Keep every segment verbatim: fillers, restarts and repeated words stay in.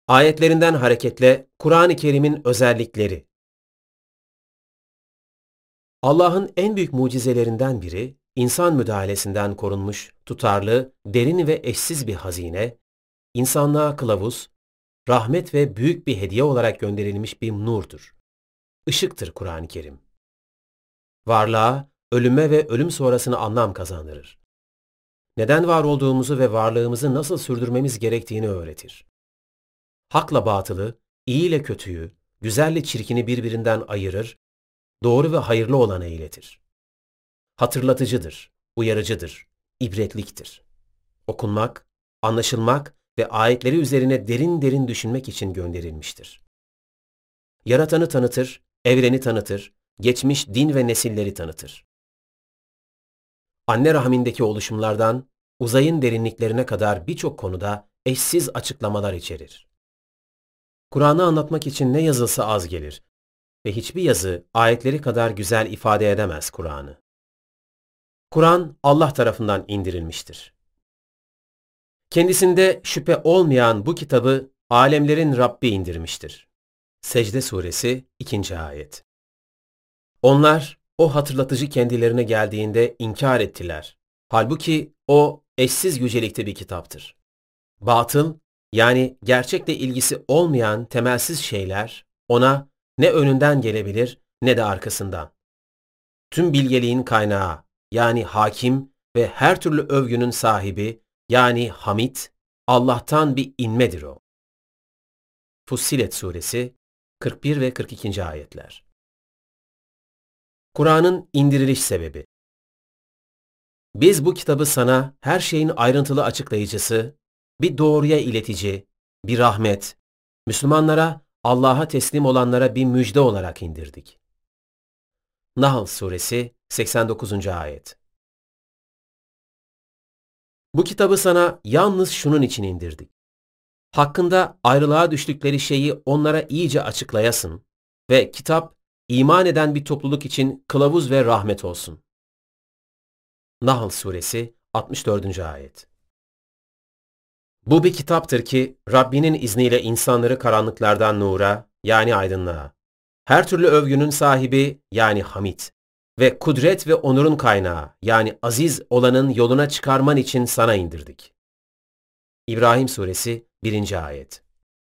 Ayetlerinden hareketle Kur'an-ı Kerim'in özellikleri. Allah'ın en büyük mucizelerinden biri, insan müdahalesinden korunmuş, tutarlı, derin ve eşsiz bir hazine, insanlığa kılavuz, rahmet ve büyük bir hediye olarak gönderilmiş bir nurdur. Işıktır Kur'an-ı Kerim. Varlığa, ölüme ve ölüm sonrasını anlam kazandırır. Neden var olduğumuzu ve varlığımızı nasıl sürdürmemiz gerektiğini öğretir. Hakla batılı, iyi ile kötüyü, güzelle çirkini birbirinden ayırır, doğru ve hayırlı olanı iletir. Hatırlatıcıdır, uyarıcıdır, ibretliktir. Okunmak, anlaşılmak ve ayetleri üzerine derin derin düşünmek için gönderilmiştir. Yaratanı tanıtır, evreni tanıtır, geçmiş din ve nesilleri tanıtır. Anne rahmindeki oluşumlardan uzayın derinliklerine kadar birçok konuda eşsiz açıklamalar içerir. Kur'an'ı anlatmak için ne yazılsa az gelir ve hiçbir yazı ayetleri kadar güzel ifade edemez Kur'an'ı. Kur'an Allah tarafından indirilmiştir. Kendisinde şüphe olmayan bu kitabı alemlerin Rabbi indirmiştir. Secde Suresi ikinci ayet. Onlar o hatırlatıcı kendilerine geldiğinde inkar ettiler. Halbuki o eşsiz yücelikte bir kitaptır. Batıl, yani gerçekle ilgisi olmayan temelsiz şeyler ona ne önünden gelebilir ne de arkasından. Tüm bilgeliğin kaynağı, yani hakim ve her türlü övgünün sahibi, yani Hamid, Allah'tan bir inmedir o. Fussilet Suresi kırk bir ve kırk ikinci ayetler. Kur'an'ın indiriliş sebebi. Biz bu kitabı sana her şeyin ayrıntılı açıklayıcısı, bir doğruya iletici, bir rahmet, Müslümanlara, Allah'a teslim olanlara bir müjde olarak indirdik. Nahl Suresi seksen dokuzuncu ayet. Bu kitabı sana yalnız şunun için indirdik. Hakkında ayrılığa düştükleri şeyi onlara iyice açıklayasın ve kitap, iman eden bir topluluk için kılavuz ve rahmet olsun. Nahl Suresi altmış dördüncü ayet. Bu bir kitaptır ki Rabbinin izniyle insanları karanlıklardan nura, yani aydınlığa, her türlü övgünün sahibi, yani Hamid ve kudret ve onurun kaynağı, yani aziz olanın yoluna çıkarman için sana indirdik. İbrahim Suresi birinci ayet.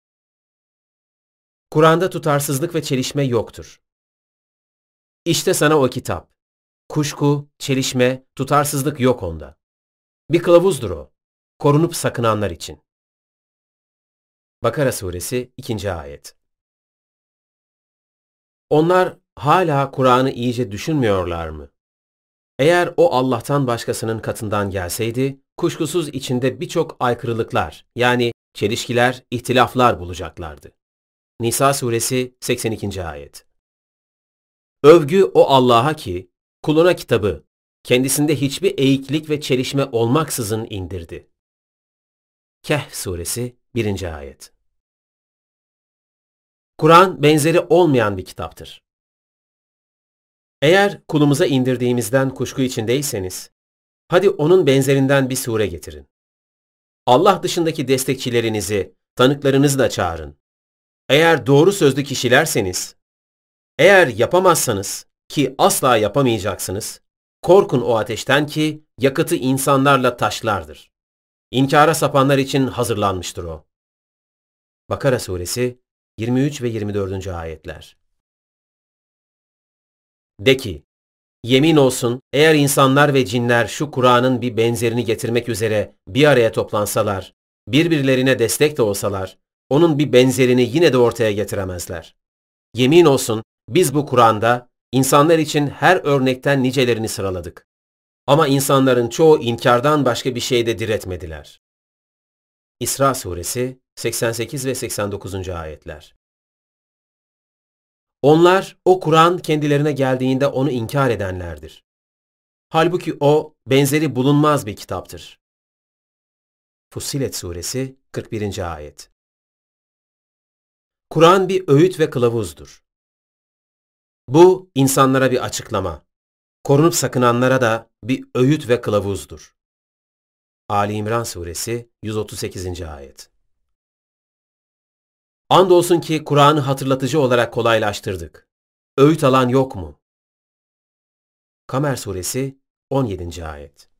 Kur'an'da tutarsızlık ve çelişme yoktur. İşte sana o kitap. Kuşku, çelişme, tutarsızlık yok onda. Bir kılavuzdur o, korunup sakınanlar için. Bakara Suresi ikinci ayet. Onlar hala Kur'an'ı iyice düşünmüyorlar mı? Eğer o Allah'tan başkasının katından gelseydi, kuşkusuz içinde birçok aykırılıklar, yani çelişkiler, ihtilaflar bulacaklardı. Nisa Suresi seksen ikinci ayet. Övgü o Allah'a ki, kuluna kitabı, kendisinde hiçbir eğiklik ve çelişme olmaksızın indirdi. Kehf Suresi birinci ayet. Kur'an benzeri olmayan bir kitaptır. Eğer kulumuza indirdiğimizden kuşku içindeyseniz, hadi onun benzerinden bir sure getirin. Allah dışındaki destekçilerinizi, tanıklarınızı da çağırın. Eğer doğru sözlü kişilerseniz, eğer yapamazsanız ki asla yapamayacaksınız, korkun o ateşten ki yakıtı insanlarla taşlardır. İnkara sapanlar için hazırlanmıştır o. Bakara Suresi yirmi üç ve yirmi dördüncü ayetler. De ki, yemin olsun eğer insanlar ve cinler şu Kur'an'ın bir benzerini getirmek üzere bir araya toplansalar, birbirlerine destek de olsalar, onun bir benzerini yine de ortaya getiremezler. Yemin olsun biz bu Kur'an'da insanlar için her örnekten nicelerini sıraladık. Ama insanların çoğu inkardan başka bir şeyde diretmediler. İsra Suresi seksen sekiz ve seksen dokuzuncu ayetler. Onlar o Kur'an kendilerine geldiğinde onu inkar edenlerdir. Halbuki o benzeri bulunmaz bir kitaptır. Fussilet Suresi kırk birinci ayet. Kur'an bir öğüt ve kılavuzdur. Bu insanlara bir açıklama, korunup sakınanlara da bir öğüt ve kılavuzdur. Ali İmran Suresi yüz otuz sekizinci ayet. Andolsun ki Kur'an'ı hatırlatıcı olarak kolaylaştırdık. Öğüt alan yok mu? Kamer Suresi on yedinci ayet.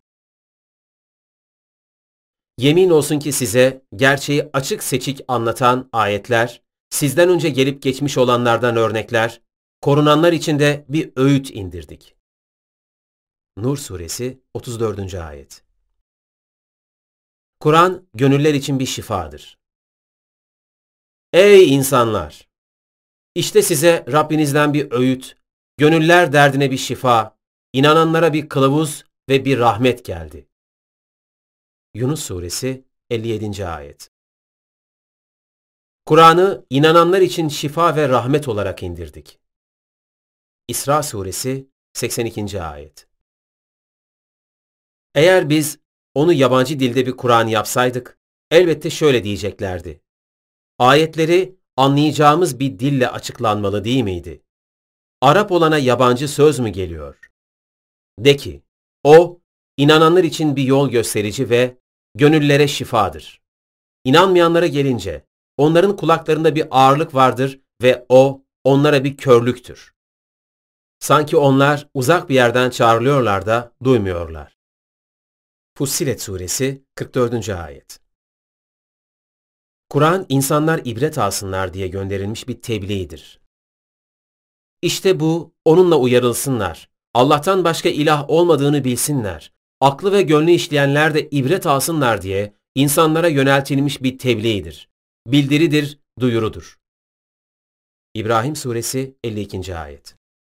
Yemin olsun ki size gerçeği açık seçik anlatan ayetler, sizden önce gelip geçmiş olanlardan örnekler, korunanlar için de bir öğüt indirdik. Nur Suresi otuz dördüncü ayet. Kur'an, gönüller için bir şifadır. Ey insanlar! İşte size Rabbinizden bir öğüt, gönüller derdine bir şifa, inananlara bir kılavuz ve bir rahmet geldi. Yunus Suresi elli yedinci ayet. Kur'an'ı inananlar için şifa ve rahmet olarak indirdik. İsra Suresi seksen ikinci ayet. Eğer biz onu yabancı dilde bir Kur'an yapsaydık, elbette şöyle diyeceklerdi. Ayetleri anlayacağımız bir dille açıklanmalı değil miydi? Arap olana yabancı söz mü geliyor? De ki, o, inananlar için bir yol gösterici ve gönüllere şifadır. İnanmayanlara gelince, onların kulaklarında bir ağırlık vardır ve o, onlara bir körlüktür. Sanki onlar uzak bir yerden çağrılıyorlar da duymuyorlar. Fussilet Suresi kırk dördüncü ayet. Kur'an, insanlar ibret alsınlar diye gönderilmiş bir tebliğdir. İşte bu, onunla uyarılsınlar. Allah'tan başka ilah olmadığını bilsinler. Aklı ve gönlü işleyenler de ibret alsınlar diye insanlara yöneltilmiş bir tebliğdir. Bildiridir, duyurudur. İbrahim Suresi elli ikinci ayet.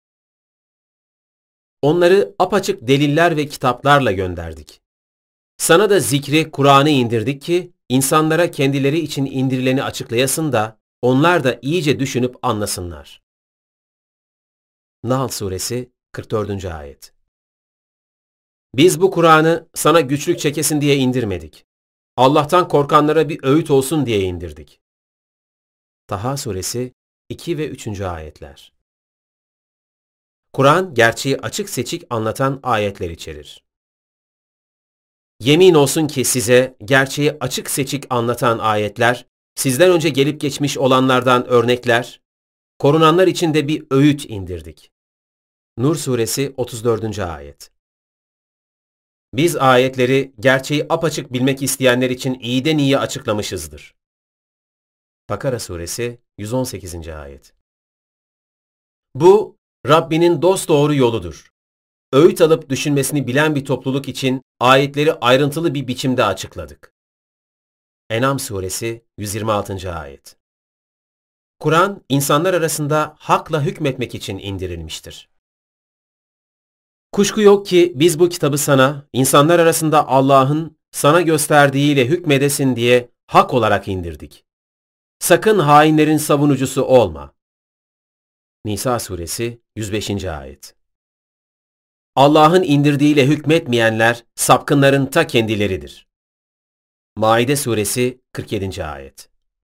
Onları apaçık deliller ve kitaplarla gönderdik. Sana da zikri, Kur'an'ı indirdik ki, insanlara kendileri için indirileni açıklayasın da, onlar da iyice düşünüp anlasınlar. Nahl Suresi kırk dördüncü ayet. Biz bu Kur'an'ı sana güçlük çekesin diye indirmedik. Allah'tan korkanlara bir öğüt olsun diye indirdik. Taha Suresi iki ve üçüncü ayetler. Kur'an, gerçeği açık seçik anlatan ayetler içerir. Yemin olsun ki size gerçeği açık seçik anlatan ayetler, sizden önce gelip geçmiş olanlardan örnekler, korunanlar için de bir öğüt indirdik. Nur Suresi otuz dördüncü ayet. Biz ayetleri gerçeği apaçık bilmek isteyenler için iyiden iyiye açıklamışızdır. Bakara Suresi yüz on sekizinci ayet. Bu, Rabbinin dosdoğru yoludur. Öğüt alıp düşünmesini bilen bir topluluk için ayetleri ayrıntılı bir biçimde açıkladık. En'am Suresi yüz yirmi altıncı ayet. Kur'an, insanlar arasında hakla hükmetmek için indirilmiştir. Kuşku yok ki biz bu kitabı sana, insanlar arasında Allah'ın sana gösterdiğiyle hükmedesin diye hak olarak indirdik. Sakın hainlerin savunucusu olma. Nisa Suresi yüz beşinci ayet. Allah'ın indirdiğiyle hükmetmeyenler sapkınların ta kendileridir. Maide Suresi kırk yedinci ayet.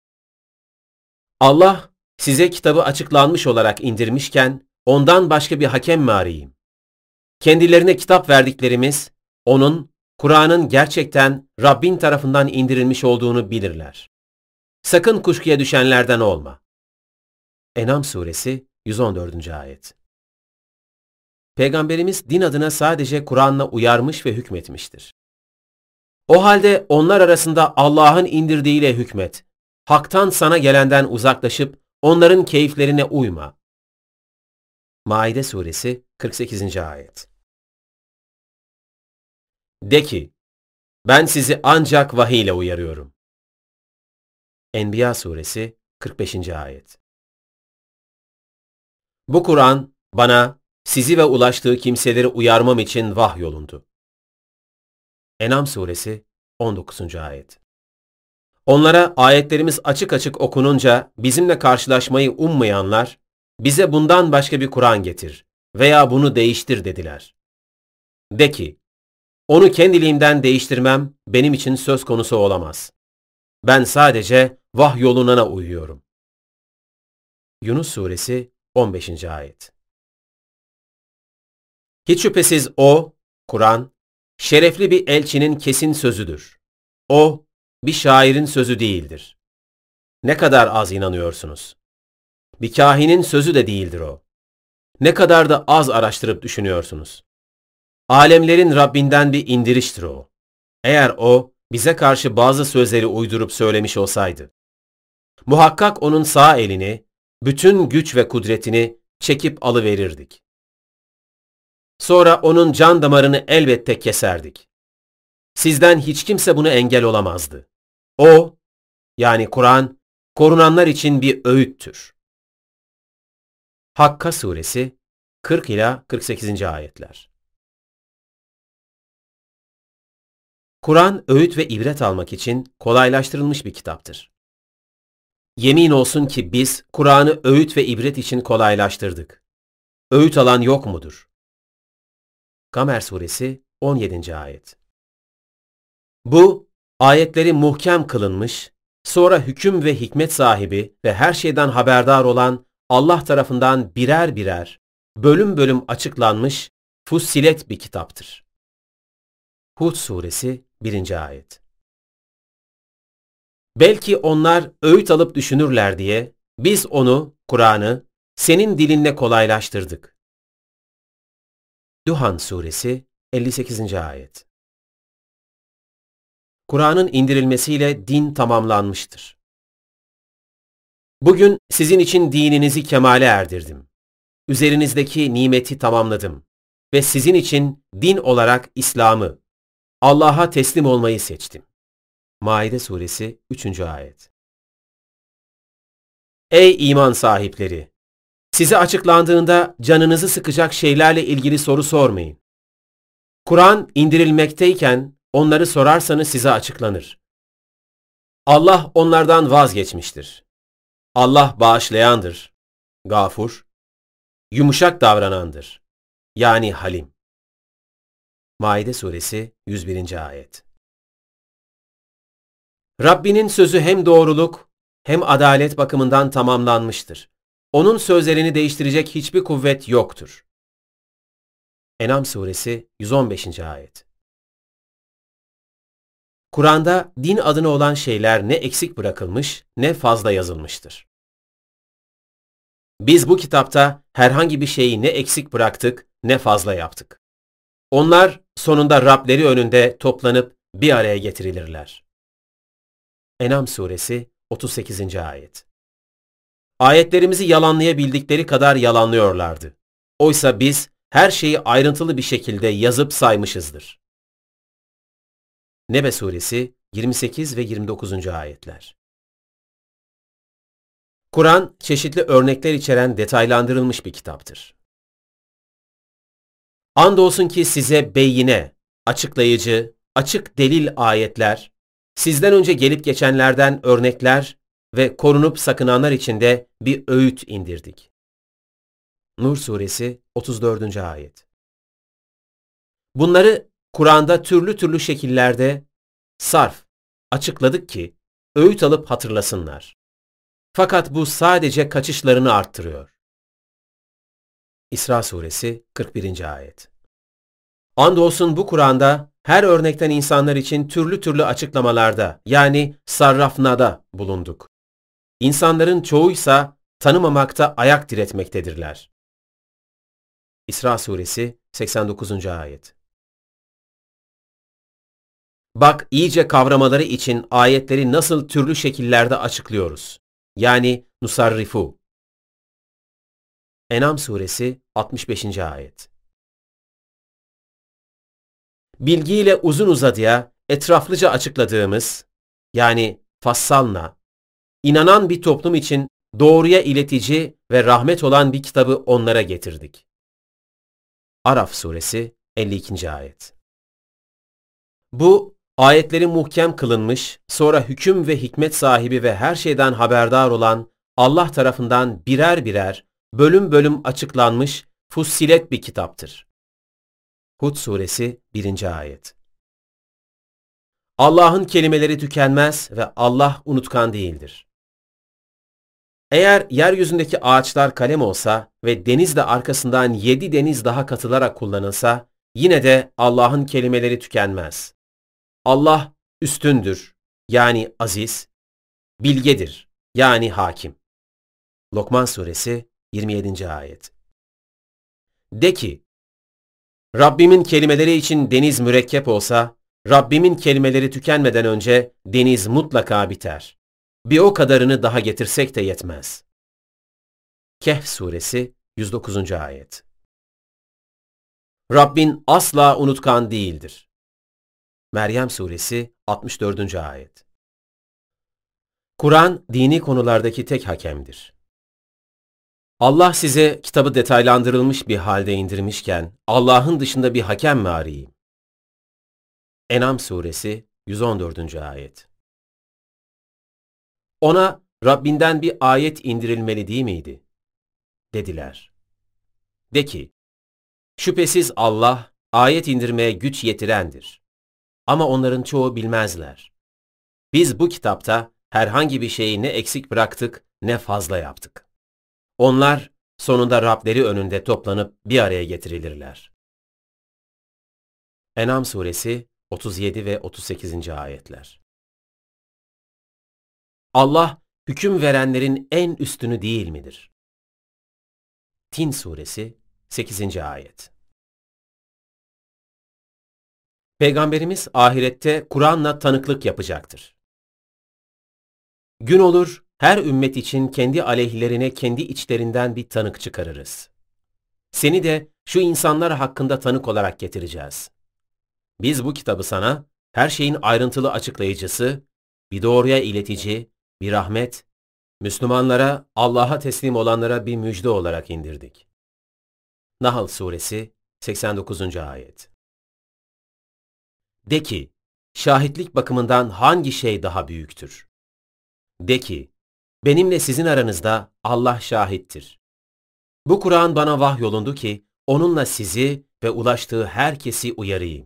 Allah size kitabı açıklanmış olarak indirmişken ondan başka bir hakem mi arayayım? Kendilerine kitap verdiklerimiz, onun, Kur'an'ın gerçekten Rabbin tarafından indirilmiş olduğunu bilirler. Sakın kuşkuya düşenlerden olma. En'am Suresi yüz on dördüncü ayet. Peygamberimiz din adına sadece Kur'an'la uyarmış ve hükmetmiştir. O halde onlar arasında Allah'ın indirdiğiyle hükmet. Hak'tan sana gelenden uzaklaşıp onların keyiflerine uyma. Maide Suresi kırk sekizinci ayet. De ki, ben sizi ancak vahiy ile uyarıyorum. Enbiya Suresi kırk beşinci ayet. Bu Kur'an bana, sizi ve ulaştığı kimseleri uyarmam için vahyolundu. En'am Suresi on dokuzuncu ayet. Onlara ayetlerimiz açık açık okununca bizimle karşılaşmayı ummayanlar, bize bundan başka bir Kur'an getir veya bunu değiştir dediler. De ki, onu kendiliğimden değiştirmem benim için söz konusu olamaz. Ben sadece vahyolunana uyuyorum. Yunus Suresi on beşinci ayet. Hiç şüphesiz o, Kur'an, şerefli bir elçinin kesin sözüdür. O, bir şairin sözü değildir. Ne kadar az inanıyorsunuz. Bir kahinin sözü de değildir o. Ne kadar da az araştırıp düşünüyorsunuz. Alemlerin Rabbinden bir indiriştir o. Eğer o, bize karşı bazı sözleri uydurup söylemiş olsaydı, muhakkak onun sağ elini, bütün güç ve kudretini çekip alıverirdik. Sonra onun can damarını elbette keserdik. Sizden hiç kimse buna engel olamazdı. O, yani Kur'an, korunanlar için bir öğüttür. Hakka Suresi kırk ila kırk sekizinci ayetler. Kur'an, öğüt ve ibret almak için kolaylaştırılmış bir kitaptır. Yemin olsun ki biz Kur'an'ı öğüt ve ibret için kolaylaştırdık. Öğüt alan yok mudur? Kamer Suresi on yedinci ayet. Bu, ayetleri muhkem kılınmış, sonra hüküm ve hikmet sahibi ve her şeyden haberdar olan Allah tarafından birer birer, bölüm bölüm açıklanmış, fussilet bir kitaptır. Hud Suresi birinci ayet. Belki onlar öğüt alıp düşünürler diye biz onu, Kur'an'ı, senin dilinle kolaylaştırdık. Duhan Suresi elli sekizinci ayet. Kur'an'ın indirilmesiyle din tamamlanmıştır. Bugün sizin için dininizi kemale erdirdim. Üzerinizdeki nimeti tamamladım ve sizin için din olarak İslam'ı, Allah'a teslim olmayı seçtim. Maide Suresi üçüncü ayet. Ey iman sahipleri! Size açıklandığında canınızı sıkacak şeylerle ilgili soru sormayın. Kur'an indirilmekteyken onları sorarsanız size açıklanır. Allah onlardan vazgeçmiştir. Allah bağışlayandır, gafur, yumuşak davranandır, yani halim. Maide Suresi yüz birinci ayet. Rabbinin sözü hem doğruluk hem adalet bakımından tamamlanmıştır. Onun sözlerini değiştirecek hiçbir kuvvet yoktur. En'am Suresi yüz on beşinci ayet. Kur'an'da din adına olan şeyler ne eksik bırakılmış ne fazla yazılmıştır. Biz bu kitapta herhangi bir şeyi ne eksik bıraktık ne fazla yaptık. Onlar sonunda Rableri önünde toplanıp bir araya getirilirler. En'am Suresi otuz sekizinci ayet. Ayetlerimizi yalanlayabildikleri kadar yalanlıyorlardı. Oysa biz her şeyi ayrıntılı bir şekilde yazıp saymışızdır. Nebe Suresi yirmi sekiz ve yirmi dokuzuncu ayetler. Kur'an, çeşitli örnekler içeren detaylandırılmış bir kitaptır. Andolsun ki size beyine, açıklayıcı, açık delil ayetler, sizden önce gelip geçenlerden örnekler ve korunup sakınanlar için de bir öğüt indirdik. Nur Suresi otuz dördüncü ayet. Bunları Kur'an'da türlü türlü şekillerde sarf, açıkladık ki öğüt alıp hatırlasınlar. Fakat bu sadece kaçışlarını arttırıyor. İsra Suresi kırk birinci ayet. Andolsun bu Kur'an'da her örnekten insanlar için türlü türlü açıklamalarda, yani sarrafnada bulunduk. İnsanların çoğuysa tanımamakta ayak diretmektedirler. İsra Suresi seksen dokuzuncu ayet. Bak iyice kavramaları için ayetleri nasıl türlü şekillerde açıklıyoruz. Yani nusarrifu. En'am Suresi altmış beşinci ayet. Bilgiyle uzun uzadıya, etraflıca açıkladığımız, yani fassalna, inanan bir toplum için doğruya iletici ve rahmet olan bir kitabı onlara getirdik. Araf Suresi elli ikinci ayet. Bu, ayetleri muhkem kılınmış, sonra hüküm ve hikmet sahibi ve her şeyden haberdar olan Allah tarafından birer birer, bölüm bölüm açıklanmış, fussilet bir kitaptır. Hud Suresi birinci ayet. Allah'ın kelimeleri tükenmez ve Allah unutkan değildir. Eğer yeryüzündeki ağaçlar kalem olsa ve deniz de arkasından yedi deniz daha katılarak kullanılsa, yine de Allah'ın kelimeleri tükenmez. Allah üstündür, yani aziz, bilgedir, yani hakim. Lokman Suresi yirmi yedinci ayet. De ki, Rabbimin kelimeleri için deniz mürekkep olsa, Rabbimin kelimeleri tükenmeden önce deniz mutlaka biter. Bir o kadarını daha getirsek de yetmez. Kehf Suresi yüz dokuzuncu ayet. Rabbin asla unutkan değildir. Meryem Suresi altmış dördüncü ayet. Kur'an, dini konulardaki tek hakemdir. Allah size kitabı detaylandırılmış bir halde indirmişken, Allah'ın dışında bir hakem mi arayayım? En'am Suresi yüz on dördüncü ayet. Ona Rabbinden bir ayet indirilmeli değil miydi? Dediler. De ki, şüphesiz Allah, ayet indirmeye güç yetirendir. Ama onların çoğu bilmezler. Biz bu kitapta herhangi bir şeyi ne eksik bıraktık ne fazla yaptık. Onlar sonunda Rableri önünde toplanıp bir araya getirilirler. En'am Suresi otuz yedi ve otuz sekizinci ayetler. Allah, hüküm verenlerin en üstünü değil midir? Tin Suresi sekizinci ayet. Peygamberimiz ahirette Kur'an'la tanıklık yapacaktır. Gün olur, her ümmet için kendi aleyhlerine kendi içlerinden bir tanık çıkarırız. Seni de şu insanlar hakkında tanık olarak getireceğiz. Biz bu kitabı sana, her şeyin ayrıntılı açıklayıcısı, bir doğruya iletici, bir rahmet, Müslümanlara, Allah'a teslim olanlara bir müjde olarak indirdik. Nahl Suresi seksen dokuzuncu ayet. De ki, şahitlik bakımından hangi şey daha büyüktür? De ki, benimle sizin aranızda Allah şahittir. Bu Kur'an bana vahyolundu ki, onunla sizi ve ulaştığı herkesi uyarayım.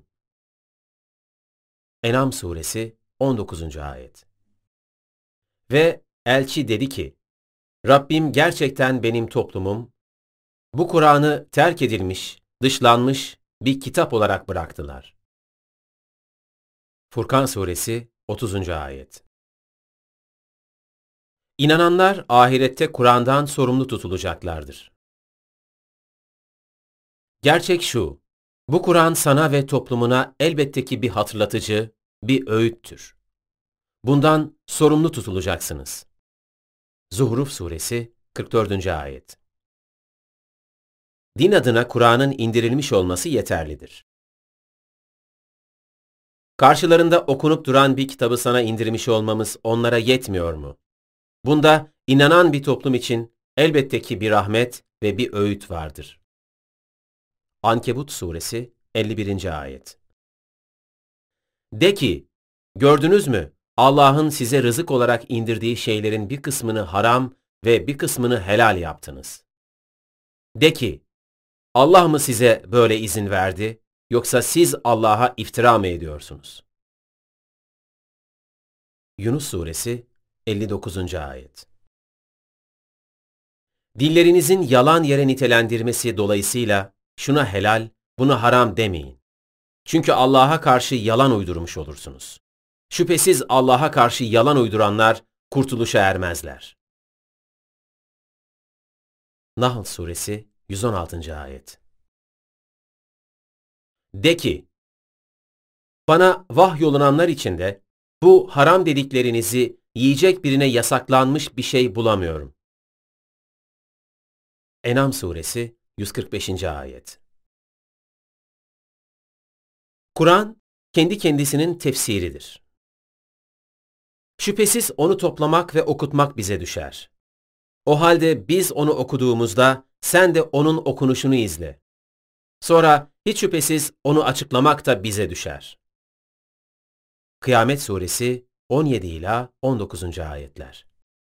En'am Suresi on dokuzuncu ayet. Ve elçi dedi ki, Rabbim gerçekten benim toplumum, bu Kur'an'ı terk edilmiş, dışlanmış bir kitap olarak bıraktılar. Furkan Suresi otuzuncu ayet. İnananlar ahirette Kur'an'dan sorumlu tutulacaklardır. Gerçek şu, bu Kur'an sana ve toplumuna elbette ki bir hatırlatıcı, bir öğüttür. Bundan sorumlu tutulacaksınız. Zuhruf Suresi kırk dördüncü ayet. Din adına Kur'an'ın indirilmiş olması yeterlidir. Karşılarında okunup duran bir kitabı sana indirmiş olmamız onlara yetmiyor mu? Bunda inanan bir toplum için elbette ki bir rahmet ve bir öğüt vardır. Ankebut Suresi elli birinci ayet. De ki, gördünüz mü Allah'ın size rızık olarak indirdiği şeylerin bir kısmını haram ve bir kısmını helal yaptınız. De ki, Allah mı size böyle izin verdi, yoksa siz Allah'a iftira mı ediyorsunuz? Yunus Suresi elli dokuzuncu ayet. Dillerinizin yalan yere nitelendirmesi dolayısıyla şuna helal, buna haram demeyin. Çünkü Allah'a karşı yalan uydurmuş olursunuz. Şüphesiz Allah'a karşı yalan uyduranlar kurtuluşa ermezler. Nahl Suresi yüz on altıncı ayet. De ki, bana vahyolunanlar içinde bu haram dediklerinizi yiyecek birine yasaklanmış bir şey bulamıyorum. En'am Suresi yüz kırk beşinci ayet. Kur'an, kendi kendisinin tefsiridir. Şüphesiz onu toplamak ve okutmak bize düşer. O halde biz onu okuduğumuzda sen de onun okunuşunu izle. Sonra hiç şüphesiz onu açıklamak da bize düşer. Kıyamet Suresi on yedi ila on dokuzuncu ayetler.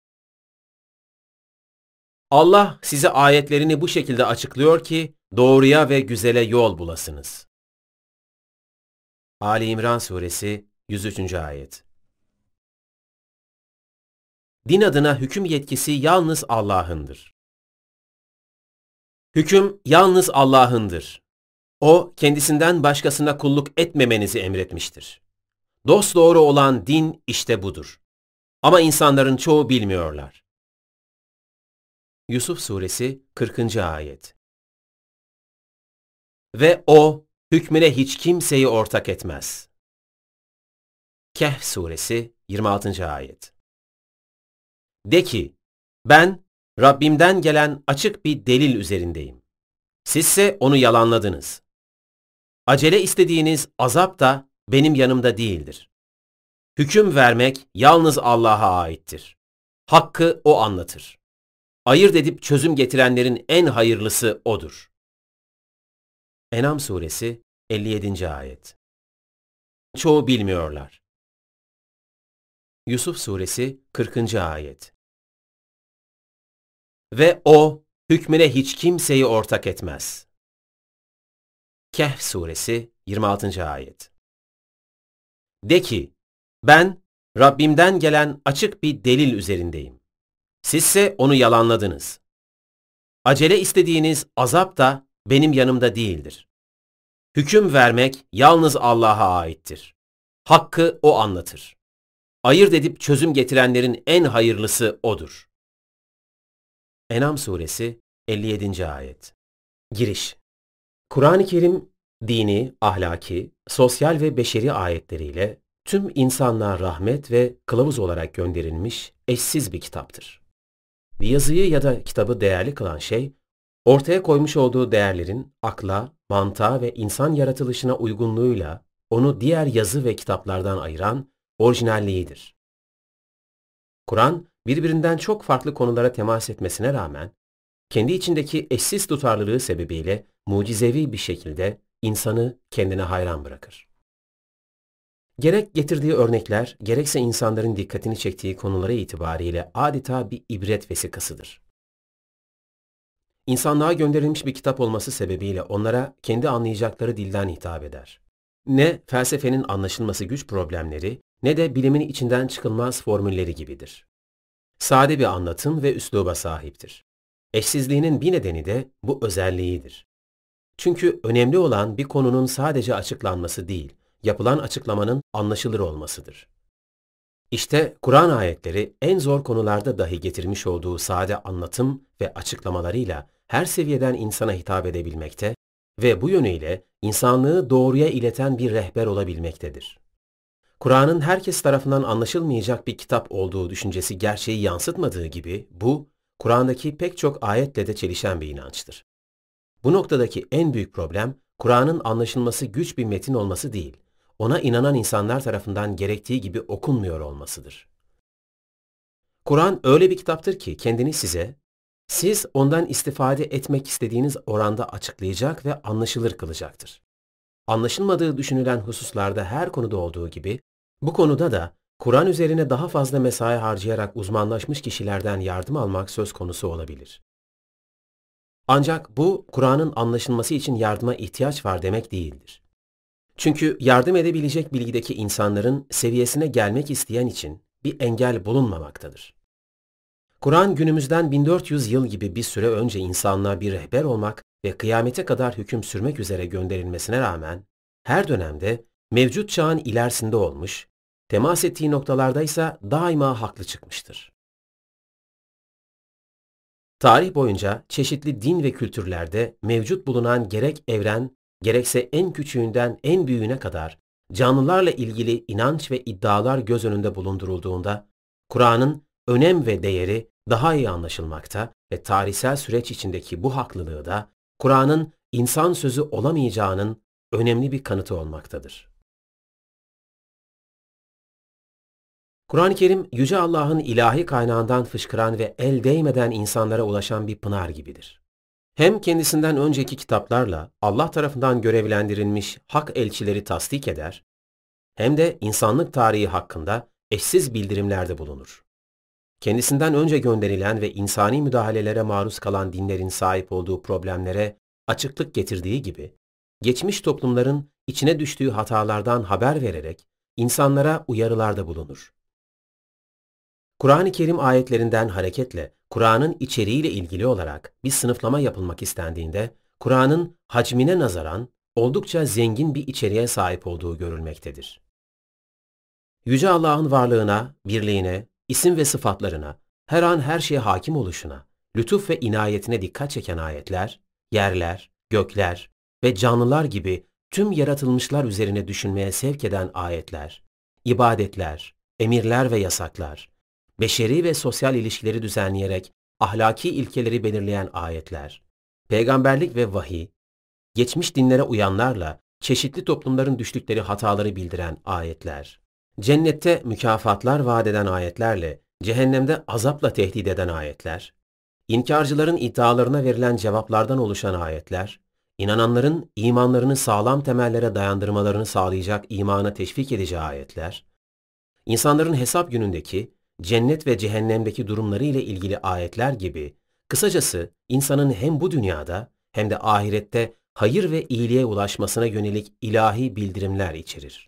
Allah size ayetlerini bu şekilde açıklıyor ki doğruya ve güzele yol bulasınız. Ali İmran Suresi yüz üçüncü ayet. Din adına hüküm yetkisi yalnız Allah'ındır. Hüküm yalnız Allah'ındır. O, kendisinden başkasına kulluk etmemenizi emretmiştir. Dosdoğru olan din işte budur. Ama insanların çoğu bilmiyorlar. Yusuf Suresi kırkıncı ayet. Ve o hükmüne hiç kimseyi ortak etmez. Kehf Suresi yirmi altıncı ayet. De ki, ben Rabbimden gelen açık bir delil üzerindeyim. Sizse onu yalanladınız. Acele istediğiniz azap da benim yanımda değildir. Hüküm vermek yalnız Allah'a aittir. Hakkı O anlatır. Ayırt edip çözüm getirenlerin en hayırlısı O'dur. En'am Suresi elli yedinci ayet. Çoğu bilmiyorlar. Yusuf Suresi kırkıncı ayet. Ve o hükmüne hiç kimseyi ortak etmez. Kehf Suresi yirmi altıncı ayet. De ki, ben Rabbimden gelen açık bir delil üzerindeyim. Sizse onu yalanladınız. Acele istediğiniz azap da benim yanımda değildir. Hüküm vermek yalnız Allah'a aittir. Hakkı O anlatır. Ayırt edip çözüm getirenlerin en hayırlısı O'dur. En'am Suresi elli yedinci ayet. Giriş. Kur'an-ı Kerim, dini, ahlaki, sosyal ve beşeri ayetleriyle tüm insanlığa rahmet ve kılavuz olarak gönderilmiş eşsiz bir kitaptır. Bir yazıyı ya da kitabı değerli kılan şey, ortaya koymuş olduğu değerlerin akla, mantığa ve insan yaratılışına uygunluğuyla onu diğer yazı ve kitaplardan ayıran orijinalliğidir. Kur'an, birbirinden çok farklı konulara temas etmesine rağmen, kendi içindeki eşsiz tutarlılığı sebebiyle mucizevi bir şekilde insanı kendine hayran bırakır. Gerek getirdiği örnekler, gerekse insanların dikkatini çektiği konulara itibariyle adeta bir ibret vesikasıdır. İnsanlığa gönderilmiş bir kitap olması sebebiyle onlara kendi anlayacakları dilden hitap eder. Ne felsefenin anlaşılması güç problemleri, ne de bilimin içinden çıkılmaz formülleri gibidir. Sade bir anlatım ve üsluba sahiptir. Eşsizliğinin bir nedeni de bu özelliğidir. Çünkü önemli olan bir konunun sadece açıklanması değil, yapılan açıklamanın anlaşılır olmasıdır. İşte Kur'an ayetleri en zor konularda dahi getirmiş olduğu sade anlatım ve açıklamalarıyla her seviyeden insana hitap edebilmekte ve bu yönüyle insanlığı doğruya ileten bir rehber olabilmektedir. Kur'an'ın herkes tarafından anlaşılmayacak bir kitap olduğu düşüncesi gerçeği yansıtmadığı gibi bu, Kur'an'daki pek çok ayetle de çelişen bir inançtır. Bu noktadaki en büyük problem, Kur'an'ın anlaşılması güç bir metin olması değil, ona inanan insanlar tarafından gerektiği gibi okunmuyor olmasıdır. Kur'an öyle bir kitaptır ki kendini size, siz ondan istifade etmek istediğiniz oranda açıklayacak ve anlaşılır kılacaktır. Anlaşılmadığı düşünülen hususlarda her konuda olduğu gibi, bu konuda da Kur'an üzerine daha fazla mesai harcayarak uzmanlaşmış kişilerden yardım almak söz konusu olabilir. Ancak bu, Kur'an'ın anlaşılması için yardıma ihtiyaç var demek değildir. Çünkü yardım edebilecek bilgideki insanların seviyesine gelmek isteyen için bir engel bulunmamaktadır. Kur'an günümüzden bin dört yüz yıl gibi bir süre önce insanlığa bir rehber olmak ve kıyamete kadar hüküm sürmek üzere gönderilmesine rağmen, her dönemde mevcut çağın ilerisinde olmuş, temas ettiği noktalarda ise daima haklı çıkmıştır. Tarih boyunca çeşitli din ve kültürlerde mevcut bulunan gerek evren, gerekse en küçüğünden en büyüğüne kadar canlılarla ilgili inanç ve iddialar göz önünde bulundurulduğunda, Kur'an'ın önem ve değeri daha iyi anlaşılmakta ve tarihsel süreç içindeki bu haklılığı da Kur'an'ın insan sözü olamayacağının önemli bir kanıtı olmaktadır. Kur'an-ı Kerim, Yüce Allah'ın ilahi kaynağından fışkıran ve el değmeden insanlara ulaşan bir pınar gibidir. Hem kendisinden önceki kitaplarla Allah tarafından görevlendirilmiş hak elçileri tasdik eder, hem de insanlık tarihi hakkında eşsiz bildirimlerde bulunur. Kendisinden önce gönderilen ve insani müdahalelere maruz kalan dinlerin sahip olduğu problemlere açıklık getirdiği gibi, geçmiş toplumların içine düştüğü hatalardan haber vererek insanlara uyarılarda bulunur. Kur'an-ı Kerim ayetlerinden hareketle Kur'an'ın içeriğiyle ilgili olarak bir sınıflama yapılmak istendiğinde, Kur'an'ın hacmine nazaran oldukça zengin bir içeriğe sahip olduğu görülmektedir. Yüce Allah'ın varlığına, birliğine, isim ve sıfatlarına, her an her şeye hakim oluşuna, lütuf ve inayetine dikkat çeken ayetler, yerler, gökler ve canlılar gibi tüm yaratılmışlar üzerine düşünmeye sevk eden ayetler, ibadetler, emirler ve yasaklar, beşeri ve sosyal ilişkileri düzenleyerek ahlaki ilkeleri belirleyen ayetler, peygamberlik ve vahiy, geçmiş dinlere uyanlarla çeşitli toplumların düştükleri hataları bildiren ayetler, cennette mükafatlar vaat eden ayetlerle cehennemde azapla tehdit eden ayetler, İnkarcıların iddialarına verilen cevaplardan oluşan ayetler, inananların imanlarını sağlam temellere dayandırmalarını sağlayacak imana teşvik edici ayetler, insanların hesap günündeki, cennet ve cehennemdeki durumları ile ilgili ayetler gibi, kısacası insanın hem bu dünyada hem de ahirette hayır ve iyiliğe ulaşmasına yönelik ilahi bildirimler içerir.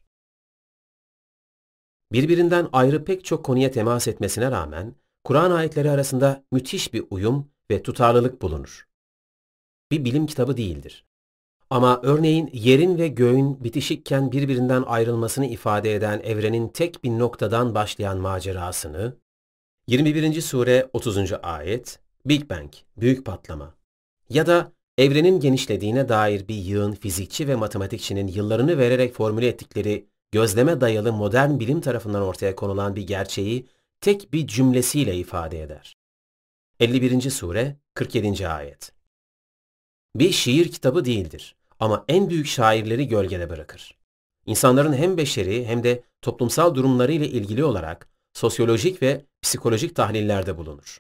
Birbirinden ayrı pek çok konuya temas etmesine rağmen, Kur'an ayetleri arasında müthiş bir uyum ve tutarlılık bulunur. Bir bilim kitabı değildir. Ama örneğin yerin ve göğün bitişikken birbirinden ayrılmasını ifade eden evrenin tek bir noktadan başlayan macerasını, yirmi birinci sure otuzuncu ayet, Big Bang, büyük patlama ya da evrenin genişlediğine dair bir yığın fizikçi ve matematikçinin yıllarını vererek formüle ettikleri gözleme dayalı modern bilim tarafından ortaya konulan bir gerçeği tek bir cümlesiyle ifade eder. elli birinci sure kırk yedinci ayet. Bir şiir kitabı değildir ama en büyük şairleri gölgede bırakır. İnsanların hem beşeri hem de toplumsal durumları ile ilgili olarak sosyolojik ve psikolojik tahlillerde bulunur.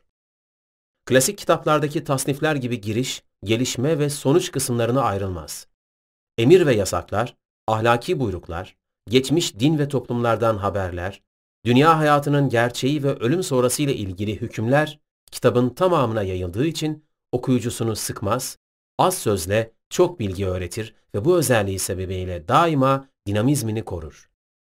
Klasik kitaplardaki tasnifler gibi giriş, gelişme ve sonuç kısımlarına ayrılmaz. Emir ve yasaklar, ahlaki buyruklar, geçmiş din ve toplumlardan haberler, dünya hayatının gerçeği ve ölüm sonrası ile ilgili hükümler kitabın tamamına yayıldığı için okuyucusunu sıkmaz, az sözle çok bilgi öğretir ve bu özelliği sebebiyle daima dinamizmini korur.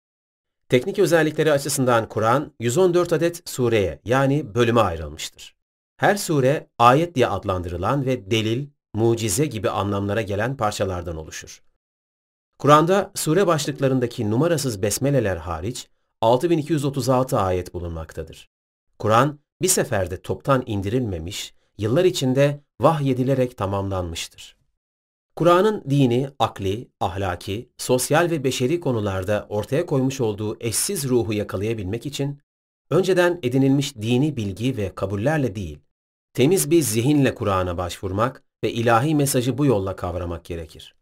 Teknik özellikleri açısından Kur'an yüz on dört adet sureye yani bölüme ayrılmıştır. Her sure ayet diye adlandırılan ve delil, mucize gibi anlamlara gelen parçalardan oluşur. Kur'an'da sure başlıklarındaki numarasız besmeleler hariç altı bin iki yüz otuz altı ayet bulunmaktadır. Kur'an bir seferde toptan indirilmemiş, yıllar içinde vahyedilerek tamamlanmıştır. Kur'an'ın dini, akli, ahlaki, sosyal ve beşeri konularda ortaya koymuş olduğu eşsiz ruhu yakalayabilmek için önceden edinilmiş dini bilgi ve kabullerle değil, temiz bir zihinle Kur'an'a başvurmak ve ilahi mesajı bu yolla kavramak gerekir.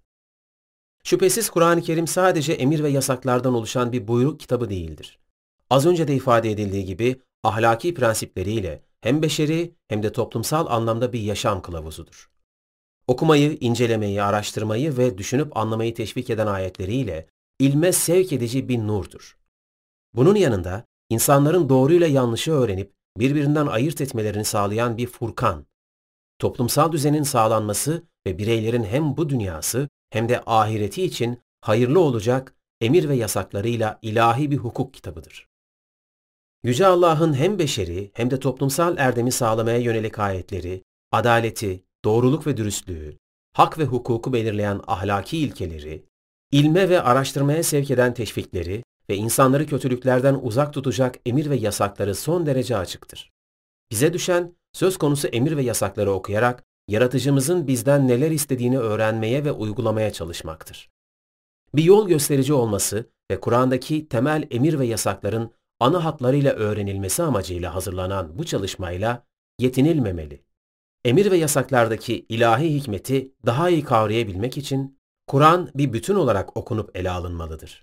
Şüphesiz Kur'an-ı Kerim sadece emir ve yasaklardan oluşan bir buyruk kitabı değildir. Az önce de ifade edildiği gibi ahlaki prensipleriyle hem beşeri hem de toplumsal anlamda bir yaşam kılavuzudur. Okumayı, incelemeyi, araştırmayı ve düşünüp anlamayı teşvik eden ayetleriyle ilme sevk edici bir nurdur. Bunun yanında insanların doğruyla yanlışı öğrenip birbirinden ayırt etmelerini sağlayan bir furkan, toplumsal düzenin sağlanması ve bireylerin hem bu dünyası hem de ahireti için hayırlı olacak emir ve yasaklarıyla ilahi bir hukuk kitabıdır. Yüce Allah'ın hem beşeri hem de toplumsal erdemi sağlamaya yönelik ayetleri, adaleti, doğruluk ve dürüstlüğü, hak ve hukuku belirleyen ahlaki ilkeleri, ilme ve araştırmaya sevk eden teşvikleri ve insanları kötülüklerden uzak tutacak emir ve yasakları son derece açıktır. Bize düşen söz konusu emir ve yasakları okuyarak yaratıcımızın bizden neler istediğini öğrenmeye ve uygulamaya çalışmaktır. Bir yol gösterici olması ve Kur'an'daki temel emir ve yasakların ana hatlarıyla öğrenilmesi amacıyla hazırlanan bu çalışmayla yetinilmemeli. Emir ve yasaklardaki ilahi hikmeti daha iyi kavrayabilmek için Kur'an bir bütün olarak okunup ele alınmalıdır.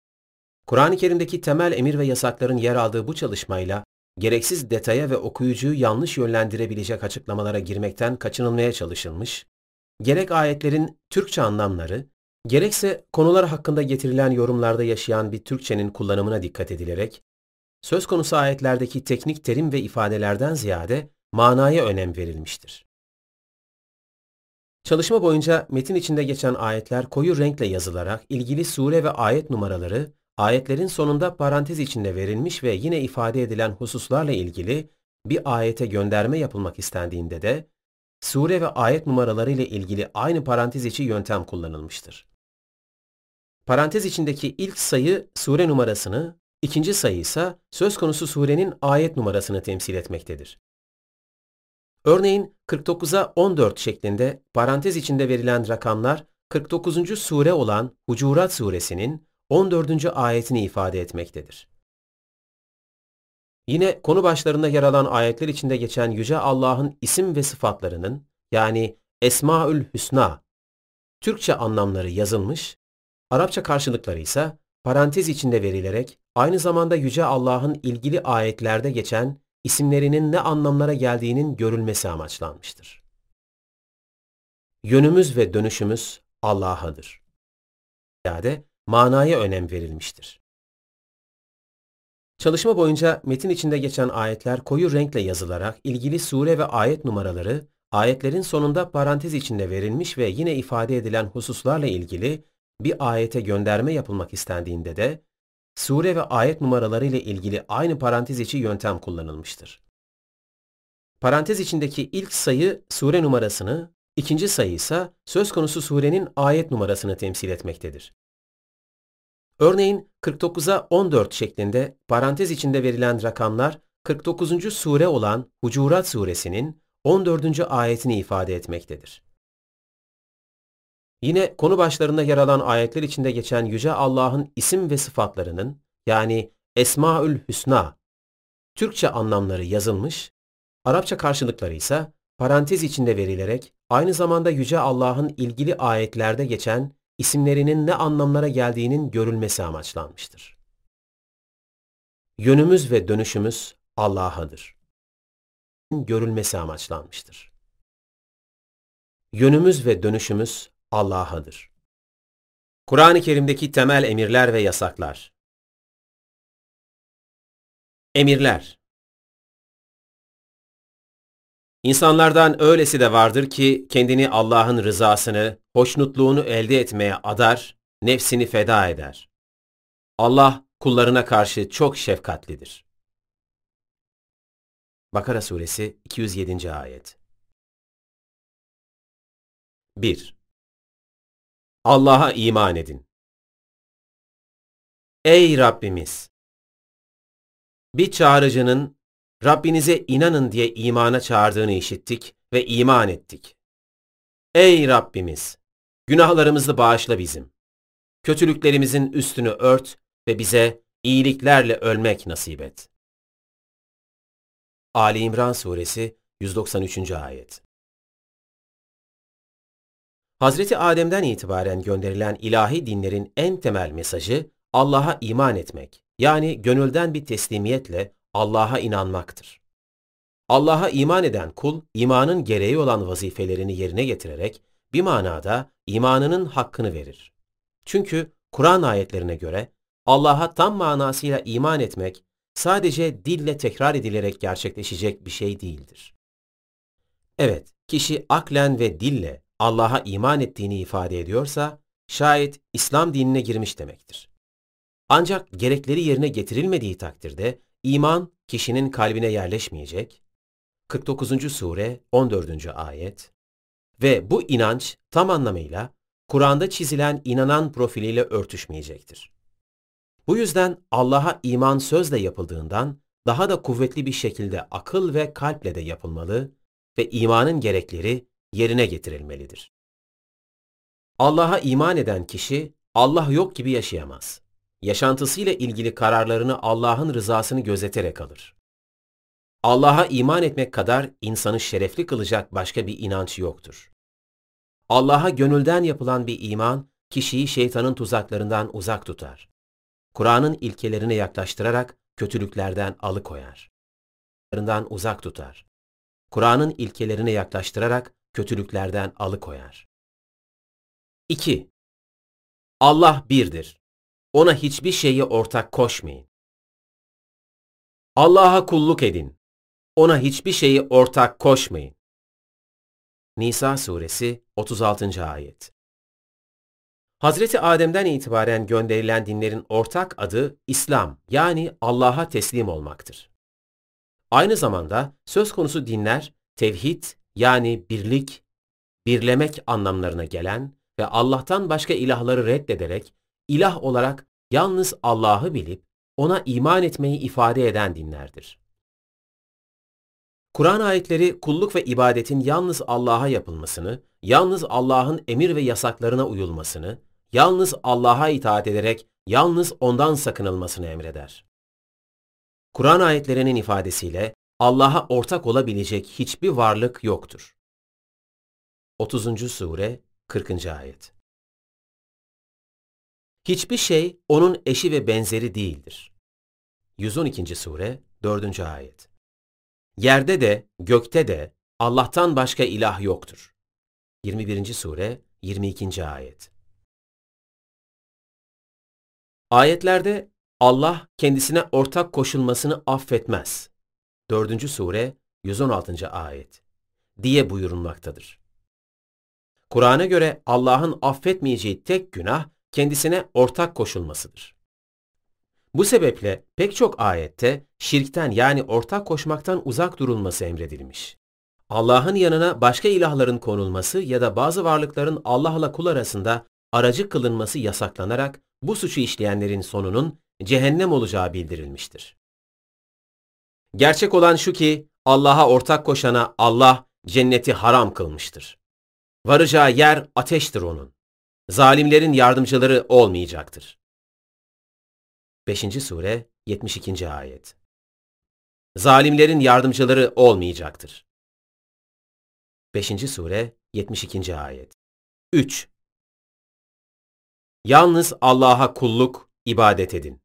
Kur'an-ı Kerim'deki temel emir ve yasakların yer aldığı bu çalışmayla gereksiz detaya ve okuyucuyu yanlış yönlendirebilecek açıklamalara girmekten kaçınılmaya çalışılmış, gerek ayetlerin Türkçe anlamları, gerekse konular hakkında getirilen yorumlarda yaşayan bir Türkçenin kullanımına dikkat edilerek, söz konusu ayetlerdeki teknik terim ve ifadelerden ziyade manaya önem verilmiştir. Çalışma boyunca metin içinde geçen ayetler koyu renkle yazılarak ilgili sure ve ayet numaraları ayetlerin sonunda parantez içinde verilmiş ve yine ifade edilen hususlarla ilgili bir ayete gönderme yapılmak istendiğinde de sure ve ayet numaraları ile ilgili aynı parantez içi yöntem kullanılmıştır. Parantez içindeki ilk sayı sure numarasını, İkinci sayı ise söz konusu surenin ayet numarasını temsil etmektedir. Örneğin kırk dokuza on dört şeklinde parantez içinde verilen rakamlar kırk dokuzuncu sure olan Hucurat suresinin on dördüncü ayetini ifade etmektedir. Yine konu başlarında yer alan ayetler içinde geçen Yüce Allah'ın isim ve sıfatlarının, yani Esmaül Hüsna, Türkçe anlamları yazılmış, Arapça karşılıkları ise parantez içinde verilerek aynı zamanda Yüce Allah'ın ilgili ayetlerde geçen isimlerinin ne anlamlara geldiğinin görülmesi amaçlanmıştır. Yönümüz ve dönüşümüz Allah'adır. Yani manaya önem verilmiştir. Çalışma boyunca metin içinde geçen ayetler koyu renkle yazılarak ilgili sure ve ayet numaraları ayetlerin sonunda parantez içinde verilmiş ve yine ifade edilen hususlarla ilgili bir ayete gönderme yapılmak istendiğinde de sure ve ayet numaraları ile ilgili aynı parantez içi yöntem kullanılmıştır. Parantez içindeki ilk sayı sure numarasını, ikinci sayı ise söz konusu surenin ayet numarasını temsil etmektedir. Örneğin kırk dokuza on dört şeklinde parantez içinde verilen rakamlar kırk dokuzuncu sure olan Hucurat suresinin on dördüncü ayetini ifade etmektedir. Yine konu başlarında yer alan ayetler içinde geçen Yüce Allah'ın isim ve sıfatlarının, yani Esmaül Hüsna, Türkçe anlamları yazılmış, Arapça karşılıkları ise parantez içinde verilerek aynı zamanda Yüce Allah'ın ilgili ayetlerde geçen isimlerinin ne anlamlara geldiğinin görülmesi amaçlanmıştır. Yönümüz ve dönüşümüz Allah'adır. Görülmesi amaçlanmıştır. Yönümüz ve dönüşümüz Allah'adır. Kur'an-ı Kerim'deki temel emirler ve yasaklar. Emirler. İnsanlardan öylesi de vardır ki kendini Allah'ın rızasını, hoşnutluğunu elde etmeye adar, nefsini feda eder. Allah kullarına karşı çok şefkatlidir. Bakara suresi iki yüz yedinci ayet. bir. Allah'a iman edin. Ey Rabbimiz! Bir çağrıcının Rabbinize inanın diye imana çağırdığını işittik ve iman ettik. Ey Rabbimiz! Günahlarımızı bağışla bizim. Kötülüklerimizin üstünü ört ve bize iyiliklerle ölmek nasip et. Ali İmran suresi yüz doksan üçüncü ayet. Hazreti Adem'den itibaren gönderilen ilahi dinlerin en temel mesajı Allah'a iman etmek, yani gönülden bir teslimiyetle Allah'a inanmaktır. Allah'a iman eden kul, imanın gereği olan vazifelerini yerine getirerek bir manada imanının hakkını verir. Çünkü Kur'an ayetlerine göre Allah'a tam manasıyla iman etmek sadece dille tekrar edilerek gerçekleşecek bir şey değildir. Evet, kişi aklen ve dille Allah'a iman ettiğini ifade ediyorsa, şayet İslam dinine girmiş demektir. Ancak gerekleri yerine getirilmediği takdirde iman kişinin kalbine yerleşmeyecek, kırk dokuzuncu sure on dördüncü ayet ve bu inanç tam anlamıyla Kur'an'da çizilen inanan profiliyle örtüşmeyecektir. Bu yüzden Allah'a iman sözle yapıldığından daha da kuvvetli bir şekilde akıl ve kalple de yapılmalı ve imanın gerekleri yerine getirilmelidir. Allah'a iman eden kişi Allah yok gibi yaşayamaz. Yaşantısıyla ilgili kararlarını Allah'ın rızasını gözeterek alır. Allah'a iman etmek kadar insanı şerefli kılacak başka bir inanç yoktur. Allah'a gönülden yapılan bir iman, kişiyi şeytanın tuzaklarından uzak tutar. Kur'an'ın ilkelerine yaklaştırarak kötülüklerden alıkoyar. Uzak tutar. Kur'an'ın ilkelerine yaklaştırarak kötülüklerden alıkoyar. iki. Allah birdir. Ona hiçbir şeyi ortak koşmayın. Allah'a kulluk edin. Ona hiçbir şeyi ortak koşmayın. Nisa suresi otuz altıncı ayet. Hazreti Adem'den itibaren gönderilen dinlerin ortak adı İslam, yani Allah'a teslim olmaktır. Aynı zamanda söz konusu dinler tevhid, yani birlik, birlemek anlamlarına gelen ve Allah'tan başka ilahları reddederek ilah olarak yalnız Allah'ı bilip ona iman etmeyi ifade eden dinlerdir. Kur'an ayetleri kulluk ve ibadetin yalnız Allah'a yapılmasını, yalnız Allah'ın emir ve yasaklarına uyulmasını, yalnız Allah'a itaat ederek yalnız ondan sakınılmasını emreder. Kur'an ayetlerinin ifadesiyle Allah'a ortak olabilecek hiçbir varlık yoktur. otuzuncu sure kırkıncı ayet. Hiçbir şey onun eşi ve benzeri değildir. yüz on ikinci sure dördüncü ayet. Yerde de gökte de Allah'tan başka ilah yoktur. yirmi birinci sure yirmi ikinci ayet. Ayetlerde Allah kendisine ortak koşulmasını affetmez. dördüncü sure yüz on altıncı ayet diye buyurulmaktadır. Kur'an'a göre Allah'ın affetmeyeceği tek günah kendisine ortak koşulmasıdır. Bu sebeple pek çok ayette şirkten yani ortak koşmaktan uzak durulması emredilmiş. Allah'ın yanına başka ilahların konulması ya da bazı varlıkların Allah'la kul arasında aracı kılınması yasaklanarak bu suçu işleyenlerin sonunun cehennem olacağı bildirilmiştir. Gerçek olan şu ki Allah'a ortak koşana Allah cenneti haram kılmıştır. Varacağı yer ateştir onun. Zalimlerin yardımcıları olmayacaktır. beşinci sure yetmiş ikinci ayet. Zalimlerin yardımcıları olmayacaktır. beşinci sure yetmiş ikinci ayet. üç. Yalnız Allah'a kulluk, ibadet edin.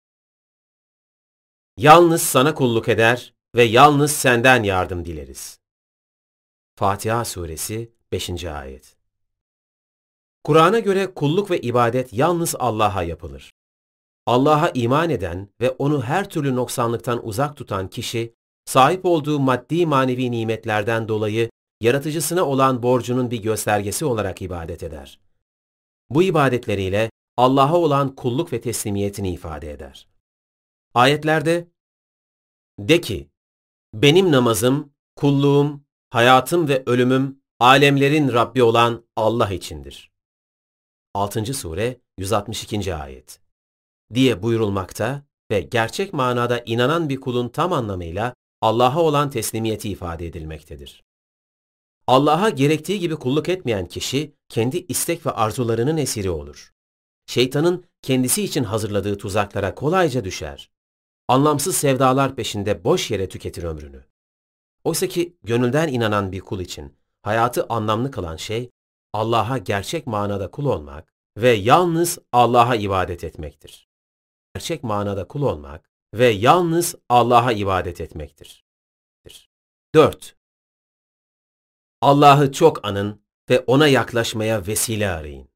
Yalnız sana kulluk eder ve yalnız senden yardım dileriz. Fatiha suresi beşinci ayet. Kur'an'a göre kulluk ve ibadet yalnız Allah'a yapılır. Allah'a iman eden ve onu her türlü noksanlıktan uzak tutan kişi, sahip olduğu maddi manevi nimetlerden dolayı yaratıcısına olan borcunun bir göstergesi olarak ibadet eder. Bu ibadetleriyle Allah'a olan kulluk ve teslimiyetini ifade eder. Ayetlerde, de ki, benim namazım, kulluğum, hayatım ve ölümüm, alemlerin Rabbi olan Allah içindir. altıncı sure yüz altmış ikinci ayet diye buyurulmakta ve gerçek manada inanan bir kulun tam anlamıyla Allah'a olan teslimiyeti ifade edilmektedir. Allah'a gerektiği gibi kulluk etmeyen kişi kendi istek ve arzularının esiri olur. Şeytanın kendisi için hazırladığı tuzaklara kolayca düşer. Anlamsız sevdalar peşinde boş yere tüketir ömrünü. Oysa ki gönülden inanan bir kul için hayatı anlamlı kılan şey Allah'a gerçek manada kul olmak ve yalnız Allah'a ibadet etmektir. Gerçek manada kul olmak ve yalnız Allah'a ibadet etmektir. dört. Allah'ı çok anın ve ona yaklaşmaya vesile arayın.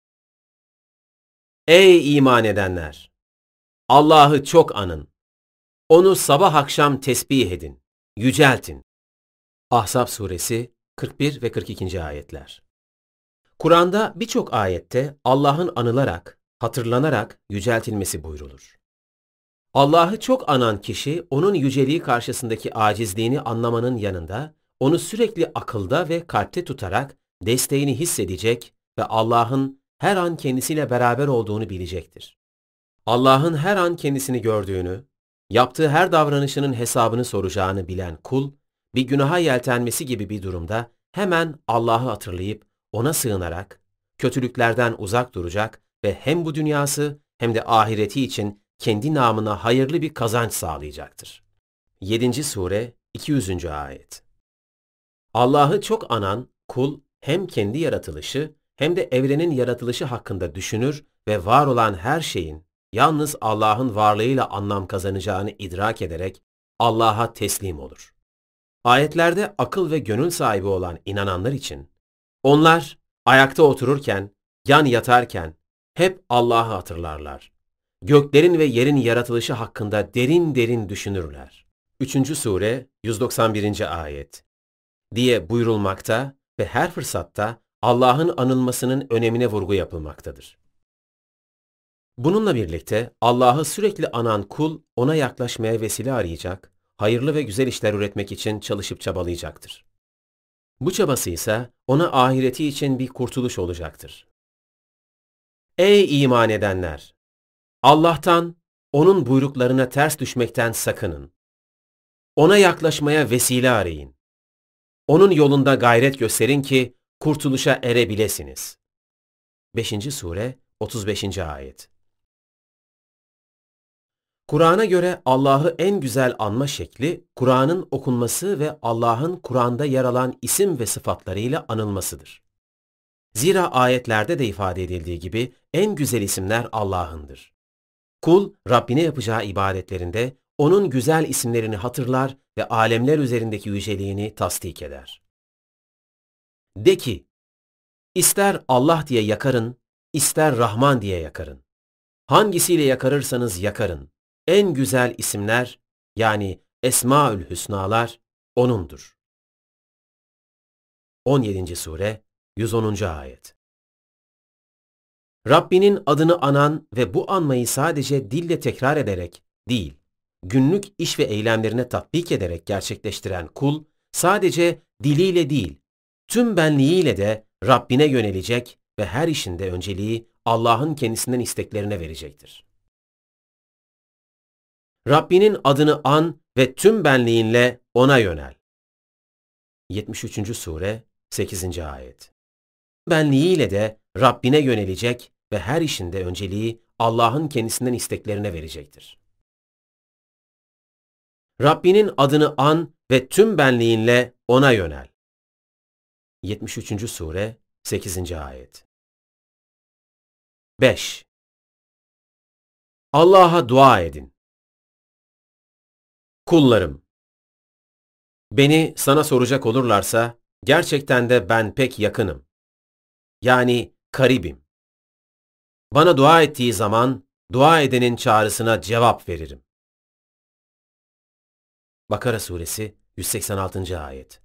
Ey iman edenler! Allah'ı çok anın. Onu sabah akşam tesbih edin, yüceltin. Ahzab suresi kırk bir ve kırk ikinci ayetler. Kur'an'da birçok ayette Allah'ın anılarak, hatırlanarak yüceltilmesi buyrulur. Allah'ı çok anan kişi, onun yüceliği karşısındaki acizliğini anlamanın yanında, onu sürekli akılda ve kalpte tutarak desteğini hissedecek ve Allah'ın her an kendisiyle beraber olduğunu bilecektir. Allah'ın her an kendisini gördüğünü, yaptığı her davranışının hesabını soracağını bilen kul, bir günaha yeltenmesi gibi bir durumda hemen Allah'ı hatırlayıp ona sığınarak kötülüklerden uzak duracak ve hem bu dünyası hem de ahireti için kendi namına hayırlı bir kazanç sağlayacaktır. yedinci sure iki yüzüncü ayet. Allah'ı çok anan kul hem kendi yaratılışı hem de evrenin yaratılışı hakkında düşünür ve var olan her şeyin yalnız Allah'ın varlığıyla anlam kazanacağını idrak ederek Allah'a teslim olur. Ayetlerde akıl ve gönül sahibi olan inananlar için, onlar ayakta otururken, yan yatarken hep Allah'ı hatırlarlar. Göklerin ve yerin yaratılışı hakkında derin derin düşünürler. üçüncü sure yüz doksan birinci ayet diye buyurulmakta ve her fırsatta Allah'ın anılmasının önemine vurgu yapılmaktadır. Bununla birlikte Allah'ı sürekli anan kul ona yaklaşmaya vesile arayacak, hayırlı ve güzel işler üretmek için çalışıp çabalayacaktır. Bu çabası ise ona ahireti için bir kurtuluş olacaktır. Ey iman edenler! Allah'tan onun buyruklarına ters düşmekten sakının. Ona yaklaşmaya vesile arayın. Onun yolunda gayret gösterin ki kurtuluşa erebilesiniz. beşinci Sure otuz beşinci Ayet. Kur'an'a göre Allah'ı en güzel anma şekli, Kur'an'ın okunması ve Allah'ın Kur'an'da yer alan isim ve sıfatlarıyla anılmasıdır. Zira ayetlerde de ifade edildiği gibi en güzel isimler Allah'ındır. Kul, Rabbine yapacağı ibadetlerinde onun güzel isimlerini hatırlar ve alemler üzerindeki yüceliğini tasdik eder. De ki, ister Allah diye yakarın, ister Rahman diye yakarın. Hangisiyle yakarırsanız yakarın. En güzel isimler, yani Esmaül Hüsnalar, O'nundur. on yedinci Sure yüz onuncu Ayet. Rabbinin adını anan ve bu anmayı sadece dille tekrar ederek değil, günlük iş ve eylemlerine tatbik ederek gerçekleştiren kul, sadece diliyle değil, tüm benliğiyle de Rabbine yönelecek ve her işinde önceliği Allah'ın kendisinden isteklerine verecektir. Rabbinin adını an ve tüm benliğinle O'na yönel. yetmiş üçüncü Sure sekizinci Ayet. Benliğiyle de Rabbine yönelecek ve her işinde önceliği Allah'ın kendisinden isteklerine verecektir. Rabbinin adını an ve tüm benliğinle O'na yönel. yetmiş üçüncü Sure sekizinci Ayet. beş. Allah'a dua edin. Kullarım, beni sana soracak olurlarsa, gerçekten de ben pek yakınım. Yani karibim. Bana dua ettiği zaman, dua edenin çağrısına cevap veririm. Bakara Suresi yüz seksen altıncı Ayet.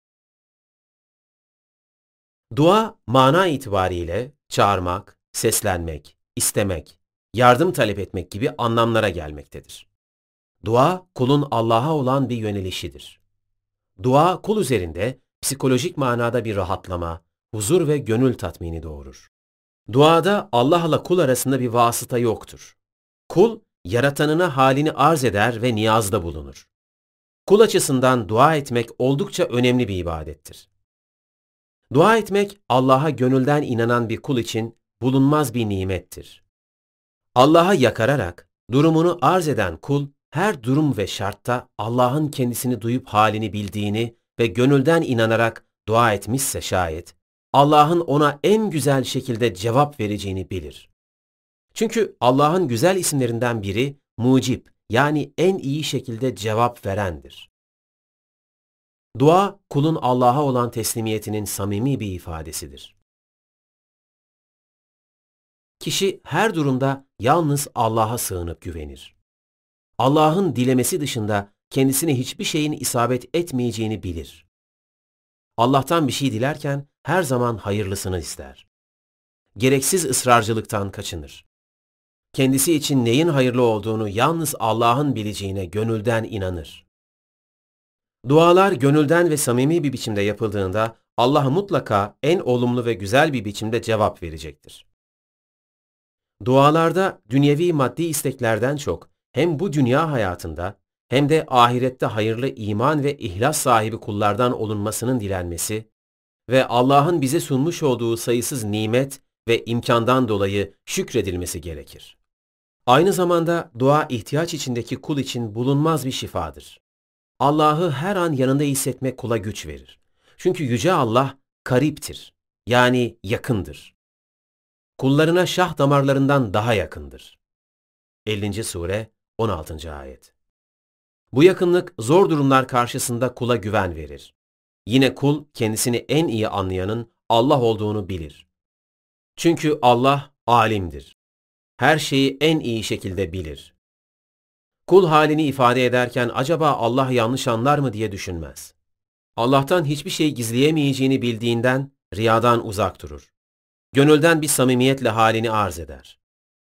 Dua, mana itibariyle çağırmak, seslenmek, istemek, yardım talep etmek gibi anlamlara gelmektedir. Dua, kulun Allah'a olan bir yönelişidir. Dua, kul üzerinde psikolojik manada bir rahatlama, huzur ve gönül tatmini doğurur. Duada Allah'la kul arasında bir vasıta yoktur. Kul, yaratanına halini arz eder ve niyazda bulunur. Kul açısından dua etmek oldukça önemli bir ibadettir. Dua etmek, Allah'a gönülden inanan bir kul için bulunmaz bir nimettir. Allah'a yakararak durumunu arz eden kul, her durum ve şartta Allah'ın kendisini duyup halini bildiğini ve gönülden inanarak dua etmişse şayet, Allah'ın ona en güzel şekilde cevap vereceğini bilir. Çünkü Allah'ın güzel isimlerinden biri mucib, yani en iyi şekilde cevap verendir. Dua, kulun Allah'a olan teslimiyetinin samimi bir ifadesidir. Kişi her durumda yalnız Allah'a sığınıp güvenir. Allah'ın dilemesi dışında kendisine hiçbir şeyin isabet etmeyeceğini bilir. Allah'tan bir şey dilerken her zaman hayırlısını ister. Gereksiz ısrarcılıktan kaçınır. Kendisi için neyin hayırlı olduğunu yalnız Allah'ın bileceğine gönülden inanır. Dualar gönülden ve samimi bir biçimde yapıldığında Allah mutlaka en olumlu ve güzel bir biçimde cevap verecektir. Dualarda dünyevi maddi isteklerden çok hem bu dünya hayatında hem de ahirette hayırlı iman ve ihlas sahibi kullardan olunmasının dilenmesi ve Allah'ın bize sunmuş olduğu sayısız nimet ve imkandan dolayı şükredilmesi gerekir. Aynı zamanda dua ihtiyaç içindeki kul için bulunmaz bir şifadır. Allah'ı her an yanında hissetmek kula güç verir. Çünkü Yüce Allah kariptir, yani yakındır. Kullarına şah damarlarından daha yakındır. ellinci Sure on altıncı Ayet. Bu yakınlık zor durumlar karşısında kula güven verir. Yine kul kendisini en iyi anlayanın Allah olduğunu bilir. Çünkü Allah alimdir. Her şeyi en iyi şekilde bilir. Kul halini ifade ederken acaba Allah yanlış anlar mı diye düşünmez. Allah'tan hiçbir şey gizleyemeyeceğini bildiğinden riyadan uzak durur. Gönülden bir samimiyetle halini arz eder.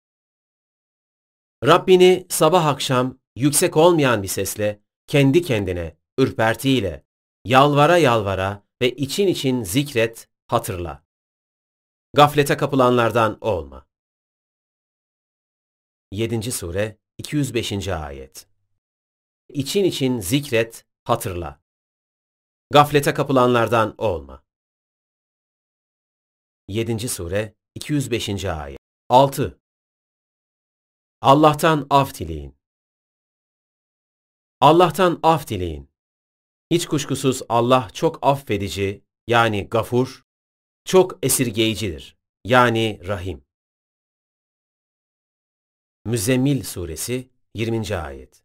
Rabbini sabah akşam yüksek olmayan bir sesle, kendi kendine, ürpertiyle, yalvara yalvara ve için için zikret, hatırla. Gaflete kapılanlardan olma. yedinci Sure iki yüz beşinci. ayet. İçin için zikret, hatırla. Gaflete kapılanlardan olma. yedinci. sure, iki yüz beşinci. ayet. altı. Allah'tan af dileyin. Allah'tan af dileyin. Hiç kuşkusuz Allah çok affedici, yani gafur, çok esirgeyicidir, yani rahim. Müzzemmil suresi, yirminci. ayet.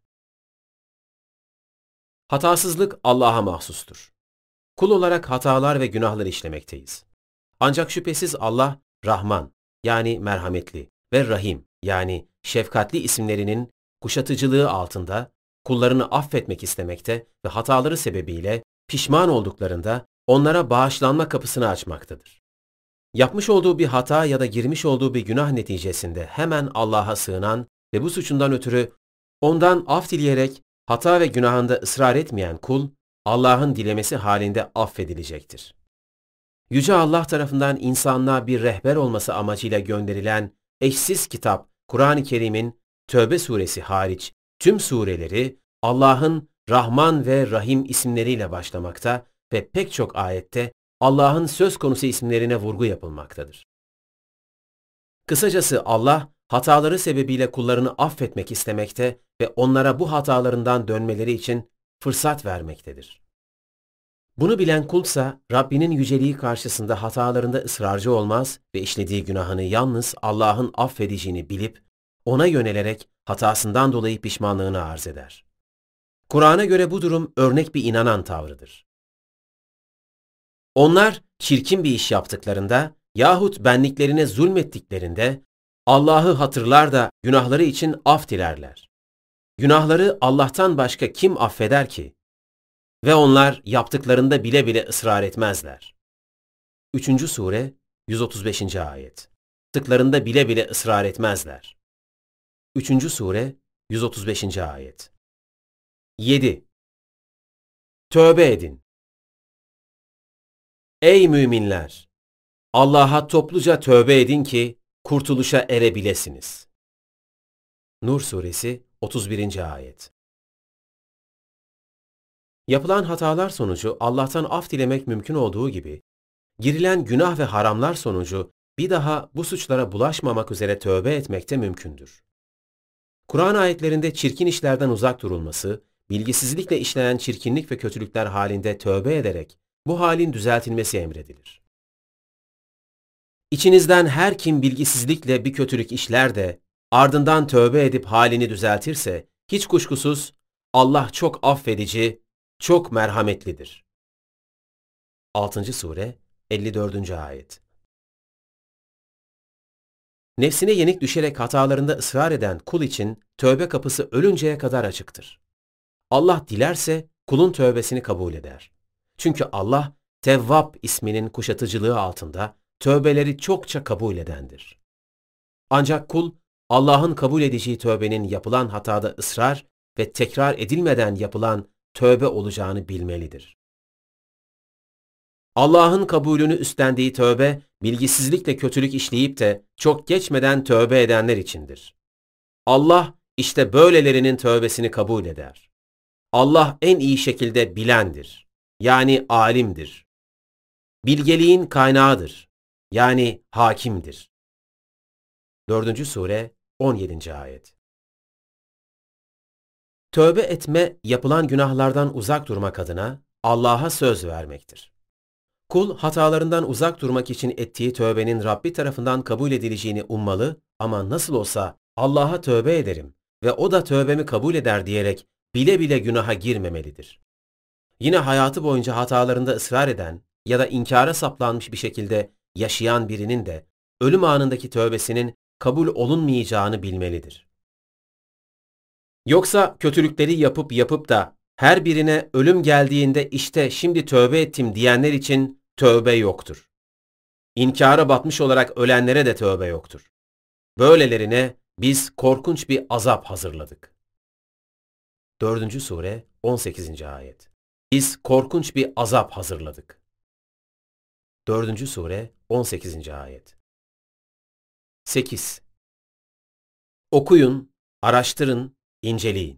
Hatasızlık Allah'a mahsustur. Kul olarak hatalar ve günahlar işlemekteyiz. Ancak şüphesiz Allah, Rahman, yani merhametli ve Rahim, yani şefkatli isimlerinin kuşatıcılığı altında kullarını affetmek istemekte ve hataları sebebiyle pişman olduklarında onlara bağışlanma kapısını açmaktadır. Yapmış olduğu bir hata ya da girmiş olduğu bir günah neticesinde hemen Allah'a sığınan ve bu suçundan ötürü ondan af dileyerek hata ve günahında ısrar etmeyen kul, Allah'ın dilemesi halinde affedilecektir. Yüce Allah tarafından insanlığa bir rehber olması amacıyla gönderilen eşsiz kitap Kur'an-ı Kerim'in Tövbe suresi hariç tüm sureleri Allah'ın Rahman ve Rahim isimleriyle başlamakta ve pek çok ayette Allah'ın söz konusu isimlerine vurgu yapılmaktadır. Kısacası Allah, hataları sebebiyle kullarını affetmek istemekte ve onlara bu hatalarından dönmeleri için fırsat vermektedir. Bunu bilen kulsa Rabbinin yüceliği karşısında hatalarında ısrarcı olmaz ve işlediği günahını yalnız Allah'ın affedeceğini bilip ona yönelerek hatasından dolayı pişmanlığını arz eder. Kur'an'a göre bu durum örnek bir inanan tavrıdır. Onlar çirkin bir iş yaptıklarında yahut benliklerine zulmettiklerinde Allah'ı hatırlar da günahları için af dilerler. Günahları Allah'tan başka kim affeder ki? Ve onlar yaptıklarında bile bile ısrar etmezler. üçüncü. sure, yüz otuz beşinci. ayet. Yaptıklarında bile bile ısrar etmezler. üçüncü. sure, yüz otuz beşinci. ayet. yedi. Tövbe edin. Ey müminler! Allah'a topluca tövbe edin ki kurtuluşa erebilesiniz. Nur suresi, otuz birinci. ayet. Yapılan hatalar sonucu Allah'tan af dilemek mümkün olduğu gibi, girilen günah ve haramlar sonucu bir daha bu suçlara bulaşmamak üzere tövbe etmek de mümkündür. Kur'an ayetlerinde çirkin işlerden uzak durulması, bilgisizlikle işlenen çirkinlik ve kötülükler halinde tövbe ederek bu halin düzeltilmesi emredilir. İçinizden her kim bilgisizlikle bir kötülük işler de ardından tövbe edip halini düzeltirse, hiç kuşkusuz Allah çok affedici, çok merhametlidir. altıncı. sure, elli dördüncü. ayet. Nefsine yenik düşerek hatalarında ısrar eden kul için tövbe kapısı ölünceye kadar açıktır. Allah dilerse kulun tövbesini kabul eder. Çünkü Allah, Tevvab isminin kuşatıcılığı altında tövbeleri çokça kabul edendir. Ancak kul, Allah'ın kabul edeceği tövbenin yapılan hatada ısrar ve tekrar edilmeden yapılan tövbe olacağını bilmelidir. Allah'ın kabulünü üstlendiği tövbe, bilgisizlikle kötülük işleyip de çok geçmeden tövbe edenler içindir. Allah işte böylelerinin tövbesini kabul eder. Allah en iyi şekilde bilendir, yani alimdir. Bilgeliğin kaynağıdır, yani hakimdir. dördüncü. sure, on yedinci. ayet. Tövbe etme, yapılan günahlardan uzak durmak adına Allah'a söz vermektir. Kul, hatalarından uzak durmak için ettiği tövbenin Rabbi tarafından kabul edileceğini ummalı ama nasıl olsa Allah'a tövbe ederim ve O da tövbemi kabul eder diyerek bile bile günaha girmemelidir. Yine hayatı boyunca hatalarında ısrar eden ya da inkara saplanmış bir şekilde yaşayan birinin de ölüm anındaki tövbesinin kabul olunmayacağını bilmelidir. Yoksa kötülükleri yapıp yapıp da her birine ölüm geldiğinde işte şimdi tövbe ettim diyenler için tövbe yoktur. İnkara batmış olarak ölenlere de tövbe yoktur. Böylelerine biz korkunç bir azap hazırladık. dördüncü. sure, on sekizinci. ayet. Biz korkunç bir azap hazırladık. dördüncü. sure, on sekizinci. ayet. sekiz. Okuyun, Araştırın, inceleyin.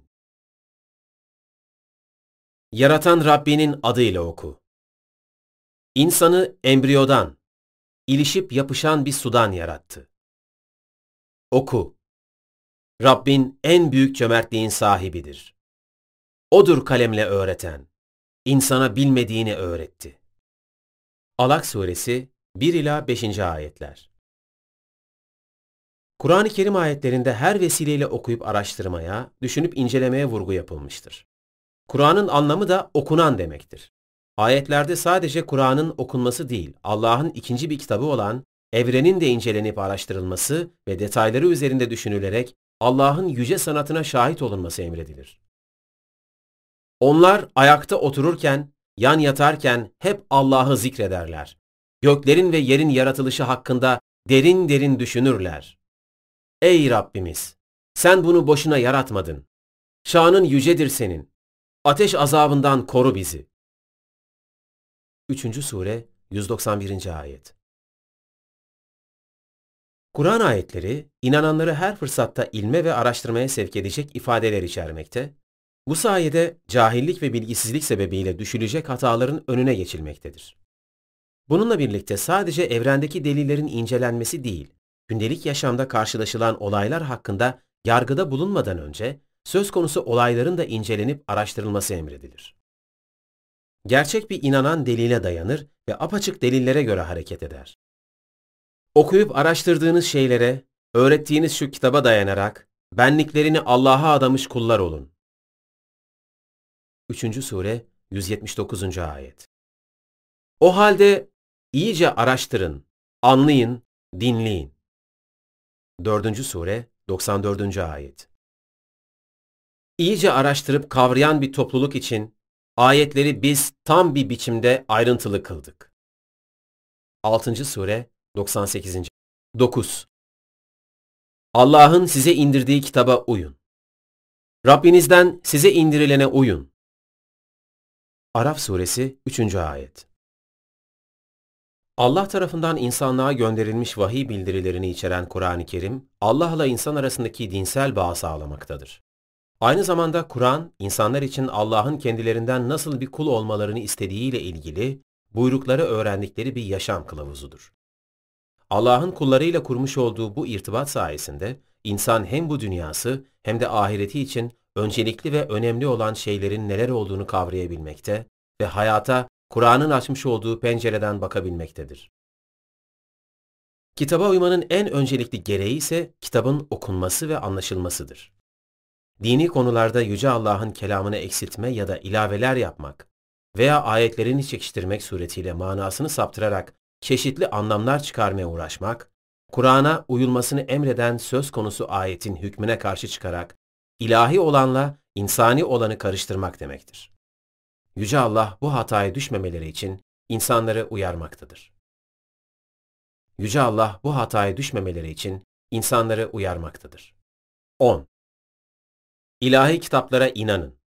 Yaratan Rabbinin adıyla oku. İnsanı embriyodan, ilişip yapışan bir sudan yarattı. Oku. Rabbin en büyük cömertliğin sahibidir. Odur kalemle öğreten, insana bilmediğini öğretti. Alak Suresi bir ila beşinci ayetler. Kur'an-ı Kerim ayetlerinde her vesileyle okuyup araştırmaya, düşünüp incelemeye vurgu yapılmıştır. Kur'an'ın anlamı da okunan demektir. Ayetlerde sadece Kur'an'ın okunması değil, Allah'ın ikinci bir kitabı olan evrenin de incelenip araştırılması ve detayları üzerinde düşünülerek Allah'ın yüce sanatına şahit olunması emredilir. Onlar ayakta otururken, yan yatarken hep Allah'ı zikrederler. Göklerin ve yerin yaratılışı hakkında derin derin düşünürler. Ey Rabbimiz! Sen bunu boşuna yaratmadın. Şanın yücedir senin. Ateş azabından koru bizi. üçüncü Sure yüz doksan birinci ayet. Kur'an ayetleri, inananları her fırsatta ilme ve araştırmaya sevk edecek ifadeler içermekte, bu sayede cahillik ve bilgisizlik sebebiyle düşülecek hataların önüne geçilmektedir. Bununla birlikte sadece evrendeki delillerin incelenmesi değil, gündelik yaşamda karşılaşılan olaylar hakkında yargıda bulunmadan önce, söz konusu olayların da incelenip araştırılması emredilir. Gerçek bir inanan delile dayanır ve apaçık delillere göre hareket eder. Okuyup araştırdığınız şeylere, öğrettiğiniz şu kitaba dayanarak, benliklerini Allah'a adamış kullar olun. üçüncü Sure yüz yetmiş dokuzuncu ayet. O halde iyice araştırın, anlayın, dinleyin. dördüncü Sure doksan dördüncü ayet. İyice araştırıp kavrayan bir topluluk için ayetleri biz tam bir biçimde ayrıntılı kıldık. altıncı Sure doksan sekizinci dokuz. Allah'ın size indirdiği kitaba uyun. Rabbinizden size indirilene uyun. Araf Suresi üçüncü ayet. Allah tarafından insanlığa gönderilmiş vahiy bildirilerini içeren Kur'an-ı Kerim, Allah'la insan arasındaki dinsel bağı sağlamaktadır. Aynı zamanda Kur'an, insanlar için Allah'ın kendilerinden nasıl bir kul olmalarını istediğiyle ilgili buyrukları öğrendikleri bir yaşam kılavuzudur. Allah'ın kullarıyla kurmuş olduğu bu irtibat sayesinde, insan hem bu dünyası hem de ahireti için öncelikli ve önemli olan şeylerin neler olduğunu kavrayabilmekte ve hayata Kur'an'ın açmış olduğu pencereden bakabilmektedir. Kitaba uymanın en öncelikli gereği ise kitabın okunması ve anlaşılmasıdır. Dini konularda Yüce Allah'ın kelamını eksiltme ya da ilaveler yapmak veya ayetlerini çekiştirmek suretiyle manasını saptırarak çeşitli anlamlar çıkarmaya uğraşmak, Kur'an'a uyulmasını emreden söz konusu ayetin hükmüne karşı çıkarak ilahi olanla insani olanı karıştırmak demektir. Yüce Allah bu hataya düşmemeleri için insanları uyarmaktadır. Yüce Allah bu hataya düşmemeleri için insanları uyarmaktadır. on. İlahi kitaplara inanın.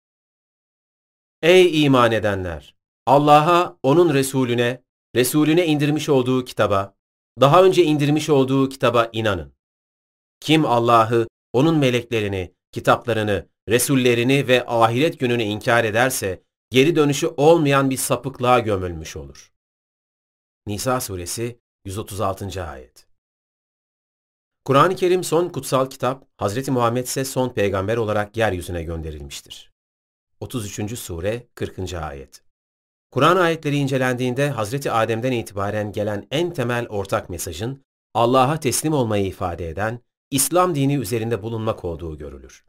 Ey iman edenler! Allah'a, onun Resulüne, Resulüne indirmiş olduğu kitaba, daha önce indirmiş olduğu kitaba inanın. Kim Allah'ı, onun meleklerini, kitaplarını, Resullerini ve ahiret gününü inkar ederse, geri dönüşü olmayan bir sapıklığa gömülmüş olur. Nisa Suresi yüz otuz altıncı ayet. Kur'an-ı Kerim son kutsal kitap, Hazreti Muhammed ise son peygamber olarak yeryüzüne gönderilmiştir. otuz üçüncü Sure kırkıncı ayet. Kur'an ayetleri incelendiğinde Hazreti Adem'den itibaren gelen en temel ortak mesajın Allah'a teslim olmayı ifade eden İslam dini üzerinde bulunmak olduğu görülür.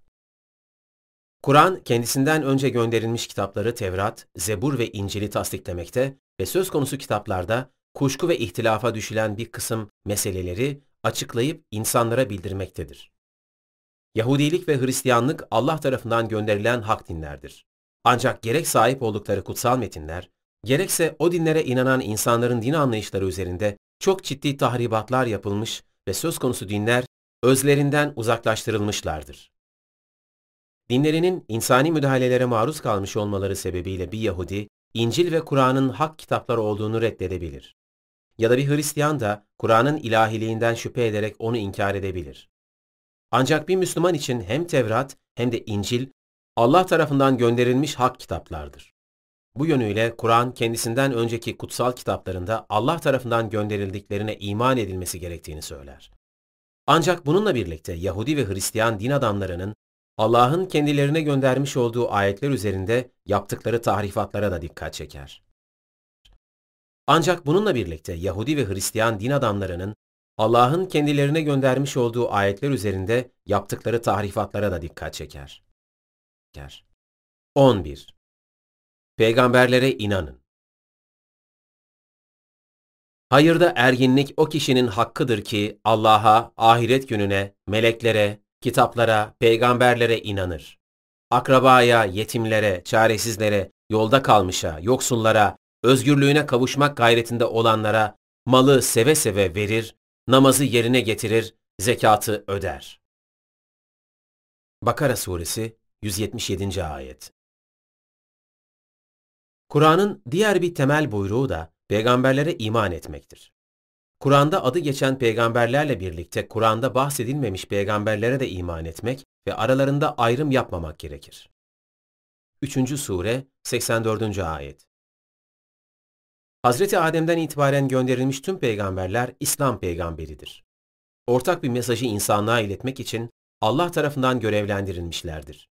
Kur'an kendisinden önce gönderilmiş kitapları Tevrat, Zebur ve İncil'i tasdiklemekte ve söz konusu kitaplarda kuşku ve ihtilafa düşülen bir kısım meseleleri açıklayıp insanlara bildirmektedir. Yahudilik ve Hristiyanlık Allah tarafından gönderilen hak dinlerdir. Ancak gerek sahip oldukları kutsal metinler, gerekse o dinlere inanan insanların din anlayışları üzerinde çok ciddi tahribatlar yapılmış ve söz konusu dinler özlerinden uzaklaştırılmışlardır. Dinlerinin insani müdahalelere maruz kalmış olmaları sebebiyle bir Yahudi, İncil ve Kur'an'ın hak kitapları olduğunu reddedebilir. Ya da bir Hristiyan da Kur'an'ın ilahiliğinden şüphe ederek onu inkar edebilir. Ancak bir Müslüman için hem Tevrat hem de İncil, Allah tarafından gönderilmiş hak kitaplardır. Bu yönüyle Kur'an kendisinden önceki kutsal kitaplarında Allah tarafından gönderildiklerine iman edilmesi gerektiğini söyler. Ancak bununla birlikte Yahudi ve Hristiyan din adamlarının Allah'ın kendilerine göndermiş olduğu ayetler üzerinde yaptıkları tahrifatlara da dikkat çeker. Ancak bununla birlikte Yahudi ve Hristiyan din adamlarının Allah'ın kendilerine göndermiş olduğu ayetler üzerinde yaptıkları tahrifatlara da dikkat çeker. on bir. Peygamberlere inanın. Hayırda erginlik o kişinin hakkıdır ki Allah'a, ahiret gününe, meleklere, kitaplara, peygamberlere inanır. Akrabaya, yetimlere, çaresizlere, yolda kalmışa, yoksullara, özgürlüğüne kavuşmak gayretinde olanlara malı seve seve verir, namazı yerine getirir, zekatı öder. Bakara Suresi yüz yetmiş yedinci ayet. Kur'an'ın diğer bir temel buyruğu da peygamberlere iman etmektir. Kur'an'da adı geçen peygamberlerle birlikte Kur'an'da bahsedilmemiş peygamberlere de iman etmek ve aralarında ayrım yapmamak gerekir. üçüncü Sure seksen dördüncü ayet. Hazreti Adem'den itibaren gönderilmiş tüm peygamberler İslam peygamberidir. Ortak bir mesajı insanlığa iletmek için Allah tarafından görevlendirilmişlerdir.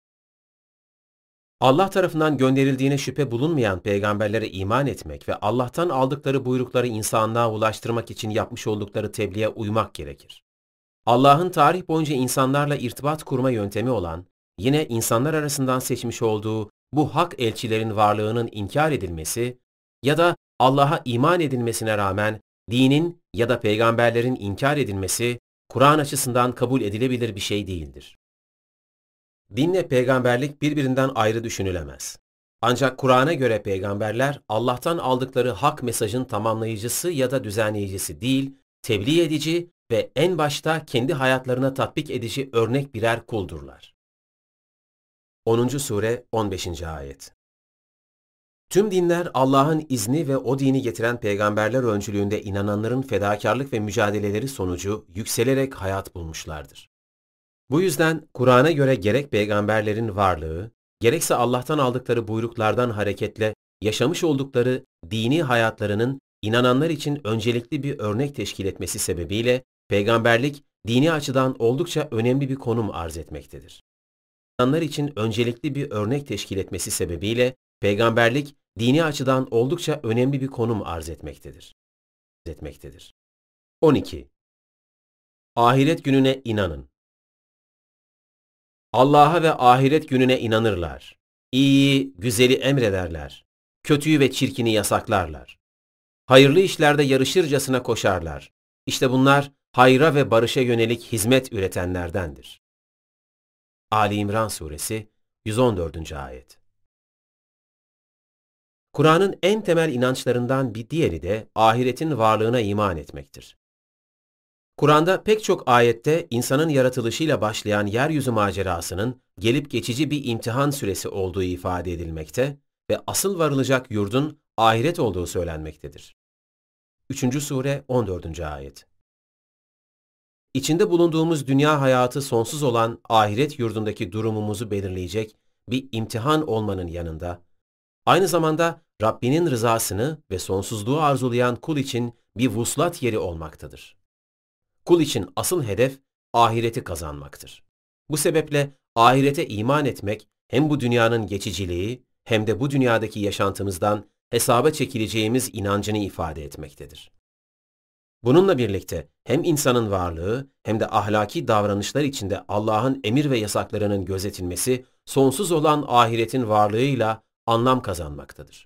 Allah tarafından gönderildiğine şüphe bulunmayan peygamberlere iman etmek ve Allah'tan aldıkları buyrukları insanlığa ulaştırmak için yapmış oldukları tebliğe uymak gerekir. Allah'ın tarih boyunca insanlarla irtibat kurma yöntemi olan, yine insanlar arasından seçmiş olduğu bu hak elçilerin varlığının inkar edilmesi ya da Allah'a iman edilmesine rağmen dinin ya da peygamberlerin inkar edilmesi, Kur'an açısından kabul edilebilir bir şey değildir. Dinle peygamberlik birbirinden ayrı düşünülemez. Ancak Kur'an'a göre peygamberler Allah'tan aldıkları hak mesajın tamamlayıcısı ya da düzenleyicisi değil, tebliğ edici ve en başta kendi hayatlarına tatbik edici örnek birer kuldurlar. onuncu Sure on beşinci ayet. Tüm dinler Allah'ın izni ve o dini getiren peygamberler öncülüğünde inananların fedakarlık ve mücadeleleri sonucu yükselerek hayat bulmuşlardır. Bu yüzden Kur'an'a göre gerek peygamberlerin varlığı, gerekse Allah'tan aldıkları buyruklardan hareketle yaşamış oldukları dini hayatlarının inananlar için öncelikli bir örnek teşkil etmesi sebebiyle peygamberlik dini açıdan oldukça önemli bir konum arz etmektedir. İnananlar için öncelikli bir örnek teşkil etmesi sebebiyle peygamberlik dini açıdan oldukça önemli bir konum arz etmektedir. etmektedir. on iki. Ahiret gününe inanın. Allah'a ve ahiret gününe inanırlar. İyiyi, güzeli emrederler. Kötüyü ve çirkini yasaklarlar. Hayırlı işlerde yarışırcasına koşarlar. İşte bunlar hayra ve barışa yönelik hizmet üretenlerdendir. Ali İmran Suresi yüz on dördüncü ayet. Kur'an'ın en temel inançlarından bir diğeri de ahiretin varlığına iman etmektir. Kur'an'da pek çok ayette insanın yaratılışıyla başlayan yeryüzü macerasının gelip geçici bir imtihan süresi olduğu ifade edilmekte ve asıl varılacak yurdun ahiret olduğu söylenmektedir. üçüncü Sure on dördüncü ayet. İçinde bulunduğumuz dünya hayatı sonsuz olan ahiret yurdundaki durumumuzu belirleyecek bir imtihan olmanın yanında, aynı zamanda Rabbinin rızasını ve sonsuzluğu arzulayan kul için bir vuslat yeri olmaktadır. Kul için asıl hedef ahireti kazanmaktır. Bu sebeple ahirete iman etmek hem bu dünyanın geçiciliği hem de bu dünyadaki yaşantımızdan hesaba çekileceğimiz inancını ifade etmektedir. Bununla birlikte hem insanın varlığı hem de ahlaki davranışlar içinde Allah'ın emir ve yasaklarının gözetilmesi sonsuz olan ahiretin varlığıyla anlam kazanmaktadır.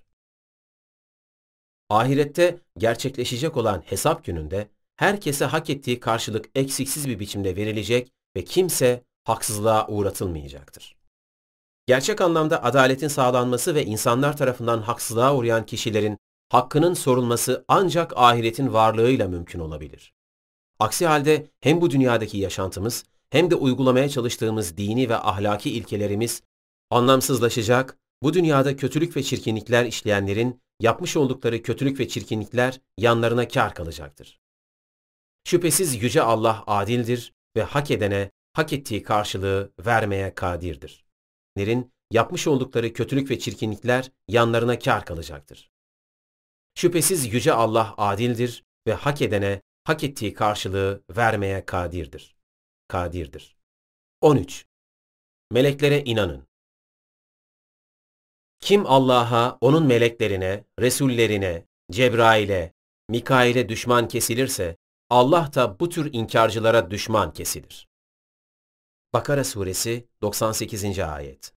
Ahirette gerçekleşecek olan hesap gününde herkese hak ettiği karşılık eksiksiz bir biçimde verilecek ve kimse haksızlığa uğratılmayacaktır. Gerçek anlamda adaletin sağlanması ve insanlar tarafından haksızlığa uğrayan kişilerin hakkının sorulması ancak ahiretin varlığıyla mümkün olabilir. Aksi halde hem bu dünyadaki yaşantımız hem de uygulamaya çalıştığımız dini ve ahlaki ilkelerimiz anlamsızlaşacak, bu dünyada kötülük ve çirkinlikler işleyenlerin yapmış oldukları kötülük ve çirkinlikler yanlarına kâr kalacaktır. Şüphesiz Yüce Allah adildir ve hak edene hak ettiği karşılığı vermeye kadirdir. Nerin yapmış oldukları kötülük ve çirkinlikler yanlarına kâr kalacaktır. Şüphesiz Yüce Allah adildir ve hak edene hak ettiği karşılığı vermeye kadirdir. Kadirdir. on üç. Meleklere inanın. Kim Allah'a, onun meleklerine, Resullerine, Cebrail'e, Mikail'e düşman kesilirse, Allah da bu tür inkarcılara düşman kesilir. Bakara Suresi doksan sekizinci ayet.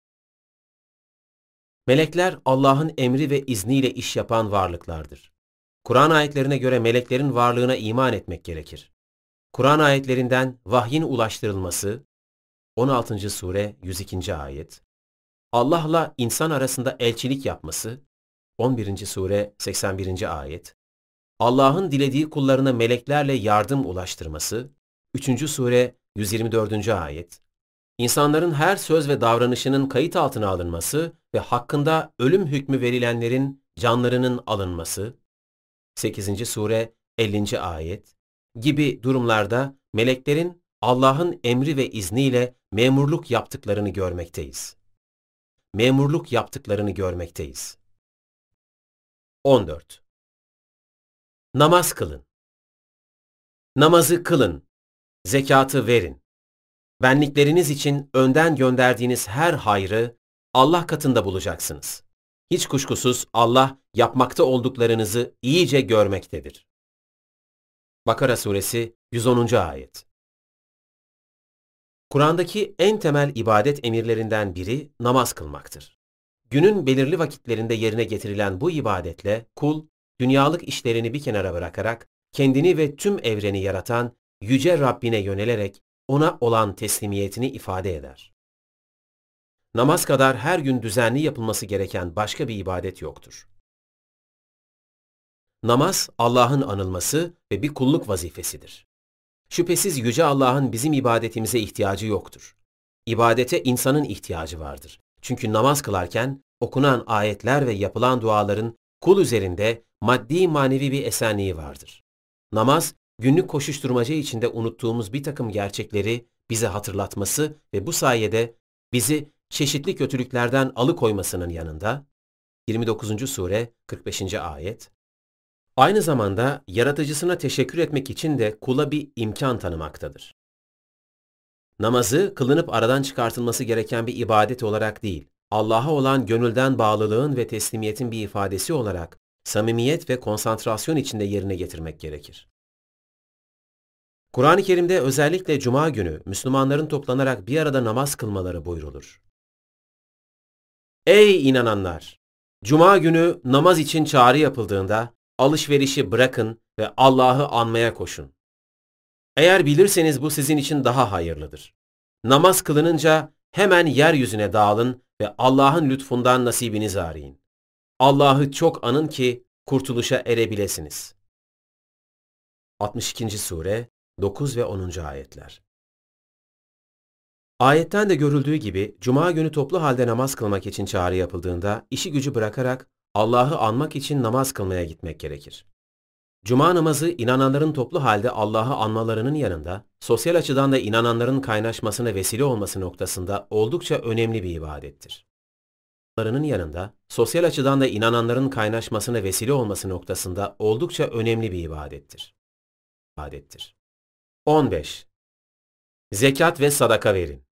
Melekler Allah'ın emri ve izniyle iş yapan varlıklardır. Kur'an ayetlerine göre meleklerin varlığına iman etmek gerekir. Kur'an ayetlerinden vahyin ulaştırılması, on altıncı sure yüz ikinci ayet. Allah'la insan arasında elçilik yapması, on birinci sure seksen birinci ayet. Allah'ın dilediği kullarına meleklerle yardım ulaştırması, üçüncü sure yüz yirmi dördüncü ayet. İnsanların her söz ve davranışının kayıt altına alınması ve hakkında ölüm hükmü verilenlerin canlarının alınması, sekizinci sure ellinci ayet gibi durumlarda meleklerin Allah'ın emri ve izniyle memurluk yaptıklarını görmekteyiz. Memurluk yaptıklarını görmekteyiz. on dört. Namaz kılın. Namazı kılın, zekatı verin. Benlikleriniz için önden gönderdiğiniz her hayrı Allah katında bulacaksınız. Hiç kuşkusuz Allah yapmakta olduklarınızı iyice görmektedir. Bakara Suresi yüz onuncu ayet. Kur'an'daki en temel ibadet emirlerinden biri namaz kılmaktır. Günün belirli vakitlerinde yerine getirilen bu ibadetle kul, dünyalık işlerini bir kenara bırakarak kendini ve tüm evreni yaratan Yüce Rabbine yönelerek ona olan teslimiyetini ifade eder. Namaz kadar her gün düzenli yapılması gereken başka bir ibadet yoktur. Namaz, Allah'ın anılması ve bir kulluk vazifesidir. Şüphesiz Yüce Allah'ın bizim ibadetimize ihtiyacı yoktur. İbadete insanın ihtiyacı vardır. Çünkü namaz kılarken okunan ayetler ve yapılan duaların kul üzerinde maddi manevi bir esenliği vardır. Namaz, günlük koşuşturmaca içinde unuttuğumuz bir takım gerçekleri bize hatırlatması ve bu sayede bizi çeşitli kötülüklerden alıkoymasının yanında, yirmi dokuzuncu sure kırk beşinci ayet, aynı zamanda yaratıcısına teşekkür etmek için de kula bir imkan tanımaktadır. Namazı kılınıp aradan çıkartılması gereken bir ibadet olarak değil, Allah'a olan gönülden bağlılığın ve teslimiyetin bir ifadesi olarak samimiyet ve konsantrasyon içinde yerine getirmek gerekir. Kur'an-ı Kerim'de özellikle Cuma günü Müslümanların toplanarak bir arada namaz kılmaları buyrulur. Ey inananlar! Cuma günü namaz için çağrı yapıldığında alışverişi bırakın ve Allah'ı anmaya koşun. Eğer bilirseniz bu sizin için daha hayırlıdır. Namaz kılınınca hemen yeryüzüne dağılın ve Allah'ın lütfundan nasibinizi arayın. Allah'ı çok anın ki kurtuluşa erebilesiniz. altmış ikinci sure dokuz ve onuncu ayetler. Ayetten de görüldüğü gibi Cuma günü toplu halde namaz kılmak için çağrı yapıldığında işi gücü bırakarak Allah'ı anmak için namaz kılmaya gitmek gerekir. Cuma namazı inananların toplu halde Allah'ı anmalarının yanında sosyal açıdan da inananların kaynaşmasına vesile olması noktasında oldukça önemli bir ibadettir. Bunların yanında sosyal açıdan da inananların kaynaşmasına vesile olması noktasında oldukça önemli bir ibadettir. İbadettir. on beş. Zekat ve sadaka verin.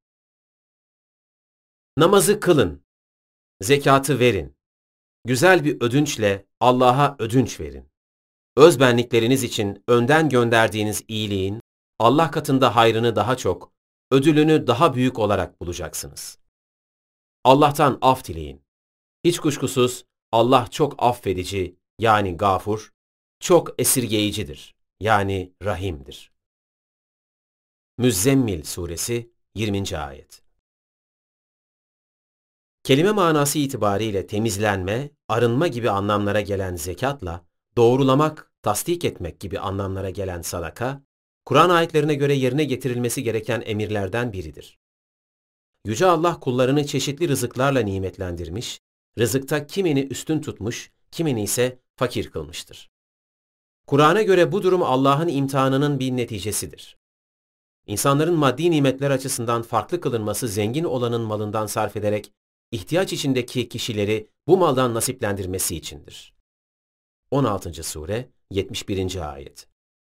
Namazı kılın, zekatı verin. Güzel bir ödünçle Allah'a ödünç verin. Özbenlikleriniz için önden gönderdiğiniz iyiliğin Allah katında hayrını daha çok, ödülünü daha büyük olarak bulacaksınız. Allah'tan af dileyin. Hiç kuşkusuz Allah çok affedici yani gafur, çok esirgeyicidir yani rahimdir. Müzzemmil Suresi yirminci ayet. Kelime manası itibariyle temizlenme, arınma gibi anlamlara gelen zekatla, doğrulamak, tasdik etmek gibi anlamlara gelen sadaka, Kur'an ayetlerine göre yerine getirilmesi gereken emirlerden biridir. Yüce Allah kullarını çeşitli rızıklarla nimetlendirmiş, rızıkta kimini üstün tutmuş, kimini ise fakir kılmıştır. Kur'an'a göre bu durum Allah'ın imtihanının bir neticesidir. insanların maddi nimetler açısından farklı kılınması zengin olanın malından sarf ederek ihtiyaç içindeki kişileri bu maldan nasiplendirmesi içindir. on altıncı sure yetmiş birinci ayet.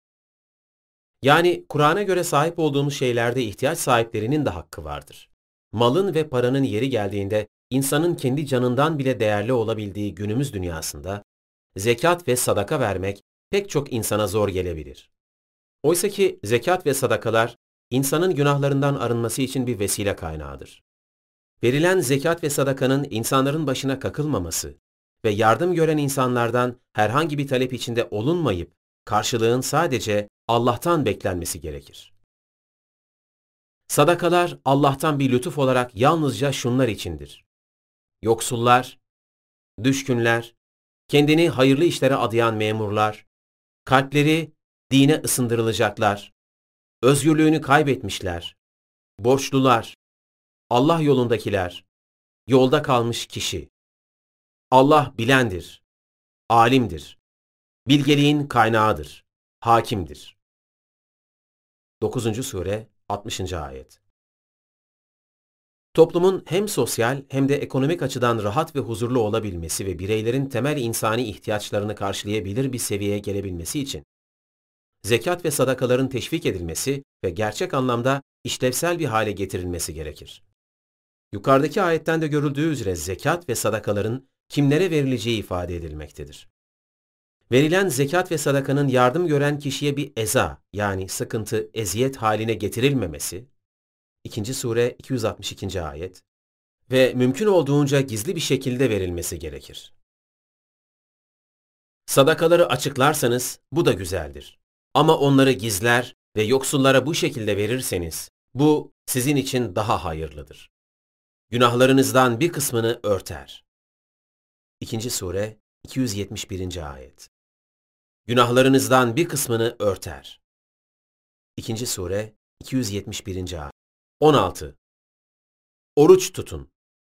Yani Kur'an'a göre sahip olduğumuz şeylerde ihtiyaç sahiplerinin de hakkı vardır. Malın ve paranın yeri geldiğinde insanın kendi canından bile değerli olabildiği günümüz dünyasında zekat ve sadaka vermek pek çok insana zor gelebilir. Oysa ki zekat ve sadakalar insanın günahlarından arınması için bir vesile kaynağıdır. Verilen zekat ve sadakanın insanların başına kakılmaması ve yardım gören insanlardan herhangi bir talep içinde olunmayıp karşılığın sadece Allah'tan beklenmesi gerekir. Sadakalar Allah'tan bir lütuf olarak yalnızca şunlar içindir: yoksullar, düşkünler, kendini hayırlı işlere adayan memurlar, kalpleri dine ısındırılacaklar, özgürlüğünü kaybetmişler, borçlular, Allah yolundakiler, yolda kalmış kişi. Allah bilendir, alimdir, bilgeliğin kaynağıdır, hakimdir. dokuzuncu sure altmışıncı ayet. Toplumun hem sosyal hem de ekonomik açıdan rahat ve huzurlu olabilmesi ve bireylerin temel insani ihtiyaçlarını karşılayabilir bir seviyeye gelebilmesi için zekat ve sadakaların teşvik edilmesi ve gerçek anlamda işlevsel bir hale getirilmesi gerekir. Yukarıdaki ayetten de görüldüğü üzere zekat ve sadakaların kimlere verileceği ifade edilmektedir. Verilen zekat ve sadakanın yardım gören kişiye bir eza, yani sıkıntı, eziyet haline getirilmemesi, ikinci sure iki yüz altmış ikinci ayet ve mümkün olduğunca gizli bir şekilde verilmesi gerekir. Sadakaları açıklarsanız bu da güzeldir. Ama onları gizler ve yoksullara bu şekilde verirseniz bu sizin için daha hayırlıdır. Günahlarınızdan bir kısmını örter. ikinci sure iki yüz yetmiş birinci ayet. Günahlarınızdan bir kısmını örter. ikinci sure iki yüz yetmiş birinci ayet. on altı. Oruç tutun.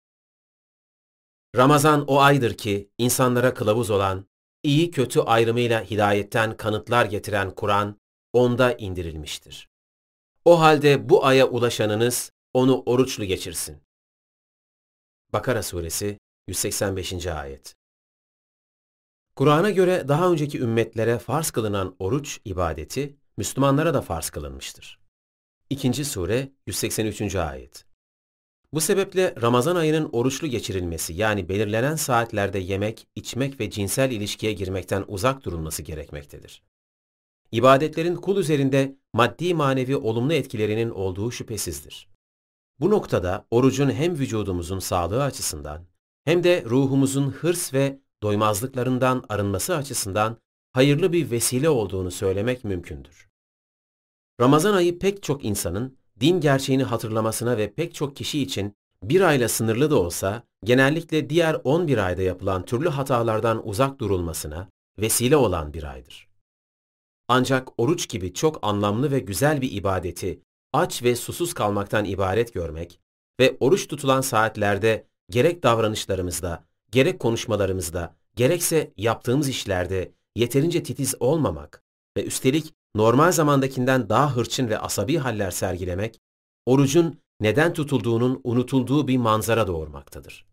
Ramazan o aydır ki insanlara kılavuz olan, iyi kötü ayrımıyla hidayetten kanıtlar getiren Kur'an onda indirilmiştir. O halde bu aya ulaşanınız onu oruçlu geçirsin. Bakara suresi yüz seksen beşinci ayet. Kur'an'a göre daha önceki ümmetlere farz kılınan oruç ibadeti Müslümanlara da farz kılınmıştır. ikinci sure yüz seksen üçüncü ayet. Bu sebeple Ramazan ayının oruçlu geçirilmesi, yani belirlenen saatlerde yemek, içmek ve cinsel ilişkiye girmekten uzak durulması gerekmektedir. İbadetlerin kul üzerinde maddi manevi olumlu etkilerinin olduğu şüphesizdir. Bu noktada orucun hem vücudumuzun sağlığı açısından hem de ruhumuzun hırs ve doymazlıklarından arınması açısından hayırlı bir vesile olduğunu söylemek mümkündür. Ramazan ayı pek çok insanın din gerçeğini hatırlamasına ve pek çok kişi için bir ayla sınırlı da olsa genellikle diğer on bir ayda yapılan türlü hatalardan uzak durulmasına vesile olan bir aydır. Ancak oruç gibi çok anlamlı ve güzel bir ibadeti aç ve susuz kalmaktan ibaret görmek ve oruç tutulan saatlerde gerek davranışlarımızda, gerek konuşmalarımızda, gerekse yaptığımız işlerde yeterince titiz olmamak ve üstelik normal zamandakinden daha hırçın ve asabi haller sergilemek, orucun neden tutulduğunun unutulduğu bir manzara doğurmaktadır.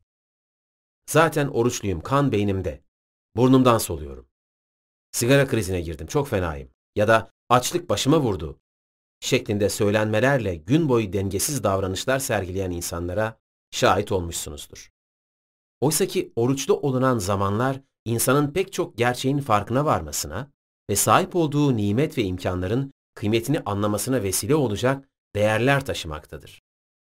Zaten oruçluyum, kan beynimde, burnumdan soluyorum. Sigara krizine girdim, çok fenayım ya da açlık başıma vurdu şeklinde söylenmelerle gün boyu dengesiz davranışlar sergileyen insanlara şahit olmuşsunuzdur. Oysa ki oruçlu olunan zamanlar insanın pek çok gerçeğin farkına varmasına ve sahip olduğu nimet ve imkanların kıymetini anlamasına vesile olacak değerler taşımaktadır.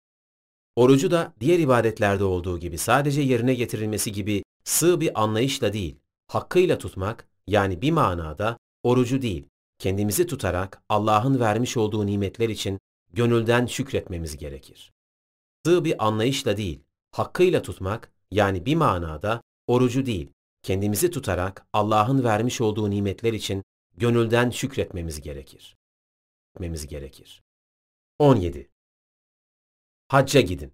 Orucu da diğer ibadetlerde olduğu gibi sadece yerine getirilmesi gibi sığ bir anlayışla değil, hakkıyla tutmak, yani bir manada orucu değil, kendimizi tutarak Allah'ın vermiş olduğu nimetler için gönülden şükretmemiz gerekir. Sığ bir anlayışla değil, hakkıyla tutmak, yani bir manada orucu değil, kendimizi tutarak Allah'ın vermiş olduğu nimetler için gönülden şükretmemiz gerekir. Etmemiz gerekir. on yedi. Hacca gidin.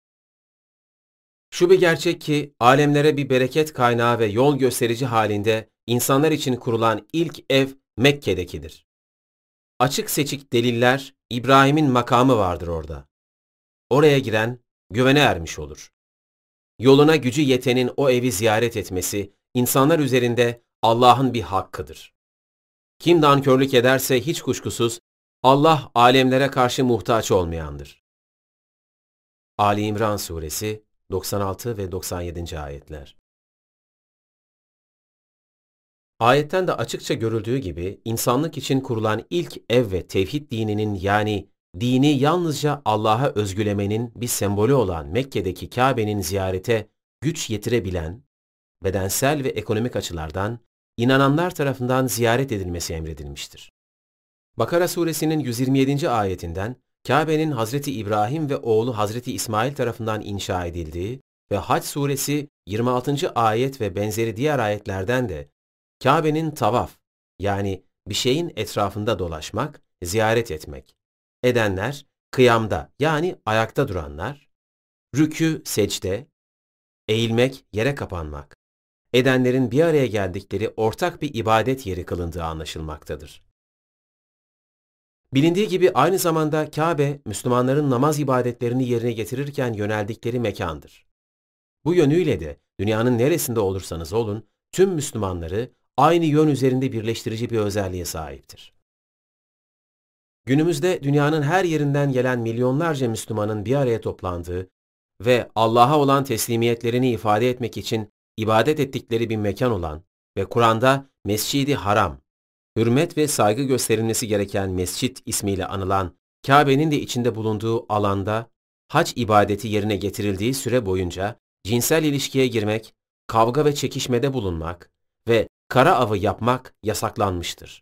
Şu bir gerçek ki alemlere bir bereket kaynağı ve yol gösterici halinde insanlar için kurulan ilk ev Mekke'dekidir. Açık seçik deliller, İbrahim'in makamı vardır orada. Oraya giren güvene ermiş olur. Yoluna gücü yetenin o evi ziyaret etmesi, insanlar üzerinde Allah'ın bir hakkıdır. Kim nankörlük ederse hiç kuşkusuz Allah alemlere karşı muhtaç olmayandır. Ali İmran Suresi doksan altı ve doksan yedinci ayetler. Ayetten de açıkça görüldüğü gibi insanlık için kurulan ilk ev ve tevhid dininin yani dini yalnızca Allah'a özgülemenin bir sembolü olan Mekke'deki Kabe'nin ziyarete güç yetirebilen, bedensel ve ekonomik açılardan inananlar tarafından ziyaret edilmesi emredilmiştir. Bakara suresinin yüz yirmi yedinci ayetinden Kabe'nin Hazreti İbrahim ve oğlu Hazreti İsmail tarafından inşa edildiği ve Hac suresi yirmi altıncı ayet ve benzeri diğer ayetlerden de Kabe'nin tavaf yani bir şeyin etrafında dolaşmak, ziyaret etmek, edenler kıyamda yani ayakta duranlar, rükû, secde, eğilmek, yere kapanmak, edenlerin bir araya geldikleri ortak bir ibadet yeri kılındığı anlaşılmaktadır. Bilindiği gibi aynı zamanda Kabe, Müslümanların namaz ibadetlerini yerine getirirken yöneldikleri mekandır. Bu yönüyle de dünyanın neresinde olursanız olun, tüm Müslümanları aynı yön üzerinde birleştirici bir özelliğe sahiptir. Günümüzde dünyanın her yerinden gelen milyonlarca Müslümanın bir araya toplandığı ve Allah'a olan teslimiyetlerini ifade etmek için ibadet ettikleri bir mekan olan ve Kur'an'da Mescid-i Haram, hürmet ve saygı gösterilmesi gereken mescit ismiyle anılan Kabe'nin de içinde bulunduğu alanda hac ibadeti yerine getirildiği süre boyunca cinsel ilişkiye girmek, kavga ve çekişmede bulunmak ve kara avı yapmak yasaklanmıştır.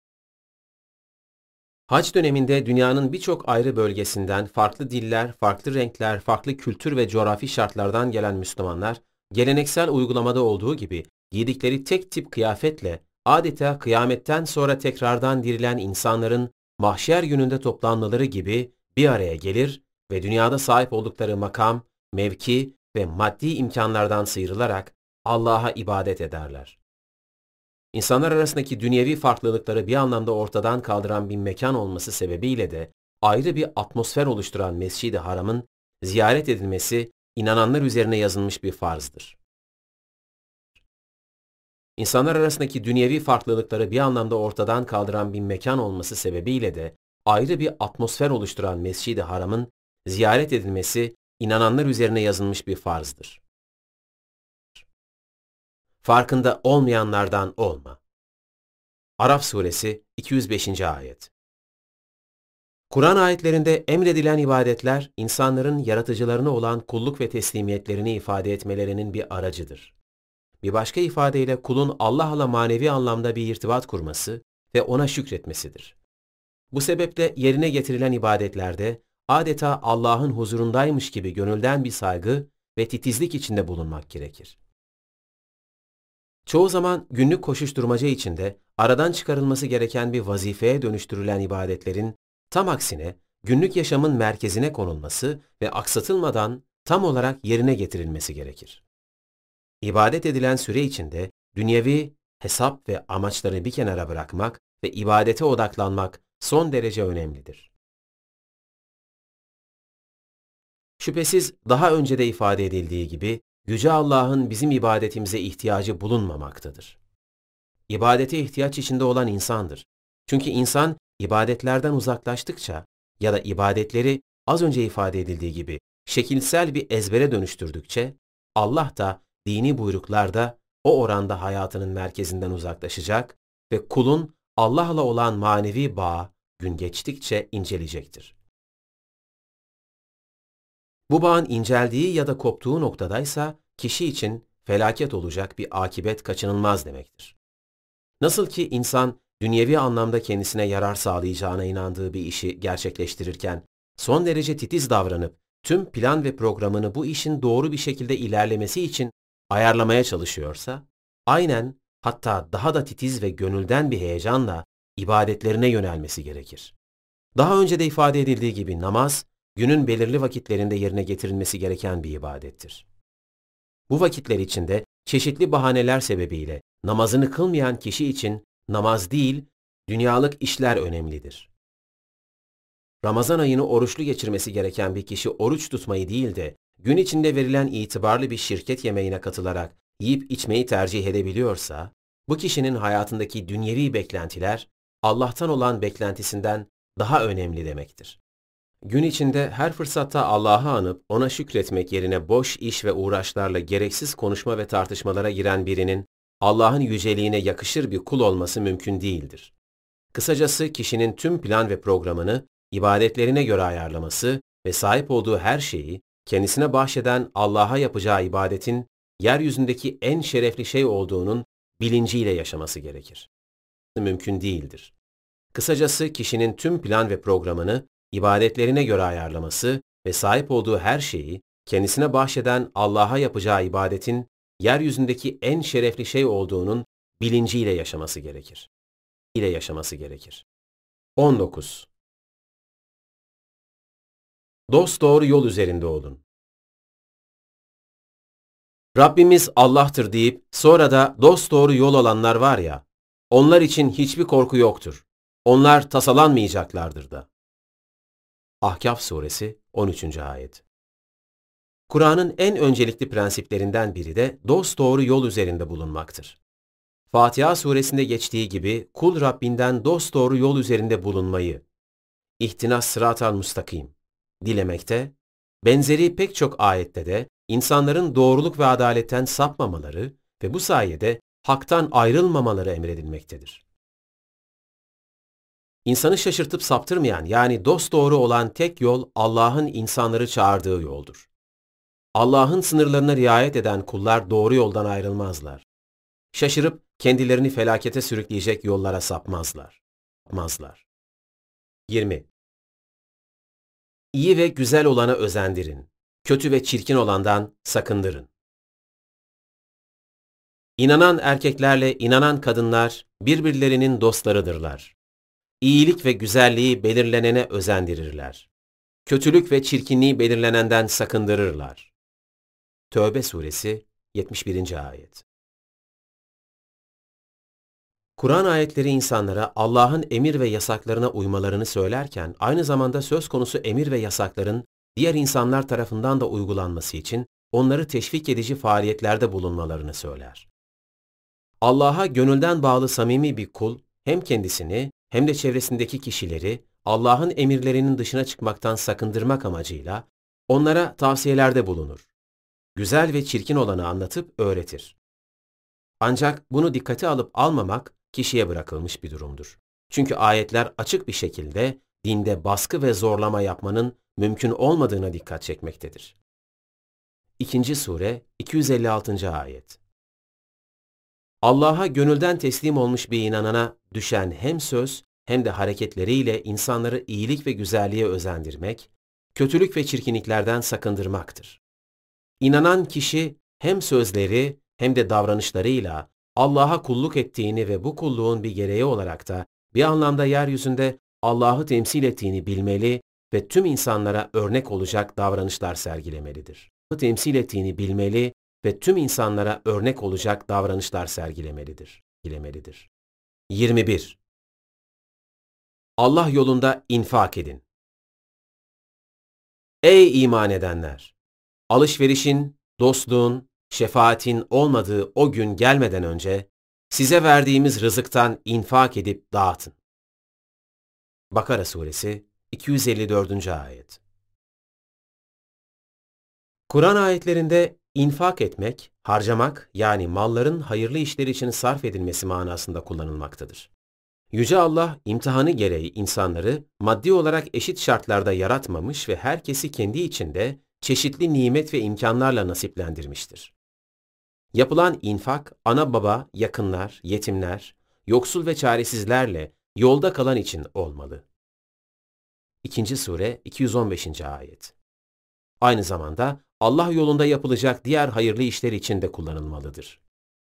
Hac döneminde dünyanın birçok ayrı bölgesinden farklı diller, farklı renkler, farklı kültür ve coğrafi şartlardan gelen Müslümanlar, geleneksel uygulamada olduğu gibi giydikleri tek tip kıyafetle adeta kıyametten sonra tekrardan dirilen insanların mahşer gününde toplanmaları gibi bir araya gelir ve dünyada sahip oldukları makam, mevki ve maddi imkanlardan sıyrılarak Allah'a ibadet ederler. İnsanlar arasındaki dünyevi farklılıkları bir anlamda ortadan kaldıran bir mekan olması sebebiyle de ayrı bir atmosfer oluşturan Mescid-i Haram'ın ziyaret edilmesi inananlar üzerine yazılmış bir farzdır. İnsanlar arasındaki dünyevi farklılıkları bir anlamda ortadan kaldıran bir mekan olması sebebiyle de ayrı bir atmosfer oluşturan Mescid-i Haram'ın ziyaret edilmesi inananlar üzerine yazılmış bir farzdır. Farkında olmayanlardan olma. Araf suresi iki yüz beşinci ayet. Kur'an ayetlerinde emredilen ibadetler insanların yaratıcılarına olan kulluk ve teslimiyetlerini ifade etmelerinin bir aracıdır. Bir başka ifadeyle kulun Allah'la manevi anlamda bir irtibat kurması ve ona şükretmesidir. Bu sebeple yerine getirilen ibadetlerde adeta Allah'ın huzurundaymış gibi gönülden bir saygı ve titizlik içinde bulunmak gerekir. Çoğu zaman günlük koşuşturmaca içinde aradan çıkarılması gereken bir vazifeye dönüştürülen ibadetlerin tam aksine günlük yaşamın merkezine konulması ve aksatılmadan tam olarak yerine getirilmesi gerekir. İbadet edilen süre içinde dünyevi hesap ve amaçları bir kenara bırakmak ve ibadete odaklanmak son derece önemlidir. Şüphesiz daha önce de ifade edildiği gibi Yüce Allah'ın bizim ibadetimize ihtiyacı bulunmamaktadır. İbadete ihtiyaç içinde olan insandır. Çünkü insan ibadetlerden uzaklaştıkça ya da ibadetleri az önce ifade edildiği gibi şekilsel bir ezbere dönüştürdükçe Allah da dini buyruklarda o oranda hayatının merkezinden uzaklaşacak ve kulun Allah'la olan manevi bağı gün geçtikçe inceleyecektir. Bu bağın inceldiği ya da koptuğu noktadaysa kişi için felaket olacak bir akibet kaçınılmaz demektir. Nasıl ki insan dünyevi anlamda kendisine yarar sağlayacağına inandığı bir işi gerçekleştirirken son derece titiz davranıp tüm plan ve programını bu işin doğru bir şekilde ilerlemesi için ayarlamaya çalışıyorsa, aynen hatta daha da titiz ve gönülden bir heyecanla ibadetlerine yönelmesi gerekir. Daha önce de ifade edildiği gibi namaz, günün belirli vakitlerinde yerine getirilmesi gereken bir ibadettir. Bu vakitler içinde çeşitli bahaneler sebebiyle namazını kılmayan kişi için namaz değil, Dünyalık işler önemlidir. Ramazan ayını oruçlu geçirmesi gereken bir kişi oruç tutmayı değil de gün içinde verilen itibarlı bir şirket yemeğine katılarak yiyip içmeyi tercih edebiliyorsa, bu kişinin hayatındaki dünyevi beklentiler Allah'tan olan beklentisinden daha önemli demektir. Gün içinde her fırsatta Allah'ı anıp ona şükretmek yerine boş iş ve uğraşlarla gereksiz konuşma ve tartışmalara giren birinin Allah'ın yüceliğine yakışır bir kul olması mümkün değildir. Kısacası kişinin tüm plan ve programını ibadetlerine göre ayarlaması ve sahip olduğu her şeyi kendisine bahşeden Allah'a yapacağı ibadetin yeryüzündeki en şerefli şey olduğunun bilinciyle yaşaması gerekir. Mümkün değildir. Kısacası kişinin tüm plan ve programını ibadetlerine göre ayarlaması ve sahip olduğu her şeyi kendisine bahşeden Allah'a yapacağı ibadetin yeryüzündeki en şerefli şey olduğunun bilinciyle yaşaması gerekir. ile yaşaması gerekir. on dokuz. Dosdoğru yol üzerinde olun. Rabbimiz Allah'tır deyip sonra da dosdoğru yol alanlar var ya, onlar için hiçbir korku yoktur. Onlar tasalanmayacaklardır da. Ahkaf Suresi on üçüncü ayet. Kur'an'ın en öncelikli prensiplerinden biri de dosdoğru yol üzerinde bulunmaktır. Fatiha Suresinde geçtiği gibi kul Rabbinden dosdoğru yol üzerinde bulunmayı, İhtinas sıratal mustakim dilemekte, benzeri pek çok ayette de insanların doğruluk ve adaletten sapmamaları ve bu sayede haktan ayrılmamaları emredilmektedir. İnsanı şaşırtıp saptırmayan yani dosdoğru olan tek yol Allah'ın insanları çağırdığı yoldur. Allah'ın sınırlarına riayet eden kullar doğru yoldan ayrılmazlar. Şaşırıp kendilerini felakete sürükleyecek yollara sapmazlar. Sapmazlar. yirmi. İyi ve güzel olana özendirin. Kötü ve çirkin olandan sakındırın. İnanan erkeklerle inanan kadınlar birbirlerinin dostlarıdırlar. İyilik ve güzelliği belirlenene özendirirler. Kötülük ve çirkinliği belirlenenden sakındırırlar. Tövbe Suresi yetmiş birinci ayet. Kur'an ayetleri insanlara Allah'ın emir ve yasaklarına uymalarını söylerken aynı zamanda söz konusu emir ve yasakların diğer insanlar tarafından da uygulanması için onları teşvik edici faaliyetlerde bulunmalarını söyler. Allah'a gönülden bağlı samimi bir kul hem kendisini hem de çevresindeki kişileri Allah'ın emirlerinin dışına çıkmaktan sakındırmak amacıyla onlara tavsiyelerde bulunur. Güzel ve çirkin olanı anlatıp öğretir. Ancak bunu dikkate alıp almamak kişiye bırakılmış bir durumdur. Çünkü ayetler açık bir şekilde dinde baskı ve zorlama yapmanın mümkün olmadığına dikkat çekmektedir. İkinci Sure iki yüz elli altıncı ayet. Allah'a gönülden teslim olmuş bir inanana düşen hem söz hem de hareketleriyle insanları iyilik ve güzelliğe özendirmek, kötülük ve çirkinliklerden sakındırmaktır. İnanan kişi hem sözleri hem de davranışlarıyla Allah'a kulluk ettiğini ve bu kulluğun bir gereği olarak da bir anlamda yeryüzünde Allah'ı temsil ettiğini bilmeli ve tüm insanlara örnek olacak davranışlar sergilemelidir. Temsil ettiğini bilmeli ve tüm insanlara örnek olacak davranışlar sergilemelidir. sergilemelidir. yirmi bir. Allah yolunda infak edin. Ey iman edenler! Alışverişin, dostluğun, şefaatin olmadığı o gün gelmeden önce size verdiğimiz rızıktan infak edip dağıtın. Bakara Suresi iki yüz elli dördüncü ayet. Kur'an ayetlerinde infak etmek, harcamak yani malların hayırlı işler için sarf edilmesi manasında kullanılmaktadır. Yüce Allah imtihanı gereği insanları maddi olarak eşit şartlarda yaratmamış ve herkesi kendi içinde çeşitli nimet ve imkanlarla nasiplendirmiştir. Yapılan infak, ana baba, yakınlar, yetimler, yoksul ve çaresizlerle yolda kalan için olmalı. İkinci Sure iki yüz on beşinci ayet. Aynı zamanda Allah yolunda yapılacak diğer hayırlı işler için de kullanılmalıdır.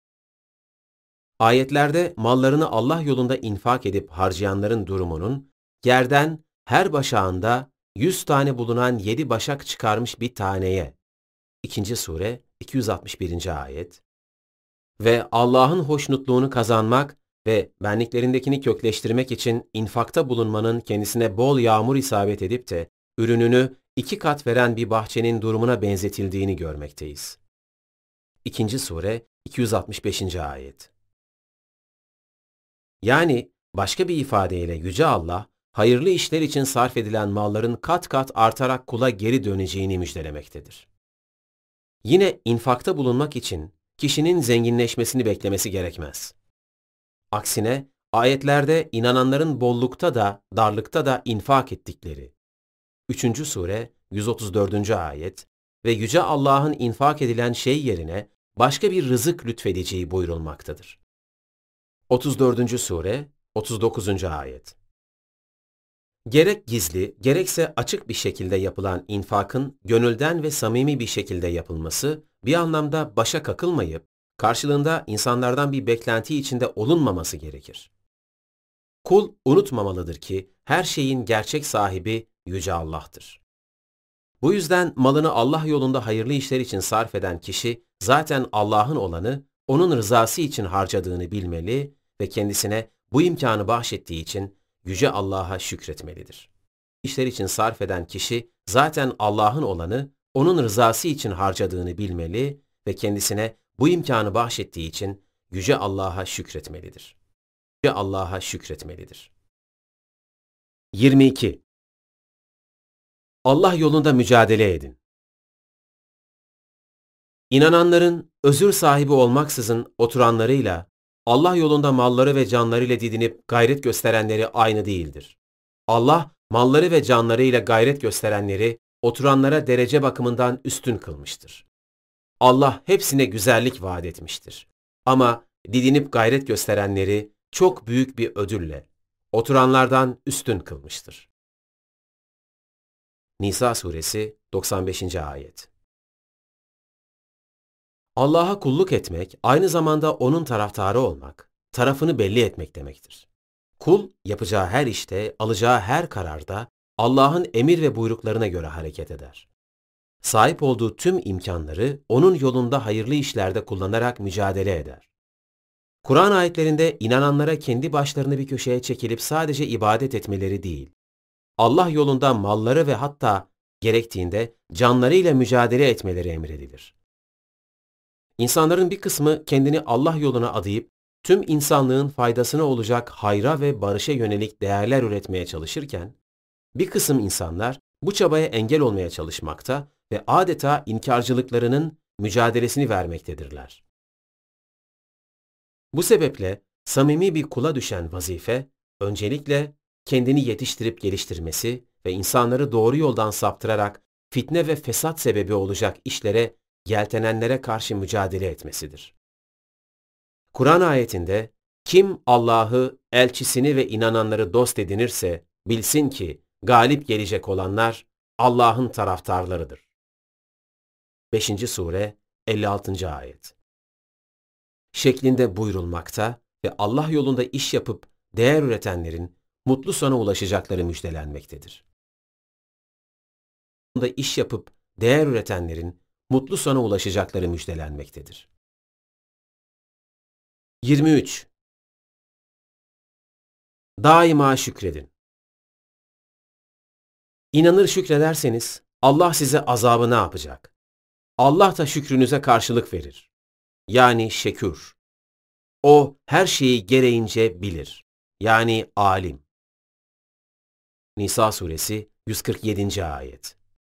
Ayetlerde mallarını Allah yolunda infak edip harcayanların durumunun, yerden her başağında yüz tane bulunan yedi başak çıkarmış bir taneye, İkinci Sure iki yüz altmış birinci ayet ve Allah'ın hoşnutluğunu kazanmak ve benliklerindekini kökleştirmek için infakta bulunmanın kendisine bol yağmur isabet edip de ürününü iki kat veren bir bahçenin durumuna benzetildiğini görmekteyiz. İkinci Sure, iki yüz altmış beşinci ayet. Yani başka bir ifadeyle Yüce Allah, hayırlı işler için sarf edilen malların kat kat artarak kula geri döneceğini müjdelemektedir. Yine infakta bulunmak için kişinin zenginleşmesini beklemesi gerekmez. Aksine ayetlerde inananların bollukta da darlıkta da infak ettikleri, üçüncü Sure, yüz otuz dördüncü ayet ve Yüce Allah'ın infak edilen şey yerine başka bir rızık lütfedeceği buyurulmaktadır. otuz dördüncü Sure, otuz dokuzuncu ayet. Gerek gizli, gerekse açık bir şekilde yapılan infakın gönülden ve samimi bir şekilde yapılması, bir anlamda başa kakılmayıp, karşılığında insanlardan bir beklenti içinde olunmaması gerekir. Kul unutmamalıdır ki, her şeyin gerçek sahibi Yüce Allah'tır. Bu yüzden malını Allah yolunda hayırlı işler için sarf eden kişi, zaten Allah'ın olanı, onun rızası için harcadığını bilmeli ve kendisine bu imkanı bahşettiği için Yüce Allah'a şükretmelidir. İşler için sarf eden kişi, zaten Allah'ın olanı, onun rızası için harcadığını bilmeli ve kendisine bu imkanı bahşettiği için Yüce Allah'a şükretmelidir. Yüce Allah'a şükretmelidir. yirmi iki. Allah yolunda mücadele edin. İnananların özür sahibi olmaksızın oturanlarıyla, Allah yolunda malları ve canlarıyla didinip gayret gösterenleri aynı değildir. Allah, malları ve canlarıyla gayret gösterenleri, oturanlara derece bakımından üstün kılmıştır. Allah hepsine güzellik vaat etmiştir. Ama didinip gayret gösterenleri çok büyük bir ödülle, oturanlardan üstün kılmıştır. Nisa Suresi, doksan beşinci ayet. Allah'a kulluk etmek, aynı zamanda onun taraftarı olmak, tarafını belli etmek demektir. Kul, yapacağı her işte, alacağı her kararda Allah'ın emir ve buyruklarına göre hareket eder. Sahip olduğu tüm imkanları onun yolunda hayırlı işlerde kullanarak mücadele eder. Kur'an ayetlerinde inananlara kendi başlarını bir köşeye çekilip sadece ibadet etmeleri değil, Allah yolunda malları ve hatta gerektiğinde canlarıyla mücadele etmeleri emredilir. İnsanların bir kısmı kendini Allah yoluna adayıp tüm insanlığın faydasına olacak hayra ve barışa yönelik değerler üretmeye çalışırken, bir kısım insanlar bu çabaya engel olmaya çalışmakta ve adeta inkarcılıklarının mücadelesini vermektedirler. Bu sebeple samimi bir kula düşen vazife, öncelikle kendini yetiştirip geliştirmesi ve insanları doğru yoldan saptırarak fitne ve fesat sebebi olacak işlere yeltenenlere karşı mücadele etmesidir. Kur'an ayetinde, kim Allah'ı, elçisini ve inananları dost edinirse, bilsin ki galip gelecek olanlar Allah'ın taraftarlarıdır. beşinci Sure, elli altıncı ayet. Şeklinde buyurulmakta ve Allah yolunda iş yapıp değer üretenlerin mutlu sona ulaşacakları müjdelenmektedir. Yolunda iş yapıp değer üretenlerin mutlu sona ulaşacakları müjdelenmektedir. yirmi üç. Daima şükredin. İnanır şükrederseniz Allah size azabı ne yapacak? Allah da şükrünüze karşılık verir. Yani şekür. O her şeyi gereğince bilir. Yani alim. Nisa Suresi yüz kırk yedinci ayet.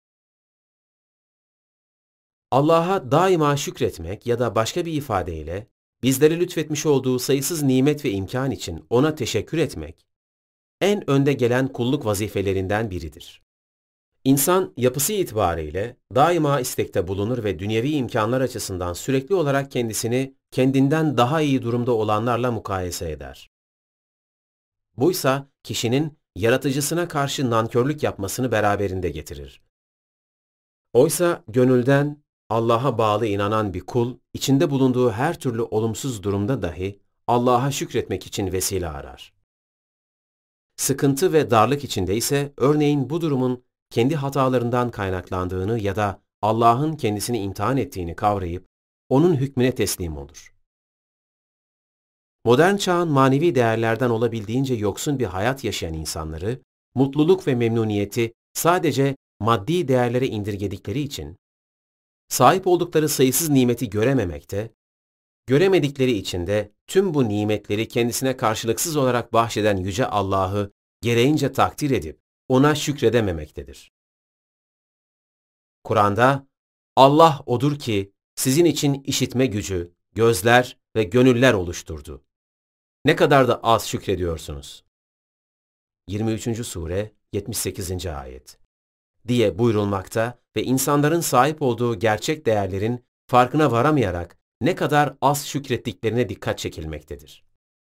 Allah'a daima şükretmek ya da başka bir ifadeyle bizlere lütfetmiş olduğu sayısız nimet ve imkan için ona teşekkür etmek, en önde gelen kulluk vazifelerinden biridir. İnsan yapısı itibariyle daima istekte bulunur ve dünyevi imkanlar açısından sürekli olarak kendisini kendinden daha iyi durumda olanlarla mukayese eder. Buysa kişinin yaratıcısına karşı nankörlük yapmasını beraberinde getirir. Oysa gönülden Allah'a bağlı inanan bir kul, içinde bulunduğu her türlü olumsuz durumda dahi Allah'a şükretmek için vesile arar. Sıkıntı ve darlık içinde ise örneğin bu durumun kendi hatalarından kaynaklandığını ya da Allah'ın kendisini imtihan ettiğini kavrayıp onun hükmüne teslim olur. Modern çağın manevi değerlerden olabildiğince yoksun bir hayat yaşayan insanları, mutluluk ve memnuniyeti sadece maddi değerlere indirgedikleri için, sahip oldukları sayısız nimeti görememekte, göremedikleri için de tüm bu nimetleri kendisine karşılıksız olarak bahşeden Yüce Allah'ı gereğince takdir edip ona şükredememektedir. Kur'an'da, Allah odur ki sizin için işitme gücü, gözler ve gönüller oluşturdu. Ne kadar da az şükrediyorsunuz. yirmi üçüncü Sure yetmiş sekizinci Ayet diye buyurulmakta ve insanların sahip olduğu gerçek değerlerin farkına varamayarak ne kadar az şükrettiklerine dikkat çekilmektedir.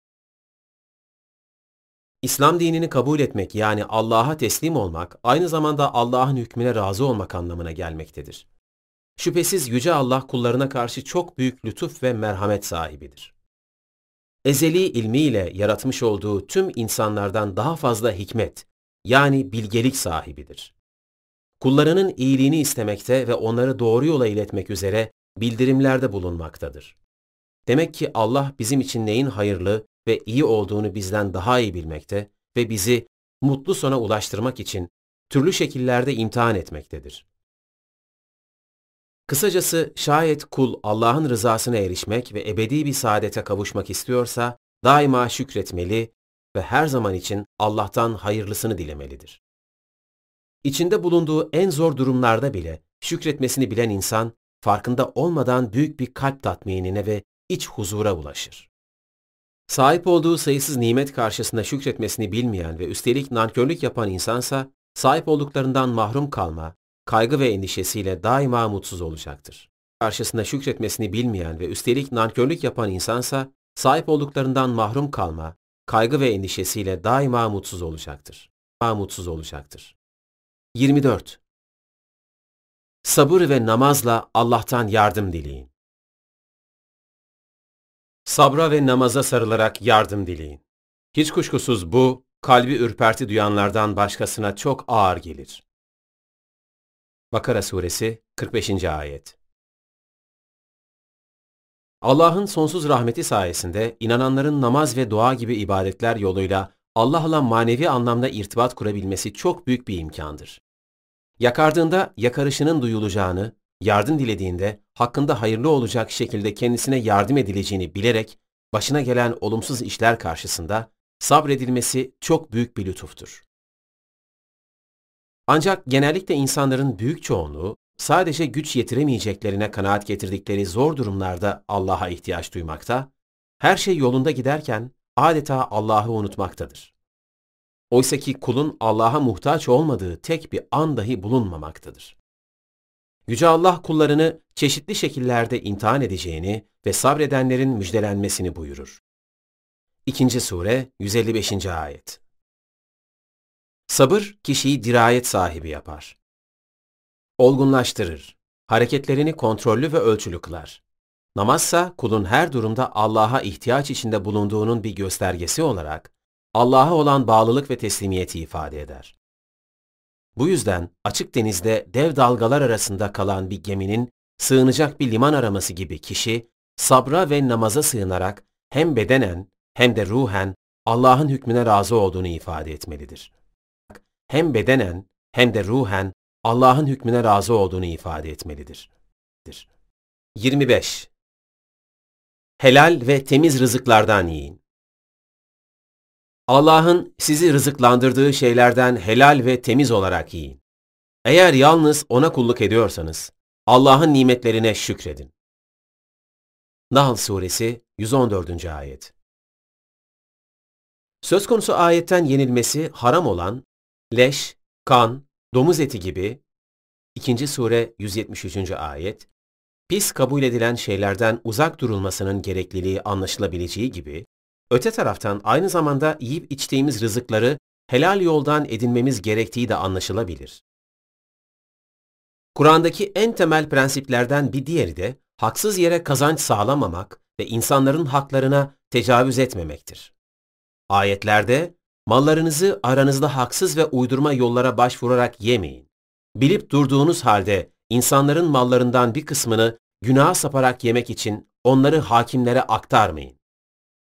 İslam dinini kabul etmek yani Allah'a teslim olmak, aynı zamanda Allah'ın hükmüne razı olmak anlamına gelmektedir. Şüphesiz Yüce Allah kullarına karşı çok büyük lütuf ve merhamet sahibidir. Ezeli ilmiyle yaratmış olduğu tüm insanlardan daha fazla hikmet, yani bilgelik sahibidir. Kullarının iyiliğini istemekte ve onları doğru yola iletmek üzere bildirimlerde bulunmaktadır. Demek ki Allah bizim için neyin hayırlı ve iyi olduğunu bizden daha iyi bilmekte ve bizi mutlu sona ulaştırmak için türlü şekillerde imtihan etmektedir. Kısacası şayet kul Allah'ın rızasına erişmek ve ebedi bir saadete kavuşmak istiyorsa daima şükretmeli ve her zaman için Allah'tan hayırlısını dilemelidir. İçinde bulunduğu en zor durumlarda bile şükretmesini bilen insan farkında olmadan büyük bir kalp tatminine ve iç huzura ulaşır. Sahip olduğu sayısız nimet karşısında şükretmesini bilmeyen ve üstelik nankörlük yapan insansa sahip olduklarından mahrum kalma, kaygı ve endişesiyle daima mutsuz olacaktır. Karşısında şükretmesini bilmeyen ve üstelik nankörlük yapan insansa sahip olduklarından mahrum kalma, kaygı ve endişesiyle daima mutsuz olacaktır. Daima mutsuz olacaktır. yirmi dört. Sabır ve namazla Allah'tan yardım dileyin. Sabra ve namaza sarılarak yardım dileyin. Hiç kuşkusuz bu, kalbi ürperti duyanlardan başkasına çok ağır gelir. Bakara Suresi kırk beşinci Ayet. Allah'ın sonsuz rahmeti sayesinde inananların namaz ve dua gibi ibadetler yoluyla Allah'la manevi anlamda irtibat kurabilmesi çok büyük bir imkandır. Yakardığında yakarışının duyulacağını, yardım dilediğinde hakkında hayırlı olacak şekilde kendisine yardım edileceğini bilerek başına gelen olumsuz işler karşısında sabredilmesi çok büyük bir lütuftur. Ancak genellikle insanların büyük çoğunluğu sadece güç yetiremeyeceklerine kanaat getirdikleri zor durumlarda Allah'a ihtiyaç duymakta, her şey yolunda giderken adeta Allah'ı unutmaktadır. Oysa ki kulun Allah'a muhtaç olmadığı tek bir an dahi bulunmamaktadır. Yüce Allah kullarını çeşitli şekillerde imtihan edeceğini ve sabredenlerin müjdelenmesini buyurur. İkinci Sure yüz elli beşinci Ayet. Sabır kişiyi dirayet sahibi yapar. Olgunlaştırır. Hareketlerini kontrollü ve ölçülü kılar. Namazsa kulun her durumda Allah'a ihtiyaç içinde bulunduğunun bir göstergesi olarak Allah'a olan bağlılık ve teslimiyeti ifade eder. Bu yüzden açık denizde dev dalgalar arasında kalan bir geminin sığınacak bir liman araması gibi kişi sabra ve namaza sığınarak hem bedenen hem de ruhen Allah'ın hükmüne razı olduğunu ifade etmelidir. Hem bedenen hem de ruhen Allah'ın hükmüne razı olduğunu ifade etmelidir. yirmi beş. Helal ve temiz rızıklardan yiyin. Allah'ın sizi rızıklandırdığı şeylerden helal ve temiz olarak yiyin. Eğer yalnız O'na kulluk ediyorsanız, Allah'ın nimetlerine şükredin. Nahl Suresi yüz on dördüncü Ayet. Söz konusu ayetten yenilmesi haram olan leş, kan, domuz eti gibi ikinci Sure yüz yetmiş üçüncü Ayet, pis kabul edilen şeylerden uzak durulmasının gerekliliği anlaşılabileceği gibi, öte taraftan aynı zamanda yiyip içtiğimiz rızıkları helal yoldan edinmemiz gerektiği de anlaşılabilir. Kur'an'daki en temel prensiplerden bir diğeri de haksız yere kazanç sağlamamak ve insanların haklarına tecavüz etmemektir. Ayetlerde, mallarınızı aranızda haksız ve uydurma yollara başvurarak yemeyin. Bilip durduğunuz halde insanların mallarından bir kısmını günaha saparak yemek için onları hakimlere aktarmayın.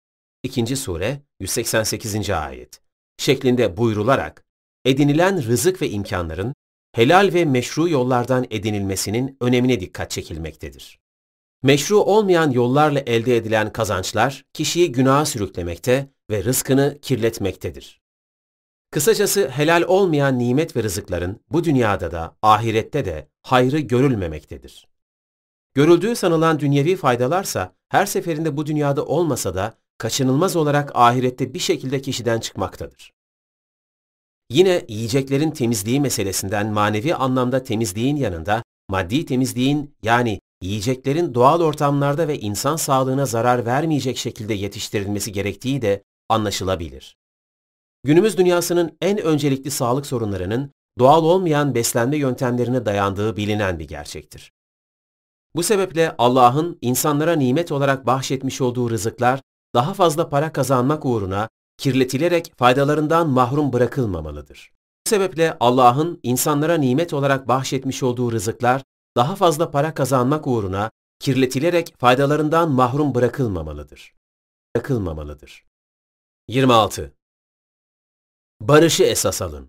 ikinci sure yüz seksen sekizinci ayet şeklinde buyrularak edinilen rızık ve imkanların helal ve meşru yollardan edinilmesinin önemine dikkat çekilmektedir. Meşru olmayan yollarla elde edilen kazançlar kişiyi günaha sürüklemekte ve rızkını kirletmektedir. Kısacası helal olmayan nimet ve rızıkların bu dünyada da ahirette de hayrı görülmemektedir. Görüldüğü sanılan dünyevi faydalarsa her seferinde bu dünyada olmasa da kaçınılmaz olarak ahirette bir şekilde kişiden çıkmaktadır. Yine yiyeceklerin temizliği meselesinden manevi anlamda temizliğin yanında maddi temizliğin yani yiyeceklerin doğal ortamlarda ve insan sağlığına zarar vermeyecek şekilde yetiştirilmesi gerektiği de anlaşılabilir. Günümüz dünyasının en öncelikli sağlık sorunlarının doğal olmayan beslenme yöntemlerine dayandığı bilinen bir gerçektir. Bu sebeple Allah'ın insanlara nimet olarak bahşetmiş olduğu rızıklar daha fazla para kazanmak uğruna kirletilerek faydalarından mahrum bırakılmamalıdır. Bu sebeple Allah'ın insanlara nimet olarak bahşetmiş olduğu rızıklar daha fazla para kazanmak uğruna kirletilerek faydalarından mahrum bırakılmamalıdır. Bırakılmamalıdır. yirmi altı. Barışı esas alın.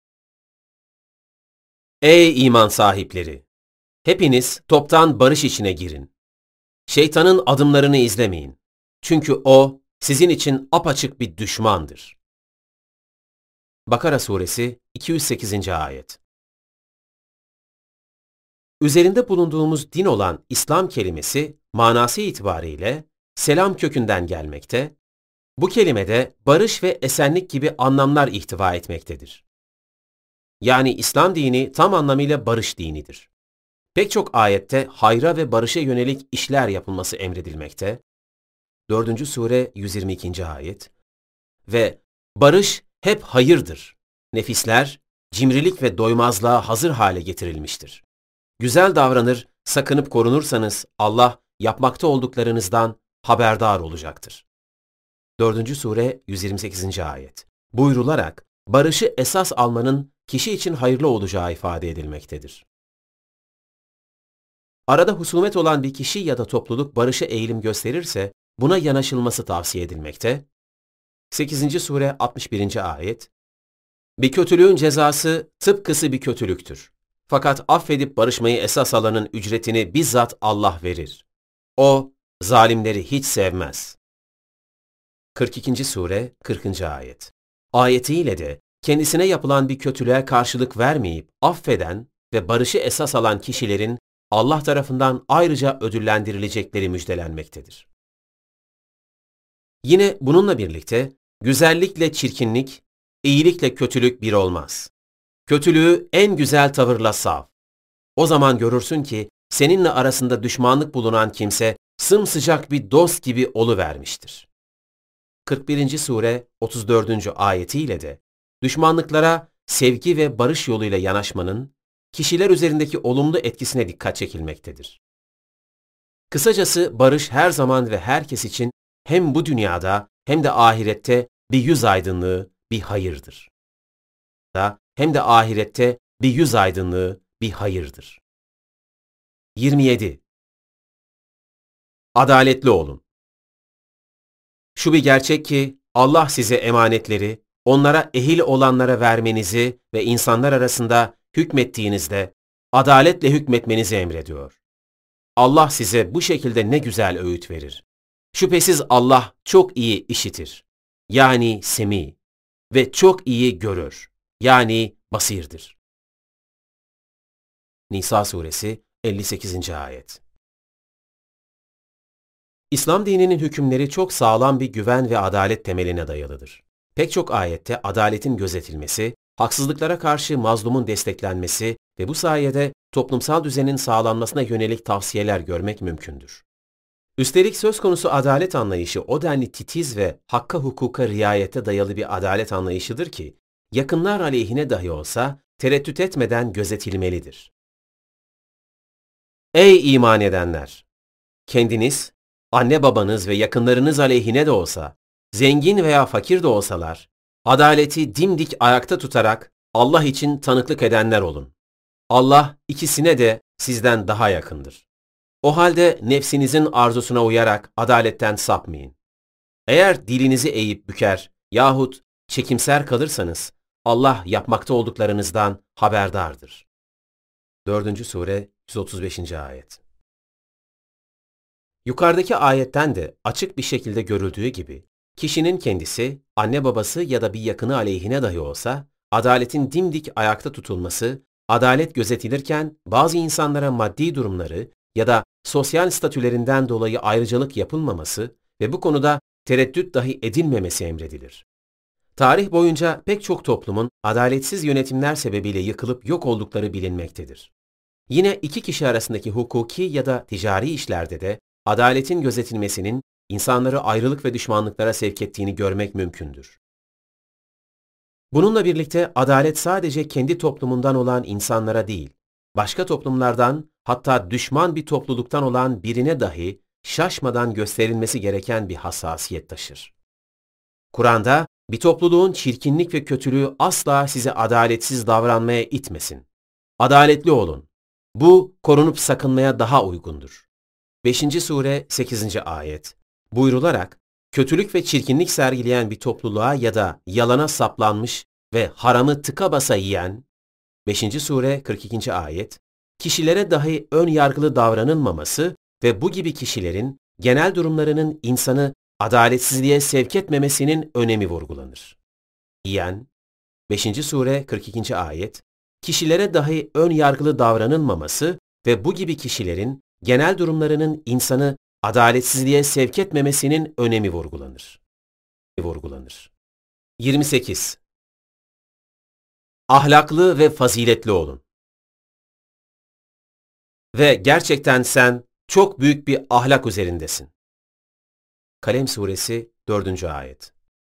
Ey iman sahipleri! Hepiniz toptan barış içine girin. Şeytanın adımlarını izlemeyin. Çünkü o sizin için apaçık bir düşmandır. Bakara suresi iki yüz sekizinci ayet. Üzerinde bulunduğumuz din olan İslam kelimesi manası itibariyle selam kökünden gelmekte, bu kelimede barış ve esenlik gibi anlamlar ihtiva etmektedir. Yani İslam dini tam anlamıyla barış dinidir. Pek çok ayette hayra ve barışa yönelik işler yapılması emredilmekte, dördüncü sure yüz yirmi ikinci ayet ve barış hep hayırdır. Nefisler, cimrilik ve doymazlığa hazır hale getirilmiştir. Güzel davranır, sakınıp korunursanız Allah yapmakta olduklarınızdan haberdar olacaktır. dördüncü sure yüz yirmi sekizinci ayet buyrularak barışı esas almanın kişi için hayırlı olacağı ifade edilmektedir. Arada husumet olan bir kişi ya da topluluk barışa eğilim gösterirse buna yanaşılması tavsiye edilmekte. sekizinci sure altmış birinci ayet Bir kötülüğün cezası tıpkısı bir kötülüktür. Fakat affedip barışmayı esas alanın ücretini bizzat Allah verir. O, zalimleri hiç sevmez. kırk ikinci sure kırkıncı ayet Ayetiyle de kendisine yapılan bir kötülüğe karşılık vermeyip affeden ve barışı esas alan kişilerin Allah tarafından ayrıca ödüllendirilecekleri müjdelenmektedir. Yine bununla birlikte güzellikle çirkinlik, iyilikle kötülük bir olmaz. Kötülüğü en güzel tavırla sav. O zaman görürsün ki seninle arasında düşmanlık bulunan kimse sımsıcak bir dost gibi oluvermiştir. kırk birinci sure otuz dördüncü ayetiyle de düşmanlıklara sevgi ve barış yoluyla yanaşmanın kişiler üzerindeki olumlu etkisine dikkat çekilmektedir. Kısacası barış her zaman ve herkes için hem bu dünyada hem de ahirette bir yüz aydınlığı, bir hayırdır. Hem de ahirette bir yüz aydınlığı, bir hayırdır. yirmi yedi. Adaletli olun. Şu bir gerçek ki Allah size emanetleri, onlara ehil olanlara vermenizi ve insanlar arasında hükmettiğinizde adaletle hükmetmenizi emrediyor. Allah size bu şekilde ne güzel öğüt verir. Şüphesiz Allah çok iyi işitir. Yani semi ve çok iyi görür. Yani basirdir. Nisa suresi elli sekizinci ayet İslam dininin hükümleri çok sağlam bir güven ve adalet temeline dayalıdır. Pek çok ayette adaletin gözetilmesi, haksızlıklara karşı mazlumun desteklenmesi ve bu sayede toplumsal düzenin sağlanmasına yönelik tavsiyeler görmek mümkündür. Üstelik söz konusu adalet anlayışı o denli titiz ve hakka hukuka riayete dayalı bir adalet anlayışıdır ki, yakınlar aleyhine dahi olsa tereddüt etmeden gözetilmelidir. Ey iman edenler! Kendiniz, anne babanız ve yakınlarınız aleyhine de olsa, zengin veya fakir de olsalar, adaleti dimdik ayakta tutarak Allah için tanıklık edenler olun. Allah ikisine de sizden daha yakındır. O halde nefsinizin arzusuna uyarak adaletten sapmayın. Eğer dilinizi eğip büker yahut çekimser kalırsanız, Allah yapmakta olduklarınızdan haberdardır. dördüncü Sure yüz otuz beşinci Ayet. Yukarıdaki ayetten de açık bir şekilde görüldüğü gibi, kişinin kendisi, anne babası ya da bir yakını aleyhine dahi olsa, adaletin dimdik ayakta tutulması, adalet gözetilirken bazı insanlara maddi durumları ya da sosyal statülerinden dolayı ayrıcalık yapılmaması ve bu konuda tereddüt dahi edilmemesi emredilir. Tarih boyunca pek çok toplumun adaletsiz yönetimler sebebiyle yıkılıp yok oldukları bilinmektedir. Yine iki kişi arasındaki hukuki ya da ticari işlerde de adaletin gözetilmesinin insanları ayrılık ve düşmanlıklara sevk ettiğini görmek mümkündür. Bununla birlikte adalet sadece kendi toplumundan olan insanlara değil, başka toplumlardan, hatta düşman bir topluluktan olan birine dahi şaşmadan gösterilmesi gereken bir hassasiyet taşır. Kur'an'da bir topluluğun çirkinlik ve kötülüğü asla size adaletsiz davranmaya itmesin. Adaletli olun. Bu korunup sakınmaya daha uygundur. beşinci Sure sekizinci Ayet buyrularak, kötülük ve çirkinlik sergileyen bir topluluğa ya da yalana saplanmış ve haramı tıka basa yiyen, beşinci Sure kırk ikinci Ayet, kişilere dahi ön yargılı davranılmaması ve bu gibi kişilerin genel durumlarının insanı adaletsizliğe sevk etmemesinin önemi vurgulanır. Yiyen, beşinci Sure kırk ikinci Ayet, kişilere dahi ön yargılı davranılmaması ve bu gibi kişilerin genel durumlarının insanı adaletsizliğe sevk etmemesinin önemi vurgulanır. vurgulanır. yirmi sekiz. Ahlaklı ve faziletli olun. Ve gerçekten sen çok büyük bir ahlak üzerindesin. Kalem Suresi dördüncü Ayet.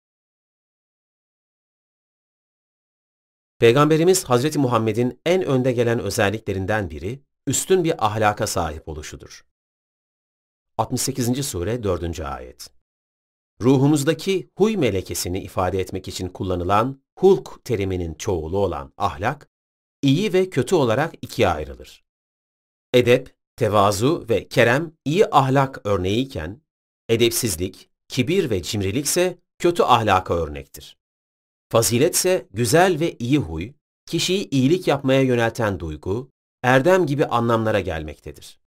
Peygamberimiz Hazreti Muhammed'in en önde gelen özelliklerinden biri, üstün bir ahlaka sahip oluşudur. altmış sekizinci Sure dördüncü Ayet. Ruhumuzdaki huy melekesini ifade etmek için kullanılan hulk teriminin çoğulu olan ahlak, iyi ve kötü olarak ikiye ayrılır. Edep, tevazu ve kerem iyi ahlak örneğiyken, edepsizlik, kibir ve cimrilik ise kötü ahlaka örnektir. Fazilet ise güzel ve iyi huy, kişiyi iyilik yapmaya yönelten duygu, erdem gibi anlamlara gelmektedir.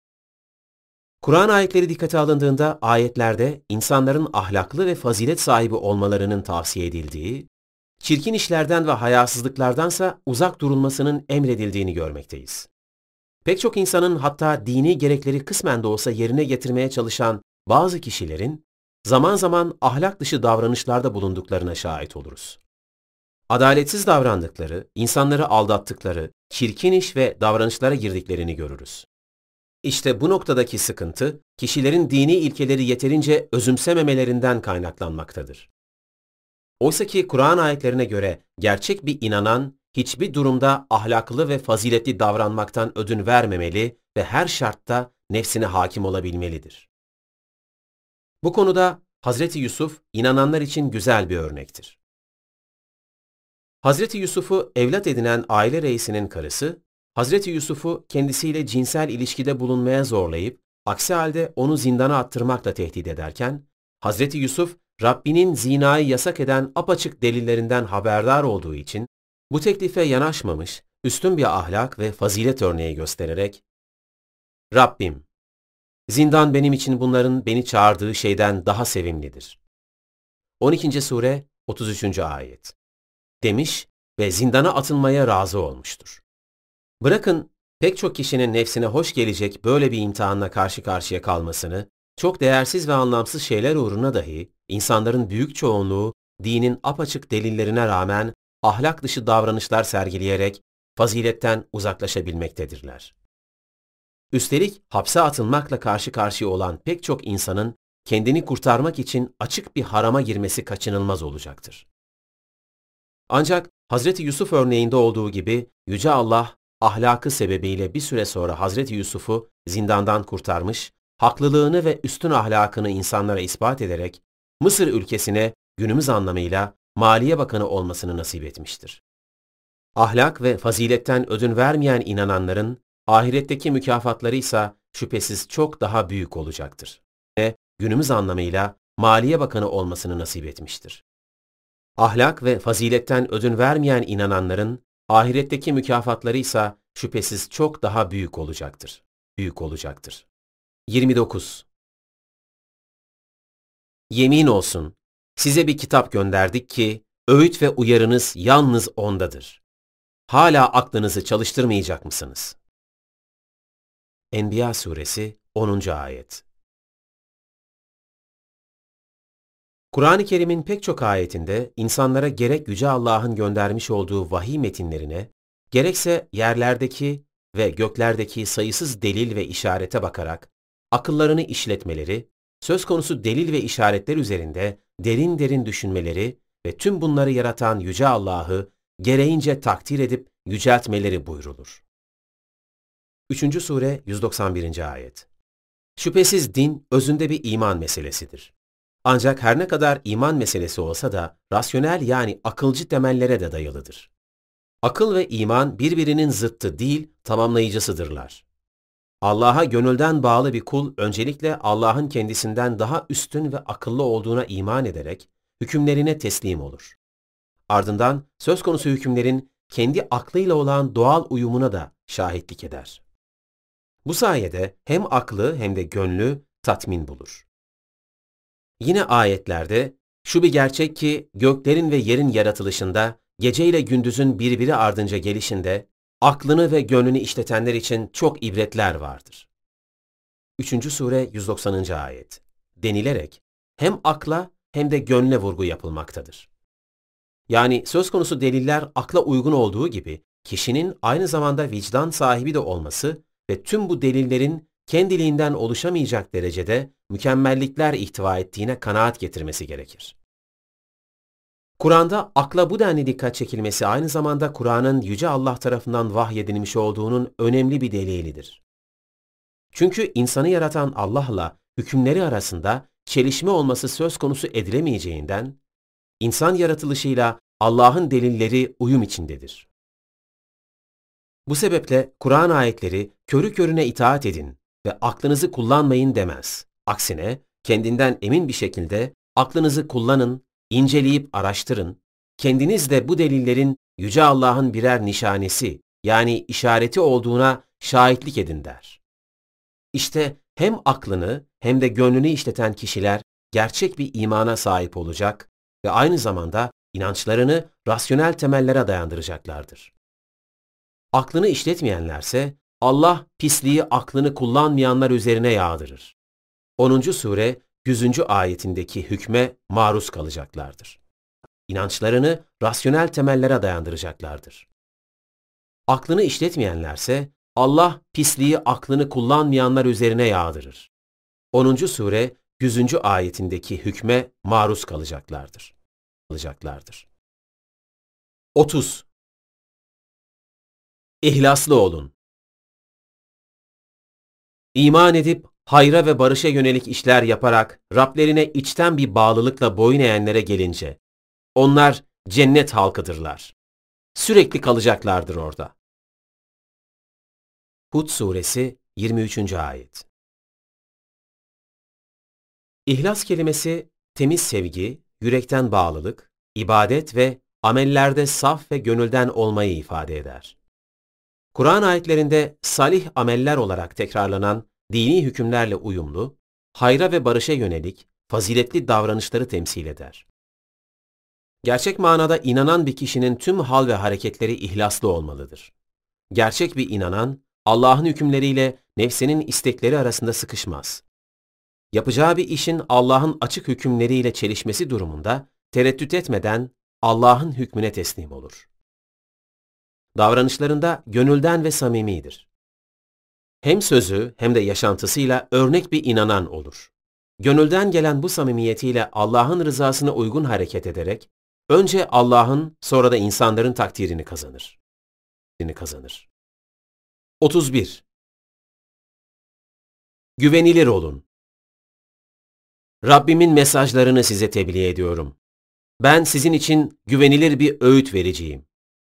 Kur'an ayetleri dikkate alındığında ayetlerde insanların ahlaklı ve fazilet sahibi olmalarının tavsiye edildiği, çirkin işlerden ve hayasızlıklardansa uzak durulmasının emredildiğini görmekteyiz. Pek çok insanın hatta dini gerekleri kısmen de olsa yerine getirmeye çalışan bazı kişilerin zaman zaman ahlak dışı davranışlarda bulunduklarına şahit oluruz. Adaletsiz davrandıkları, insanları aldattıkları, çirkin iş ve davranışlara girdiklerini görürüz. İşte bu noktadaki sıkıntı, kişilerin dini ilkeleri yeterince özümsememelerinden kaynaklanmaktadır. Oysa ki Kur'an ayetlerine göre gerçek bir inanan, hiçbir durumda ahlaklı ve faziletli davranmaktan ödün vermemeli ve her şartta nefsine hakim olabilmelidir. Bu konuda Hazreti Yusuf, inananlar için güzel bir örnektir. Hazreti Yusuf'u evlat edinen aile reisinin karısı, Hazreti Yusuf'u kendisiyle cinsel ilişkide bulunmaya zorlayıp, aksi halde onu zindana attırmakla tehdit ederken, Hazreti Yusuf, Rabbinin zinayı yasak eden apaçık delillerinden haberdar olduğu için, bu teklife yanaşmamış, üstün bir ahlak ve fazilet örneği göstererek, Rabbim, zindan benim için bunların beni çağırdığı şeyden daha sevimlidir. on ikinci Sure otuz üçüncü Ayet demiş ve zindana atılmaya razı olmuştur. Bırakın pek çok kişinin nefsine hoş gelecek böyle bir imtihanla karşı karşıya kalmasını, çok değersiz ve anlamsız şeyler uğruna dahi insanların büyük çoğunluğu dinin apaçık delillerine rağmen ahlak dışı davranışlar sergileyerek faziletten uzaklaşabilmektedirler. Üstelik hapse atılmakla karşı karşıya olan pek çok insanın kendini kurtarmak için açık bir harama girmesi kaçınılmaz olacaktır. Ancak Hazreti Yusuf örneğinde olduğu gibi Yüce Allah ahlakı sebebiyle bir süre sonra Hazreti Yusuf'u zindandan kurtarmış, haklılığını ve üstün ahlakını insanlara ispat ederek Mısır ülkesine günümüz anlamıyla Maliye Bakanı olmasını nasip etmiştir. Ahlak ve faziletten ödün vermeyen inananların ahiretteki mükafatları ise şüphesiz çok daha büyük olacaktır. Ve günümüz anlamıyla Maliye Bakanı olmasını nasip etmiştir. Ahlak ve faziletten ödün vermeyen inananların ahiretteki mükafatları ise şüphesiz çok daha büyük olacaktır. Büyük olacaktır. yirmi dokuz. Yemin olsun, size bir kitap gönderdik ki, öğüt ve uyarınız yalnız ondadır. Hala aklınızı çalıştırmayacak mısınız? Enbiya Suresi onuncu ayet. Kur'an-ı Kerim'in pek çok ayetinde insanlara gerek Yüce Allah'ın göndermiş olduğu vahiy metinlerine, gerekse yerlerdeki ve göklerdeki sayısız delil ve işarete bakarak akıllarını işletmeleri, söz konusu delil ve işaretler üzerinde derin derin düşünmeleri ve tüm bunları yaratan Yüce Allah'ı gereğince takdir edip yüceltmeleri buyrulur. üçüncü Sure yüz doksan birinci ayet. Şüphesiz din özünde bir iman meselesidir. Ancak her ne kadar iman meselesi olsa da rasyonel yani akılcı temellere de dayalıdır. Akıl ve iman birbirinin zıttı değil, tamamlayıcısıdırlar. Allah'a gönülden bağlı bir kul öncelikle Allah'ın kendisinden daha üstün ve akıllı olduğuna iman ederek hükümlerine teslim olur. Ardından söz konusu hükümlerin kendi aklıyla olan doğal uyumuna da şahitlik eder. Bu sayede hem aklı hem de gönlü tatmin bulur. Yine ayetlerde şu bir gerçek ki göklerin ve yerin yaratılışında, gece ile gündüzün birbiri ardınca gelişinde aklını ve gönlünü işletenler için çok ibretler vardır. üçüncü Sure yüz doksanıncı ayet denilerek hem akla hem de gönle vurgu yapılmaktadır. Yani söz konusu deliller akla uygun olduğu gibi kişinin aynı zamanda vicdan sahibi de olması ve tüm bu delillerin kendiliğinden oluşamayacak derecede mükemmellikler ihtiva ettiğine kanaat getirmesi gerekir. Kur'an'da akla bu denli dikkat çekilmesi aynı zamanda Kur'an'ın Yüce Allah tarafından vahyedilmiş olduğunun önemli bir delilidir. Çünkü insanı yaratan Allah'la hükümleri arasında çelişme olması söz konusu edilemeyeceğinden, insan yaratılışıyla Allah'ın delilleri uyum içindedir. Bu sebeple Kur'an ayetleri körü körüne itaat edin ve aklınızı kullanmayın demez. Aksine kendinden emin bir şekilde aklınızı kullanın, inceleyip araştırın, kendiniz de bu delillerin Yüce Allah'ın birer nişanesi yani işareti olduğuna şahitlik edin der. İşte hem aklını hem de gönlünü işleten kişiler gerçek bir imana sahip olacak ve aynı zamanda inançlarını rasyonel temellere dayandıracaklardır. Aklını işletmeyenlerse Allah pisliği aklını kullanmayanlar üzerine yağdırır. onuncu Sure yüzüncü ayetindeki hükme maruz kalacaklardır. İnançlarını rasyonel temellere dayandıracaklardır. Aklını işletmeyenlerse Allah pisliği aklını kullanmayanlar üzerine yağdırır. onuncu Sure yüzüncü ayetindeki hükme maruz kalacaklardır. Kalacaklardır. otuz. İhlaslı olun. İman edip hayra ve barışa yönelik işler yaparak Rablerine içten bir bağlılıkla boyun eğenlere gelince, onlar cennet halkıdırlar. Sürekli kalacaklardır orada. Hud Suresi yirmi üçüncü ayet. İhlas kelimesi temiz sevgi, yürekten bağlılık, ibadet ve amellerde saf ve gönülden olmayı ifade eder. Kur'an ayetlerinde salih ameller olarak tekrarlanan dini hükümlerle uyumlu, hayra ve barışa yönelik faziletli davranışları temsil eder. Gerçek manada inanan bir kişinin tüm hal ve hareketleri ihlaslı olmalıdır. Gerçek bir inanan, Allah'ın hükümleriyle nefsinin istekleri arasında sıkışmaz. Yapacağı bir işin Allah'ın açık hükümleriyle çelişmesi durumunda tereddüt etmeden Allah'ın hükmüne teslim olur. Davranışlarında gönülden ve samimidir. Hem sözü hem de yaşantısıyla örnek bir inanan olur. Gönülden gelen bu samimiyetiyle Allah'ın rızasına uygun hareket ederek, önce Allah'ın sonra da insanların takdirini kazanır. kazanır. otuz bir. Güvenilir olun. Rabbimin mesajlarını size tebliğ ediyorum. Ben sizin için güvenilir bir öğüt vereceğim.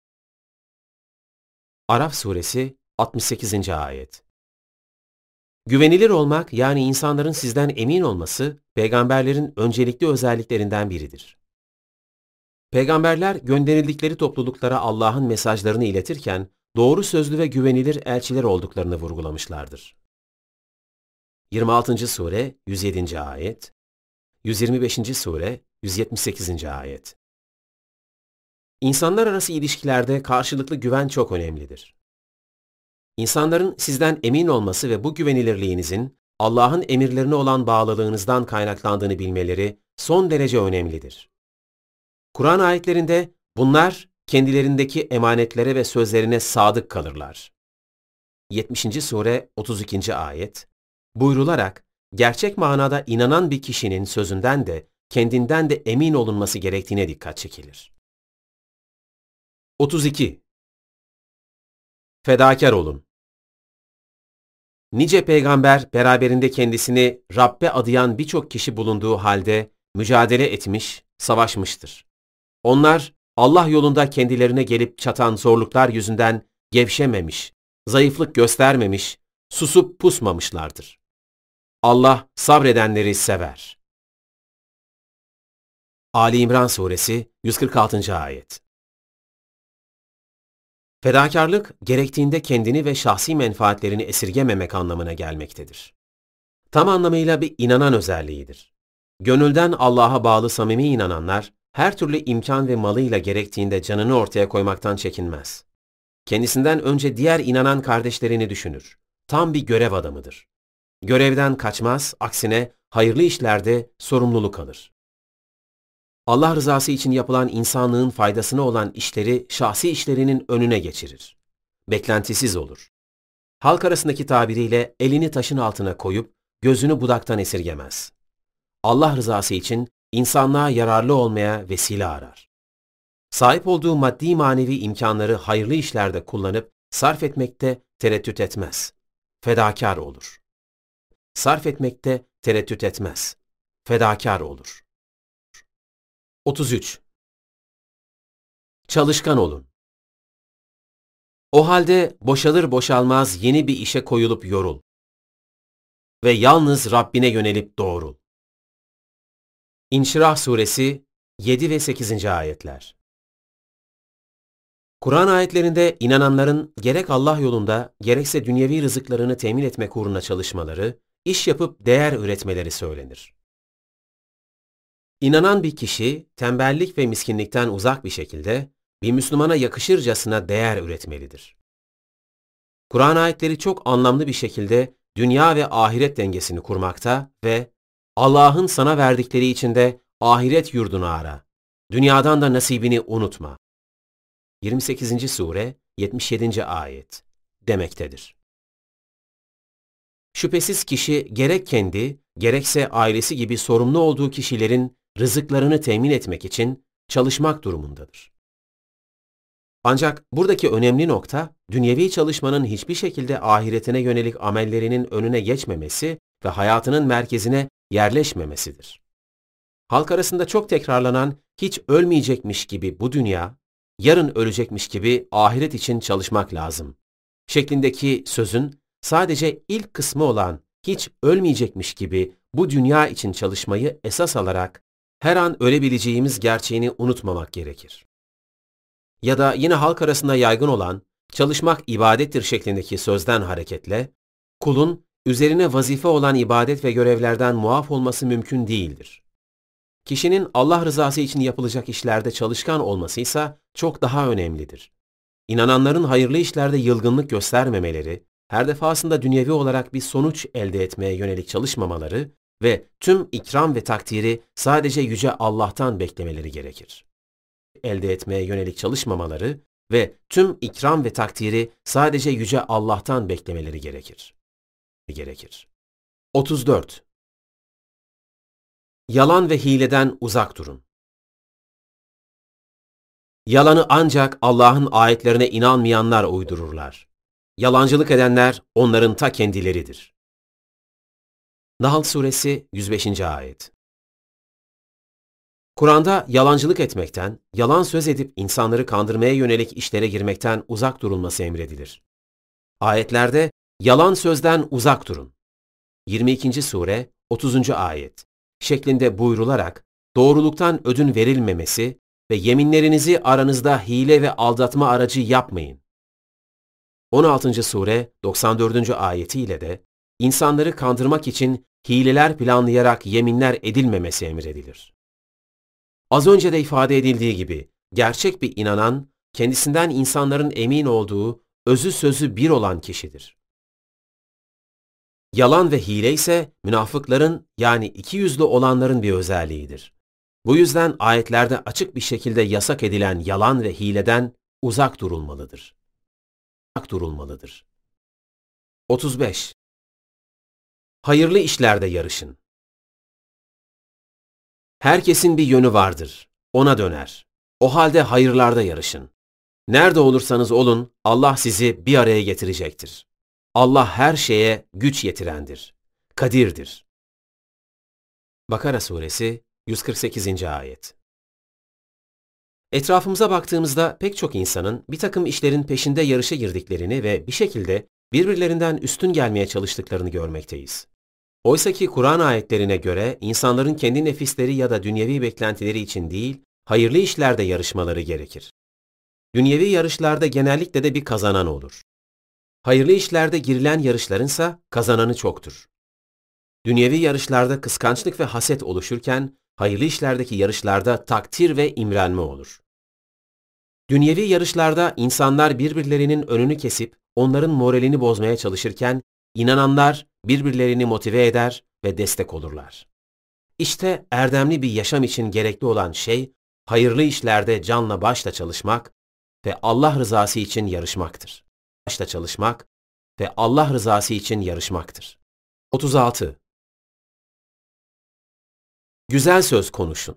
Araf Suresi altmış sekizinci ayet. Güvenilir olmak yani insanların sizden emin olması peygamberlerin öncelikli özelliklerinden biridir. Peygamberler gönderildikleri topluluklara Allah'ın mesajlarını iletirken doğru sözlü ve güvenilir elçiler olduklarını vurgulamışlardır. yirmi altıncı sure yüz yedinci ayet, yüz yirmi beşinci sure yüz yetmiş sekizinci ayet. İnsanlar arası ilişkilerde karşılıklı güven çok önemlidir. İnsanların sizden emin olması ve bu güvenilirliğinizin Allah'ın emirlerine olan bağlılığınızdan kaynaklandığını bilmeleri son derece önemlidir. Kur'an ayetlerinde bunlar kendilerindeki emanetlere ve sözlerine sadık kalırlar. yetmişinci sure otuz ikinci ayet buyrularak gerçek manada inanan bir kişinin sözünden de kendinden de emin olunması gerektiğine dikkat çekilir. otuz iki. Fedakar olun. Nice peygamber beraberinde kendisini Rabbe adayan birçok kişi bulunduğu halde mücadele etmiş, savaşmıştır. Onlar Allah yolunda kendilerine gelip çatan zorluklar yüzünden gevşememiş, zayıflık göstermemiş, susup pusmamışlardır. Allah sabredenleri sever. Ali İmran Suresi yüz kırk altıncı ayet. Fedakarlık, gerektiğinde kendini ve şahsi menfaatlerini esirgememek anlamına gelmektedir. Tam anlamıyla bir inanan özelliğidir. Gönülden Allah'a bağlı samimi inananlar, her türlü imkan ve malıyla gerektiğinde canını ortaya koymaktan çekinmez. Kendisinden önce diğer inanan kardeşlerini düşünür. Tam bir görev adamıdır. Görevden kaçmaz, aksine hayırlı işlerde sorumluluk alır. Allah rızası için yapılan insanlığın faydasına olan işleri şahsi işlerinin önüne geçirir. Beklentisiz olur. Halk arasındaki tabiriyle elini taşın altına koyup gözünü budaktan esirgemez. Allah rızası için insanlığa yararlı olmaya vesile arar. Sahip olduğu maddi manevi imkanları hayırlı işlerde kullanıp sarf etmekte tereddüt etmez. Fedakar olur. Sarf etmekte tereddüt etmez. Fedakar olur. otuz üç. Çalışkan olun. O halde boşalır boşalmaz yeni bir işe koyulup yorul. Ve yalnız Rabbine yönelip doğrul. İnşirah Suresi yedi ve sekizinci ayetler. Kur'an ayetlerinde inananların gerek Allah yolunda gerekse dünyevi rızıklarını temin etmek uğruna çalışmaları, iş yapıp değer üretmeleri söylenir. İnanan bir kişi, tembellik ve miskinlikten uzak bir şekilde, bir Müslümana yakışırcasına değer üretmelidir. Kur'an ayetleri çok anlamlı bir şekilde dünya ve ahiret dengesini kurmakta ve Allah'ın sana verdikleri içinde ahiret yurdunu ara, dünyadan da nasibini unutma. yirmi sekizinci sure yetmiş yedinci ayet demektedir. Şüphesiz kişi gerek kendi, gerekse ailesi gibi sorumlu olduğu kişilerin rızıklarını temin etmek için çalışmak durumundadır. Ancak buradaki önemli nokta, dünyevi çalışmanın hiçbir şekilde ahiretine yönelik amellerinin önüne geçmemesi ve hayatının merkezine yerleşmemesidir. Halk arasında çok tekrarlanan, hiç ölmeyecekmiş gibi bu dünya, yarın ölecekmiş gibi ahiret için çalışmak lazım şeklindeki sözün sadece ilk kısmı olan hiç ölmeyecekmiş gibi bu dünya için çalışmayı esas alarak her an ölebileceğimiz gerçeğini unutmamak gerekir. Ya da yine halk arasında yaygın olan çalışmak ibadettir şeklindeki sözden hareketle kulun üzerine vazife olan ibadet ve görevlerden muaf olması mümkün değildir. Kişinin Allah rızası için yapılacak işlerde çalışkan olması ise çok daha önemlidir. İnananların hayırlı işlerde yılgınlık göstermemeleri, her defasında dünyevi olarak bir sonuç elde etmeye yönelik çalışmamaları ve tüm ikram ve takdiri sadece Yüce Allah'tan beklemeleri gerekir. Elde etmeye yönelik çalışmamaları ve tüm ikram ve takdiri sadece Yüce Allah'tan beklemeleri gerekir. Gerekir. otuz dört. Yalan ve hileden uzak durun. Yalanı ancak Allah'ın ayetlerine inanmayanlar uydururlar. Yalancılık edenler onların ta kendileridir. Nahl Suresi yüz beşinci ayet. Kur'an'da yalancılık etmekten, yalan söz edip insanları kandırmaya yönelik işlere girmekten uzak durulması emredilir. Ayetlerde yalan sözden uzak durun. yirmi ikinci sure otuzuncu ayet. şeklinde buyrularak doğruluktan ödün verilmemesi ve yeminlerinizi aranızda hile ve aldatma aracı yapmayın. on altıncı sure doksan dördüncü ayetiyle de insanları kandırmak için hileler planlayarak yeminler edilmemesi emredilir. Az önce de ifade edildiği gibi gerçek bir inanan, kendisinden insanların emin olduğu, özü sözü bir olan kişidir. Yalan ve hile ise münafıkların yani ikiyüzlü olanların bir özelliğidir. Bu yüzden ayetlerde açık bir şekilde yasak edilen yalan ve hileden uzak durulmalıdır. Uzak durulmalıdır. otuz beş. Hayırlı işlerde yarışın. Herkesin bir yönü vardır. Ona döner. O halde hayırlarda yarışın. Nerede olursanız olun, Allah sizi bir araya getirecektir. Allah her şeye güç yetirendir. Kadirdir. Bakara suresi yüz kırk sekizinci ayet. Etrafımıza baktığımızda pek çok insanın bir takım işlerin peşinde yarışa girdiklerini ve bir şekilde birbirlerinden üstün gelmeye çalıştıklarını görmekteyiz. Oysa ki Kur'an ayetlerine göre insanların kendi nefisleri ya da dünyevi beklentileri için değil, hayırlı işlerde yarışmaları gerekir. Dünyevi yarışlarda genellikle de bir kazanan olur. Hayırlı işlerde girilen yarışlarınsa kazananı çoktur. Dünyevi yarışlarda kıskançlık ve haset oluşurken, hayırlı işlerdeki yarışlarda takdir ve imrenme olur. Dünyevi yarışlarda insanlar birbirlerinin önünü kesip onların moralini bozmaya çalışırken, inananlar birbirlerini motive eder ve destek olurlar. İşte erdemli bir yaşam için gerekli olan şey, hayırlı işlerde canla başla çalışmak ve Allah rızası için yarışmaktır. Başla çalışmak ve Allah rızası için yarışmaktır. otuz altı. Güzel söz konuşun.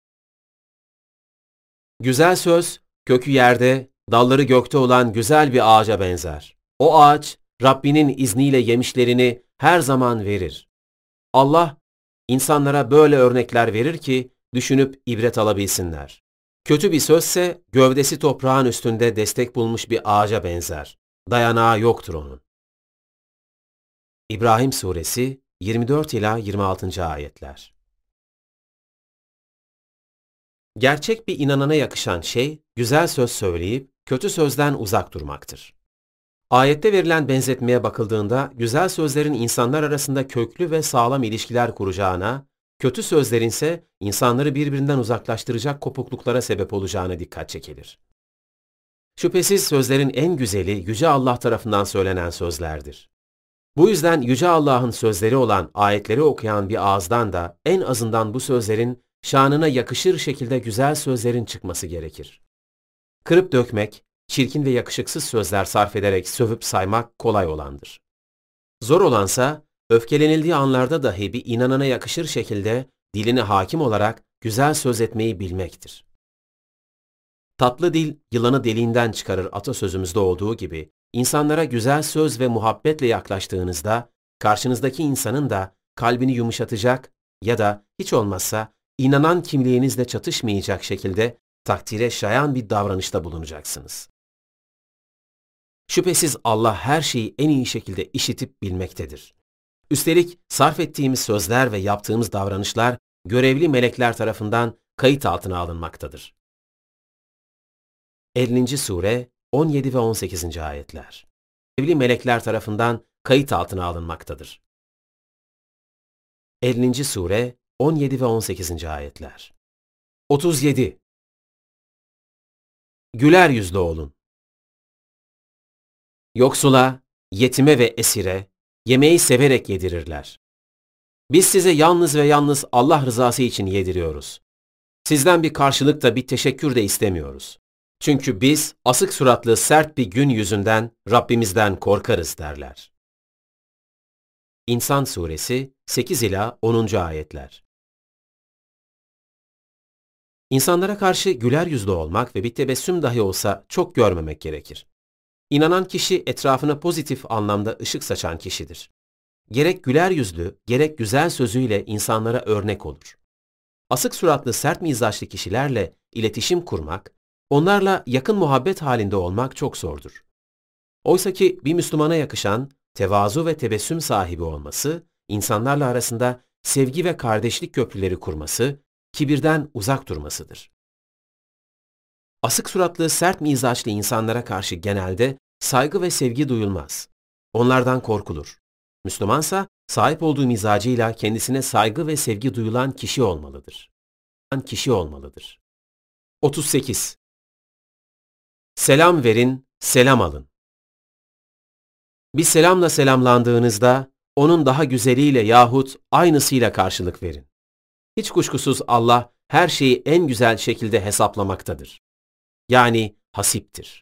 Güzel söz, kökü yerde, dalları gökte olan güzel bir ağaca benzer. O ağaç, Rabbinin izniyle yemişlerini her zaman verir. Allah, insanlara böyle örnekler verir ki, düşünüp ibret alabilsinler. Kötü bir sözse, gövdesi toprağın üstünde destek bulmuş bir ağaca benzer. Dayanağı yoktur onun. İbrahim suresi yirmi dört ila yirmi altıncı ayetler. Gerçek bir inanana yakışan şey, güzel söz söyleyip kötü sözden uzak durmaktır. Ayette verilen benzetmeye bakıldığında, güzel sözlerin insanlar arasında köklü ve sağlam ilişkiler kuracağına, kötü sözlerin ise insanları birbirinden uzaklaştıracak kopukluklara sebep olacağına dikkat çekilir. Şüphesiz sözlerin en güzeli Yüce Allah tarafından söylenen sözlerdir. Bu yüzden Yüce Allah'ın sözleri olan ayetleri okuyan bir ağızdan da en azından bu sözlerin şanına yakışır şekilde güzel sözlerin çıkması gerekir. Kırıp dökmek, çirkin ve yakışıksız sözler sarf ederek sövüp saymak kolay olandır. Zor olansa, öfkelenildiği anlarda dahi bir inanana yakışır şekilde diline hakim olarak güzel söz etmeyi bilmektir. Tatlı dil, yılanı deliğinden çıkarır atasözümüzde olduğu gibi, insanlara güzel söz ve muhabbetle yaklaştığınızda, karşınızdaki insanın da kalbini yumuşatacak ya da hiç olmazsa inanan kimliğinizle çatışmayacak şekilde takdire şayan bir davranışta bulunacaksınız. Şüphesiz Allah her şeyi en iyi şekilde işitip bilmektedir. Üstelik sarf ettiğimiz sözler ve yaptığımız davranışlar görevli melekler tarafından kayıt altına alınmaktadır. ellinci sure on yedi ve on sekizinci ayetler. Görevli melekler tarafından kayıt altına alınmaktadır. ellinci sure on yedi ve on sekizinci ayetler. otuz yedi. Güler yüzlü olun. Yoksula, yetime ve esire, yemeği severek yedirirler. Biz size yalnız ve yalnız Allah rızası için yediriyoruz. Sizden bir karşılık da bir teşekkür de istemiyoruz. Çünkü biz asık suratlı sert bir gün yüzünden Rabbimizden korkarız derler. İnsan suresi sekiz ila onuncu ayetler. İnsanlara karşı güler yüzlü olmak ve bir tebessüm dahi olsa çok görmemek gerekir. İnanan kişi etrafına pozitif anlamda ışık saçan kişidir. Gerek güler yüzlü, gerek güzel sözüyle insanlara örnek olur. Asık suratlı sert mizaçlı kişilerle iletişim kurmak, onlarla yakın muhabbet halinde olmak çok zordur. Oysa ki bir Müslümana yakışan tevazu ve tebessüm sahibi olması, insanlarla arasında sevgi ve kardeşlik köprüleri kurması, kibirden uzak durmasıdır. Asık suratlı, sert mizaçlı insanlara karşı genelde saygı ve sevgi duyulmaz. Onlardan korkulur. Müslümansa sahip olduğu mizacıyla kendisine saygı ve sevgi duyulan kişi olmalıdır. Kişi olmalıdır. otuz sekiz. Selam verin, selam alın. Bir selamla selamlandığınızda onun daha güzeliyle yahut aynısıyla karşılık verin. Hiç kuşkusuz Allah her şeyi en güzel şekilde hesaplamaktadır. Yani hasiptir.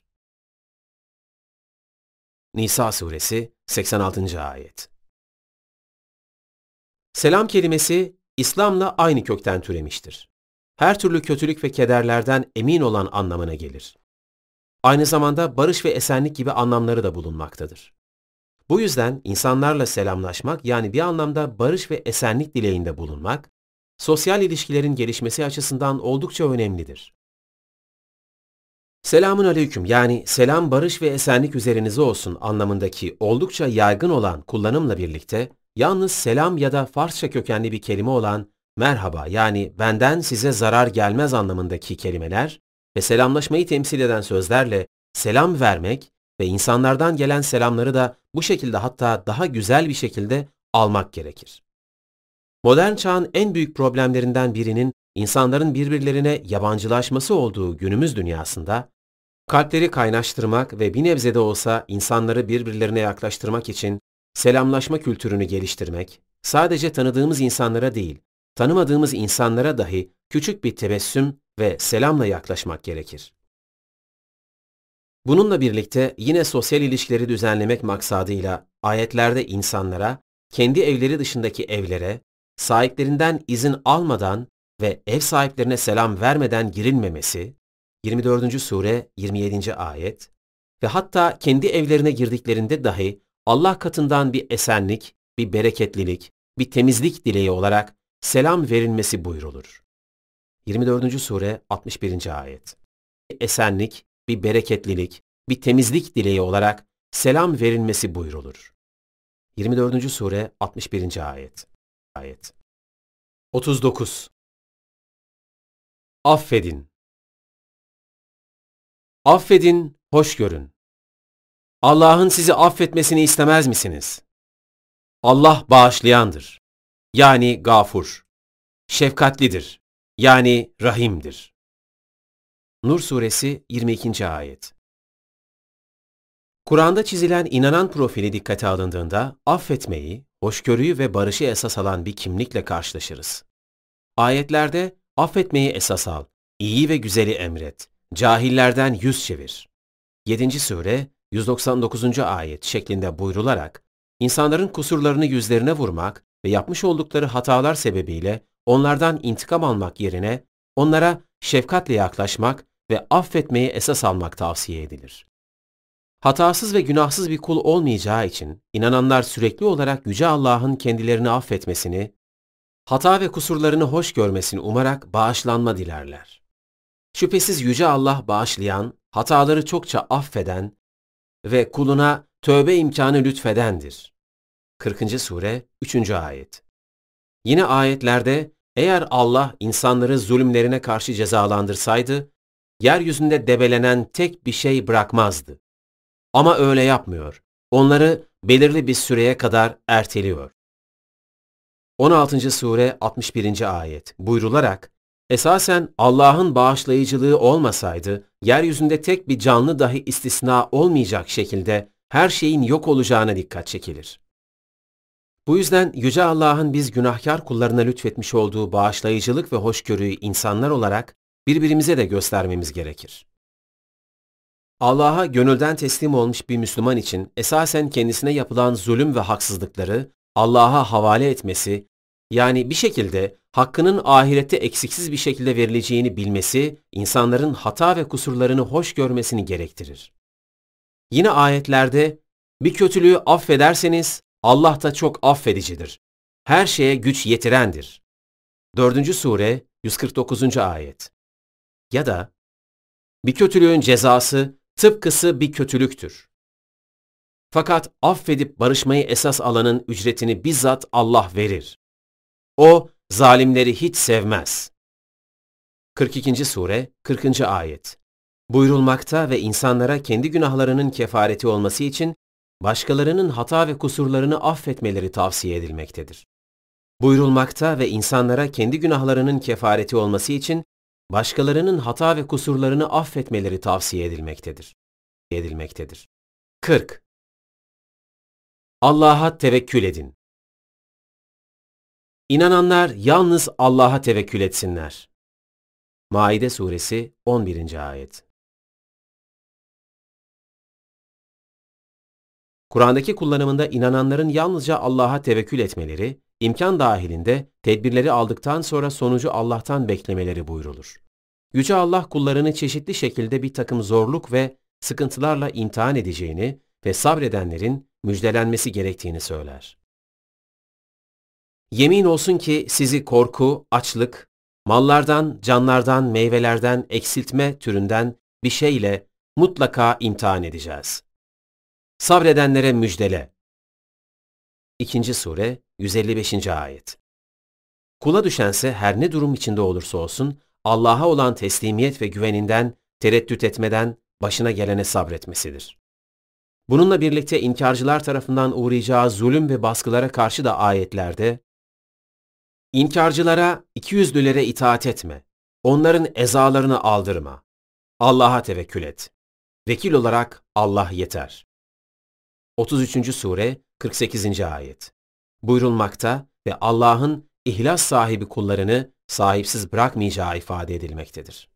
Nisa suresi seksen altıncı ayet. Selam kelimesi İslam'la aynı kökten türemiştir. Her türlü kötülük ve kederlerden emin olan anlamına gelir. Aynı zamanda barış ve esenlik gibi anlamları da bulunmaktadır. Bu yüzden insanlarla selamlaşmak, yani bir anlamda barış ve esenlik dileğinde bulunmak, sosyal ilişkilerin gelişmesi açısından oldukça önemlidir. Selamun aleyküm, yani selam, barış ve esenlik üzerinize olsun anlamındaki oldukça yaygın olan kullanımla birlikte, yalnız selam ya da Farsça kökenli bir kelime olan merhaba, yani benden size zarar gelmez anlamındaki kelimeler ve selamlaşmayı temsil eden sözlerle selam vermek ve insanlardan gelen selamları da bu şekilde, hatta daha güzel bir şekilde almak gerekir. Modern çağın en büyük problemlerinden birinin insanların birbirlerine yabancılaşması olduğu günümüz dünyasında, kalpleri kaynaştırmak ve bir nebze de olsa insanları birbirlerine yaklaştırmak için selamlaşma kültürünü geliştirmek, sadece tanıdığımız insanlara değil, tanımadığımız insanlara dahi küçük bir tebessüm ve selamla yaklaşmak gerekir. Bununla birlikte yine sosyal ilişkileri düzenlemek maksadıyla ayetlerde insanlara, kendi evleri dışındaki evlere, sahiplerinden izin almadan ve ev sahiplerine selam vermeden girilmemesi, yirmi dördüncü sure yirmi yedinci ayet ve hatta kendi evlerine girdiklerinde dahi Allah katından bir esenlik, bir bereketlilik, bir temizlik dileği olarak selam verilmesi buyrulur. yirmi dördüncü sure altmış birinci ayet. Esenlik, bir bereketlilik, bir temizlik dileği olarak selam verilmesi buyrulur. yirmi dördüncü sure altmış birinci ayet. Ayet. otuz dokuz. Affedin. Affedin, hoş görün. Allah'ın sizi affetmesini istemez misiniz? Allah bağışlayandır. Yani gafur. Şefkatlidir. Yani rahimdir. Nur suresi yirmi ikinci ayet. Kur'an'da çizilen inanan profili dikkate alındığında affetmeyi, hoşgörüyü ve barışı esas alan bir kimlikle karşılaşırız. Ayetlerde affetmeyi esas al, iyi ve güzeli emret, cahillerden yüz çevir. yedinci sure yüz doksan dokuzuncu ayet şeklinde buyrularak, insanların kusurlarını yüzlerine vurmak ve yapmış oldukları hatalar sebebiyle onlardan intikam almak yerine onlara şefkatle yaklaşmak ve affetmeyi esas almak tavsiye edilir. Hatasız ve günahsız bir kul olmayacağı için inananlar sürekli olarak Yüce Allah'ın kendilerini affetmesini, hata ve kusurlarını hoş görmesini umarak bağışlanma dilerler. Şüphesiz Yüce Allah bağışlayan, hataları çokça affeden ve kuluna tövbe imkanı lütfedendir. kırkıncı sure üçüncü ayet. Yine ayetlerde eğer Allah insanları zulümlerine karşı cezalandırsaydı, yeryüzünde debelenen tek bir şey bırakmazdı. Ama öyle yapmıyor. Onları belirli bir süreye kadar erteliyor. on altıncı sure altmış birinci ayet buyrularak, esasen Allah'ın bağışlayıcılığı olmasaydı, yeryüzünde tek bir canlı dahi istisna olmayacak şekilde her şeyin yok olacağına dikkat çekilir. Bu yüzden Yüce Allah'ın biz günahkar kullarına lütfetmiş olduğu bağışlayıcılık ve hoşgörüyü insanlar olarak birbirimize de göstermemiz gerekir. Allah'a gönülden teslim olmuş bir Müslüman için esasen kendisine yapılan zulüm ve haksızlıkları Allah'a havale etmesi, yani bir şekilde hakkının ahirette eksiksiz bir şekilde verileceğini bilmesi, insanların hata ve kusurlarını hoş görmesini gerektirir. Yine ayetlerde, bir kötülüğü affederseniz Allah da çok affedicidir. Her şeye güç yetirendir. dördüncü sure yüz kırk dokuzuncu ayet. Ya da, bir kötülüğün cezası tıpkısı bir kötülüktür. Fakat affedip barışmayı esas alanın ücretini bizzat Allah verir. O, zalimleri hiç sevmez. kırk ikinci sure, kırkıncı ayet. Buyurulmakta ve insanlara kendi günahlarının kefareti olması için başkalarının hata ve kusurlarını affetmeleri tavsiye edilmektedir. Buyurulmakta ve insanlara kendi günahlarının kefareti olması için başkalarının hata ve kusurlarını affetmeleri tavsiye edilmektedir. edilmektedir. kırk. Allah'a tevekkül edin. İnananlar yalnız Allah'a tevekkül etsinler. Maide suresi on birinci ayet. Kur'an'daki kullanımında inananların yalnızca Allah'a tevekkül etmeleri, imkan dahilinde tedbirleri aldıktan sonra sonucu Allah'tan beklemeleri buyrulur. Yüce Allah kullarını çeşitli şekilde bir takım zorluk ve sıkıntılarla imtihan edeceğini ve sabredenlerin müjdelenmesi gerektiğini söyler. Yemin olsun ki sizi korku, açlık, mallardan, canlardan, meyvelerden, eksiltme türünden bir şeyle mutlaka imtihan edeceğiz. Sabredenlere müjdele. İkinci sure, yüz elli beşinci ayet. Kula düşense her ne durum içinde olursa olsun, Allah'a olan teslimiyet ve güveninden, tereddüt etmeden başına gelene sabretmesidir. Bununla birlikte inkarcılar tarafından uğrayacağı zulüm ve baskılara karşı da ayetlerde, İnkarcılara, ikiyüzlülere itaat etme, onların ezalarını aldırma, Allah'a tevekkül et. Vekil olarak Allah yeter. otuz üçüncü sure, kırk sekizinci ayet. Buyurulmakta ve Allah'ın ihlas sahibi kullarını sahipsiz bırakmayacağı ifade edilmektedir.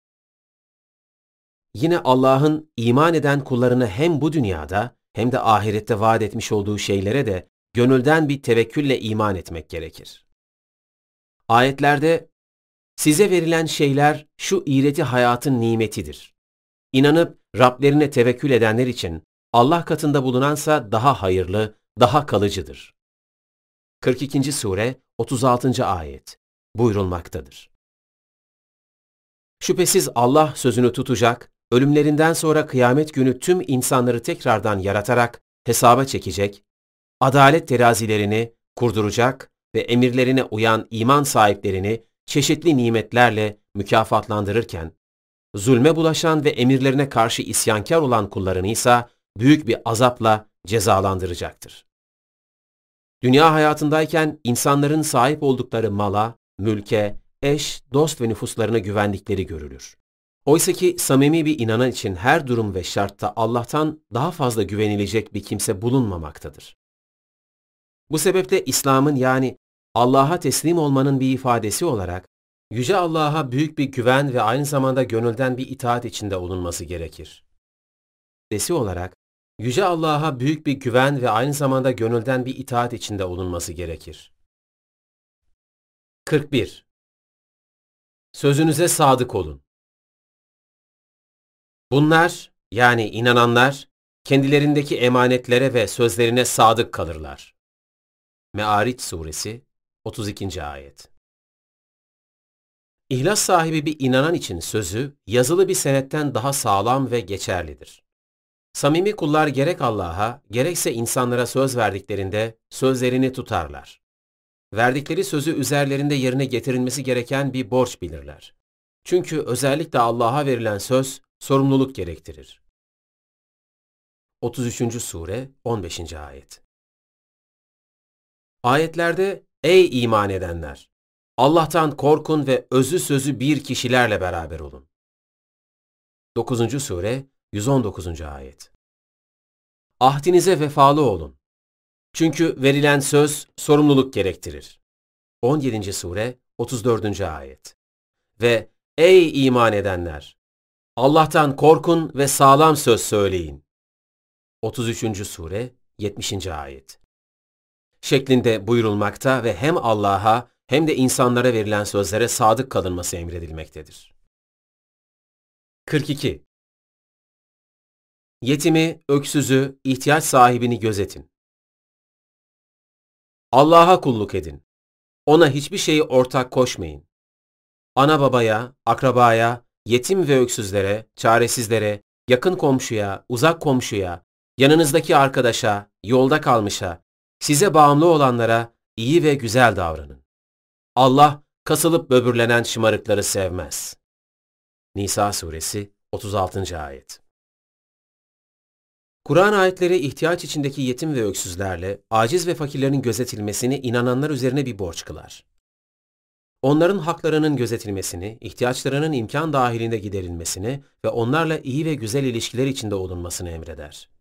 Yine Allah'ın iman eden kullarını hem bu dünyada hem de ahirette vaat etmiş olduğu şeylere de gönülden bir tevekkülle iman etmek gerekir. Ayetlerde, size verilen şeyler şu iğreti hayatın nimetidir. İnanıp Rablerine tevekkül edenler için Allah katında bulunansa daha hayırlı, daha kalıcıdır. kırk ikinci sure, otuz altıncı ayet buyurulmaktadır. Şüphesiz Allah sözünü tutacak, ölümlerinden sonra kıyamet günü tüm insanları tekrardan yaratarak hesaba çekecek, adalet terazilerini kurduracak ve emirlerine uyan iman sahiplerini çeşitli nimetlerle mükafatlandırırken, zulme bulaşan ve emirlerine karşı isyankar olan kullarını ise büyük bir azapla cezalandıracaktır. Dünya hayatındayken insanların sahip oldukları mala, mülke, eş, dost ve nüfuslarına güvendikleri görülür. Oysa ki samimi bir inanan için her durum ve şartta Allah'tan daha fazla güvenilecek bir kimse bulunmamaktadır. Bu sebeple İslam'ın yani Allah'a teslim olmanın bir ifadesi olarak Yüce Allah'a büyük bir güven ve aynı zamanda gönülden bir itaat içinde olunması gerekir. Desi olarak Yüce Allah'a büyük bir güven ve aynı zamanda gönülden bir itaat içinde olunması gerekir. kırk bir. Sözünüze sadık olun. Bunlar, yani inananlar, kendilerindeki emanetlere ve sözlerine sadık kalırlar. Me'ariç suresi, otuz ikinci ayet. İhlas sahibi bir inanan için sözü, yazılı bir senetten daha sağlam ve geçerlidir. Samimi kullar gerek Allah'a, gerekse insanlara söz verdiklerinde sözlerini tutarlar. Verdikleri sözü üzerlerinde yerine getirilmesi gereken bir borç bilirler. Çünkü özellikle Allah'a verilen söz, sorumluluk gerektirir. otuz üçüncü sure, on beşinci ayet. Ayetlerde, ey iman edenler! Allah'tan korkun ve özü sözü bir kişilerle beraber olun. dokuzuncu sure, yüz on dokuzuncu ayet. Ahdinize vefalı olun. Çünkü verilen söz sorumluluk gerektirir. on yedinci sure, otuz dördüncü ayet. Ve ey iman edenler! Allah'tan korkun ve sağlam söz söyleyin. otuz üçüncü sure, yetmişinci ayet. Şeklinde buyurulmakta ve hem Allah'a hem de insanlara verilen sözlere sadık kalınması emredilmektedir. kırk iki. Yetimi, öksüzü, ihtiyaç sahibini gözetin. Allah'a kulluk edin. Ona hiçbir şeyi ortak koşmayın. Ana babaya, akrabaya, yetim ve öksüzlere, çaresizlere, yakın komşuya, uzak komşuya, yanınızdaki arkadaşa, yolda kalmışa, size bağımlı olanlara iyi ve güzel davranın. Allah kasılıp böbürlenen şımarıkları sevmez. Nisa suresi otuz altıncı ayet. Kur'an ayetleri ihtiyaç içindeki yetim ve öksüzlerle aciz ve fakirlerin gözetilmesini inananlar üzerine bir borç kılar. Onların haklarının gözetilmesini, ihtiyaçlarının imkan dahilinde giderilmesini ve onlarla iyi ve güzel ilişkiler içinde olunmasını emreder.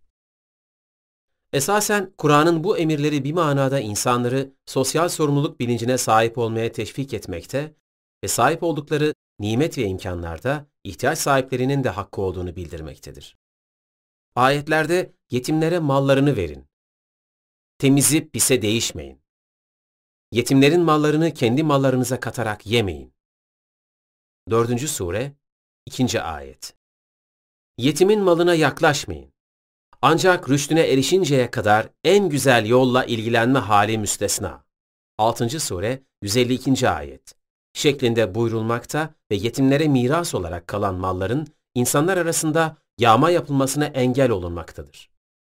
Esasen Kur'an'ın bu emirleri bir manada insanları sosyal sorumluluk bilincine sahip olmaya teşvik etmekte ve sahip oldukları nimet ve imkanlarda ihtiyaç sahiplerinin de hakkı olduğunu bildirmektedir. Ayetlerde yetimlere mallarını verin. Temizi pise değişmeyin. Yetimlerin mallarını kendi mallarınıza katarak yemeyin. Dördüncü sure, ikinci ayet. Yetimin malına yaklaşmayın. Ancak rüştüne erişinceye kadar en güzel yolla ilgilenme hali müstesna. altıncı sure, yüz elli ikinci ayet. Şeklinde buyurulmakta ve yetimlere miras olarak kalan malların insanlar arasında yağma yapılmasına engel olunmaktadır.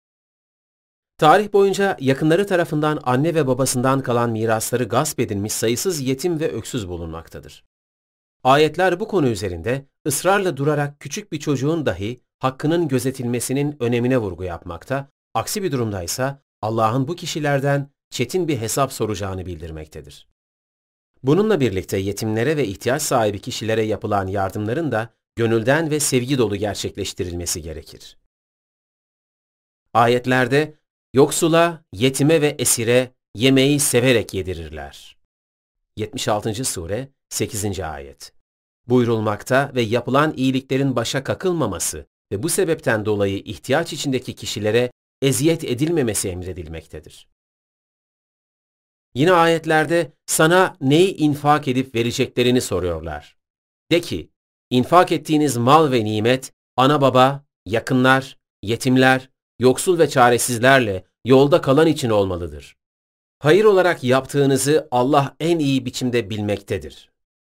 Tarih boyunca yakınları tarafından anne ve babasından kalan mirasları gasp edilmiş sayısız yetim ve öksüz bulunmaktadır. Ayetler bu konu üzerinde ısrarla durarak küçük bir çocuğun dahi hakkının gözetilmesinin önemine vurgu yapmakta, aksi bir durumdaysa Allah'ın bu kişilerden çetin bir hesap soracağını bildirmektedir. Bununla birlikte yetimlere ve ihtiyaç sahibi kişilere yapılan yardımların da gönülden ve sevgi dolu gerçekleştirilmesi gerekir. Ayetlerde yoksula, yetime ve esire yemeği severek yedirirler. yetmiş altıncı sure, sekizinci ayet. Buyurulmakta ve yapılan iyiliklerin başa kakılmaması ve bu sebepten dolayı ihtiyaç içindeki kişilere eziyet edilmemesi emredilmektedir. Yine ayetlerde sana neyi infak edip vereceklerini soruyorlar. De ki, infak ettiğiniz mal ve nimet, ana baba, yakınlar, yetimler, yoksul ve çaresizlerle yolda kalan için olmalıdır. Hayır olarak yaptığınızı Allah en iyi biçimde bilmektedir.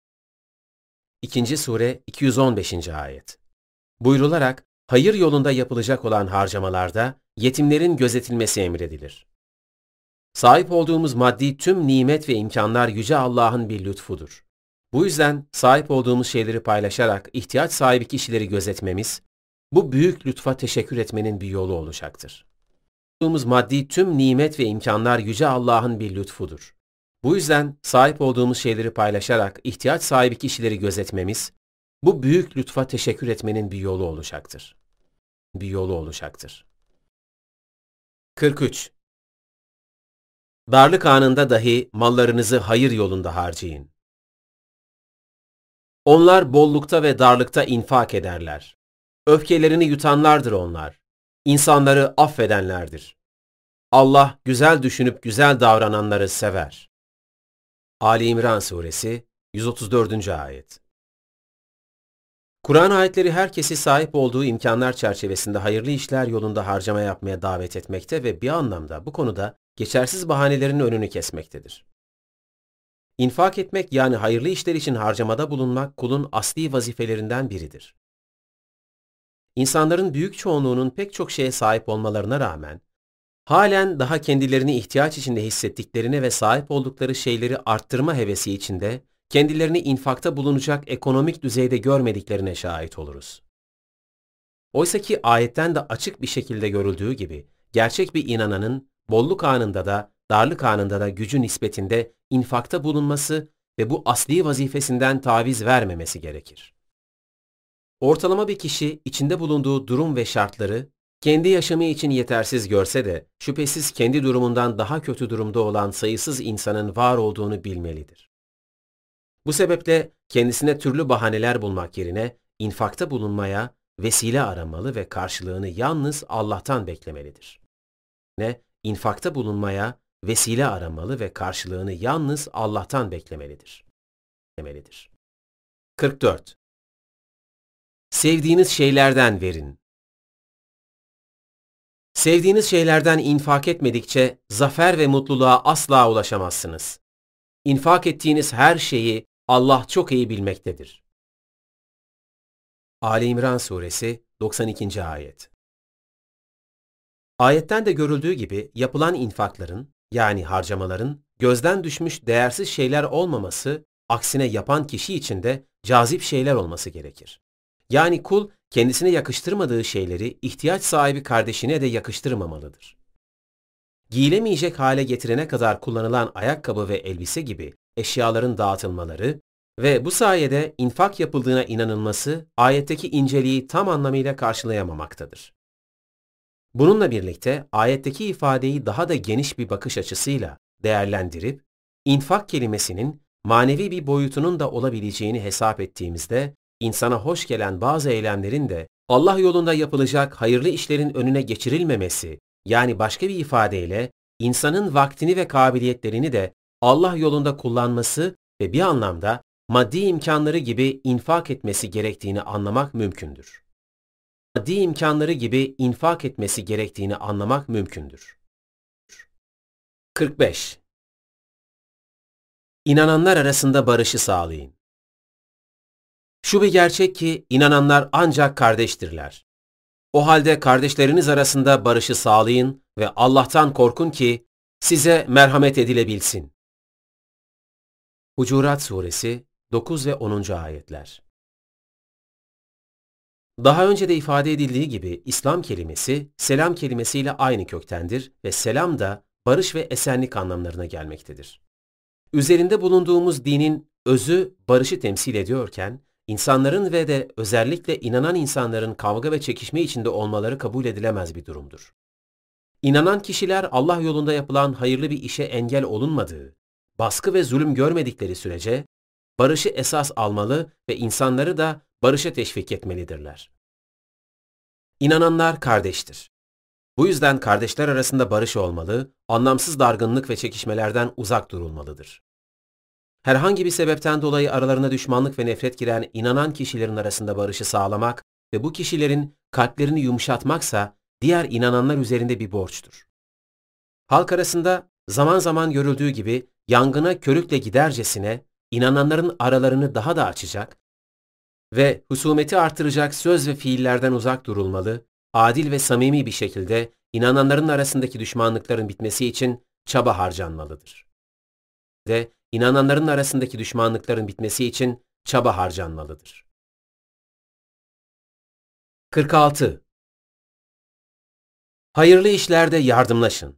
İkinci sure, iki yüz on beşinci ayet. Buyrularak, hayır yolunda yapılacak olan harcamalarda yetimlerin gözetilmesi emredilir. Sahip olduğumuz maddi tüm nimet ve imkanlar Yüce Allah'ın bir lütfudur. Bu yüzden sahip olduğumuz şeyleri paylaşarak ihtiyaç sahibi kişileri gözetmemiz, bu büyük lütfa teşekkür etmenin bir yolu olacaktır. Olduğumuz maddi tüm nimet ve imkanlar Yüce Allah'ın bir lütfudur. Bu yüzden sahip olduğumuz şeyleri paylaşarak ihtiyaç sahibi kişileri gözetmemiz, bu büyük lütfa teşekkür etmenin bir yolu olacaktır. Bir yolu olacaktır. kırk üç. Darlık anında dahi mallarınızı hayır yolunda harcayın. Onlar bollukta ve darlıkta infak ederler. Öfkelerini yutanlardır onlar. İnsanları affedenlerdir. Allah güzel düşünüp güzel davrananları sever. Ali İmran suresi yüz otuz dördüncü ayet. Kur'an ayetleri herkesi sahip olduğu imkanlar çerçevesinde hayırlı işler yolunda harcama yapmaya davet etmekte ve bir anlamda bu konuda geçersiz bahanelerin önünü kesmektedir. İnfak etmek yani hayırlı işler için harcamada bulunmak kulun asli vazifelerinden biridir. İnsanların büyük çoğunluğunun pek çok şeye sahip olmalarına rağmen, halen daha kendilerini ihtiyaç içinde hissettiklerine ve sahip oldukları şeyleri arttırma hevesi içinde, kendilerini infakta bulunacak ekonomik düzeyde görmediklerine şahit oluruz. Oysa ki ayetten de açık bir şekilde görüldüğü gibi, gerçek bir inananın bolluk anında da, darlık anında da gücü nispetinde infakta bulunması ve bu asli vazifesinden taviz vermemesi gerekir. Ortalama bir kişi içinde bulunduğu durum ve şartları kendi yaşamı için yetersiz görse de şüphesiz kendi durumundan daha kötü durumda olan sayısız insanın var olduğunu bilmelidir. Bu sebeple kendisine türlü bahaneler bulmak yerine infakta bulunmaya vesile aramalı ve karşılığını yalnız Allah'tan beklemelidir. Ne? İnfakta bulunmaya vesile aramalı ve karşılığını yalnız Allah'tan beklemelidir. Beklemelidir. kırk dört. Sevdiğiniz şeylerden verin. Sevdiğiniz şeylerden infak etmedikçe zafer ve mutluluğa asla ulaşamazsınız. İnfak ettiğiniz her şeyi Allah çok iyi bilmektedir. Ali İmran suresi doksan ikinci ayet. Ayetten de görüldüğü gibi yapılan infakların yani harcamaların gözden düşmüş değersiz şeyler olmaması, aksine yapan kişi için de cazip şeyler olması gerekir. Yani kul kendisine yakıştırmadığı şeyleri ihtiyaç sahibi kardeşine de yakıştırmamalıdır. Giyilemeyecek hale getirene kadar kullanılan ayakkabı ve elbise gibi eşyaların dağıtılmaları ve bu sayede infak yapıldığına inanılması ayetteki inceliği tam anlamıyla karşılayamamaktadır. Bununla birlikte ayetteki ifadeyi daha da geniş bir bakış açısıyla değerlendirip, infak kelimesinin manevi bir boyutunun da olabileceğini hesap ettiğimizde, insana hoş gelen bazı eylemlerin de Allah yolunda yapılacak hayırlı işlerin önüne geçirilmemesi, yani başka bir ifadeyle insanın vaktini ve kabiliyetlerini de Allah yolunda kullanması ve bir anlamda maddi imkanları gibi infak etmesi gerektiğini anlamak mümkündür. Maddi imkanları gibi infak etmesi gerektiğini anlamak mümkündür. kırk beş. İnananlar arasında barışı sağlayın. Şu bir gerçek ki inananlar ancak kardeştirler. O halde kardeşleriniz arasında barışı sağlayın ve Allah'tan korkun ki size merhamet edilebilsin. Hucurat Suresi dokuz ve onuncu ayetler. Daha önce de ifade edildiği gibi İslam kelimesi selam kelimesiyle aynı köktendir ve selam da barış ve esenlik anlamlarına gelmektedir. Üzerinde bulunduğumuz dinin özü barışı temsil ediyorken, insanların ve de özellikle inanan insanların kavga ve çekişme içinde olmaları kabul edilemez bir durumdur. İnanan kişiler Allah yolunda yapılan hayırlı bir işe engel olunmadığı, baskı ve zulüm görmedikleri sürece barışı esas almalı ve insanları da barışa teşvik etmelidirler. İnananlar kardeştir. Bu yüzden kardeşler arasında barış olmalı, anlamsız dargınlık ve çekişmelerden uzak durulmalıdır. Herhangi bir sebepten dolayı aralarına düşmanlık ve nefret giren inanan kişilerin arasında barışı sağlamak ve bu kişilerin kalplerini yumuşatmaksa diğer inananlar üzerinde bir borçtur. Halk arasında zaman zaman görüldüğü gibi yangına körükle gidercesine inananların aralarını daha da açacak ve husumeti artıracak söz ve fiillerden uzak durulmalı, adil ve samimi bir şekilde inananların arasındaki düşmanlıkların bitmesi için çaba harcanmalıdır. Ve inananların arasındaki düşmanlıkların bitmesi için çaba harcanmalıdır. kırk altı. Hayırlı işlerde yardımlaşın.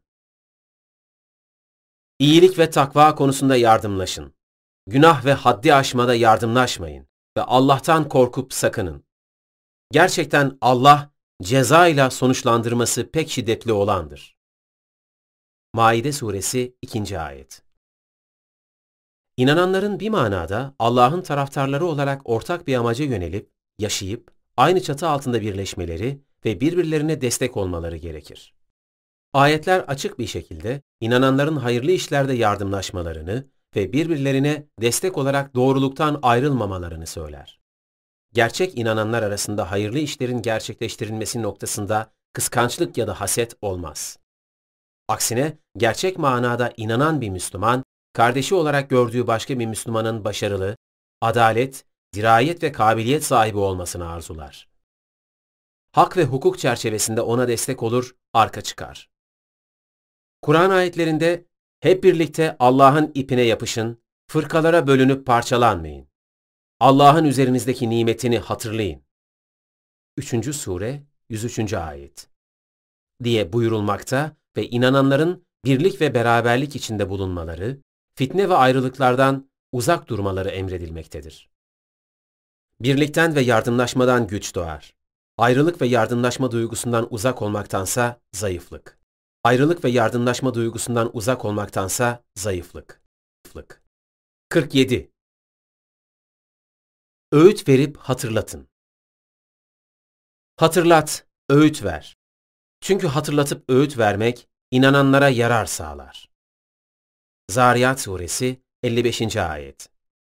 İyilik ve takva konusunda yardımlaşın. Günah ve haddi aşmada yardımlaşmayın ve Allah'tan korkup sakının. Gerçekten Allah cezayla sonuçlandırması pek şiddetli olandır. Maide Suresi ikinci ayet. İnananların bir manada Allah'ın taraftarları olarak ortak bir amaca yönelip, yaşayıp, aynı çatı altında birleşmeleri ve birbirlerine destek olmaları gerekir. Ayetler açık bir şekilde inananların hayırlı işlerde yardımlaşmalarını ve birbirlerine destek olarak doğruluktan ayrılmamalarını söyler. Gerçek inananlar arasında hayırlı işlerin gerçekleştirilmesi noktasında kıskançlık ya da haset olmaz. Aksine gerçek manada inanan bir Müslüman, kardeşi olarak gördüğü başka bir Müslümanın başarılı, adalet, dirayet ve kabiliyet sahibi olmasını arzular. Hak ve hukuk çerçevesinde ona destek olur, arka çıkar. Kur'an ayetlerinde hep birlikte Allah'ın ipine yapışın, fırkalara bölünüp parçalanmayın. Allah'ın üzerinizdeki nimetini hatırlayın. üçüncü Sure yüz üçüncü ayet diye buyurulmakta ve inananların birlik ve beraberlik içinde bulunmaları, fitne ve ayrılıklardan uzak durmaları emredilmektedir. Birlikten ve yardımlaşmadan güç doğar. Ayrılık ve yardımlaşma duygusundan uzak olmaktansa zayıflık. Ayrılık ve yardımlaşma duygusundan uzak olmaktansa zayıflık. kırk yedi. Öğüt verip hatırlatın. Hatırlat, öğüt ver. Çünkü hatırlatıp öğüt vermek inananlara yarar sağlar. Zariyat Suresi elli beşinci ayet.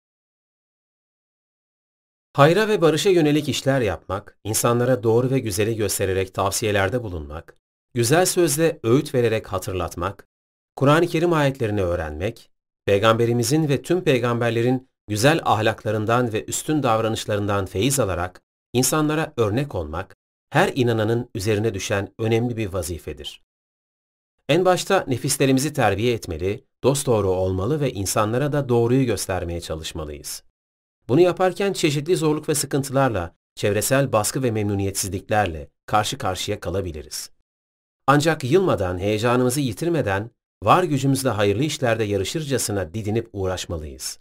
Hayra ve barışa yönelik işler yapmak, insanlara doğru ve güzeli göstererek tavsiyelerde bulunmak, güzel sözle öğüt vererek hatırlatmak, Kur'an-ı Kerim ayetlerini öğrenmek, Peygamberimizin ve tüm peygamberlerin güzel ahlaklarından ve üstün davranışlarından feyiz alarak insanlara örnek olmak, her inananın üzerine düşen önemli bir vazifedir. En başta nefislerimizi terbiye etmeli, dosdoğru olmalı ve insanlara da doğruyu göstermeye çalışmalıyız. Bunu yaparken çeşitli zorluk ve sıkıntılarla, çevresel baskı ve memnuniyetsizliklerle karşı karşıya kalabiliriz. Ancak yılmadan, heyecanımızı yitirmeden, var gücümüzle hayırlı işlerde yarışırcasına didinip uğraşmalıyız.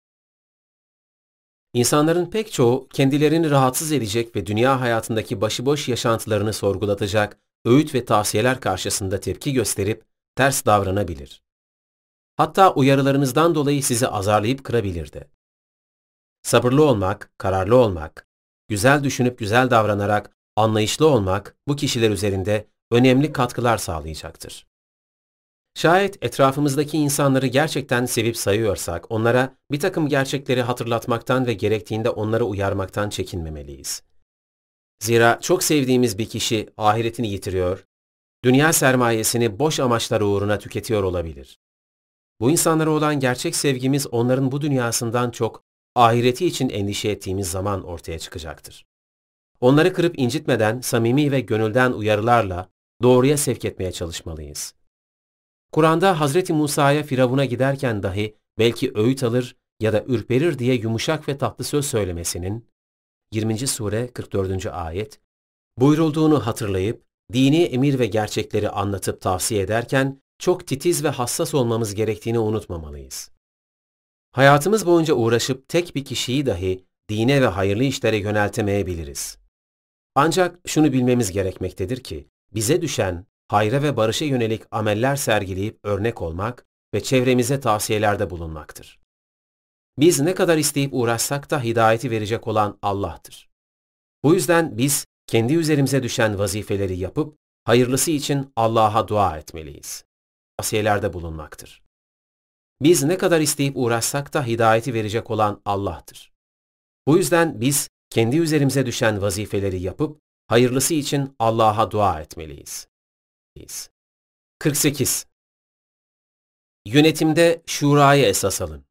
İnsanların pek çoğu kendilerini rahatsız edecek ve dünya hayatındaki başıboş yaşantılarını sorgulatacak öğüt ve tavsiyeler karşısında tepki gösterip ters davranabilir. Hatta uyarılarınızdan dolayı sizi azarlayıp kırabilir de. Sabırlı olmak, kararlı olmak, güzel düşünüp güzel davranarak anlayışlı olmak bu kişiler üzerinde önemli katkılar sağlayacaktır. Şayet etrafımızdaki insanları gerçekten sevip sayıyorsak, onlara bir takım gerçekleri hatırlatmaktan ve gerektiğinde onları uyarmaktan çekinmemeliyiz. Zira çok sevdiğimiz bir kişi ahiretini yitiriyor, dünya sermayesini boş amaçlar uğruna tüketiyor olabilir. Bu insanlara olan gerçek sevgimiz onların bu dünyasından çok ahireti için endişe ettiğimiz zaman ortaya çıkacaktır. Onları kırıp incitmeden samimi ve gönülden uyarılarla doğruya sevk etmeye çalışmalıyız. Kur'an'da Hazreti Musa'ya Firavun'a giderken dahi belki öğüt alır ya da ürperir diye yumuşak ve tatlı söz söylemesinin, yirminci sure kırk dördüncü ayet, buyurulduğunu hatırlayıp, dini emir ve gerçekleri anlatıp tavsiye ederken çok titiz ve hassas olmamız gerektiğini unutmamalıyız. Hayatımız boyunca uğraşıp tek bir kişiyi dahi dine ve hayırlı işlere yöneltemeyebiliriz. Ancak şunu bilmemiz gerekmektedir ki, bize düşen hayra ve barışa yönelik ameller sergileyip örnek olmak ve çevremize tavsiyelerde bulunmaktır. Biz ne kadar isteyip uğraşsak da hidayeti verecek olan Allah'tır. Bu yüzden biz kendi üzerimize düşen vazifeleri yapıp hayırlısı için Allah'a dua etmeliyiz. Tavsiyelerde bulunmaktır. Biz ne kadar isteyip uğraşsak da hidayeti verecek olan Allah'tır. Bu yüzden biz kendi üzerimize düşen vazifeleri yapıp hayırlısı için Allah'a dua etmeliyiz. kırk sekiz. Yönetimde şurayı esas alın.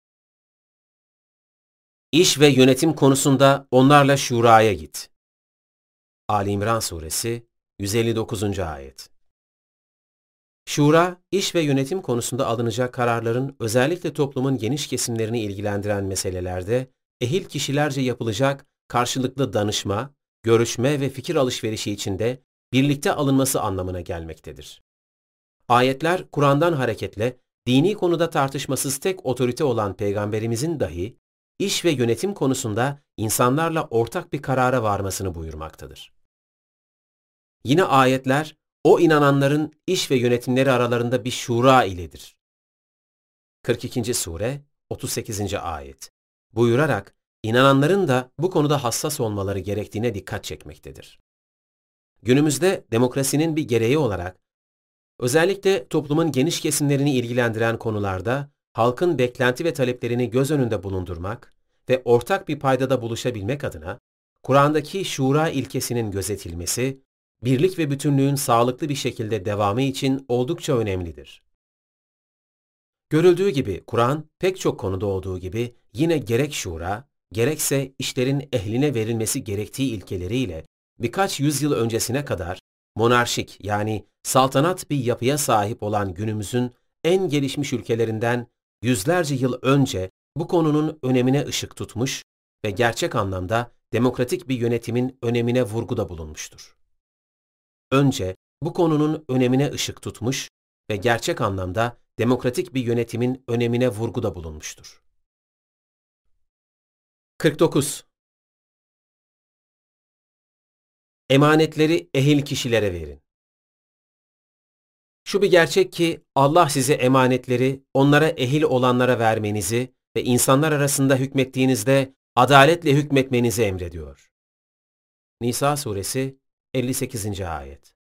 İş ve yönetim konusunda onlarla şuraya git. Ali İmran Suresi yüz elli dokuzuncu ayet. Şura, iş ve yönetim konusunda alınacak kararların özellikle toplumun geniş kesimlerini ilgilendiren meselelerde ehil kişilerce yapılacak karşılıklı danışma, görüşme ve fikir alışverişi içinde birlikte alınması anlamına gelmektedir. Ayetler, Kur'an'dan hareketle dini konuda tartışmasız tek otorite olan Peygamberimizin dahi iş ve yönetim konusunda insanlarla ortak bir karara varmasını buyurmaktadır. Yine ayetler, o inananların iş ve yönetimleri aralarında bir şura iledir. kırk ikinci sure, otuz sekizinci ayet. Buyurarak, inananların da bu konuda hassas olmaları gerektiğine dikkat çekmektedir. Günümüzde demokrasinin bir gereği olarak, özellikle toplumun geniş kesimlerini ilgilendiren konularda halkın beklenti ve taleplerini göz önünde bulundurmak ve ortak bir paydada buluşabilmek adına Kur'an'daki şura ilkesinin gözetilmesi, birlik ve bütünlüğün sağlıklı bir şekilde devamı için oldukça önemlidir. Görüldüğü gibi Kur'an pek çok konuda olduğu gibi yine gerek şura, gerekse işlerin ehline verilmesi gerektiği ilkeleriyle birkaç yüzyıl öncesine kadar monarşik yani saltanat bir yapıya sahip olan günümüzün en gelişmiş ülkelerinden yüzlerce yıl önce bu konunun önemine ışık tutmuş ve gerçek anlamda demokratik bir yönetimin önemine vurguda bulunmuştur. Önce bu konunun önemine ışık tutmuş ve gerçek anlamda demokratik bir yönetimin önemine vurguda bulunmuştur. kırk dokuz. Emanetleri ehil kişilere verin. Şu bir gerçek ki Allah size emanetleri onlara ehil olanlara vermenizi ve insanlar arasında hükmettiğinizde adaletle hükmetmenizi emrediyor. Nisa Suresi elli sekizinci ayet.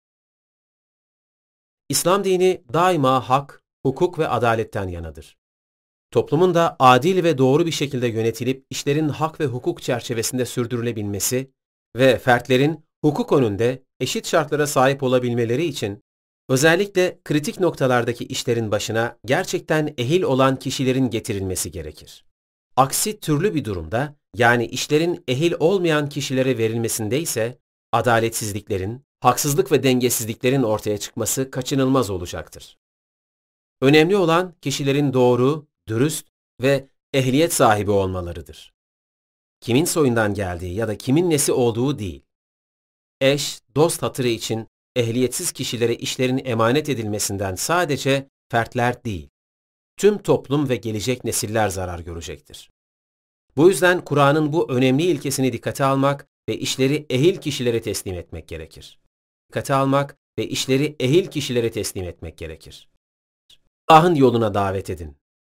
İslam dini daima hak, hukuk ve adaletten yanadır. Toplumun da adil ve doğru bir şekilde yönetilip işlerin hak ve hukuk çerçevesinde sürdürülebilmesi ve fertlerin hukuk önünde eşit şartlara sahip olabilmeleri için özellikle kritik noktalardaki işlerin başına gerçekten ehil olan kişilerin getirilmesi gerekir. Aksi türlü bir durumda, yani işlerin ehil olmayan kişilere verilmesinde ise adaletsizliklerin, haksızlık ve dengesizliklerin ortaya çıkması kaçınılmaz olacaktır. Önemli olan kişilerin doğru, dürüst ve ehliyet sahibi olmalarıdır. Kimin soyundan geldiği ya da kimin nesi olduğu değil. Eş, dost hatırı için ehliyetsiz kişilere işlerin emanet edilmesinden sadece fertler değil, tüm toplum ve gelecek nesiller zarar görecektir. Bu yüzden Kur'an'ın bu önemli ilkesini dikkate almak ve işleri ehil kişilere teslim etmek gerekir. Dikkate almak ve işleri ehil kişilere teslim etmek gerekir. Allah'ın yoluna davet edin.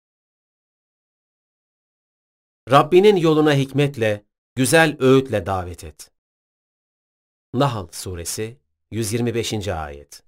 Rabbinin yoluna hikmetle, güzel öğütle davet et. Nahl Suresi yüz yirmi beşinci ayet.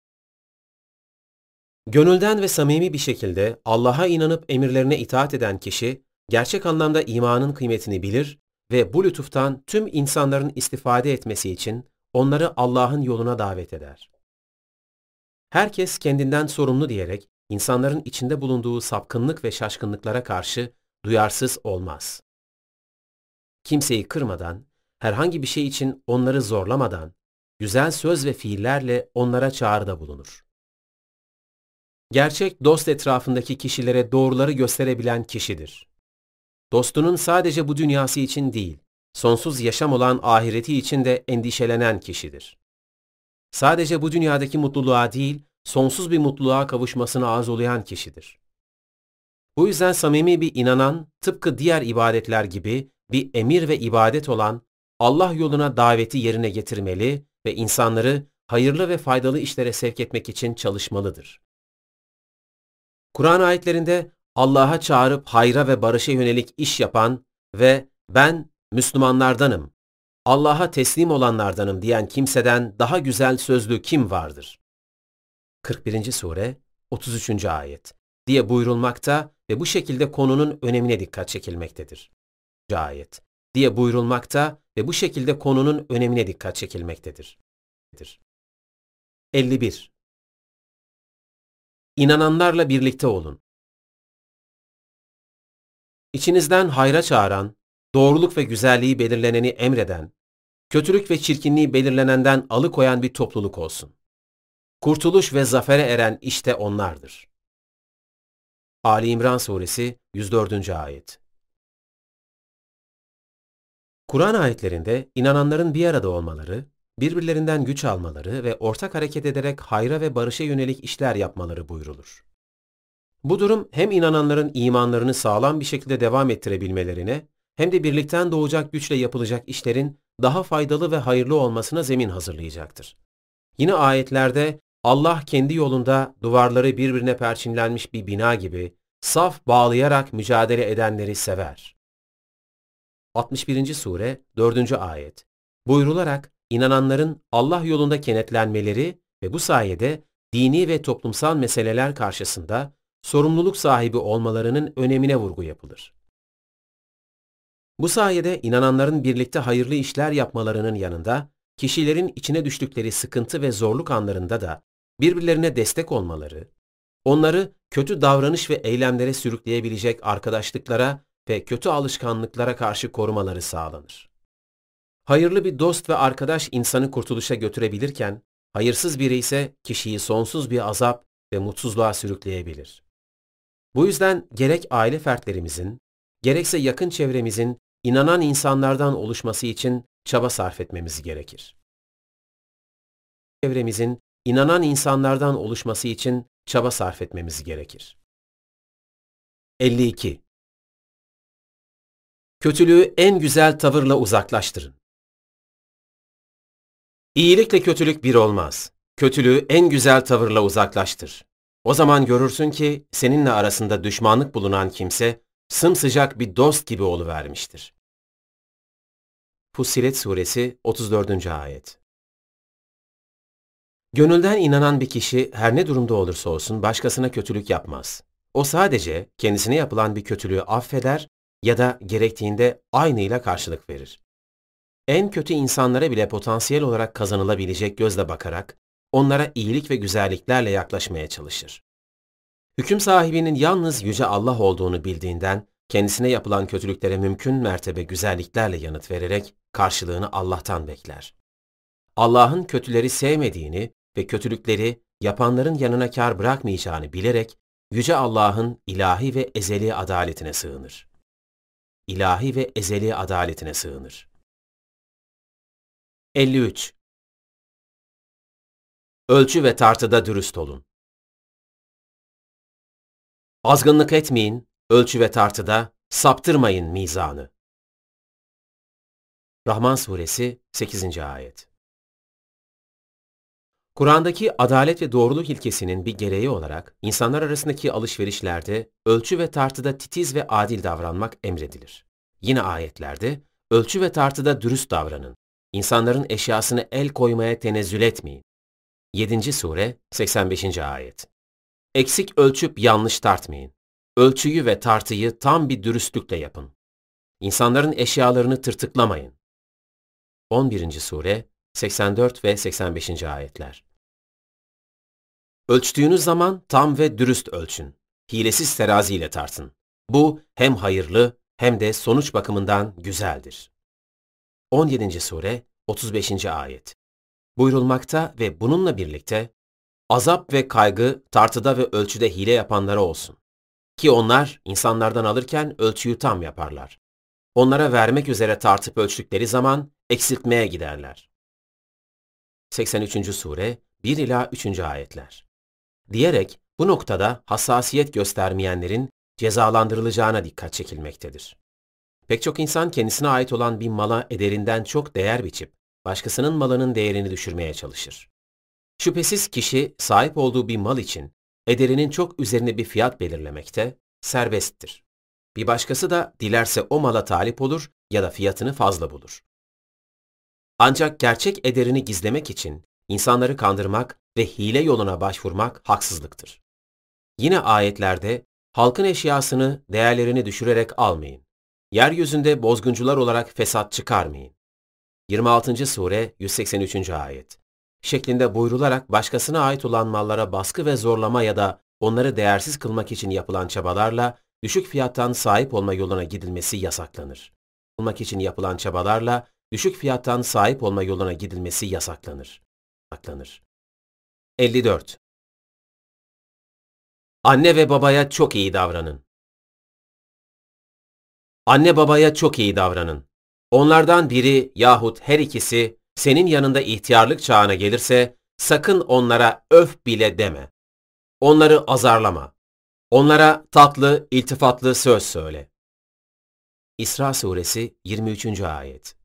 Gönülden ve samimi bir şekilde Allah'a inanıp emirlerine itaat eden kişi, gerçek anlamda imanın kıymetini bilir ve bu lütuftan tüm insanların istifade etmesi için onları Allah'ın yoluna davet eder. Herkes kendinden sorumlu diyerek insanların içinde bulunduğu sapkınlık ve şaşkınlıklara karşı duyarsız olmaz. Kimseyi kırmadan, herhangi bir şey için onları zorlamadan, güzel söz ve fiillerle onlara çağrıda bulunur. Gerçek dost etrafındaki kişilere doğruları gösterebilen kişidir. Dostunun sadece bu dünyası için değil, sonsuz yaşam olan ahireti için de endişelenen kişidir. Sadece bu dünyadaki mutluluğa değil, sonsuz bir mutluluğa kavuşmasına arzulayan kişidir. Bu yüzden samimi bir inanan, tıpkı diğer ibadetler gibi bir emir ve ibadet olan Allah yoluna daveti yerine getirmeli ve insanları hayırlı ve faydalı işlere sevk etmek için çalışmalıdır. Kur'an ayetlerinde Allah'a çağırıp hayra ve barışa yönelik iş yapan ve ben Müslümanlardanım, Allah'a teslim olanlardanım diyen kimseden daha güzel sözlü kim vardır? kırk birinci sure otuz üçüncü ayet diye buyurulmakta ve bu şekilde konunun önemine dikkat çekilmektedir. Ayet diye buyurulmakta ve bu şekilde konunun önemine dikkat çekilmektedir. elli bir. İnananlarla birlikte olun. İçinizden hayra çağıran, doğruluk ve güzelliği belirleneni emreden, kötülük ve çirkinliği belirlenenden alıkoyan bir topluluk olsun. Kurtuluş ve zafere eren işte onlardır. Ali İmran Suresi yüz dördüncü ayet. Kur'an ayetlerinde inananların bir arada olmaları, birbirlerinden güç almaları ve ortak hareket ederek hayra ve barışa yönelik işler yapmaları buyrulur. Bu durum hem inananların imanlarını sağlam bir şekilde devam ettirebilmelerine hem de birlikten doğacak güçle yapılacak işlerin daha faydalı ve hayırlı olmasına zemin hazırlayacaktır. Yine ayetlerde Allah kendi yolunda duvarları birbirine perçinlenmiş bir bina gibi saf bağlayarak mücadele edenleri sever. altmış birinci sure dördüncü ayet. Buyrularak inananların Allah yolunda kenetlenmeleri ve bu sayede dini ve toplumsal meseleler karşısında sorumluluk sahibi olmalarının önemine vurgu yapılır. Bu sayede inananların birlikte hayırlı işler yapmalarının yanında, kişilerin içine düştükleri sıkıntı ve zorluk anlarında da birbirlerine destek olmaları, onları kötü davranış ve eylemlere sürükleyebilecek arkadaşlıklara ve kötü alışkanlıklara karşı korumaları sağlanır. Hayırlı bir dost ve arkadaş insanı kurtuluşa götürebilirken, hayırsız biri ise kişiyi sonsuz bir azap ve mutsuzluğa sürükleyebilir. Bu yüzden gerek aile fertlerimizin, gerekse yakın çevremizin inanan insanlardan oluşması için çaba sarf etmemiz gerekir. Çevremizin inanan insanlardan oluşması için çaba sarf etmemiz gerekir. elli iki. Kötülüğü en güzel tavırla uzaklaştırın. İyilikle kötülük bir olmaz. Kötülüğü en güzel tavırla uzaklaştır. O zaman görürsün ki seninle arasında düşmanlık bulunan kimse sımsıcak bir dost gibi oluvermiştir. Fussilet Suresi otuz dördüncü ayet. Gönülden inanan bir kişi her ne durumda olursa olsun başkasına kötülük yapmaz. O sadece kendisine yapılan bir kötülüğü affeder ya da gerektiğinde aynıyla karşılık verir. En kötü insanlara bile potansiyel olarak kazanılabilecek gözle bakarak onlara iyilik ve güzelliklerle yaklaşmaya çalışır. Hüküm sahibinin yalnız Yüce Allah olduğunu bildiğinden kendisine yapılan kötülüklere mümkün mertebe güzelliklerle yanıt vererek karşılığını Allah'tan bekler. Allah'ın kötüleri sevmediğini ve kötülükleri yapanların yanına kâr bırakmayacağını bilerek Yüce Allah'ın ilahi ve ezeli adaletine sığınır. İlahi ve ezeli adaletine sığınır. elli üç. Ölçü ve tartıda dürüst olun. Azgınlık etmeyin, ölçü ve tartıda saptırmayın mizanı. Rahman Suresi sekizinci ayet. Kur'an'daki adalet ve doğruluk ilkesinin bir gereği olarak insanlar arasındaki alışverişlerde ölçü ve tartıda titiz ve adil davranmak emredilir. Yine ayetlerde ölçü ve tartıda dürüst davranın. İnsanların eşyasını el koymaya tenezzül etmeyin. yedinci sure seksen beşinci ayet. Eksik ölçüp yanlış tartmayın. Ölçüyü ve tartıyı tam bir dürüstlükle yapın. İnsanların eşyalarını tırtıklamayın. on birinci sure seksen dört ve seksen beşinci ayetler. Ölçtüğünüz zaman tam ve dürüst ölçün. Hilesiz teraziyle tartın. Bu hem hayırlı hem de sonuç bakımından güzeldir. on yedinci sure otuz beşinci ayet. Buyurulmakta ve bununla birlikte azap ve kaygı tartıda ve ölçüde hile yapanlara olsun. Ki onlar insanlardan alırken ölçüyü tam yaparlar. Onlara vermek üzere tartıp ölçtükleri zaman eksiltmeye giderler. seksen üçüncü sure bir ila üçüncü ayetler. Diyerek bu noktada hassasiyet göstermeyenlerin cezalandırılacağına dikkat çekilmektedir. Pek çok insan kendisine ait olan bir mala ederinden çok değer biçip başkasının malının değerini düşürmeye çalışır. Şüphesiz kişi sahip olduğu bir mal için ederinin çok üzerine bir fiyat belirlemekte serbesttir. Bir başkası da dilerse o mala talip olur ya da fiyatını fazla bulur. Ancak gerçek ederini gizlemek için insanları kandırmak ve hile yoluna başvurmak haksızlıktır. Yine ayetlerde halkın eşyasını değerlerini düşürerek almayın. Yeryüzünde bozguncular olarak fesat çıkarmayın. yirmi altıncı sure yüz seksen üçüncü ayet. Şeklinde buyrularak başkasına ait olan mallara baskı ve zorlama ya da onları değersiz kılmak için yapılan çabalarla düşük fiyattan sahip olma yoluna gidilmesi yasaklanır. Olmak için yapılan çabalarla düşük fiyattan sahip olma yoluna gidilmesi yasaklanır. Yasaklanır. elli dört. Anne ve babaya çok iyi davranın. Anne babaya çok iyi davranın. Onlardan biri yahut her ikisi senin yanında ihtiyarlık çağına gelirse sakın onlara öf bile deme. Onları azarlama. Onlara tatlı, iltifatlı söz söyle. İsra Suresi yirmi üçüncü ayet.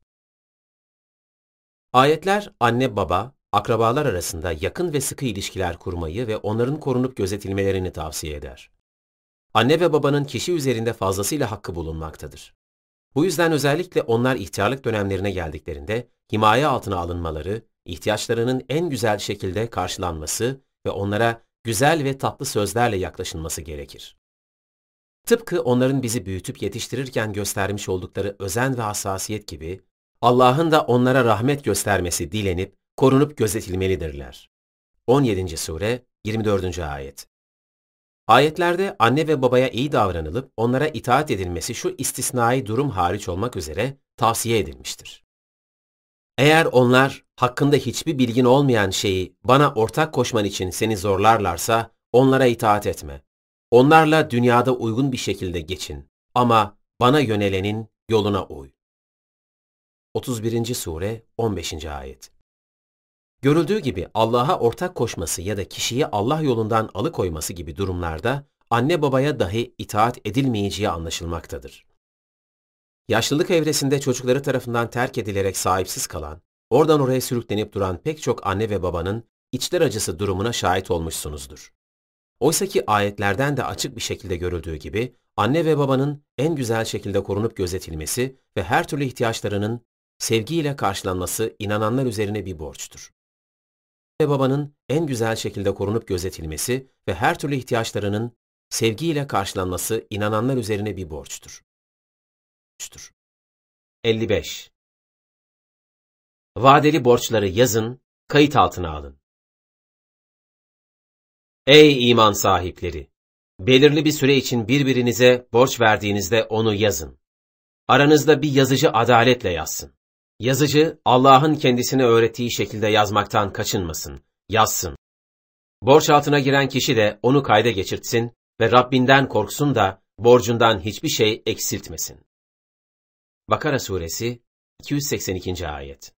Ayetler anne baba, akrabalar arasında yakın ve sıkı ilişkiler kurmayı ve onların korunup gözetilmelerini tavsiye eder. Anne ve babanın kişi üzerinde fazlasıyla hakkı bulunmaktadır. Bu yüzden özellikle onlar ihtiyarlık dönemlerine geldiklerinde himaye altına alınmaları, ihtiyaçlarının en güzel şekilde karşılanması ve onlara güzel ve tatlı sözlerle yaklaşılması gerekir. Tıpkı onların bizi büyütüp yetiştirirken göstermiş oldukları özen ve hassasiyet gibi, Allah'ın da onlara rahmet göstermesi dilenip, korunup gözetilmelidirler. on yedinci sure yirmi dördüncü ayet. Ayetlerde anne ve babaya iyi davranılıp onlara itaat edilmesi şu istisnai durum hariç olmak üzere tavsiye edilmiştir. Eğer onlar hakkında hiçbir bilgin olmayan şeyi bana ortak koşman için seni zorlarlarsa onlara itaat etme. Onlarla dünyada uygun bir şekilde geçin ama bana yönelenin yoluna uy. otuz birinci sure on beşinci ayet. Görüldüğü gibi Allah'a ortak koşması ya da kişiyi Allah yolundan alıkoyması gibi durumlarda anne babaya dahi itaat edilmeyeceği anlaşılmaktadır. Yaşlılık evresinde çocukları tarafından terk edilerek sahipsiz kalan, oradan oraya sürüklenip duran pek çok anne ve babanın içler acısı durumuna şahit olmuşsunuzdur. Oysaki ayetlerden de açık bir şekilde görüldüğü gibi anne ve babanın en güzel şekilde korunup gözetilmesi ve her türlü ihtiyaçlarının sevgiyle karşılanması inananlar üzerine bir borçtur. Anne ve babanın en güzel şekilde korunup gözetilmesi ve her türlü ihtiyaçlarının sevgiyle karşılanması inananlar üzerine bir borçtur. elli beş. Vadeli borçları yazın, kayıt altına alın. Ey iman sahipleri! Belirli bir süre için birbirinize borç verdiğinizde onu yazın. Aranızda bir yazıcı adaletle yazsın. Yazıcı, Allah'ın kendisine öğrettiği şekilde yazmaktan kaçınmasın, yazsın. Borç altına giren kişi de onu kayda geçirtsin ve Rabbinden korksun da borcundan hiçbir şey eksiltmesin. Bakara Suresi iki yüz seksen ikinci. Ayet.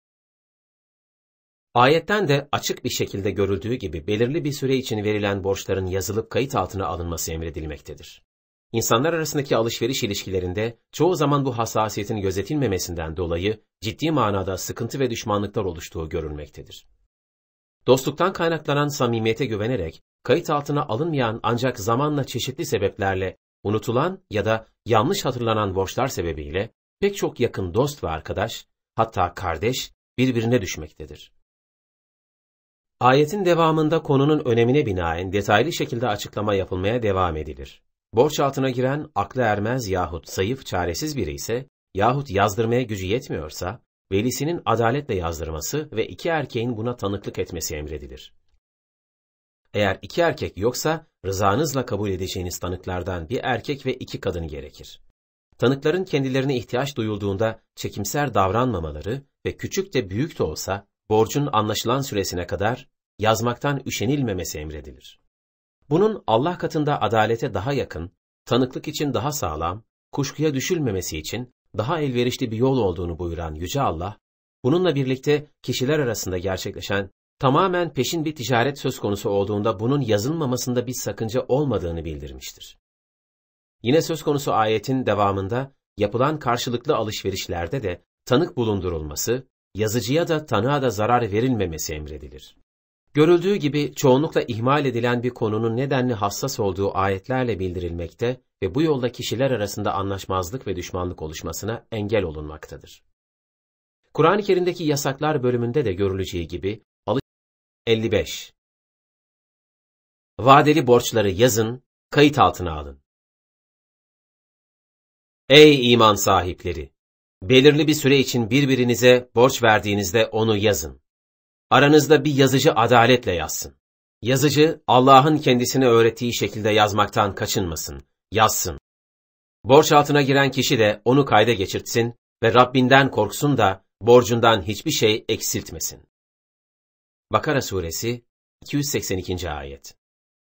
Ayetten de açık bir şekilde görüldüğü gibi belirli bir süre için verilen borçların yazılıp kayıt altına alınması emredilmektedir. İnsanlar arasındaki alışveriş ilişkilerinde çoğu zaman bu hassasiyetin gözetilmemesinden dolayı ciddi manada sıkıntı ve düşmanlıklar oluştuğu görülmektedir. Dostluktan kaynaklanan samimiyete güvenerek kayıt altına alınmayan ancak zamanla çeşitli sebeplerle unutulan ya da yanlış hatırlanan borçlar sebebiyle pek çok yakın dost ve arkadaş, hatta kardeş birbirine düşmektedir. Ayetin devamında konunun önemine binaen detaylı şekilde açıklama yapılmaya devam edilir. Borç altına giren aklı ermez yahut zayıf, çaresiz biri ise yahut yazdırmaya gücü yetmiyorsa, velisinin adaletle yazdırması ve iki erkeğin buna tanıklık etmesi emredilir. Eğer iki erkek yoksa, rızanızla kabul edeceğiniz tanıklardan bir erkek ve iki kadın gerekir. Tanıkların kendilerine ihtiyaç duyulduğunda çekimser davranmamaları ve küçük de büyük de olsa, borcun anlaşılan süresine kadar yazmaktan üşenilmemesi emredilir. Bunun Allah katında adalete daha yakın, tanıklık için daha sağlam, kuşkuya düşülmemesi için daha elverişli bir yol olduğunu buyuran Yüce Allah, bununla birlikte kişiler arasında gerçekleşen tamamen peşin bir ticaret söz konusu olduğunda bunun yazılmamasında bir sakınca olmadığını bildirmiştir. Yine söz konusu ayetin devamında yapılan karşılıklı alışverişlerde de tanık bulundurulması, yazıcıya da tanığa da zarar verilmemesi emredilir. Görüldüğü gibi çoğunlukla ihmal edilen bir konunun nedenli hassas olduğu ayetlerle bildirilmekte ve bu yolda kişiler arasında anlaşmazlık ve düşmanlık oluşmasına engel olunmaktadır. Kur'an-ı Kerim'deki yasaklar bölümünde de görüleceği gibi elli beş. Vadeli borçları yazın, kayıt altına alın. Ey iman sahipleri! Belirli bir süre için birbirinize borç verdiğinizde onu yazın. Aranızda bir yazıcı adaletle yazsın. Yazıcı, Allah'ın kendisine öğrettiği şekilde yazmaktan kaçınmasın, yazsın. Borç altına giren kişi de onu kayda geçirtsin ve Rabbinden korksun da borcundan hiçbir şey eksiltmesin. Bakara Suresi iki yüz seksen ikinci. Ayet.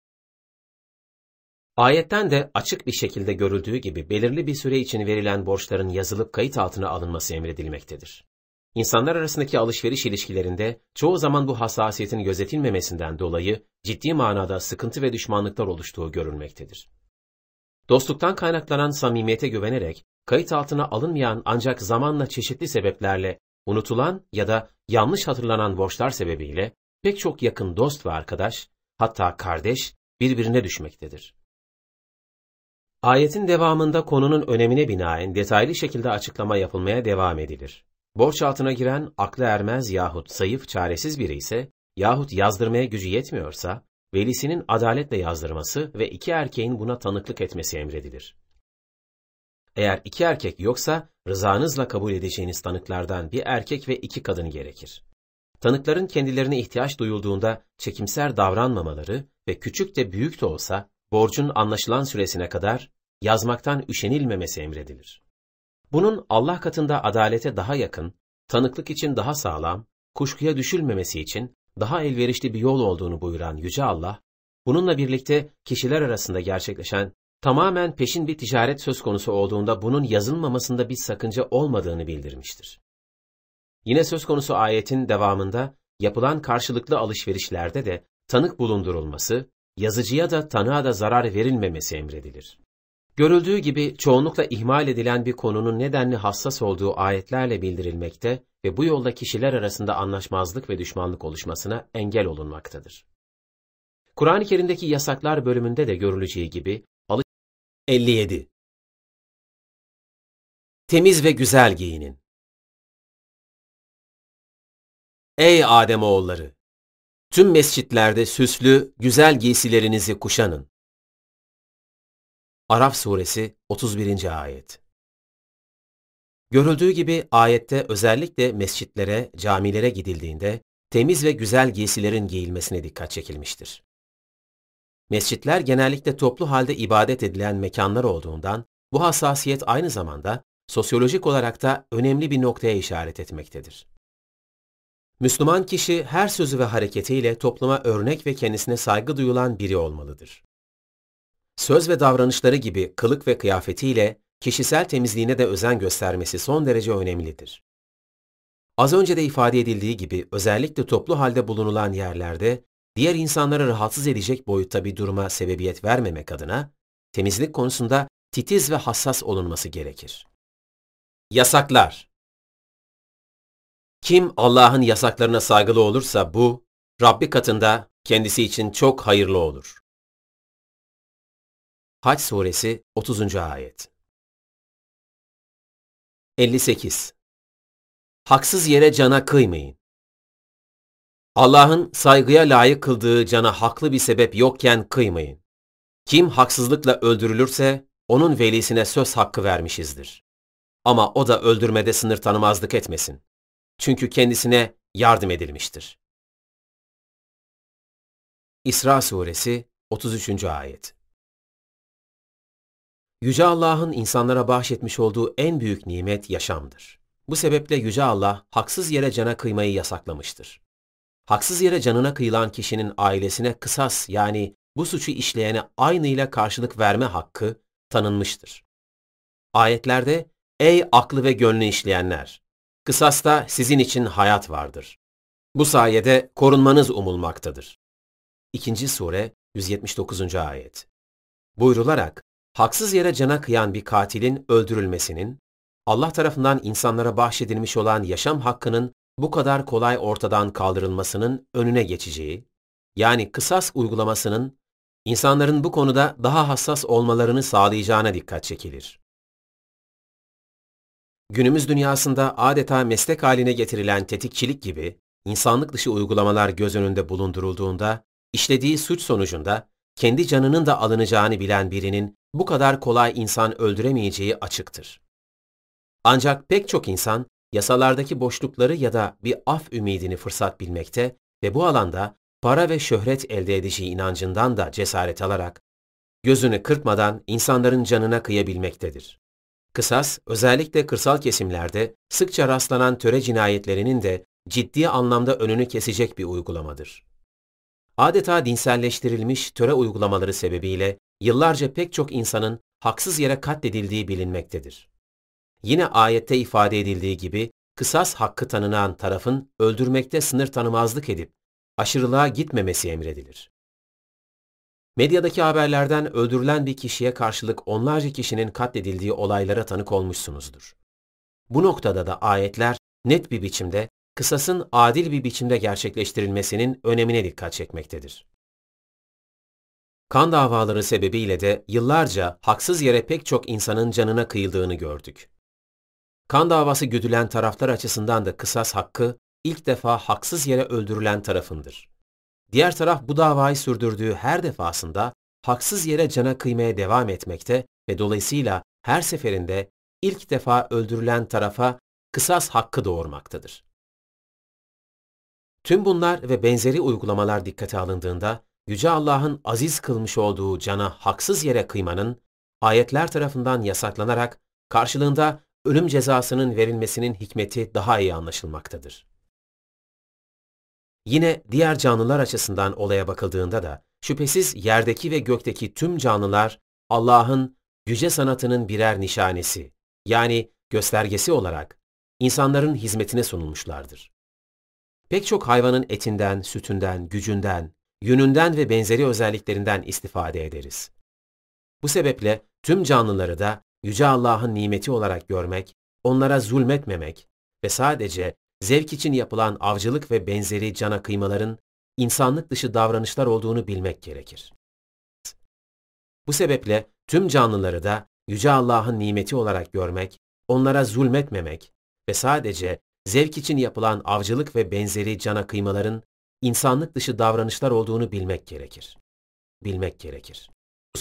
Ayetten de açık bir şekilde görüldüğü gibi belirli bir süre için verilen borçların yazılıp kayıt altına alınması emredilmektedir. İnsanlar arasındaki alışveriş ilişkilerinde çoğu zaman bu hassasiyetin gözetilmemesinden dolayı ciddi manada sıkıntı ve düşmanlıklar oluştuğu görülmektedir. Dostluktan kaynaklanan samimiyete güvenerek kayıt altına alınmayan ancak zamanla çeşitli sebeplerle unutulan ya da yanlış hatırlanan borçlar sebebiyle pek çok yakın dost ve arkadaş, hatta kardeş birbirine düşmektedir. Ayetin devamında konunun önemine binaen detaylı şekilde açıklama yapılmaya devam edilir. Borç altına giren aklı ermez yahut zayıf, çaresiz biri ise yahut yazdırmaya gücü yetmiyorsa, velisinin adaletle yazdırması ve iki erkeğin buna tanıklık etmesi emredilir. Eğer iki erkek yoksa, rızanızla kabul edeceğiniz tanıklardan bir erkek ve iki kadın gerekir. Tanıkların kendilerine ihtiyaç duyulduğunda çekimser davranmamaları ve küçük de büyük de olsa, borcun anlaşılan süresine kadar yazmaktan üşenilmemesi emredilir. Bunun Allah katında adalete daha yakın, tanıklık için daha sağlam, kuşkuya düşülmemesi için daha elverişli bir yol olduğunu buyuran Yüce Allah, bununla birlikte kişiler arasında gerçekleşen tamamen peşin bir ticaret söz konusu olduğunda bunun yazılmamasında bir sakınca olmadığını bildirmiştir. Yine söz konusu ayetin devamında yapılan karşılıklı alışverişlerde de tanık bulundurulması, yazıcıya da tanığa da zarar verilmemesi emredilir. Görüldüğü gibi çoğunlukla ihmal edilen bir konunun nedenli hassas olduğu ayetlerle bildirilmekte ve bu yolda kişiler arasında anlaşmazlık ve düşmanlık oluşmasına engel olunmaktadır. Kur'an-ı Kerim'deki yasaklar bölümünde de görüleceği gibi elli yedi. Temiz ve güzel giyinin. Ey Ademoğulları! Tüm mescitlerde süslü, güzel giysilerinizi kuşanın. Araf Suresi otuz birinci. Ayet. Görüldüğü gibi ayette özellikle mescitlere, camilere gidildiğinde temiz ve güzel giysilerin giyilmesine dikkat çekilmiştir. Mescitler genellikle toplu halde ibadet edilen mekanlar olduğundan bu hassasiyet aynı zamanda sosyolojik olarak da önemli bir noktaya işaret etmektedir. Müslüman kişi her sözü ve hareketiyle topluma örnek ve kendisine saygı duyulan biri olmalıdır. Söz ve davranışları gibi kılık ve kıyafetiyle kişisel temizliğine de özen göstermesi son derece önemlidir. Az önce de ifade edildiği gibi özellikle toplu halde bulunulan yerlerde diğer insanları rahatsız edecek boyutta bir duruma sebebiyet vermemek adına temizlik konusunda titiz ve hassas olunması gerekir. Yasaklar. Kim Allah'ın yasaklarına saygılı olursa bu, Rabbi katında kendisi için çok hayırlı olur. Hac Suresi otuzuncu ayet. elli sekiz. Haksız yere cana kıymayın. Allah'ın saygıya layık kıldığı cana haklı bir sebep yokken kıymayın. Kim haksızlıkla öldürülürse onun velisine söz hakkı vermişizdir. Ama o da öldürmede sınır tanımazlık etmesin. Çünkü kendisine yardım edilmiştir. İsra Suresi otuz üçüncü ayet. Yüce Allah'ın insanlara bahşetmiş olduğu en büyük nimet yaşamdır. Bu sebeple Yüce Allah haksız yere cana kıymayı yasaklamıştır. Haksız yere canına kıyılan kişinin ailesine kısas yani bu suçu işleyene aynıyla karşılık verme hakkı tanınmıştır. Ayetlerde ey aklı ve gönlü işleyenler, kısasta sizin için hayat vardır. Bu sayede korunmanız umulmaktadır. İkinci Sure yüz yetmiş dokuzuncu ayet. Buyrularak haksız yere cana kıyan bir katilin öldürülmesinin, Allah tarafından insanlara bahşedilmiş olan yaşam hakkının bu kadar kolay ortadan kaldırılmasının önüne geçeceği, yani kısas uygulamasının insanların bu konuda daha hassas olmalarını sağlayacağına dikkat çekilir. Günümüz dünyasında adeta meslek haline getirilen tetikçilik gibi insanlık dışı uygulamalar göz önünde bulundurulduğunda, işlediği suç sonucunda kendi canının da alınacağını bilen birinin bu kadar kolay insan öldüremeyeceği açıktır. Ancak pek çok insan yasalardaki boşlukları ya da bir af ümidini fırsat bilmekte ve bu alanda para ve şöhret elde edeceği inancından da cesaret alarak gözünü kırpmadan insanların canına kıyabilmektedir. Kısas, özellikle kırsal kesimlerde sıkça rastlanan töre cinayetlerinin de ciddi anlamda önünü kesecek bir uygulamadır. Adeta dinselleştirilmiş töre uygulamaları sebebiyle yıllarca pek çok insanın haksız yere katledildiği bilinmektedir. Yine ayette ifade edildiği gibi kısas hakkı tanınan tarafın öldürmekte sınır tanımazlık edip aşırılığa gitmemesi emredilir. Medyadaki haberlerden öldürülen bir kişiye karşılık onlarca kişinin katledildiği olaylara tanık olmuşsunuzdur. Bu noktada da ayetler net bir biçimde kısasın adil bir biçimde gerçekleştirilmesinin önemine dikkat çekmektedir. Kan davaları sebebiyle de yıllarca haksız yere pek çok insanın canına kıyıldığını gördük. Kan davası güdülen taraflar açısından da kısas hakkı ilk defa haksız yere öldürülen tarafındır. Diğer taraf bu davayı sürdürdüğü her defasında haksız yere cana kıymaya devam etmekte ve dolayısıyla her seferinde ilk defa öldürülen tarafa kısas hakkı doğurmaktadır. Tüm bunlar ve benzeri uygulamalar dikkate alındığında Yüce Allah'ın aziz kılmış olduğu cana haksız yere kıymanın ayetler tarafından yasaklanarak karşılığında ölüm cezasının verilmesinin hikmeti daha iyi anlaşılmaktadır. Yine diğer canlılar açısından olaya bakıldığında da şüphesiz yerdeki ve gökteki tüm canlılar Allah'ın yüce sanatının birer nişanesi, yani göstergesi olarak insanların hizmetine sunulmuşlardır. Pek çok hayvanın etinden, sütünden, gücünden, yününden ve benzeri özelliklerinden istifade ederiz. Bu sebeple tüm canlıları da Yüce Allah'ın nimeti olarak görmek, onlara zulmetmemek ve sadece zevk için yapılan avcılık ve benzeri cana kıymaların insanlık dışı davranışlar olduğunu bilmek gerekir. Bu sebeple tüm canlıları da Yüce Allah'ın nimeti olarak görmek, onlara zulmetmemek ve sadece zevk için yapılan avcılık ve benzeri cana kıymaların insanlık dışı davranışlar olduğunu bilmek gerekir. Bilmek gerekir.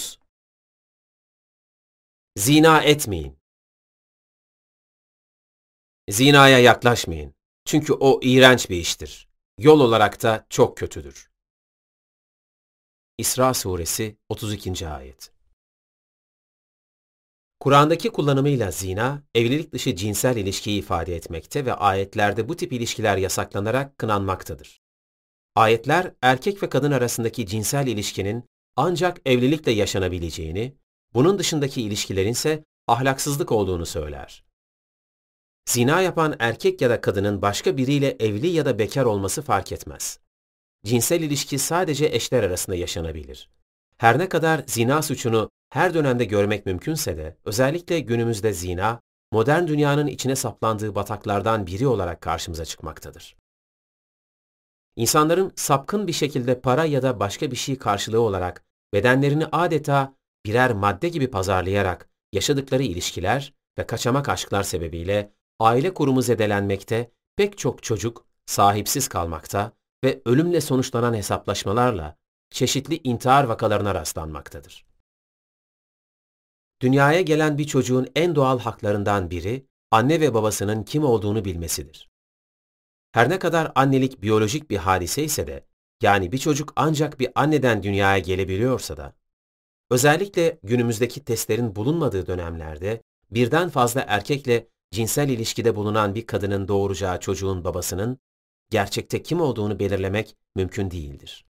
Zina etmeyin. Zinaya yaklaşmayın. Çünkü o iğrenç bir iştir. Yol olarak da çok kötüdür. İsra Suresi otuz ikinci ayet. Kur'an'daki kullanımıyla zina, evlilik dışı cinsel ilişkiyi ifade etmekte ve ayetlerde bu tip ilişkiler yasaklanarak kınanmaktadır. Ayetler, erkek ve kadın arasındaki cinsel ilişkinin ancak evlilikle yaşanabileceğini, bunun dışındaki ilişkilerin ise ahlaksızlık olduğunu söyler. Zina yapan erkek ya da kadının başka biriyle evli ya da bekar olması fark etmez. Cinsel ilişki sadece eşler arasında yaşanabilir. Her ne kadar zina suçunu her dönemde görmek mümkünse de, özellikle günümüzde zina, modern dünyanın içine saplandığı bataklardan biri olarak karşımıza çıkmaktadır. İnsanların sapkın bir şekilde para ya da başka bir şey karşılığı olarak bedenlerini adeta birer madde gibi pazarlayarak yaşadıkları ilişkiler ve kaçamak aşklar sebebiyle aile kurumu zedelenmekte, pek çok çocuk sahipsiz kalmakta ve ölümle sonuçlanan hesaplaşmalarla çeşitli intihar vakalarına rastlanmaktadır. Dünyaya gelen bir çocuğun en doğal haklarından biri, anne ve babasının kim olduğunu bilmesidir. Her ne kadar annelik biyolojik bir hadise ise de, yani bir çocuk ancak bir anneden dünyaya gelebiliyorsa da, özellikle günümüzdeki testlerin bulunmadığı dönemlerde, birden fazla erkekle cinsel ilişkide bulunan bir kadının doğuracağı çocuğun babasının, gerçekte kim olduğunu belirlemek mümkün değildir.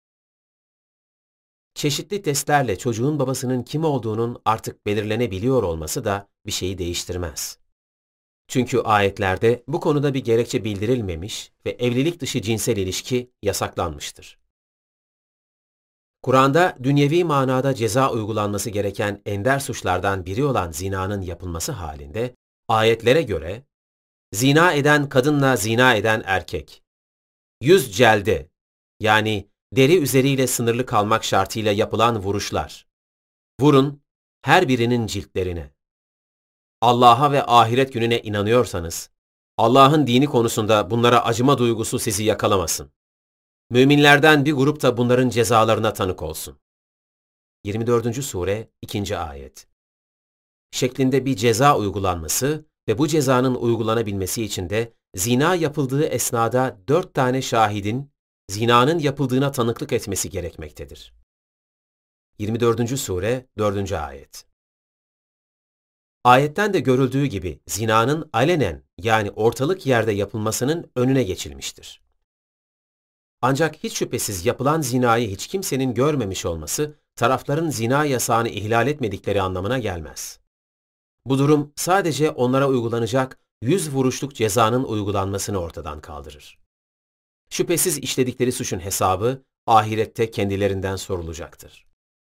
Çeşitli testlerle çocuğun babasının kim olduğunun artık belirlenebiliyor olması da bir şeyi değiştirmez. Çünkü ayetlerde bu konuda bir gerekçe bildirilmemiş ve evlilik dışı cinsel ilişki yasaklanmıştır. Kur'an'da dünyevi manada ceza uygulanması gereken ender suçlardan biri olan zinanın yapılması halinde, ayetlere göre, zina eden kadınla zina eden erkek, yüz celde, yani deri üzeriyle sınırlı kalmak şartıyla yapılan vuruşlar, vurun her birinin ciltlerine. Allah'a ve ahiret gününe inanıyorsanız, Allah'ın dini konusunda bunlara acıma duygusu sizi yakalamasın. Müminlerden bir grup da bunların cezalarına tanık olsun. yirmi dördüncü sure ikinci ayet. Şeklinde bir ceza uygulanması ve bu cezanın uygulanabilmesi için de zina yapıldığı esnada dört tane şahidin zinanın yapıldığına tanıklık etmesi gerekmektedir. yirmi dördüncü sure dördüncü ayet. Ayetten de görüldüğü gibi zinanın alenen, yani ortalık yerde yapılmasının önüne geçilmiştir. Ancak hiç şüphesiz yapılan zinayı hiç kimsenin görmemiş olması, tarafların zina yasağını ihlal etmedikleri anlamına gelmez. Bu durum sadece onlara uygulanacak yüz vuruşluk cezanın uygulanmasını ortadan kaldırır. Şüphesiz işledikleri suçun hesabı ahirette kendilerinden sorulacaktır.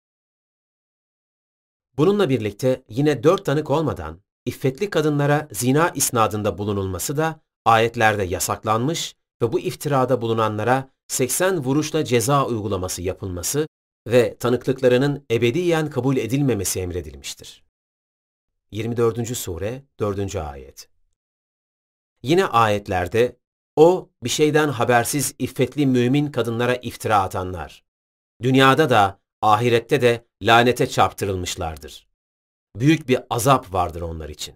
Bununla birlikte yine dört tanık olmadan iffetli kadınlara zina isnadında bulunulması da ayetlerde yasaklanmış ve bu iftirada bulunanlara seksen vuruşla ceza uygulaması yapılması ve tanıklıklarının ebediyen kabul edilmemesi emredilmiştir. yirmi dördüncü sure dördüncü ayet. Yine ayetlerde o bir şeyden habersiz iffetli mümin kadınlara iftira atanlar, dünyada da ahirette de lanete çarptırılmışlardır. Büyük bir azap vardır onlar için.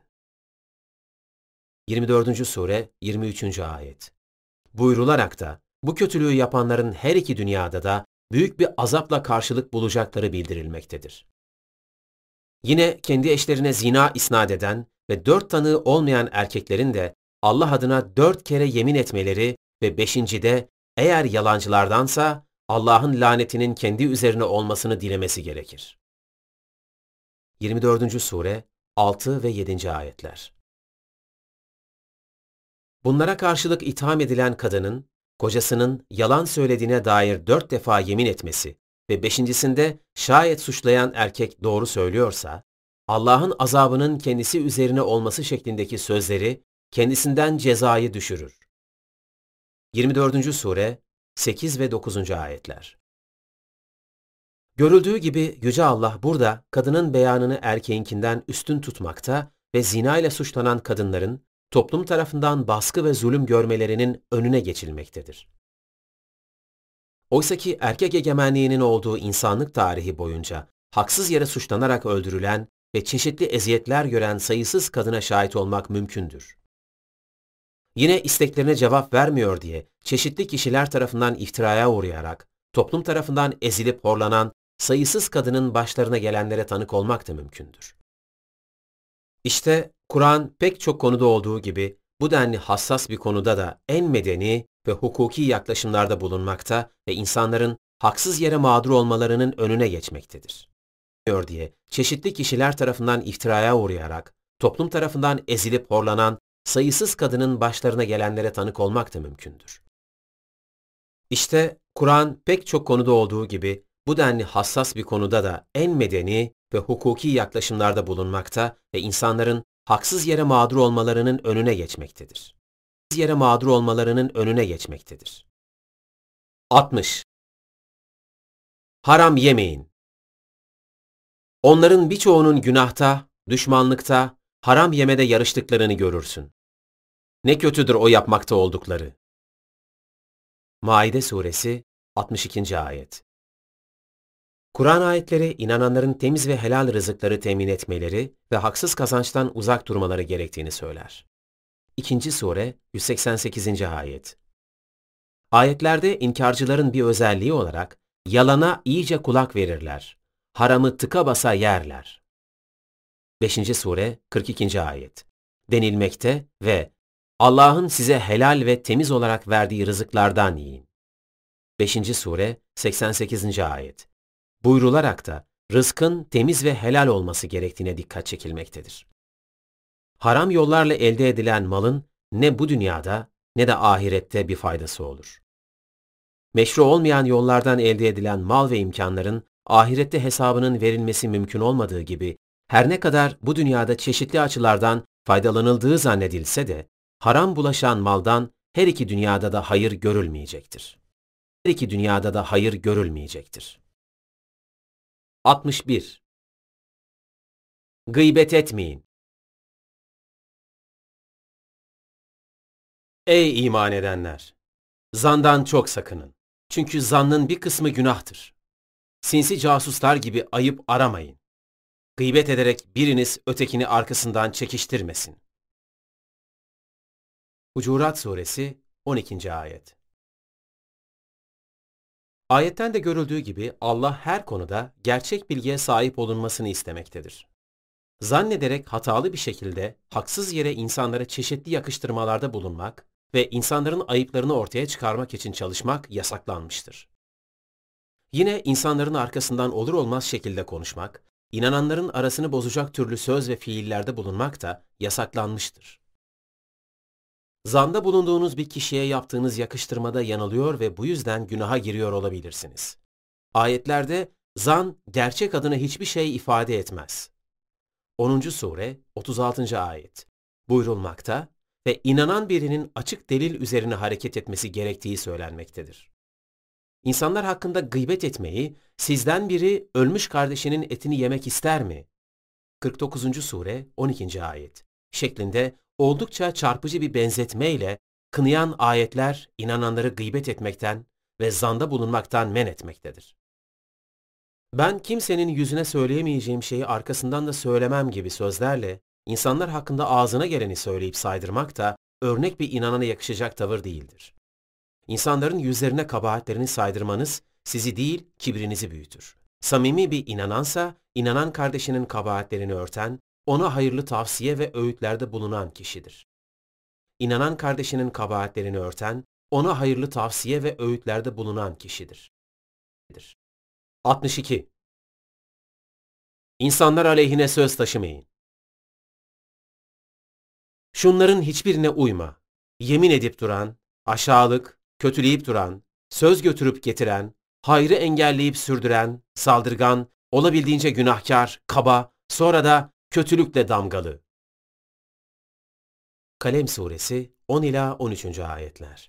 yirmi dördüncü sure yirmi üçüncü ayet. Buyrularak da bu kötülüğü yapanların her iki dünyada da büyük bir azapla karşılık bulacakları bildirilmektedir. Yine kendi eşlerine zina isnat eden ve dört tanığı olmayan erkeklerin de Allah adına dört kere yemin etmeleri ve beşincide eğer yalancılardansa Allah'ın lanetinin kendi üzerine olmasını dilemesi gerekir. yirmi dördüncü sure altı ve yedinci ayetler. Bunlara karşılık itham edilen kadının, kocasının yalan söylediğine dair dört defa yemin etmesi ve beşincisinde şayet suçlayan erkek doğru söylüyorsa, Allah'ın azabının kendisi üzerine olması şeklindeki sözleri kendisinden cezayı düşürür. yirmi dördüncü sure sekiz ve dokuzuncu ayetler. Görüldüğü gibi Yüce Allah burada kadının beyanını erkeğinkinden üstün tutmakta ve zina ile suçlanan kadınların toplum tarafından baskı ve zulüm görmelerinin önüne geçilmektedir. Oysaki erkek egemenliğinin olduğu insanlık tarihi boyunca haksız yere suçlanarak öldürülen ve çeşitli eziyetler gören sayısız kadına şahit olmak mümkündür. Yine isteklerine cevap vermiyor diye çeşitli kişiler tarafından iftiraya uğrayarak toplum tarafından ezilip horlanan sayısız kadının başlarına gelenlere tanık olmak da mümkündür. İşte Kur'an pek çok konuda olduğu gibi bu denli hassas bir konuda da en medeni ve hukuki yaklaşımlarda bulunmakta ve insanların haksız yere mağdur olmalarının önüne geçmektedir. Diye çeşitli kişiler tarafından iftiraya uğrayarak toplum tarafından ezilip horlanan sayısız kadının başlarına gelenlere tanık olmak da mümkündür. İşte Kur'an pek çok konuda olduğu gibi bu denli hassas bir konuda da en medeni ve hukuki yaklaşımlarda bulunmakta ve insanların haksız yere mağdur olmalarının önüne geçmektedir. Haksız yere mağdur olmalarının önüne geçmektedir. altmış. Haram yemeyin. Onların birçoğunun günahta, düşmanlıkta, haram yemede yarıştıklarını görürsün. Ne kötüdür o yapmakta oldukları. Maide Suresi altmış ikinci ayet. Kur'an ayetleri inananların temiz ve helal rızıkları temin etmeleri ve haksız kazançtan uzak durmaları gerektiğini söyler. İkinci sure yüz seksen sekizinci ayet. Ayetlerde inkarcıların bir özelliği olarak yalana iyice kulak verirler, haramı tıka basa yerler. Beşinci sure kırk ikinci ayet. Denilmekte ve Allah'ın size helal ve temiz olarak verdiği rızıklardan yiyin. Beşinci sure seksen sekizinci ayet. Buyrularak da rızkın temiz ve helal olması gerektiğine dikkat çekilmektedir. Haram yollarla elde edilen malın ne bu dünyada ne de ahirette bir faydası olur. Meşru olmayan yollardan elde edilen mal ve imkanların ahirette hesabının verilmesi mümkün olmadığı gibi her ne kadar bu dünyada çeşitli açılardan faydalanıldığı zannedilse de haram bulaşan maldan her iki dünyada da hayır görülmeyecektir. Her iki dünyada da hayır görülmeyecektir. altmış bir. Gıybet etmeyin. Ey iman edenler! Zandan çok sakının. Çünkü zannın bir kısmı günahtır. Sinsi casuslar gibi ayıp aramayın. Gıybet ederek biriniz ötekini arkasından çekiştirmesin. Hucurat Suresi on ikinci ayet. Ayetten de görüldüğü gibi Allah her konuda gerçek bilgiye sahip olunmasını istemektedir. Zannederek hatalı bir şekilde haksız yere insanlara çeşitli yakıştırmalarda bulunmak ve insanların ayıplarını ortaya çıkarmak için çalışmak yasaklanmıştır. Yine insanların arkasından olur olmaz şekilde konuşmak, inananların arasını bozacak türlü söz ve fiillerde bulunmak da yasaklanmıştır. Zanda bulunduğunuz bir kişiye yaptığınız yakıştırmada yanılıyor ve bu yüzden günaha giriyor olabilirsiniz. Ayetlerde zan gerçek adına hiçbir şey ifade etmez. onuncu sure otuz altıncı ayet buyurulmakta ve inanan birinin açık delil üzerine hareket etmesi gerektiği söylenmektedir. İnsanlar hakkında gıybet etmeyi, sizden biri ölmüş kardeşinin etini yemek ister mi? kırk dokuzuncu sure on ikinci ayet şeklinde oldukça çarpıcı bir benzetmeyle kınayan ayetler inananları gıybet etmekten ve zanda bulunmaktan men etmektedir. Ben kimsenin yüzüne söyleyemeyeceğim şeyi arkasından da söylemem gibi sözlerle insanlar hakkında ağzına geleni söyleyip saydırmak da örnek bir inanana yakışacak tavır değildir. İnsanların yüzlerine kabahatlerini saydırmanız sizi değil kibrinizi büyütür. Samimi bir inanansa inanan kardeşinin kabahatlerini örten, ona hayırlı tavsiye ve öğütlerde bulunan kişidir. İnanan kardeşinin kabahatlerini örten, ona hayırlı tavsiye ve öğütlerde bulunan kişidir. altmış iki. İnsanlar aleyhine söz taşımayın. Şunların hiçbirine uyma. Yemin edip duran, aşağılık, kötüleyip duran, söz götürüp getiren, hayrı engelleyip sürdüren, saldırgan, olabildiğince günahkar, kaba, sonra da kötülükle damgalı. Kalem Suresi on ila on üçüncü ayetler.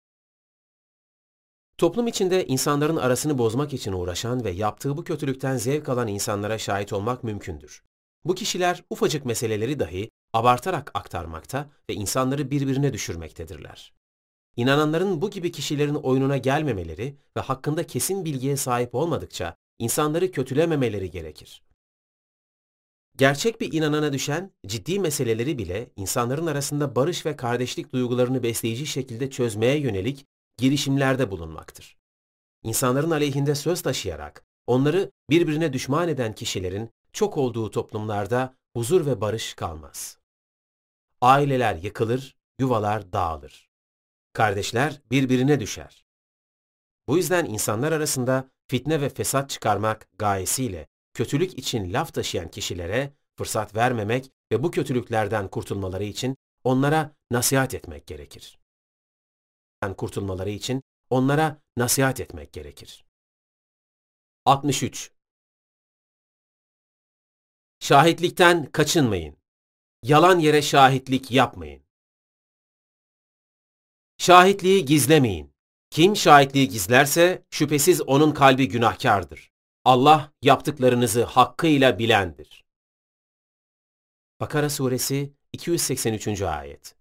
Toplum içinde insanların arasını bozmak için uğraşan ve yaptığı bu kötülükten zevk alan insanlara şahit olmak mümkündür. Bu kişiler ufacık meseleleri dahi abartarak aktarmakta ve insanları birbirine düşürmektedirler. İnananların bu gibi kişilerin oyununa gelmemeleri ve hakkında kesin bilgiye sahip olmadıkça insanları kötülememeleri gerekir. Gerçek bir inanana düşen ciddi meseleleri bile insanların arasında barış ve kardeşlik duygularını besleyici şekilde çözmeye yönelik girişimlerde bulunmaktır. İnsanların aleyhinde söz taşıyarak onları birbirine düşman eden kişilerin çok olduğu toplumlarda huzur ve barış kalmaz. Aileler yıkılır, yuvalar dağılır. Kardeşler birbirine düşer. Bu yüzden insanlar arasında fitne ve fesat çıkarmak gayesiyle kötülük için laf taşıyan kişilere fırsat vermemek ve bu kötülüklerden kurtulmaları için onlara nasihat etmek gerekir. Kurtulmaları için onlara nasihat etmek gerekir. altmış üç. Şahitlikten kaçınmayın. Yalan yere şahitlik yapmayın. Şahitliği gizlemeyin. Kim şahitliği gizlerse şüphesiz onun kalbi günahkardır. Allah yaptıklarınızı hakkıyla bilendir. Bakara Suresi iki yüz seksen üçüncü. ayet.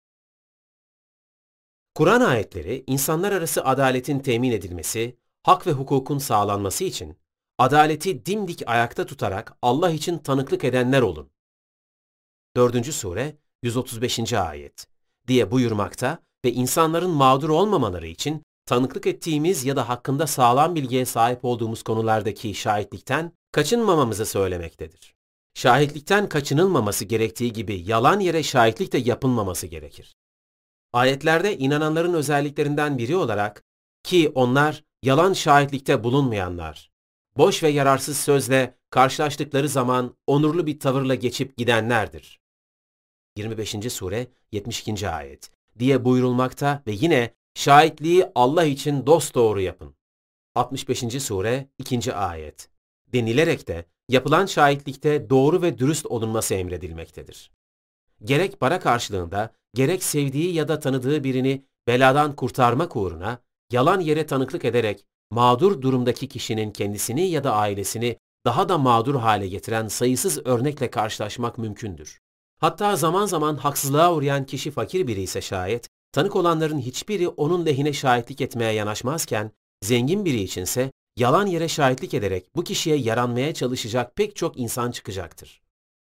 Kur'an ayetleri insanlar arası adaletin temin edilmesi, hak ve hukukun sağlanması için adaleti dimdik ayakta tutarak Allah için tanıklık edenler olun. dördüncü sure yüz otuz beşinci. ayet diye buyurmakta ve insanların mağdur olmamaları için tanıklık ettiğimiz ya da hakkında sağlam bilgiye sahip olduğumuz konulardaki şahitlikten kaçınmamamızı söylemektedir. Şahitlikten kaçınılmaması gerektiği gibi yalan yere şahitlik de yapılmaması gerekir. Ayetlerde inananların özelliklerinden biri olarak ki onlar yalan şahitlikte bulunmayanlar, boş ve yararsız sözle karşılaştıkları zaman onurlu bir tavırla geçip gidenlerdir. yirmi beşinci sure yetmiş ikinci. ayet diye buyurulmakta ve yine şahitliği Allah için dosdoğru yapın. altmış beşinci sure ikinci. ayet denilerek de yapılan şahitlikte doğru ve dürüst olunması emredilmektedir. Gerek para karşılığında, gerek sevdiği ya da tanıdığı birini beladan kurtarmak uğruna yalan yere tanıklık ederek mağdur durumdaki kişinin kendisini ya da ailesini daha da mağdur hale getiren sayısız örnekle karşılaşmak mümkündür. Hatta zaman zaman haksızlığa uğrayan kişi fakir biri ise şayet, tanık olanların hiçbiri onun lehine şahitlik etmeye yanaşmazken, zengin biri içinse yalan yere şahitlik ederek bu kişiye yaranmaya çalışacak pek çok insan çıkacaktır.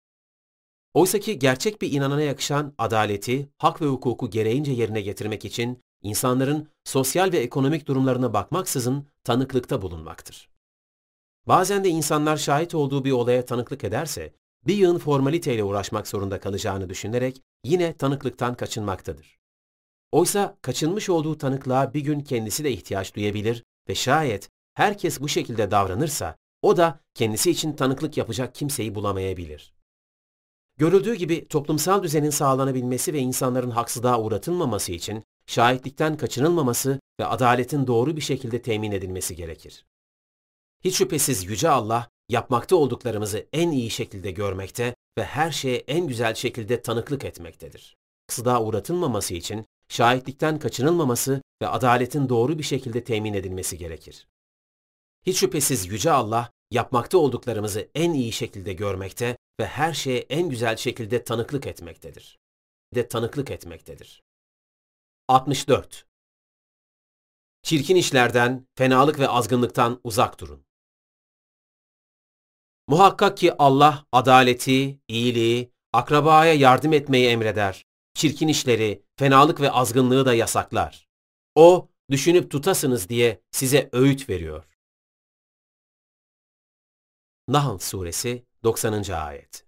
Oysaki gerçek bir inanana yakışan adaleti, hak ve hukuku gereğince yerine getirmek için insanların sosyal ve ekonomik durumlarına bakmaksızın tanıklıkta bulunmaktır. Bazen de insanlar şahit olduğu bir olaya tanıklık ederse, bir yığın formaliteyle uğraşmak zorunda kalacağını düşünerek yine tanıklıktan kaçınmaktadır. Oysa kaçınmış olduğu tanıklığa bir gün kendisi de ihtiyaç duyabilir ve şayet herkes bu şekilde davranırsa, o da kendisi için tanıklık yapacak kimseyi bulamayabilir. Görüldüğü gibi toplumsal düzenin sağlanabilmesi ve insanların haksızlığa uğratılmaması için şahitlikten kaçınılmaması ve adaletin doğru bir şekilde temin edilmesi gerekir. Hiç şüphesiz Yüce Allah, yapmakta olduklarımızı en iyi şekilde görmekte ve her şeye en güzel şekilde tanıklık etmektedir. Haksızlığa uğratılmaması için şahitlikten kaçınılmaması ve adaletin doğru bir şekilde temin edilmesi gerekir. Hiç şüphesiz Yüce Allah, yapmakta olduklarımızı en iyi şekilde görmekte ve her şeye en güzel şekilde tanıklık etmektedir. De tanıklık etmektedir. altmış dört. Çirkin işlerden, fenalık ve azgınlıktan uzak durun. Muhakkak ki Allah adaleti, iyiliği, akrabaya yardım etmeyi emreder. Çirkin işleri, fenalık ve azgınlığı da yasaklar. O, düşünüp tutasınız diye size öğüt veriyor. Nahl Suresi doksanıncı. ayet.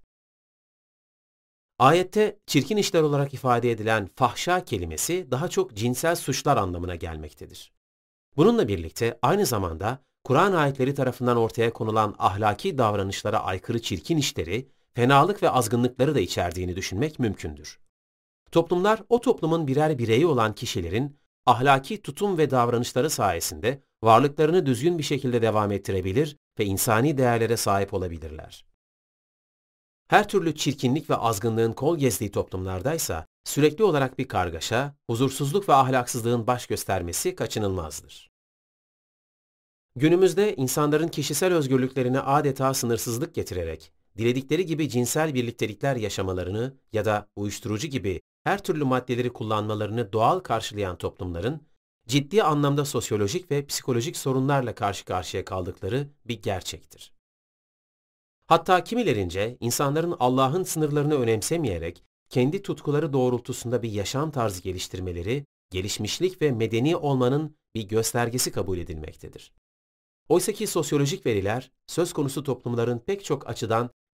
Ayette çirkin işler olarak ifade edilen fahşa kelimesi daha çok cinsel suçlar anlamına gelmektedir. Bununla birlikte aynı zamanda Kur'an ayetleri tarafından ortaya konulan ahlaki davranışlara aykırı çirkin işleri, fenalık ve azgınlıkları da içerdiğini düşünmek mümkündür. Toplumlar o toplumun birer bireyi olan kişilerin ahlaki tutum ve davranışları sayesinde varlıklarını düzgün bir şekilde devam ettirebilir ve insani değerlere sahip olabilirler. Her türlü çirkinlik ve azgınlığın kol gezdiği toplumlardaysa sürekli olarak bir kargaşa, huzursuzluk ve ahlaksızlığın baş göstermesi kaçınılmazdır. Günümüzde insanların kişisel özgürlüklerine adeta sınırsızlık getirerek, diledikleri gibi cinsel birliktelikler yaşamalarını ya da uyuşturucu gibi her türlü maddeleri kullanmalarını doğal karşılayan toplumların, ciddi anlamda sosyolojik ve psikolojik sorunlarla karşı karşıya kaldıkları bir gerçektir. Hatta kimilerince insanların Allah'ın sınırlarını önemsemeyerek kendi tutkuları doğrultusunda bir yaşam tarzı geliştirmeleri, gelişmişlik ve medeni olmanın bir göstergesi kabul edilmektedir. Oysaki sosyolojik veriler, söz konusu toplumların pek çok açıdan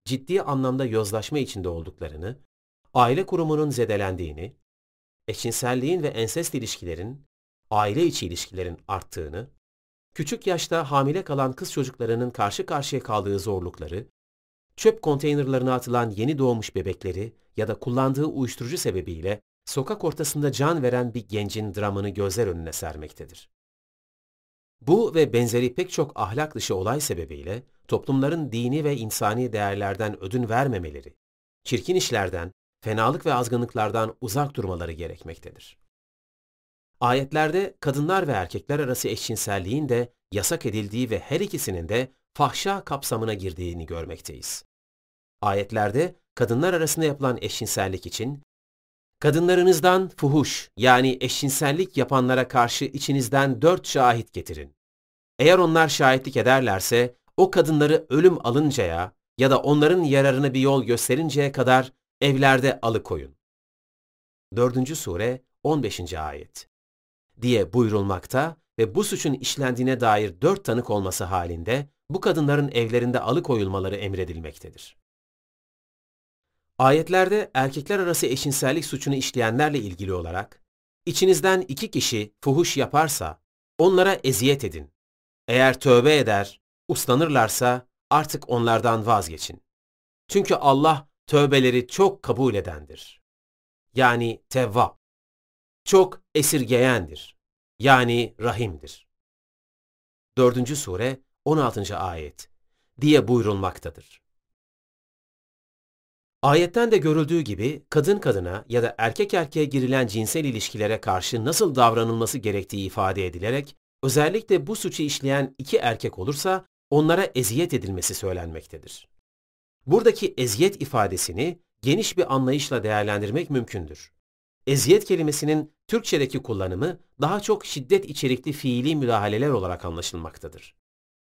ciddi anlamda yozlaşma içinde olduklarını, aile kurumunun zedelendiğini, eşcinselliğin ve ensest ilişkilerin, aile içi ilişkilerin arttığını, küçük yaşta hamile kalan kız çocuklarının karşı karşıya kaldığı zorlukları, çöp konteynerlarına atılan yeni doğmuş bebekleri ya da kullandığı uyuşturucu sebebiyle sokak ortasında can veren bir gencin dramını gözler önüne sermektedir. Bu ve benzeri pek çok ahlak dışı olay sebebiyle toplumların dini ve insani değerlerden ödün vermemeleri, çirkin işlerden, fenalık ve azgınlıklardan uzak durmaları gerekmektedir. Ayetlerde kadınlar ve erkekler arası eşcinselliğin de yasak edildiği ve her ikisinin de fahşa kapsamına girdiğini görmekteyiz. Ayetlerde kadınlar arasında yapılan eşcinsellik için, kadınlarınızdan fuhuş yani eşcinsellik yapanlara karşı içinizden dört şahit getirin. Eğer onlar şahitlik ederlerse o kadınları ölüm alıncaya ya da onların yararına bir yol gösterinceye kadar evlerde alıkoyun. dördüncü sure on beşinci ayet diye buyurulmakta ve bu suçun işlendiğine dair dört tanık olması halinde bu kadınların evlerinde alıkoyulmaları emredilmektedir. Ayetlerde erkekler arası eşcinsellik suçunu işleyenlerle ilgili olarak, içinizden iki kişi fuhuş yaparsa onlara eziyet edin. Eğer tövbe eder, uslanırlarsa artık onlardan vazgeçin. Çünkü Allah tövbeleri çok kabul edendir. Yani Tevvab. Çok esirgeyendir. Yani Rahim'dir. dördüncü sure on altıncı ayet diye buyurulmaktadır. Ayetten de görüldüğü gibi kadın kadına ya da erkek erkeğe girilen cinsel ilişkilere karşı nasıl davranılması gerektiği ifade edilerek, özellikle bu suçu işleyen iki erkek olursa onlara eziyet edilmesi söylenmektedir. Buradaki eziyet ifadesini geniş bir anlayışla değerlendirmek mümkündür. Eziyet kelimesinin Türkçedeki kullanımı daha çok şiddet içerikli fiili müdahaleler olarak anlaşılmaktadır.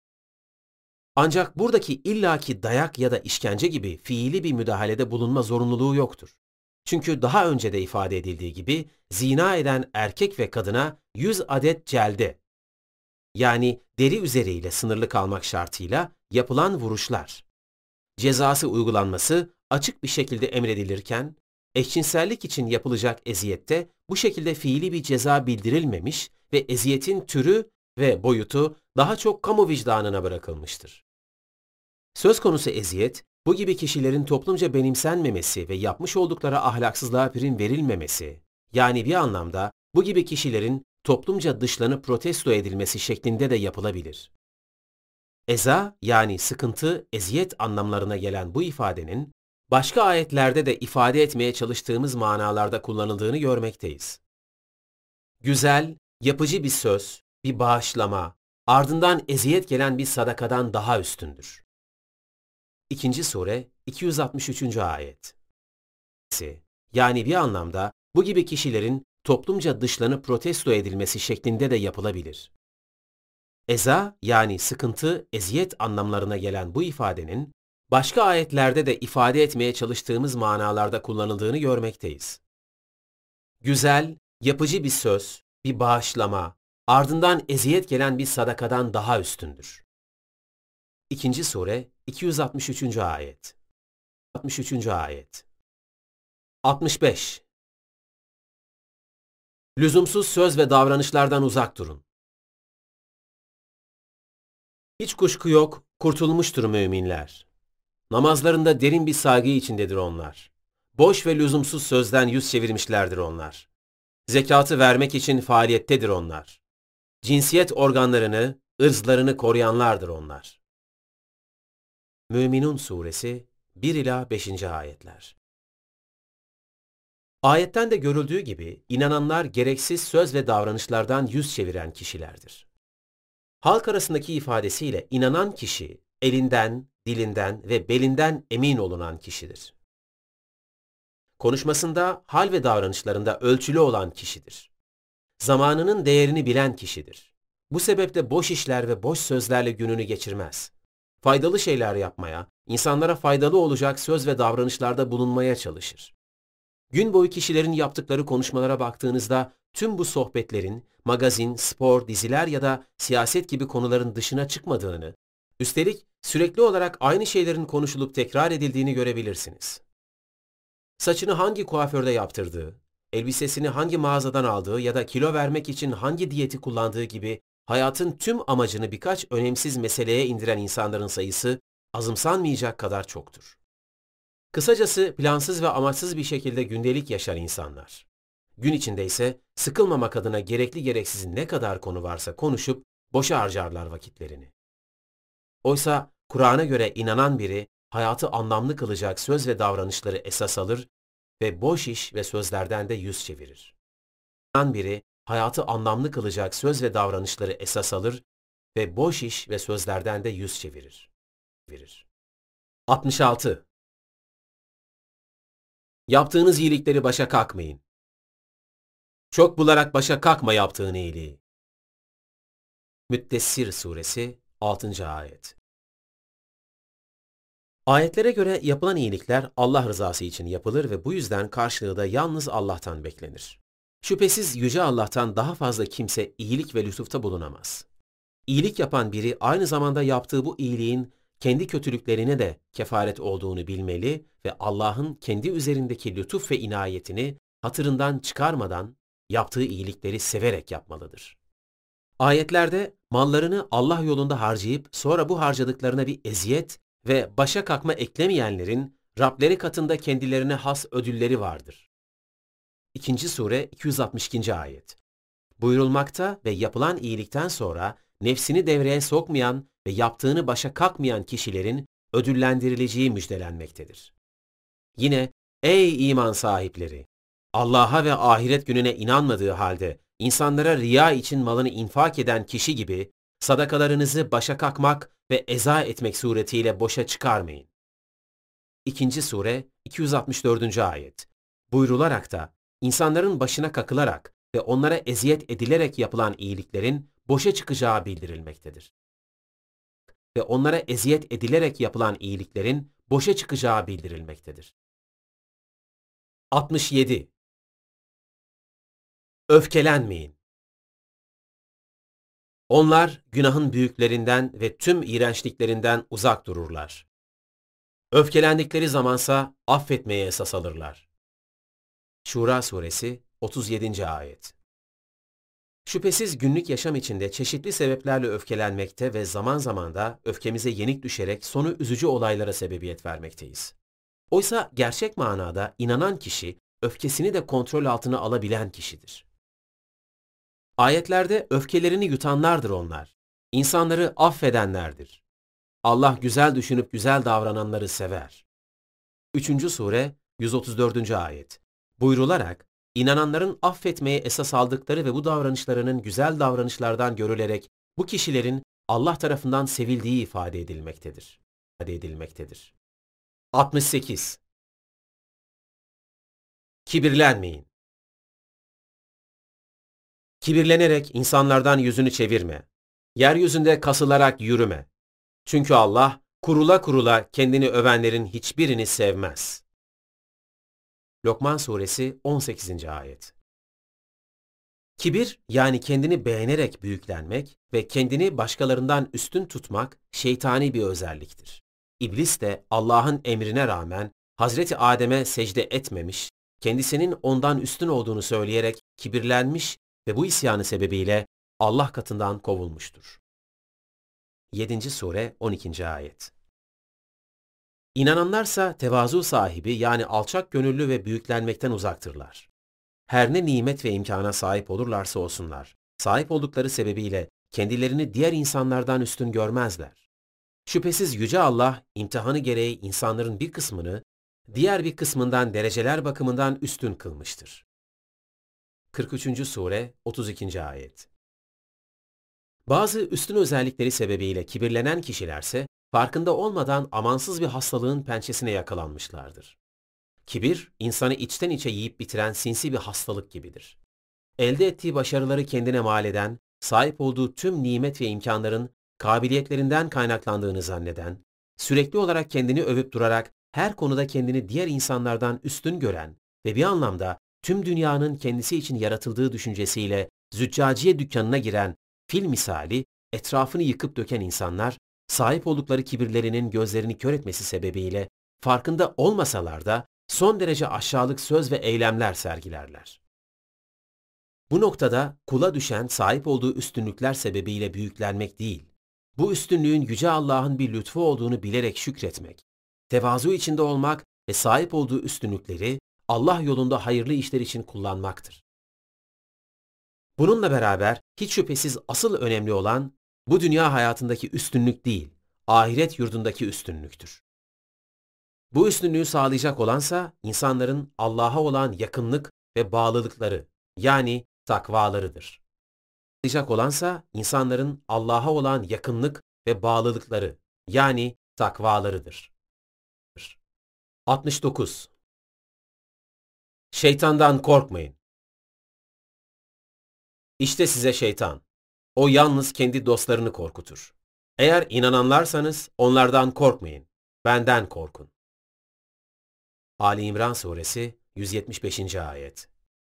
Ancak buradaki illaki dayak ya da işkence gibi fiili bir müdahalede bulunma zorunluluğu yoktur. Çünkü daha önce de ifade edildiği gibi zina eden erkek ve kadına yüz adet celde, yani deri üzeriyle sınırlı kalmak şartıyla yapılan vuruşlar, cezası uygulanması açık bir şekilde emredilirken, eşcinsellik için yapılacak eziyette bu şekilde fiili bir ceza bildirilmemiş ve eziyetin türü ve boyutu daha çok kamu vicdanına bırakılmıştır. Söz konusu eziyet, bu gibi kişilerin toplumca benimsenmemesi ve yapmış oldukları ahlaksızlığa prim verilmemesi, yani bir anlamda bu gibi kişilerin toplumca dışlanıp protesto edilmesi şeklinde de yapılabilir. Eza yani sıkıntı, eziyet anlamlarına gelen bu ifadenin, başka ayetlerde de ifade etmeye çalıştığımız manalarda kullanıldığını görmekteyiz. Güzel, yapıcı bir söz, bir bağışlama, ardından eziyet gelen bir sadakadan daha üstündür. İkinci sure iki yüz altmış üçüncü ayet. Yani bir anlamda bu gibi kişilerin toplumca dışlanıp protesto edilmesi şeklinde de yapılabilir. Eza yani sıkıntı, eziyet anlamlarına gelen bu ifadenin, başka ayetlerde de ifade etmeye çalıştığımız manalarda kullanıldığını görmekteyiz. Güzel, yapıcı bir söz, bir bağışlama, ardından eziyet gelen bir sadakadan daha üstündür. İkinci sure iki yüz altmış üçüncü ayet. altmış üçüncü ayet. altmış beş. Lüzumsuz söz ve davranışlardan uzak durun. Hiç kuşku yok, kurtulmuştur müminler. Namazlarında derin bir saygı içindedir onlar. Boş ve lüzumsuz sözden yüz çevirmişlerdir onlar. Zekatı vermek için faaliyettedir onlar. Cinsiyet organlarını, ırzlarını koruyanlardır onlar. Müminun suresi bir ila beşinci ayetler. Ayetten de görüldüğü gibi inananlar gereksiz söz ve davranışlardan yüz çeviren kişilerdir. Halk arasındaki ifadesiyle inanan kişi, elinden, dilinden ve belinden emin olunan kişidir. Konuşmasında, hal ve davranışlarında ölçülü olan kişidir. Zamanının değerini bilen kişidir. Bu sebeple boş işler ve boş sözlerle gününü geçirmez. Faydalı şeyler yapmaya, insanlara faydalı olacak söz ve davranışlarda bulunmaya çalışır. Gün boyu kişilerin yaptıkları konuşmalara baktığınızda tüm bu sohbetlerin magazin, spor, diziler ya da siyaset gibi konuların dışına çıkmadığını, Üstelik sürekli olarak aynı şeylerin konuşulup tekrar edildiğini görebilirsiniz. Saçını hangi kuaförde yaptırdığı, elbisesini hangi mağazadan aldığı ya da kilo vermek için hangi diyeti kullandığı gibi hayatın tüm amacını birkaç önemsiz meseleye indiren insanların sayısı azımsanmayacak kadar çoktur. Kısacası plansız ve amaçsız bir şekilde gündelik yaşar insanlar. Gün içinde ise sıkılmamak adına gerekli gereksiz ne kadar konu varsa konuşup boşa harcarlar vakitlerini. Oysa Kur'an'a göre inanan biri hayatı anlamlı kılacak söz ve davranışları esas alır ve boş iş ve sözlerden de yüz çevirir. İnanan biri hayatı anlamlı kılacak söz ve davranışları esas alır ve boş iş ve sözlerden de yüz çevirir. altmış altı. Yaptığınız iyilikleri başa kalkmayın. Çok bularak başa kalkma yaptığın iyiliği. Müddessir Suresi altıncı ayet. Ayetlere göre yapılan iyilikler Allah rızası için yapılır ve bu yüzden karşılığı da yalnız Allah'tan beklenir. Şüphesiz Yüce Allah'tan daha fazla kimse iyilik ve lütufta bulunamaz. İyilik yapan biri aynı zamanda yaptığı bu iyiliğin kendi kötülüklerine de kefaret olduğunu bilmeli ve Allah'ın kendi üzerindeki lütuf ve inayetini hatırından çıkarmadan yaptığı iyilikleri severek yapmalıdır. Ayetlerde mallarını Allah yolunda harcayıp sonra bu harcadıklarına bir eziyet ve başa kalkma eklemeyenlerin Rableri katında kendilerine has ödülleri vardır. İkinci Sure iki yüz altmış ikinci ayet. Buyurulmakta ve yapılan iyilikten sonra nefsini devreye sokmayan ve yaptığını başa kalkmayan kişilerin ödüllendirileceği müjdelenmektedir. Yine, ey iman sahipleri! Allah'a ve ahiret gününe inanmadığı halde insanlara riya için malını infak eden kişi gibi sadakalarınızı başa kalkmak ve eza etmek suretiyle boşa çıkarmayın. İkinci Sure iki yüz altmış dördüncü ayet. Buyrularak da insanların başına kakılarak ve onlara eziyet edilerek yapılan iyiliklerin boşa çıkacağı bildirilmektedir. Ve onlara eziyet edilerek yapılan iyiliklerin boşa çıkacağı bildirilmektedir. altmış yedi. Öfkelenmeyin. Onlar günahın büyüklerinden ve tüm iğrençliklerinden uzak dururlar. Öfkelendikleri zamansa affetmeye esas alırlar. Şura Suresi otuz yedinci ayet. Şüphesiz günlük yaşam içinde çeşitli sebeplerle öfkelenmekte ve zaman zaman da öfkemize yenik düşerek sonu üzücü olaylara sebebiyet vermekteyiz. Oysa gerçek manada inanan kişi, öfkesini de kontrol altına alabilen kişidir. Ayetlerde öfkelerini yutanlardır onlar. İnsanları affedenlerdir. Allah güzel düşünüp güzel davrananları sever. Üçüncü Sure yüz otuz dördüncü ayet. Buyrularak, inananların affetmeye esas aldıkları ve bu davranışlarının güzel davranışlardan görülerek bu kişilerin Allah tarafından sevildiği ifade edilmektedir. İfade edilmektedir. altmış sekiz. Kibirlenmeyin. Kibirlenerek insanlardan yüzünü çevirme. Yeryüzünde kasılarak yürüme. Çünkü Allah kurula kurula kendini övenlerin hiçbirini sevmez. Lokman Suresi on sekizinci ayet. Kibir, yani kendini beğenerek büyüklenmek ve kendini başkalarından üstün tutmak şeytani bir özelliktir. İblis de Allah'ın emrine rağmen Hazreti Adem'e secde etmemiş, kendisinin ondan üstün olduğunu söyleyerek kibirlenmiş ve bu isyanı sebebiyle Allah katından kovulmuştur. yedinci Sure on ikinci ayet. İnananlarsa tevazu sahibi, yani alçak gönüllü ve büyüklenmekten uzaktırlar. Her ne nimet ve imkana sahip olurlarsa olsunlar, sahip oldukları sebebiyle kendilerini diğer insanlardan üstün görmezler. Şüphesiz Yüce Allah, imtihanı gereği insanların bir kısmını, diğer bir kısmından dereceler bakımından üstün kılmıştır. kırk üçüncü Sure otuz ikinci ayet. Bazı üstün özellikleri sebebiyle kibirlenen kişilerse, farkında olmadan amansız bir hastalığın pençesine yakalanmışlardır. Kibir, insanı içten içe yiyip bitiren sinsi bir hastalık gibidir. Elde ettiği başarıları kendine mal eden, sahip olduğu tüm nimet ve imkanların kabiliyetlerinden kaynaklandığını zanneden, sürekli olarak kendini övüp durarak her konuda kendini diğer insanlardan üstün gören ve bir anlamda tüm dünyanın kendisi için yaratıldığı düşüncesiyle züccaciye dükkanına giren fil misali etrafını yıkıp döken insanlar sahip oldukları kibirlerinin gözlerini kör etmesi sebebiyle farkında olmasalar da son derece aşağılık söz ve eylemler sergilerler. Bu noktada kula düşen sahip olduğu üstünlükler sebebiyle büyüklenmek değil, bu üstünlüğün Yüce Allah'ın bir lütfu olduğunu bilerek şükretmek, tevazu içinde olmak ve sahip olduğu üstünlükleri Allah yolunda hayırlı işler için kullanmaktır. Bununla beraber hiç şüphesiz asıl önemli olan bu dünya hayatındaki üstünlük değil, ahiret yurdundaki üstünlüktür. Bu üstünlüğü sağlayacak olansa insanların Allah'a olan yakınlık ve bağlılıkları, yani takvalarıdır. Sağlayacak olansa insanların Allah'a olan yakınlık ve bağlılıkları, yani takvalarıdır. altmış dokuz. Şeytandan korkmayın. İşte size şeytan. O yalnız kendi dostlarını korkutur. Eğer inananlarsanız onlardan korkmayın. Benden korkun. Ali İmran Suresi yüz yetmiş beşinci. ayet.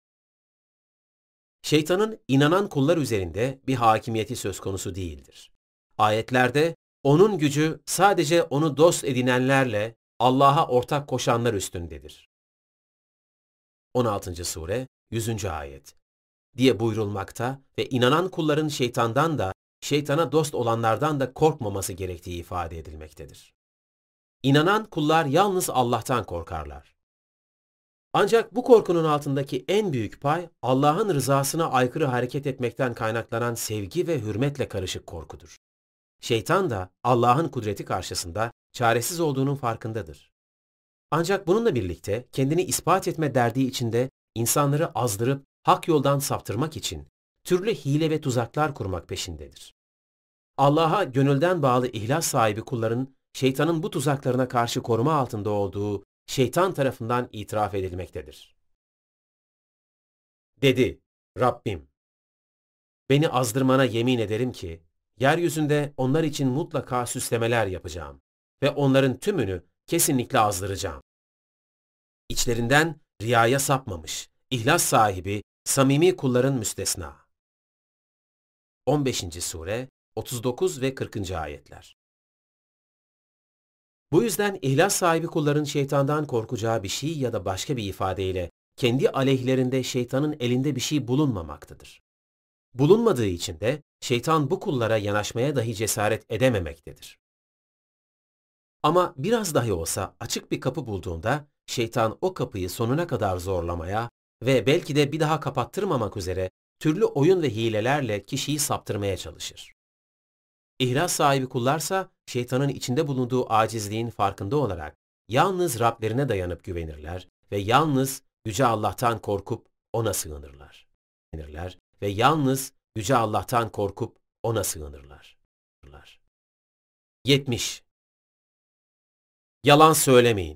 Şeytanın inanan kullar üzerinde bir hakimiyeti söz konusu değildir. Ayetlerde onun gücü sadece onu dost edinenlerle Allah'a ortak koşanlar üstündedir. on altıncı. Sure yüzüncü. ayet diye buyurulmakta ve inanan kulların şeytandan da, şeytana dost olanlardan da korkmaması gerektiği ifade edilmektedir. İnanan kullar yalnız Allah'tan korkarlar. Ancak bu korkunun altındaki en büyük pay, Allah'ın rızasına aykırı hareket etmekten kaynaklanan sevgi ve hürmetle karışık korkudur. Şeytan da Allah'ın kudreti karşısında çaresiz olduğunun farkındadır. Ancak bununla birlikte kendini ispat etme derdi içinde insanları azdırıp hak yoldan saptırmak için türlü hile ve tuzaklar kurmak peşindedir. Allah'a gönülden bağlı ihlas sahibi kulların şeytanın bu tuzaklarına karşı koruma altında olduğu şeytan tarafından itiraf edilmektedir. Dedi, Rabbim, beni azdırmana yemin ederim ki, yeryüzünde onlar için mutlaka süslemeler yapacağım ve onların tümünü kesinlikle azdıracağım. İçlerinden riyaya sapmamış, ihlas sahibi, samimi kulların müstesna. on beşinci. Sure, otuz dokuz ve kırkıncı. ayetler. Bu yüzden ihlas sahibi kulların şeytandan korkacağı bir şey ya da başka bir ifadeyle kendi aleyhlerinde şeytanın elinde bir şey bulunmamaktadır. Bulunmadığı için de şeytan bu kullara yanaşmaya dahi cesaret edememektedir. Ama biraz dahi olsa açık bir kapı bulduğunda şeytan o kapıyı sonuna kadar zorlamaya ve belki de bir daha kapattırmamak üzere türlü oyun ve hilelerle kişiyi saptırmaya çalışır. İhlas sahibi kullarsa şeytanın içinde bulunduğu acizliğin farkında olarak yalnız Rablerine dayanıp güvenirler ve yalnız Yüce Allah'tan korkup ona sığınırlar. Ve yalnız Yüce Allah'tan korkup ona sığınırlar. yetmiş. Yalan söylemeyin.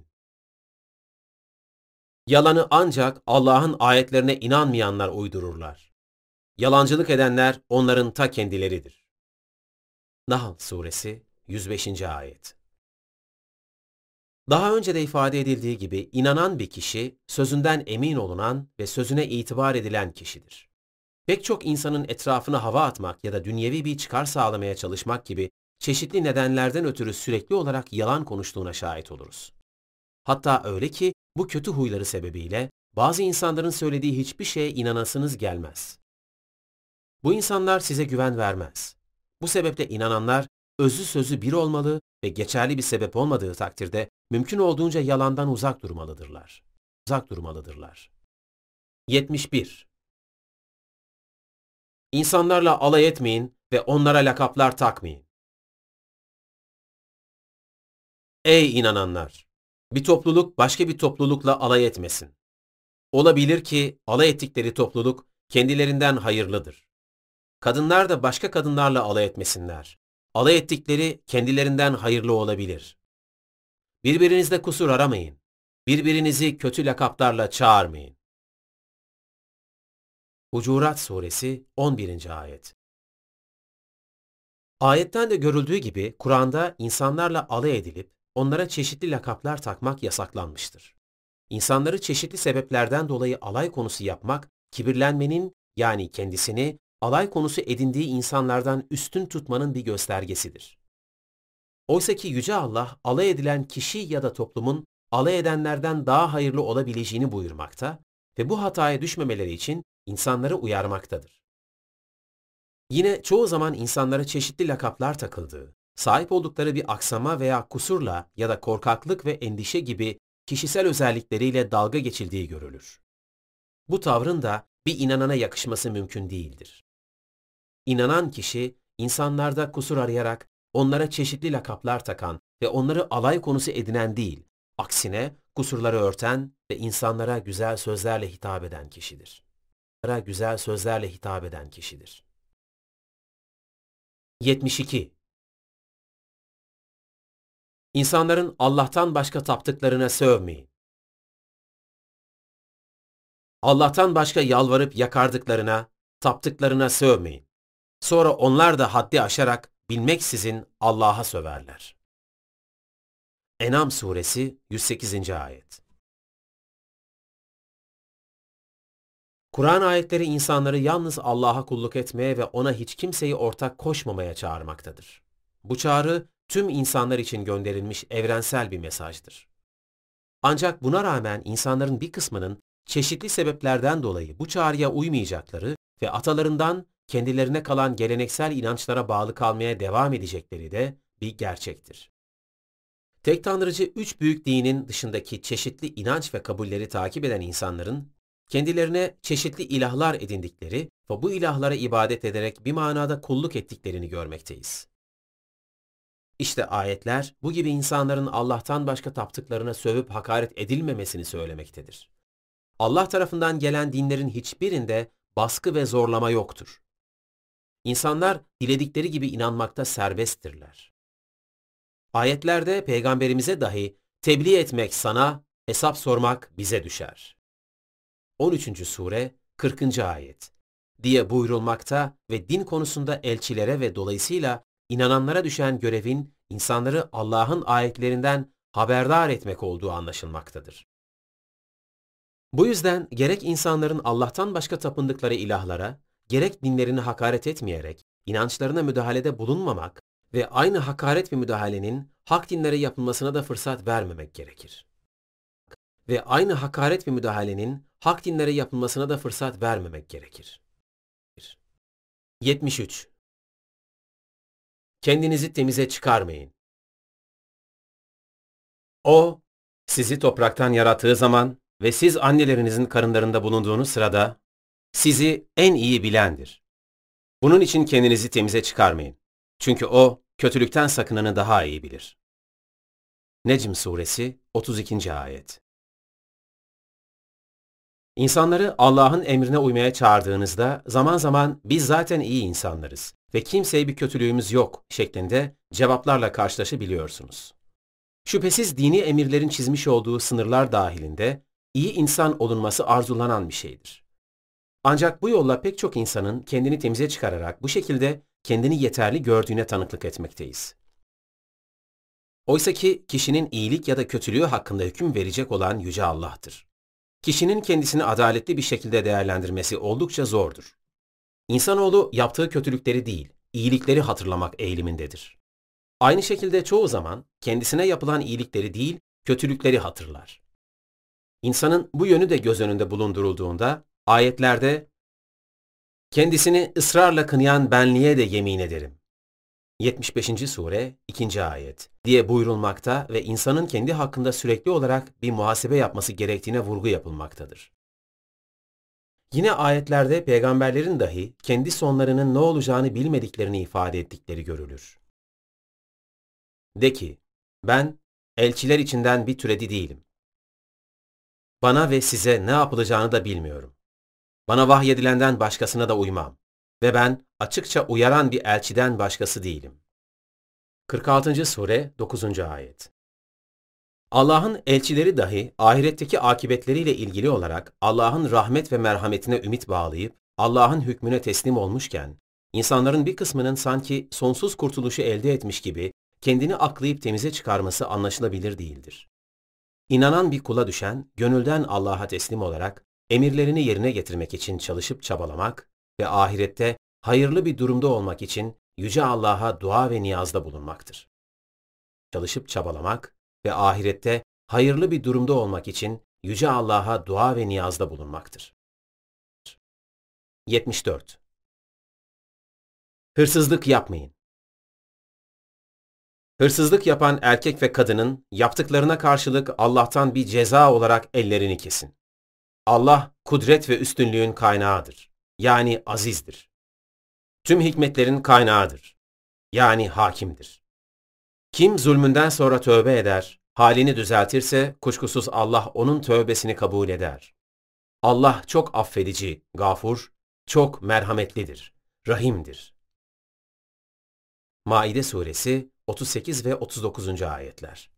Yalanı ancak Allah'ın ayetlerine inanmayanlar uydururlar. Yalancılık edenler onların ta kendileridir. Nahl Suresi yüz beşinci. ayet. Daha önce de ifade edildiği gibi inanan bir kişi, sözünden emin olunan ve sözüne itibar edilen kişidir. Pek çok insanın etrafına hava atmak ya da dünyevi bir çıkar sağlamaya çalışmak gibi çeşitli nedenlerden ötürü sürekli olarak yalan konuştuğuna şahit oluruz. Hatta öyle ki bu kötü huyları sebebiyle bazı insanların söylediği hiçbir şeye inanasınız gelmez. Bu insanlar size güven vermez. Bu sebeple inananlar özü sözü bir olmalı ve geçerli bir sebep olmadığı takdirde mümkün olduğunca yalandan uzak durmalıdırlar. Uzak durmalıdırlar. yetmiş bir. İnsanlarla alay etmeyin ve onlara lakaplar takmayın. Ey inananlar! Bir topluluk başka bir toplulukla alay etmesin. Olabilir ki alay ettikleri topluluk kendilerinden hayırlıdır. Kadınlar da başka kadınlarla alay etmesinler. Alay ettikleri kendilerinden hayırlı olabilir. Birbirinizde kusur aramayın. Birbirinizi kötü lakaplarla çağırmayın. Hucurat Suresi on birinci. ayet. Ayetten de görüldüğü gibi Kur'an'da insanlarla alay edilip onlara çeşitli lakaplar takmak yasaklanmıştır. İnsanları çeşitli sebeplerden dolayı alay konusu yapmak, kibirlenmenin yani kendisini alay konusu edindiği insanlardan üstün tutmanın bir göstergesidir. Oysa ki Yüce Allah, alay edilen kişi ya da toplumun alay edenlerden daha hayırlı olabileceğini buyurmakta ve bu hataya düşmemeleri için insanları uyarmaktadır. Yine çoğu zaman insanlara çeşitli lakaplar takıldığı, sahip oldukları bir aksama veya kusurla ya da korkaklık ve endişe gibi kişisel özellikleriyle dalga geçildiği görülür. Bu tavrın da bir inanana yakışması mümkün değildir. İnanan kişi, insanlarda kusur arayarak onlara çeşitli lakaplar takan ve onları alay konusu edinen değil, aksine kusurları örten ve insanlara güzel sözlerle hitap eden kişidir. İnsanlara güzel sözlerle hitap eden kişidir. yetmiş iki. İnsanların Allah'tan başka taptıklarına sövmeyin. Allah'tan başka yalvarıp yakardıklarına, taptıklarına sövmeyin. Sonra onlar da haddi aşarak bilmeksizin Allah'a söverler. En'am suresi yüz sekizinci ayet. Kur'an ayetleri insanları yalnız Allah'a kulluk etmeye ve ona hiç kimseyi ortak koşmamaya çağırmaktadır. Bu çağrı tüm insanlar için gönderilmiş evrensel bir mesajdır. Ancak buna rağmen insanların bir kısmının çeşitli sebeplerden dolayı bu çağrıya uymayacakları ve atalarından kendilerine kalan geleneksel inançlara bağlı kalmaya devam edecekleri de bir gerçektir. Tek tanrıcı üç büyük dinin dışındaki çeşitli inanç ve kabulleri takip eden insanların kendilerine çeşitli ilahlar edindikleri ve bu ilahlara ibadet ederek bir manada kulluk ettiklerini görmekteyiz. İşte ayetler bu gibi insanların Allah'tan başka taptıklarına sövüp hakaret edilmemesini söylemektedir. Allah tarafından gelen dinlerin hiçbirinde baskı ve zorlama yoktur. İnsanlar diledikleri gibi inanmakta serbesttirler. Ayetlerde peygamberimize dahi tebliğ etmek sana, hesap sormak bize düşer. on üçüncü sure kırkıncı ayet diye buyurulmakta ve din konusunda elçilere ve dolayısıyla inananlara düşen görevin insanları Allah'ın ayetlerinden haberdar etmek olduğu anlaşılmaktadır. Bu yüzden gerek insanların Allah'tan başka tapındıkları ilahlara, gerek dinlerini hakaret etmeyerek inançlarına müdahalede bulunmamak ve aynı hakaret ve müdahalenin hak dinlere yapılmasına da fırsat vermemek gerekir. Ve aynı hakaret ve müdahalenin hak dinlere yapılmasına da fırsat vermemek gerekir. yetmiş üç. Kendinizi temize çıkarmayın. O, sizi topraktan yarattığı zaman ve siz annelerinizin karınlarında bulunduğunuz sırada sizi en iyi bilendir. Bunun için kendinizi temize çıkarmayın. Çünkü O, kötülükten sakınanı daha iyi bilir. Necm suresi otuz ikinci ayet. İnsanları Allah'ın emrine uymaya çağırdığınızda zaman zaman biz zaten iyi insanlarız ve kimseye bir kötülüğümüz yok şeklinde cevaplarla karşılaşabiliyorsunuz. Şüphesiz dini emirlerin çizmiş olduğu sınırlar dahilinde iyi insan olunması arzulanan bir şeydir. Ancak bu yolla pek çok insanın kendini temize çıkararak bu şekilde kendini yeterli gördüğüne tanıklık etmekteyiz. Oysa ki kişinin iyilik ya da kötülüğü hakkında hüküm verecek olan Yüce Allah'tır. Kişinin kendisini adaletli bir şekilde değerlendirmesi oldukça zordur. İnsanoğlu yaptığı kötülükleri değil, iyilikleri hatırlamak eğilimindedir. Aynı şekilde çoğu zaman kendisine yapılan iyilikleri değil, kötülükleri hatırlar. İnsanın bu yönü de göz önünde bulundurulduğunda, ayetlerde kendisini ısrarla kınayan benliğe de yemin ederim. yetmiş beşinci sure ikinci ayet diye buyurulmakta ve insanın kendi hakkında sürekli olarak bir muhasebe yapması gerektiğine vurgu yapılmaktadır. Yine ayetlerde peygamberlerin dahi kendi sonlarının ne olacağını bilmediklerini ifade ettikleri görülür. De ki, ben elçiler içinden bir türedi değilim. Bana ve size ne yapılacağını da bilmiyorum. Bana vahyedilenden başkasına da uymam ve ben açıkça uyaran bir elçiden başkası değilim. kırk altıncı sure dokuzuncu ayet. Allah'ın elçileri dahi ahiretteki akıbetleriyle ilgili olarak Allah'ın rahmet ve merhametine ümit bağlayıp Allah'ın hükmüne teslim olmuşken, insanların bir kısmının sanki sonsuz kurtuluşu elde etmiş gibi kendini aklayıp temize çıkarması anlaşılabilir değildir. İnanan bir kula düşen, gönülden Allah'a teslim olarak emirlerini yerine getirmek için çalışıp çabalamak ve ahirette hayırlı bir durumda olmak için Yüce Allah'a dua ve niyazda bulunmaktır. çalışıp çabalamak ve ahirette hayırlı bir durumda olmak için Yüce Allah'a dua ve niyazda bulunmaktır. yetmiş dört. Hırsızlık yapmayın. Hırsızlık yapan erkek ve kadının yaptıklarına karşılık Allah'tan bir ceza olarak ellerini kesin. Allah kudret ve üstünlüğün kaynağıdır. Yani azizdir. Tüm hikmetlerin kaynağıdır. Yani hakimdir. Kim zulmünden sonra tövbe eder, halini düzeltirse kuşkusuz Allah onun tövbesini kabul eder. Allah çok affedici, gafur, çok merhametlidir, rahimdir. Maide suresi otuz sekiz ve otuz dokuzuncu ayetler.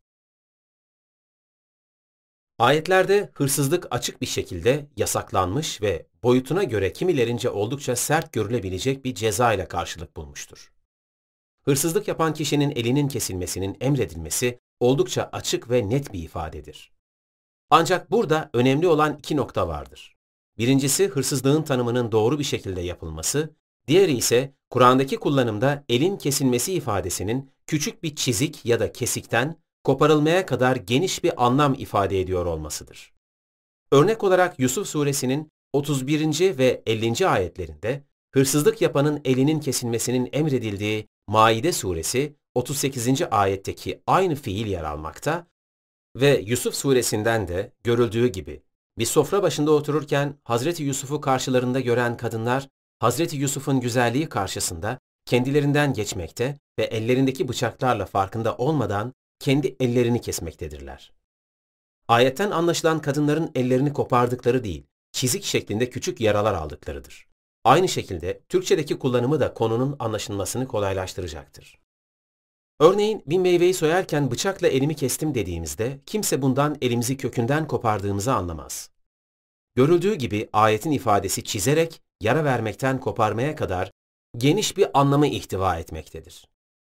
Ayetlerde hırsızlık açık bir şekilde yasaklanmış ve boyutuna göre kimilerince oldukça sert görülebilecek bir ceza ile karşılık bulmuştur. Hırsızlık yapan kişinin elinin kesilmesinin emredilmesi oldukça açık ve net bir ifadedir. Ancak burada önemli olan iki nokta vardır. Birincisi hırsızlığın tanımının doğru bir şekilde yapılması, diğeri ise Kur'an'daki kullanımda elin kesilmesi ifadesinin küçük bir çizik ya da kesikten koparılmaya kadar geniş bir anlam ifade ediyor olmasıdır. Örnek olarak Yusuf suresinin otuz birinci ve ellinci ayetlerinde hırsızlık yapanın elinin kesilmesinin emredildiği Maide suresi otuz sekizinci ayetteki aynı fiil yer almakta ve Yusuf suresinden de görüldüğü gibi bir sofra başında otururken Hazreti Yusuf'u karşılarında gören kadınlar Hazreti Yusuf'un güzelliği karşısında kendilerinden geçmekte ve ellerindeki bıçaklarla farkında olmadan kendi ellerini kesmektedirler. Ayetten anlaşılan kadınların ellerini kopardıkları değil, çizik şeklinde küçük yaralar aldıklarıdır. Aynı şekilde Türkçedeki kullanımı da konunun anlaşılmasını kolaylaştıracaktır. Örneğin bir meyveyi soyarken bıçakla elimi kestim dediğimizde kimse bundan elimizi kökünden kopardığımızı anlamaz. Görüldüğü gibi ayetin ifadesi çizerek yara vermekten koparmaya kadar geniş bir anlamı ihtiva etmektedir.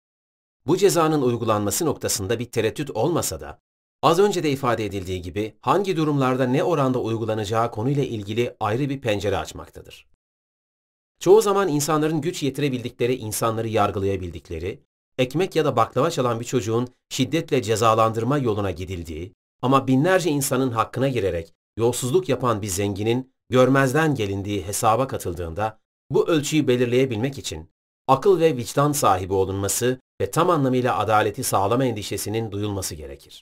Bu cezanın uygulanması noktasında bir tereddüt olmasa da az önce de ifade edildiği gibi hangi durumlarda ne oranda uygulanacağı konuyla ilgili ayrı bir pencere açmaktadır. Çoğu zaman insanların güç yetirebildikleri insanları yargılayabildikleri, ekmek ya da baklava çalan bir çocuğun şiddetle cezalandırma yoluna gidildiği ama binlerce insanın hakkına girerek yolsuzluk yapan bir zenginin görmezden gelindiği hesaba katıldığında bu ölçüyü belirleyebilmek için akıl ve vicdan sahibi olunması ve tam anlamıyla adaleti sağlama endişesinin duyulması gerekir.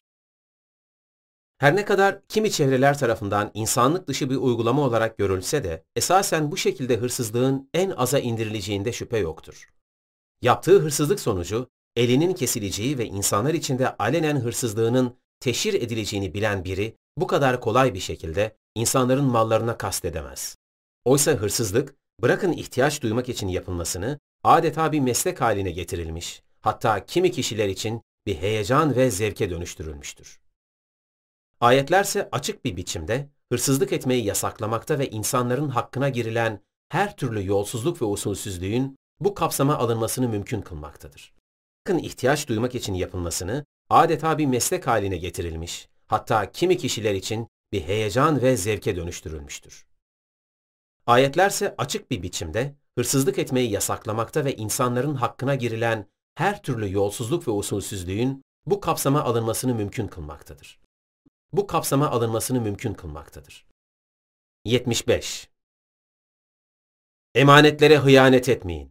Her ne kadar kimi çevreler tarafından insanlık dışı bir uygulama olarak görülse de esasen bu şekilde hırsızlığın en aza indirileceğinde şüphe yoktur. Yaptığı hırsızlık sonucu elinin kesileceği ve insanlar içinde alenen hırsızlığının teşhir edileceğini bilen biri bu kadar kolay bir şekilde insanların mallarına kastedemez. Oysa hırsızlık, bırakın ihtiyaç duymak için yapılmasını, adeta bir meslek haline getirilmiş, hatta kimi kişiler için bir heyecan ve zevke dönüştürülmüştür. Ayetlerse açık bir biçimde hırsızlık etmeyi yasaklamakta ve insanların hakkına girilen her türlü yolsuzluk ve usulsüzlüğün bu kapsama alınmasını mümkün kılmaktadır. Bırakın ihtiyaç duymak için yapılmasını, adeta bir meslek haline getirilmiş, hatta kimi kişiler için bir heyecan ve zevke dönüştürülmüştür. Ayetlerse açık bir biçimde hırsızlık etmeyi yasaklamakta ve insanların hakkına girilen her türlü yolsuzluk ve usulsüzlüğün bu kapsama alınmasını mümkün kılmaktadır. Bu kapsama alınmasını mümkün kılmaktadır. yetmiş beş. Emanetlere hıyanet etmeyin.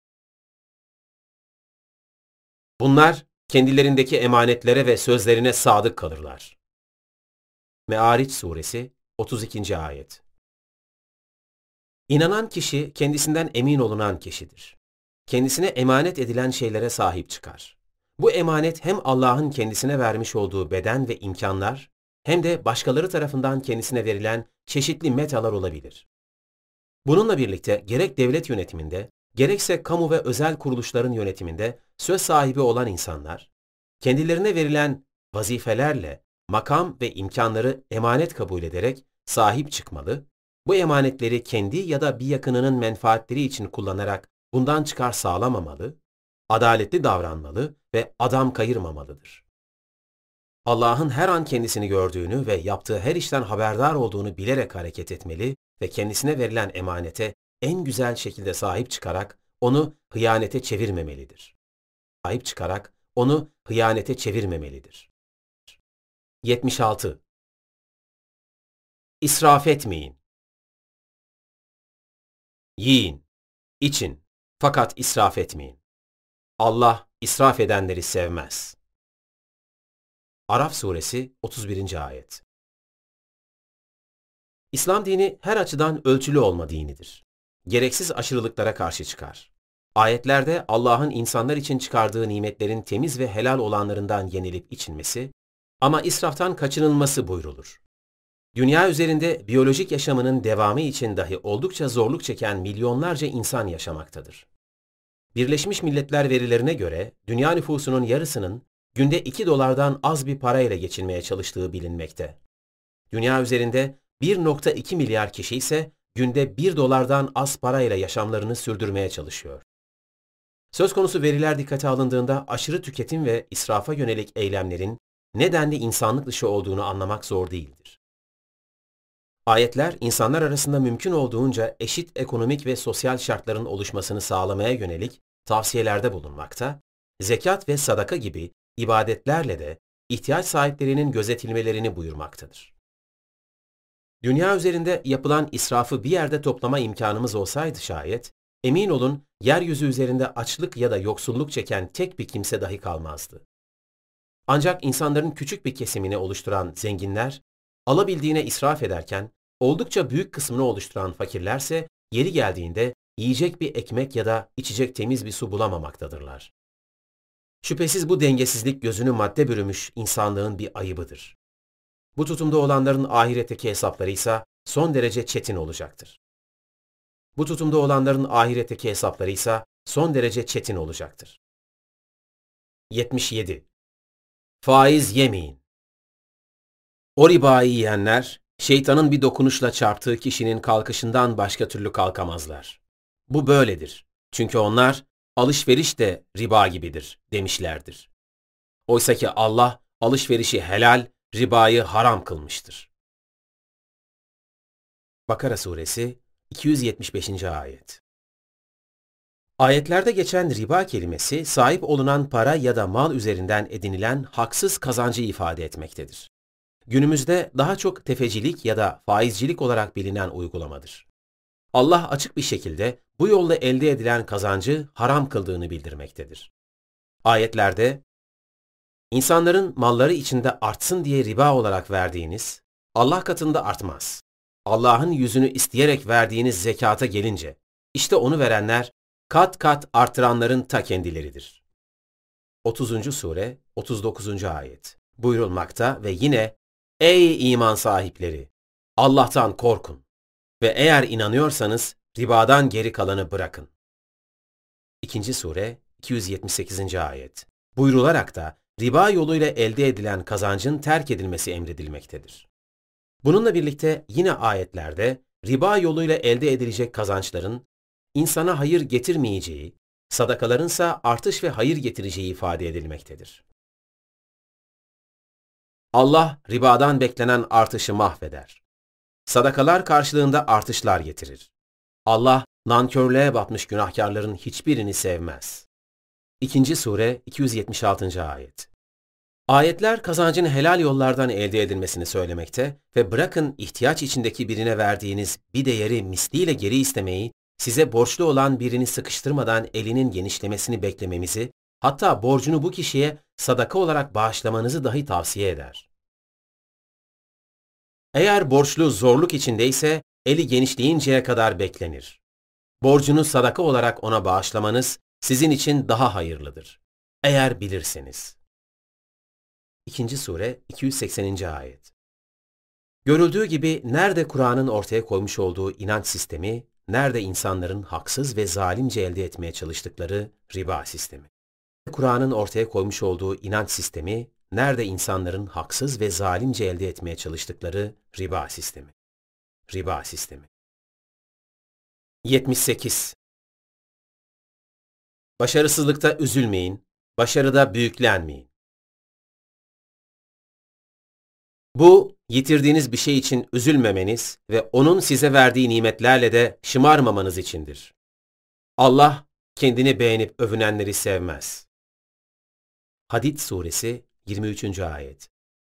Bunlar kendilerindeki emanetlere ve sözlerine sadık kalırlar. Me'ariç suresi otuz ikinci ayet. İnanan kişi kendisinden emin olunan kişidir. Kendisine emanet edilen şeylere sahip çıkar. Bu emanet hem Allah'ın kendisine vermiş olduğu beden ve imkanlar hem de başkaları tarafından kendisine verilen çeşitli metalar olabilir. Bununla birlikte gerek devlet yönetiminde, gerekse kamu ve özel kuruluşların yönetiminde söz sahibi olan insanlar, kendilerine verilen vazifelerle makam ve imkanları emanet kabul ederek sahip çıkmalı, bu emanetleri kendi ya da bir yakınının menfaatleri için kullanarak bundan çıkar sağlamamalı, adaletli davranmalı ve adam kayırmamalıdır. Allah'ın her an kendisini gördüğünü ve yaptığı her işten haberdar olduğunu bilerek hareket etmeli ve kendisine verilen emanete en güzel şekilde sahip çıkarak onu hıyanete çevirmemelidir. Sahip çıkarak onu hıyanete çevirmemelidir. yetmiş altı. İsraf etmeyin. Yiyin, için, fakat israf etmeyin. Allah israf edenleri sevmez. Araf suresi otuz birinci ayet. İslam dini her açıdan ölçülü olma dinidir. Gereksiz aşırılıklara karşı çıkar. Ayetlerde Allah'ın insanlar için çıkardığı nimetlerin temiz ve helal olanlarından yenilip içilmesi ama israftan kaçınılması buyrulur. Dünya üzerinde biyolojik yaşamının devamı için dahi oldukça zorluk çeken milyonlarca insan yaşamaktadır. Birleşmiş Milletler verilerine göre dünya nüfusunun yarısının günde iki dolardan az bir parayla geçinmeye çalıştığı bilinmekte. Dünya üzerinde bir nokta iki milyar kişi ise günde bir dolardan az parayla yaşamlarını sürdürmeye çalışıyor. Söz konusu veriler dikkate alındığında aşırı tüketim ve israfa yönelik eylemlerin nedenli insanlık dışı olduğunu anlamak zor değildir. Ayetler, insanlar arasında mümkün olduğunca eşit ekonomik ve sosyal şartların oluşmasını sağlamaya yönelik tavsiyelerde bulunmakta, zekat ve sadaka gibi ibadetlerle de ihtiyaç sahiplerinin gözetilmelerini buyurmaktadır. Dünya üzerinde yapılan israfı bir yerde toplama imkanımız olsaydı şayet, emin olun yeryüzü üzerinde açlık ya da yoksulluk çeken tek bir kimse dahi kalmazdı. Ancak insanların küçük bir kesimini oluşturan zenginler, alabildiğine israf ederken, oldukça büyük kısmını oluşturan fakirlerse yeri geldiğinde yiyecek bir ekmek ya da içecek temiz bir su bulamamaktadırlar. Şüphesiz bu dengesizlik gözünü madde bürümüş insanlığın bir ayıbıdır. Bu tutumda olanların ahiretteki hesapları ise son derece çetin olacaktır. Bu tutumda olanların ahiretteki hesapları ise son derece çetin olacaktır. yetmiş yedi. Faiz yemeyin. O ribayı yiyenler, şeytanın bir dokunuşla çarptığı kişinin kalkışından başka türlü kalkamazlar. Bu böyledir. Çünkü onlar, alışveriş de riba gibidir demişlerdir. Oysa ki Allah, alışverişi helal, ribayı haram kılmıştır. Bakara suresi iki yüz yetmiş beşinci ayet. Ayetlerde geçen riba kelimesi, sahip olunan para ya da mal üzerinden edinilen haksız kazancı ifade etmektedir. Günümüzde daha çok tefecilik ya da faizcilik olarak bilinen uygulamadır. Allah açık bir şekilde bu yolla elde edilen kazancı haram kıldığını bildirmektedir. Ayetlerde, İnsanların malları içinde artsın diye riba olarak verdiğiniz, Allah katında artmaz. Allah'ın yüzünü isteyerek verdiğiniz zekata gelince, işte onu verenler, kat kat artıranların ta kendileridir. otuzuncu sure, otuz dokuzuncu ayet buyurulmakta ve yine, ey iman sahipleri! Allah'tan korkun ve eğer inanıyorsanız ribadan geri kalanı bırakın. ikinci sure, iki yüz yetmiş sekizinci ayet buyrularak da, riba yoluyla elde edilen kazancın terk edilmesi emredilmektedir. Bununla birlikte yine ayetlerde riba yoluyla elde edilecek kazançların insana hayır getirmeyeceği, sadakalarınsa artış ve hayır getireceği ifade edilmektedir. Allah ribadan beklenen artışı mahveder. Sadakalar karşılığında artışlar getirir. Allah nankörlüğe batmış günahkarların hiçbirini sevmez. İkinci sure, iki yüz yetmiş altıncı ayet. Ayetler kazancın helal yollardan elde edilmesini söylemekte ve bırakın ihtiyaç içindeki birine verdiğiniz bir değeri misliyle geri istemeyi, size borçlu olan birini sıkıştırmadan elinin genişlemesini beklememizi, hatta borcunu bu kişiye sadaka olarak bağışlamanızı dahi tavsiye eder. Eğer borçlu zorluk içindeyse eli genişleyinceye kadar beklenir. Borcunu sadaka olarak ona bağışlamanız sizin için daha hayırlıdır. Eğer bilirseniz. İkinci sure, iki yüz sekseninci ayet. Görüldüğü gibi nerede Kur'an'ın ortaya koymuş olduğu inanç sistemi, nerede insanların haksız ve zalimce elde etmeye çalıştıkları riba sistemi. Kur'an'ın ortaya koymuş olduğu inanç sistemi, nerede insanların haksız ve zalimce elde etmeye çalıştıkları riba sistemi. Riba sistemi. yetmiş sekiz. Başarısızlıkta üzülmeyin, başarıda büyüklenmeyin. Bu, yitirdiğiniz bir şey için üzülmemeniz ve onun size verdiği nimetlerle de şımarmamanız içindir. Allah, kendini beğenip övünenleri sevmez. Hadid Suresi yirmi üçüncü Ayet.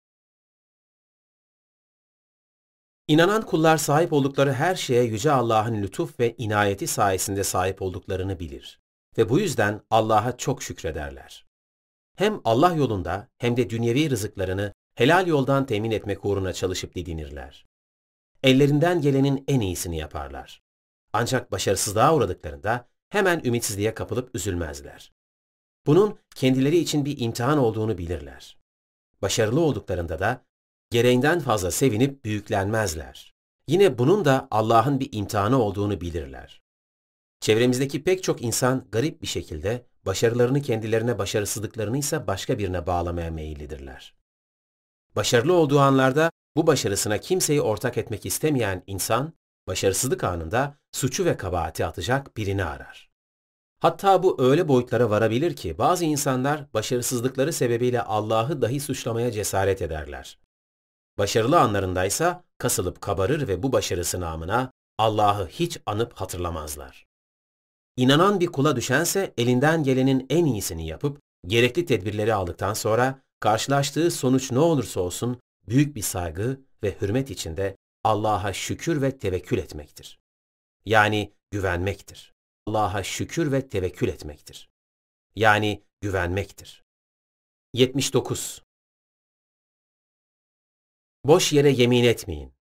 İnanan kullar sahip oldukları her şeye Yüce Allah'ın lütuf ve inayeti sayesinde sahip olduklarını bilir ve bu yüzden Allah'a çok şükrederler. Hem Allah yolunda hem de dünyevi rızıklarını helal yoldan temin etmek uğruna çalışıp didinirler. Ellerinden gelenin en iyisini yaparlar. Ancak başarısızlığa uğradıklarında hemen ümitsizliğe kapılıp üzülmezler. Bunun kendileri için bir imtihan olduğunu bilirler. Başarılı olduklarında da gereğinden fazla sevinip büyüklenmezler. Yine bunun da Allah'ın bir imtihanı olduğunu bilirler. Çevremizdeki pek çok insan garip bir şekilde başarılarını kendilerine, başarısızlıklarını ise başka birine bağlamaya meyillidirler. Başarılı olduğu anlarda bu başarısına kimseyi ortak etmek istemeyen insan, başarısızlık anında suçu ve kabahati atacak birini arar. Hatta bu öyle boyutlara varabilir ki bazı insanlar başarısızlıkları sebebiyle Allah'ı dahi suçlamaya cesaret ederler. Başarılı anlarındaysa kasılıp kabarır ve bu başarısı namına Allah'ı hiç anıp hatırlamazlar. İnanan bir kula düşense elinden gelenin en iyisini yapıp gerekli tedbirleri aldıktan sonra karşılaştığı sonuç ne olursa olsun büyük bir saygı ve hürmet içinde Allah'a şükür ve tevekkül etmektir. Yani güvenmektir. Allah'a şükür ve tevekkül etmektir. Yani güvenmektir. yetmiş dokuz. Boş yere yemin etmeyin.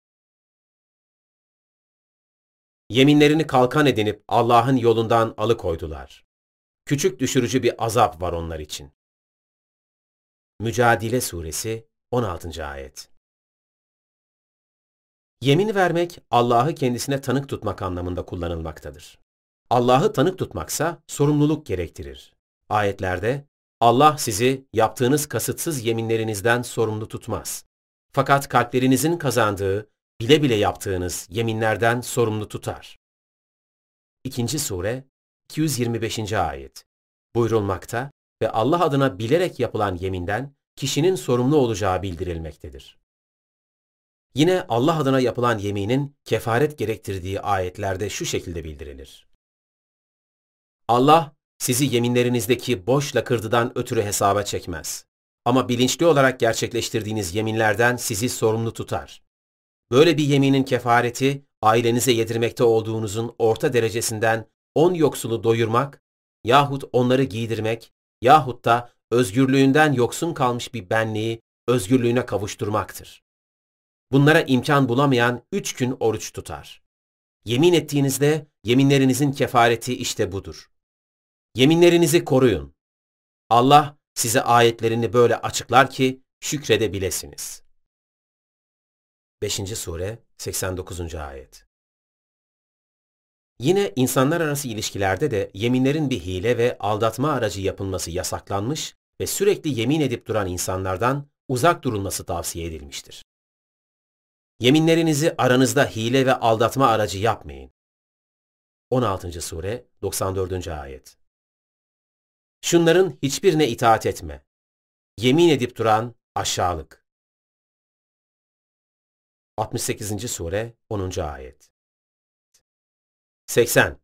Yeminlerini kalkan edinip Allah'ın yolundan alıkoydular. Küçük düşürücü bir azap var onlar için. Mücadele Suresi on altıncı Ayet. Yemin vermek, Allah'ı kendisine tanık tutmak anlamında kullanılmaktadır. Allah'ı tanık tutmaksa sorumluluk gerektirir. Ayetlerde, Allah sizi yaptığınız kasıtsız yeminlerinizden sorumlu tutmaz. Fakat kalplerinizin kazandığı, bile bile yaptığınız yeminlerden sorumlu tutar. İkinci Sure, iki yüz yirmi beşinci Ayet. Buyurulmakta ve Allah adına bilerek yapılan yeminden kişinin sorumlu olacağı bildirilmektedir. Yine Allah adına yapılan yeminin kefaret gerektirdiği ayetlerde şu şekilde bildirilir. Allah, sizi yeminlerinizdeki boş lakırdıdan ötürü hesaba çekmez. Ama bilinçli olarak gerçekleştirdiğiniz yeminlerden sizi sorumlu tutar. Böyle bir yeminin kefareti, ailenize yedirmekte olduğunuzun orta derecesinden on yoksulu doyurmak yahut onları giydirmek yahut da özgürlüğünden yoksun kalmış bir benliği özgürlüğüne kavuşturmaktır. Bunlara imkan bulamayan üç gün oruç tutar. Yemin ettiğinizde yeminlerinizin kefareti işte budur. Yeminlerinizi koruyun. Allah size ayetlerini böyle açıklar ki şükredebilesiniz. beşinci Sure seksen dokuzuncu Ayet. Yine insanlar arası ilişkilerde de yeminlerin bir hile ve aldatma aracı yapılması yasaklanmış ve sürekli yemin edip duran insanlardan uzak durulması tavsiye edilmiştir. Yeminlerinizi aranızda hile ve aldatma aracı yapmayın. on altıncı Sure doksan dördüncü Ayet. Şunların hiçbirine itaat etme. Yemin edip duran aşağılık. altmış sekizinci Sure onuncu Ayet. seksen.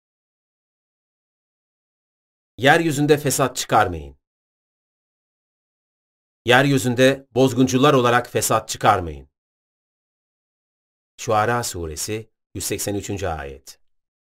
Yeryüzünde fesat çıkarmayın. Yeryüzünde bozguncular olarak fesat çıkarmayın. Şuara Suresi yüz seksen üçüncü Ayet.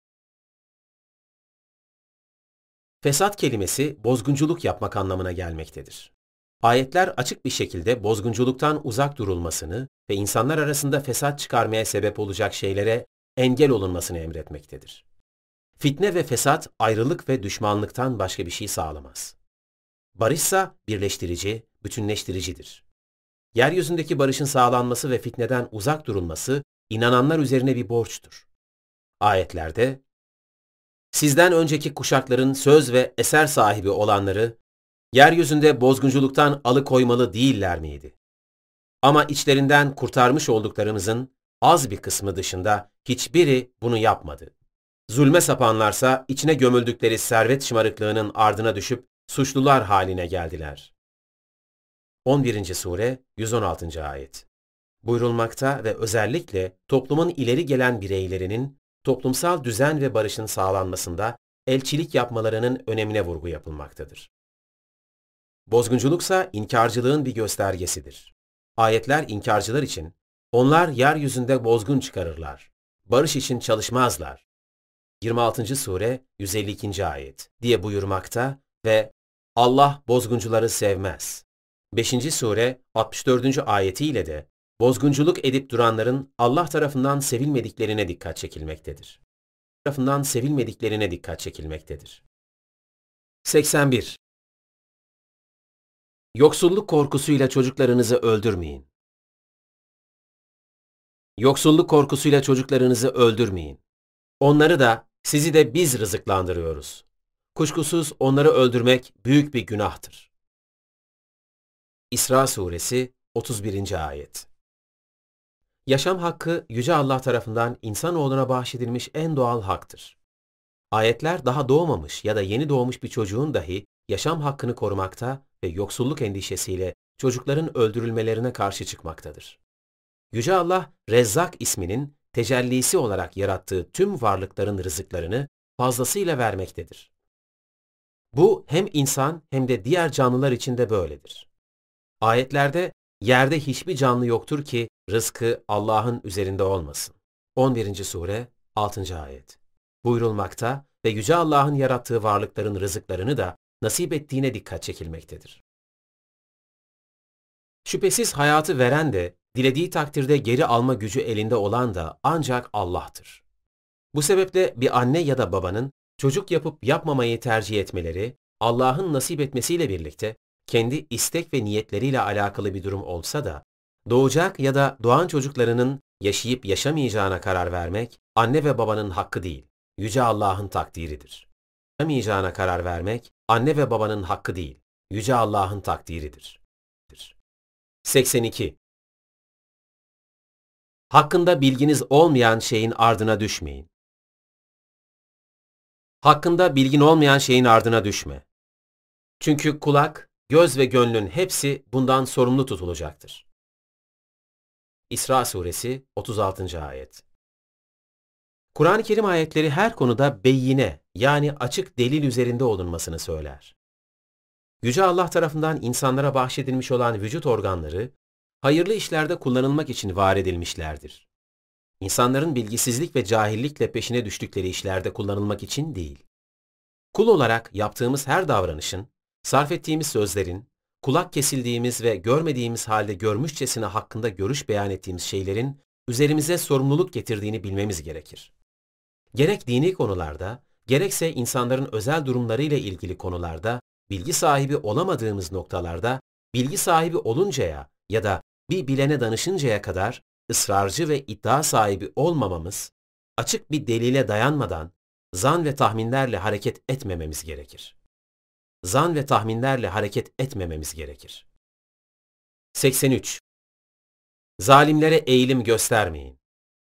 Fesat kelimesi bozgunculuk yapmak anlamına gelmektedir. Ayetler açık bir şekilde bozgunculuktan uzak durulmasını ve insanlar arasında fesat çıkarmaya sebep olacak şeylere engel olunmasını emretmektedir. Fitne ve fesat ayrılık ve düşmanlıktan başka bir şey sağlamaz. Barışsa birleştirici, bütünleştiricidir. Yeryüzündeki barışın sağlanması ve fitneden uzak durulması inananlar üzerine bir borçtur. Ayetlerde, sizden önceki kuşakların söz ve eser sahibi olanları, yeryüzünde bozgunculuktan alıkoymalı değiller miydi? Ama içlerinden kurtarmış olduklarımızın az bir kısmı dışında hiçbiri bunu yapmadı. Zulme sapanlarsa içine gömüldükleri servet şımarıklığının ardına düşüp suçlular haline geldiler. on birinci Sure yüz on altıncı Ayet. Buyurulmakta ve özellikle toplumun ileri gelen bireylerinin toplumsal düzen ve barışın sağlanmasında elçilik yapmalarının önemine vurgu yapılmaktadır. Bozgunculuksa inkarcılığın bir göstergesidir. Ayetler inkarcılar için, onlar yeryüzünde bozgun çıkarırlar, barış için çalışmazlar. yirmi altıncı sure yüz elli ikinci ayet diye buyurmakta ve Allah bozguncuları sevmez. beşinci sure altmış dördüncü ayetiyle de bozgunculuk edip duranların Allah tarafından sevilmediklerine dikkat çekilmektedir. tarafından sevilmediklerine dikkat çekilmektedir. seksen bir. Yoksulluk korkusuyla çocuklarınızı öldürmeyin. Yoksulluk korkusuyla çocuklarınızı öldürmeyin. Onları da, sizi de biz rızıklandırıyoruz. Kuşkusuz onları öldürmek büyük bir günahtır. İsra suresi otuz birinci ayet. Yaşam hakkı Yüce Allah tarafından insanoğluna bahşedilmiş en doğal haktır. Ayetler daha doğmamış ya da yeni doğmuş bir çocuğun dahi yaşam hakkını korumakta ve yoksulluk endişesiyle çocukların öldürülmelerine karşı çıkmaktadır. Yüce Allah, Rezzak isminin tecellisi olarak yarattığı tüm varlıkların rızıklarını fazlasıyla vermektedir. Bu hem insan hem de diğer canlılar için de böyledir. Ayetlerde, yerde hiçbir canlı yoktur ki rızkı Allah'ın üzerinde olmasın. on birinci sure altıncı ayet. Buyurulmakta ve Yüce Allah'ın yarattığı varlıkların rızıklarını da nasip ettiğine dikkat çekilmektedir. Şüphesiz hayatı veren de, dilediği takdirde geri alma gücü elinde olan da ancak Allah'tır. Bu sebeple bir anne ya da babanın çocuk yapıp yapmamayı tercih etmeleri, Allah'ın nasip etmesiyle birlikte kendi istek ve niyetleriyle alakalı bir durum olsa da, doğacak ya da doğan çocuklarının yaşayıp yaşamayacağına karar vermek, anne ve babanın hakkı değil, Yüce Allah'ın takdiridir. Yaşamayacağına karar vermek, anne ve babanın hakkı değil, Yüce Allah'ın takdiridir. seksen iki. Hakkında bilginiz olmayan şeyin ardına düşmeyin. Hakkında bilgin olmayan şeyin ardına düşme. Çünkü kulak, göz ve gönlün hepsi bundan sorumlu tutulacaktır. İsra suresi otuz altıncı ayet. Kur'an-ı Kerim ayetleri her konuda beyine yani açık delil üzerinde olunmasını söyler. Yüce Allah tarafından insanlara bahşedilmiş olan vücut organları, hayırlı işlerde kullanılmak için var edilmişlerdir. İnsanların bilgisizlik ve cahillikle peşine düştükleri işlerde kullanılmak için değil. Kul olarak yaptığımız her davranışın, sarf ettiğimiz sözlerin, kulak kesildiğimiz ve görmediğimiz halde görmüşçesine hakkında görüş beyan ettiğimiz şeylerin üzerimize sorumluluk getirdiğini bilmemiz gerekir. Gerek dini konularda, gerekse insanların özel durumlarıyla ilgili konularda, bilgi sahibi olamadığımız noktalarda, bilgi sahibi oluncaya ya da bir bilene danışıncaya kadar ısrarcı ve iddia sahibi olmamamız, açık bir delile dayanmadan zan ve tahminlerle hareket etmememiz gerekir. Zan ve tahminlerle hareket etmememiz gerekir. seksen üç. Zalimlere eğilim göstermeyin.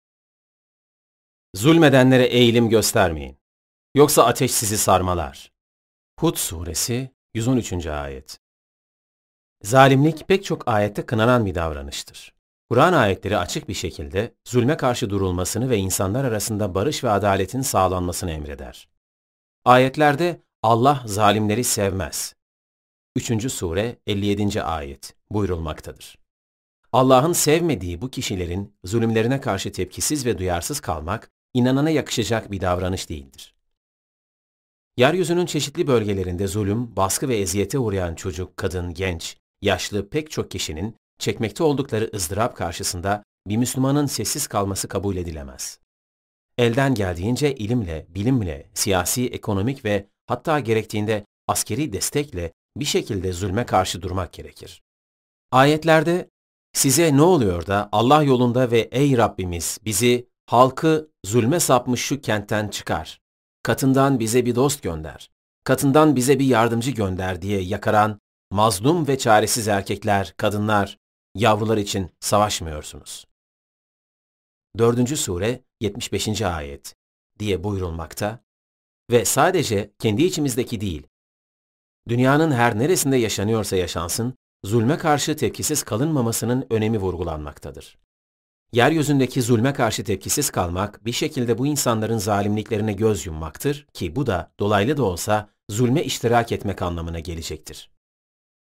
Zulmedenlere eğilim göstermeyin. Yoksa ateş sizi sarmalar. Hud suresi yüz on üçüncü ayet. Zalimlik pek çok ayette kınanan bir davranıştır. Kur'an ayetleri açık bir şekilde zulme karşı durulmasını ve insanlar arasında barış ve adaletin sağlanmasını emreder. Ayetlerde Allah zalimleri sevmez. üçüncü sure elli yedinci ayet buyurulmaktadır. Allah'ın sevmediği bu kişilerin zulümlerine karşı tepkisiz ve duyarsız kalmak, inanana yakışacak bir davranış değildir. Yeryüzünün çeşitli bölgelerinde zulüm, baskı ve eziyete uğrayan çocuk, kadın, genç, yaşlı pek çok kişinin çekmekte oldukları ızdırap karşısında bir Müslümanın sessiz kalması kabul edilemez. Elden geldiğince ilimle, bilimle, siyasi, ekonomik ve hatta gerektiğinde askeri destekle bir şekilde zulme karşı durmak gerekir. Ayetlerde, size ne oluyor da Allah yolunda ve ey Rabbimiz bizi, halkı zulme sapmış şu kentten çıkar, katından bize bir dost gönder, katından bize bir yardımcı gönder diye yakaran mazlum ve çaresiz erkekler, kadınlar, yavrular için savaşmıyorsunuz. dördüncü sure yetmiş beşinci ayet diye buyurulmakta ve sadece kendi içimizdeki değil, dünyanın her neresinde yaşanıyorsa yaşansın, zulme karşı tepkisiz kalınmamasının önemi vurgulanmaktadır. Yeryüzündeki zulme karşı tepkisiz kalmak, bir şekilde bu insanların zalimliklerine göz yummaktır ki bu da dolaylı da olsa zulme iştirak etmek anlamına gelecektir.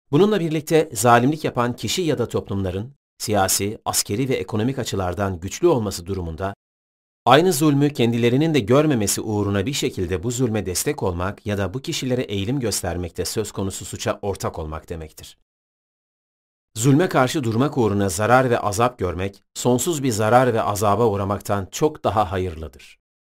Bununla birlikte zalimlik yapan kişi ya da toplumların siyasi, askeri ve ekonomik açılardan güçlü olması durumunda aynı zulmü kendilerinin de görmemesi uğruna bir şekilde bu zulme destek olmak ya da bu kişilere eğilim göstermekte söz konusu suça ortak olmak demektir. Zulme karşı durmak uğruna zarar ve azap görmek, sonsuz bir zarar ve azaba uğramaktan çok daha hayırlıdır.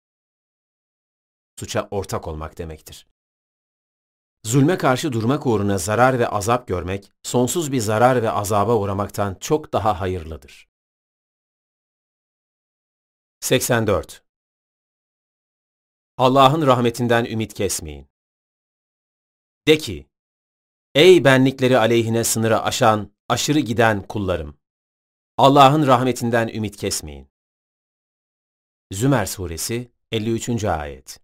Suça ortak olmak demektir. Zulme karşı durmak uğruna zarar ve azap görmek, sonsuz bir zarar ve azaba uğramaktan çok daha hayırlıdır. seksen dört. Allah'ın rahmetinden ümit kesmeyin. De ki, ey benlikleri aleyhine sınırı aşan, aşırı giden kullarım! Allah'ın rahmetinden ümit kesmeyin. Zümer Suresi elli üçüncü Ayet.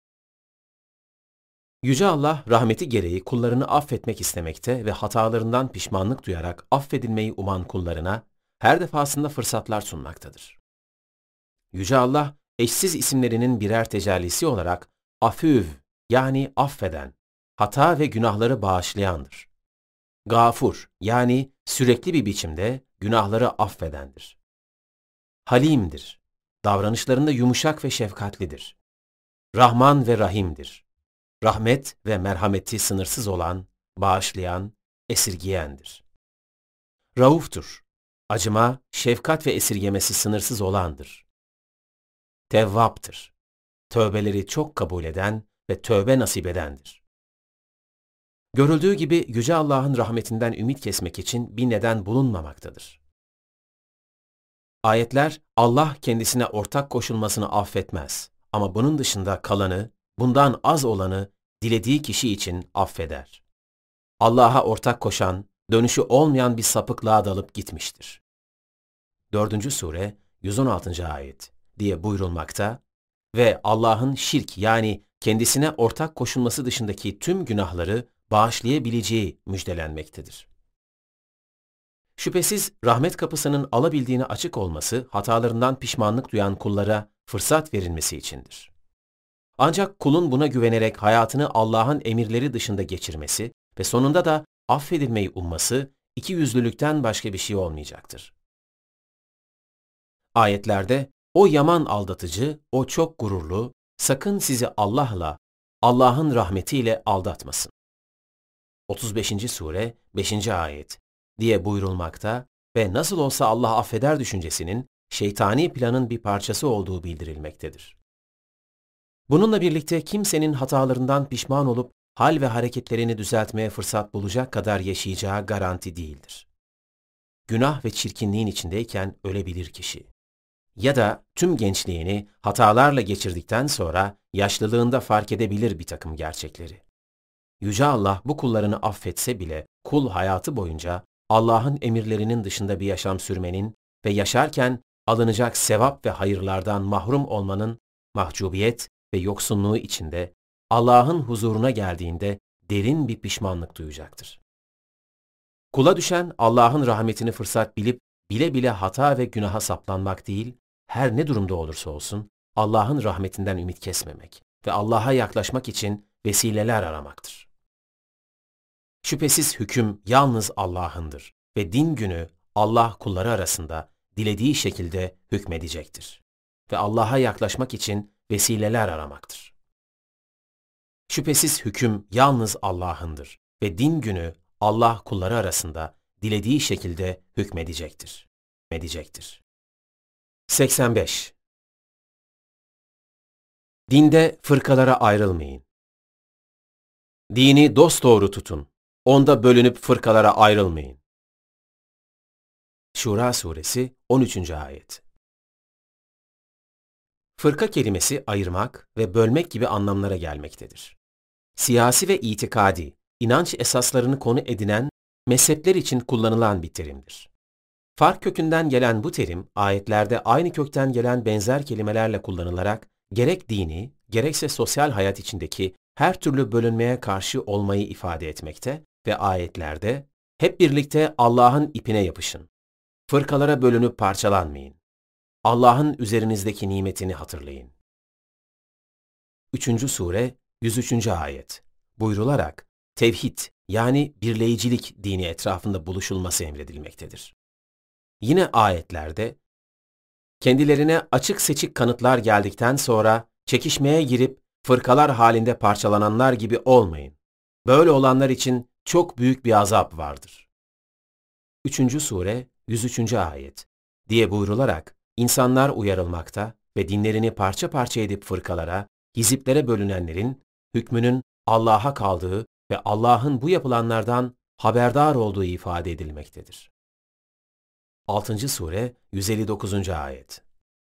Yüce Allah rahmeti gereği kullarını affetmek istemekte ve hatalarından pişmanlık duyarak affedilmeyi uman kullarına her defasında fırsatlar sunmaktadır. Yüce Allah, eşsiz isimlerinin birer tecellisi olarak Afüv yani affeden, hata ve günahları bağışlayandır. Gafur yani sürekli bir biçimde günahları affedendir. Halimdir, davranışlarında yumuşak ve şefkatlidir. Rahman ve Rahim'dir. Rahmet ve merhameti sınırsız olan, bağışlayan, esirgiyendir. Rauftur, acıma, şefkat ve esirgemesi sınırsız olandır. Tevvaptır, tövbeleri çok kabul eden ve tövbe nasip edendir. Görüldüğü gibi Yüce Allah'ın rahmetinden ümit kesmek için bir neden bulunmamaktadır. Ayetler, Allah kendisine ortak koşulmasını affetmez ama bunun dışında kalanı, bundan az olanı dilediği kişi için affeder. Allah'a ortak koşan, dönüşü olmayan bir sapıklığa dalıp gitmiştir. dördüncü Sure yüz on altıncı Ayet diye buyurulmakta ve Allah'ın şirk yani kendisine ortak koşulması dışındaki tüm günahları bağışlayabileceği müjdelenmektedir. Şüphesiz rahmet kapısının alabildiğine açık olması, hatalarından pişmanlık duyan kullara fırsat verilmesi içindir. Ancak kulun buna güvenerek hayatını Allah'ın emirleri dışında geçirmesi ve sonunda da affedilmeyi umması, ikiyüzlülükten başka bir şey olmayacaktır. Ayetlerde, o yaman aldatıcı, o çok gururlu, sakın sizi Allah'la, Allah'ın rahmetiyle aldatmasın. otuz beşinci Sure beşinci Ayet diye buyurulmakta ve nasıl olsa Allah affeder düşüncesinin şeytani planın bir parçası olduğu bildirilmektedir. Bununla birlikte kimsenin hatalarından pişman olup hal ve hareketlerini düzeltmeye fırsat bulacak kadar yaşayacağı garanti değildir. Günah ve çirkinliğin içindeyken ölebilir kişi. Ya da tüm gençliğini hatalarla geçirdikten sonra yaşlılığında fark edebilir bir takım gerçekleri. Yüce Allah bu kullarını affetse bile kul hayatı boyunca Allah'ın emirlerinin dışında bir yaşam sürmenin ve yaşarken alınacak sevap ve hayırlardan mahrum olmanın mahcubiyet ve yoksunluğu içinde Allah'ın huzuruna geldiğinde derin bir pişmanlık duyacaktır. Kula düşen Allah'ın rahmetini fırsat bilip bile bile hata ve günaha saplanmak değil, her ne durumda olursa olsun Allah'ın rahmetinden ümit kesmemek ve Allah'a yaklaşmak için vesileler aramaktır. Şüphesiz hüküm yalnız Allah'ındır ve din günü Allah kulları arasında dilediği şekilde hükmedecektir ve Allah'a yaklaşmak için vesileler aramaktır. Şüphesiz hüküm yalnız Allah'ındır ve din günü Allah kulları arasında dilediği şekilde hükmedecektir. Medecektir. seksen beş. Dinde fırkalara ayrılmayın. Dini dosdoğru tutun. Onda bölünüp fırkalara ayrılmayın. Şura Suresi on üçüncü Ayet. Fırka kelimesi ayırmak ve bölmek gibi anlamlara gelmektedir. Siyasi ve itikadi, inanç esaslarını konu edinen mezhepler için kullanılan bir terimdir. Fark kökünden gelen bu terim, ayetlerde aynı kökten gelen benzer kelimelerle kullanılarak gerek dini, gerekse sosyal hayat içindeki her türlü bölünmeye karşı olmayı ifade etmekte ve ayetlerde hep birlikte Allah'ın ipine yapışın. Fırkalara bölünüp parçalanmayın. Allah'ın üzerinizdeki nimetini hatırlayın. üçüncü Sure yüz üçüncü Ayet buyrularak tevhid yani birleyicilik dini etrafında buluşulması emredilmektedir. Yine ayetlerde, kendilerine açık seçik kanıtlar geldikten sonra çekişmeye girip fırkalar halinde parçalananlar gibi olmayın. Böyle olanlar için çok büyük bir azap vardır. üçüncü sure yüz üçüncü ayet diye buyrularak insanlar uyarılmakta ve dinlerini parça parça edip fırkalara, hiziplere bölünenlerin hükmünün Allah'a kaldığı ve Allah'ın bu yapılanlardan haberdar olduğu ifade edilmektedir. altıncı sure yüz elli dokuzuncu ayet.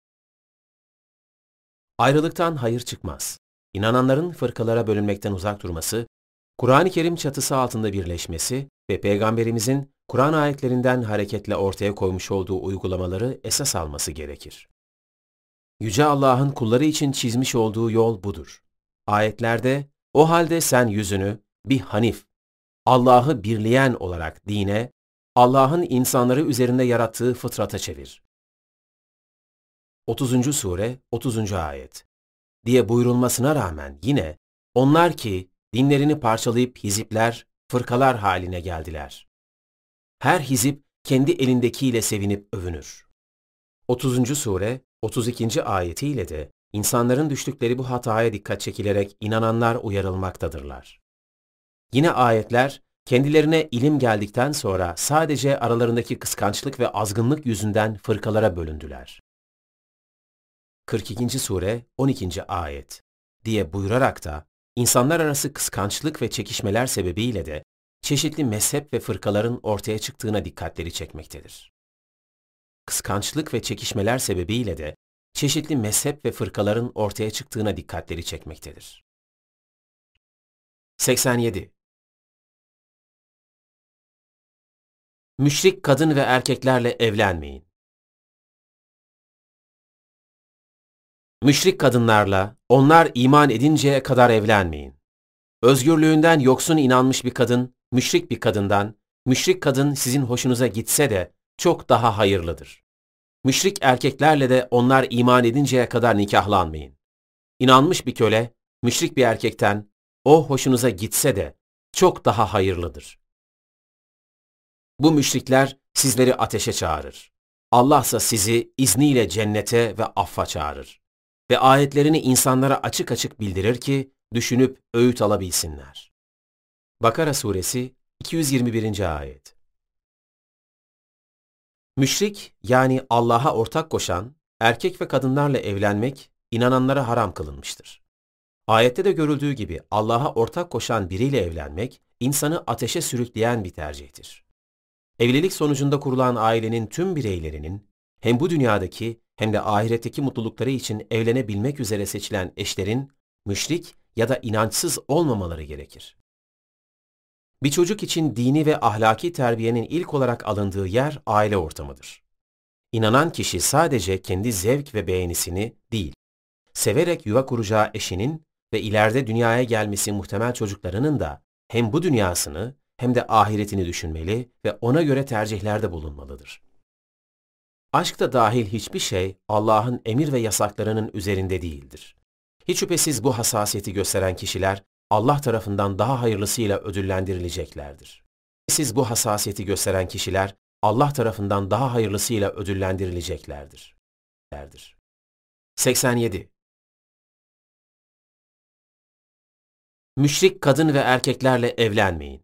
Ayrılıktan hayır çıkmaz. İnananların fırkalara bölünmekten uzak durması, Kur'an-ı Kerim çatısı altında birleşmesi ve Peygamberimizin Kur'an ayetlerinden hareketle ortaya koymuş olduğu uygulamaları esas alması gerekir. Yüce Allah'ın kulları için çizmiş olduğu yol budur. Ayetlerde, o halde sen yüzünü bir hanif, Allah'ı birleyen olarak dine, Allah'ın insanları üzerinde yarattığı fıtrata çevir. otuzuncu sure otuzuncu ayet diye buyurulmasına rağmen yine, onlar ki dinlerini parçalayıp hizipler, fırkalar haline geldiler. Her hizip kendi elindekiyle sevinip övünür. otuzuncu sure otuz ikinci ayetiyle de insanların düştükleri bu hataya dikkat çekilerek inananlar uyarılmaktadırlar. Yine ayetler, kendilerine ilim geldikten sonra sadece aralarındaki kıskançlık ve azgınlık yüzünden fırkalara bölündüler. kırk ikinci sure on ikinci ayet diye buyurarak da insanlar arası kıskançlık ve çekişmeler sebebiyle de çeşitli mezhep ve fırkaların ortaya çıktığına dikkatleri çekmektedir. Kıskançlık ve çekişmeler sebebiyle de çeşitli mezhep ve fırkaların ortaya çıktığına dikkatleri çekmektedir. seksen yedi. Müşrik kadın ve erkeklerle evlenmeyin. Müşrik kadınlarla, onlar iman edinceye kadar evlenmeyin. Özgürlüğünden yoksun inanmış bir kadın, müşrik bir kadından, müşrik kadın sizin hoşunuza gitse de çok daha hayırlıdır. Müşrik erkeklerle de onlar iman edinceye kadar nikahlanmayın. İnanmış bir köle, müşrik bir erkekten, o hoşunuza gitse de çok daha hayırlıdır. Bu müşrikler sizleri ateşe çağırır. Allah ise sizi izniyle cennete ve affa çağırır. Ve ayetlerini insanlara açık açık bildirir ki düşünüp öğüt alabilsinler. Bakara suresi iki yüz yirmi birinci ayet. Müşrik yani Allah'a ortak koşan erkek ve kadınlarla evlenmek inananlara haram kılınmıştır. Ayette de görüldüğü gibi Allah'a ortak koşan biriyle evlenmek insanı ateşe sürükleyen bir tercihtir. Evlilik sonucunda kurulan ailenin tüm bireylerinin hem bu dünyadaki hem de ahiretteki mutlulukları için evlenebilmek üzere seçilen eşlerin müşrik ya da inançsız olmamaları gerekir. Bir çocuk için dini ve ahlaki terbiyenin ilk olarak alındığı yer aile ortamıdır. İnanan kişi sadece kendi zevk ve beğenisini değil, severek yuva kuracağı eşinin ve ileride dünyaya gelmesi muhtemel çocuklarının da hem bu dünyasını hem de ahiretini düşünmeli ve ona göre tercihlerde bulunmalıdır. Aşk da dahil hiçbir şey Allah'ın emir ve yasaklarının üzerinde değildir. Hiç şüphesiz bu hassasiyeti gösteren kişiler Allah tarafından daha hayırlısıyla ödüllendirileceklerdir. Siz bu hassasiyeti gösteren kişiler Allah tarafından daha hayırlısıyla ödüllendirileceklerdir. seksen yedi. Müşrik kadın ve erkeklerle evlenmeyin.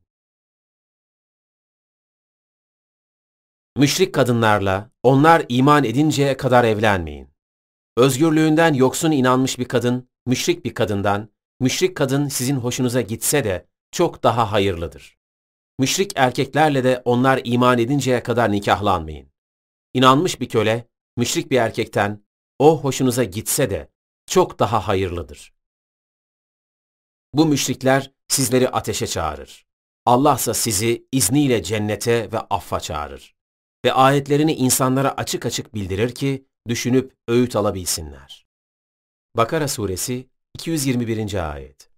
Müşrik kadınlarla, onlar iman edinceye kadar evlenmeyin. Özgürlüğünden yoksun inanmış bir kadın, müşrik bir kadından, müşrik kadın sizin hoşunuza gitse de çok daha hayırlıdır. Müşrik erkeklerle de onlar iman edinceye kadar nikahlanmayın. İnanmış bir köle, müşrik bir erkekten, o hoşunuza gitse de çok daha hayırlıdır. Bu müşrikler sizleri ateşe çağırır. Allah ise sizi izniyle cennete ve affa çağırır. Ve ayetlerini insanlara açık açık bildirir ki düşünüp öğüt alabilsinler. Bakara suresi iki yüz yirmi birinci ayet.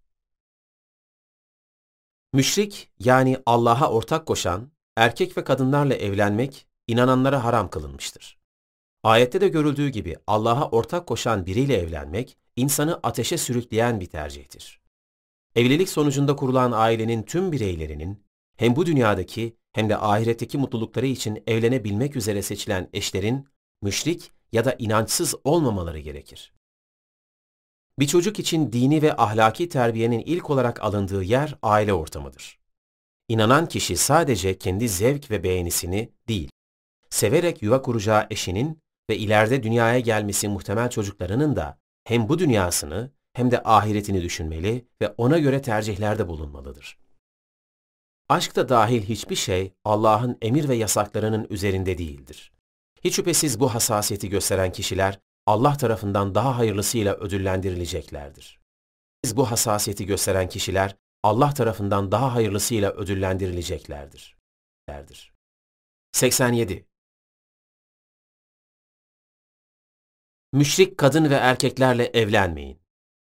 Müşrik yani Allah'a ortak koşan erkek ve kadınlarla evlenmek inananlara haram kılınmıştır. Ayette de görüldüğü gibi Allah'a ortak koşan biriyle evlenmek insanı ateşe sürükleyen bir tercihtir. Evlilik sonucunda kurulan ailenin tüm bireylerinin hem bu dünyadaki hem de ahiretteki mutlulukları için evlenebilmek üzere seçilen eşlerin müşrik ya da inançsız olmamaları gerekir. Bir çocuk için dini ve ahlaki terbiyenin ilk olarak alındığı yer aile ortamıdır. İnanan kişi sadece kendi zevk ve beğenisini değil, severek yuva kuracağı eşinin ve ileride dünyaya gelmesi muhtemel çocuklarının da hem bu dünyasını hem de ahiretini düşünmeli ve ona göre tercihlerde bulunmalıdır. Aşk da dahil hiçbir şey Allah'ın emir ve yasaklarının üzerinde değildir. Hiç şüphesiz bu hassasiyeti gösteren kişiler Allah tarafından daha hayırlısıyla ödüllendirileceklerdir. Biz bu hassasiyeti gösteren kişiler Allah tarafından daha hayırlısıyla ödüllendirileceklerdir. seksen yedi. Müşrik kadın ve erkeklerle evlenmeyin.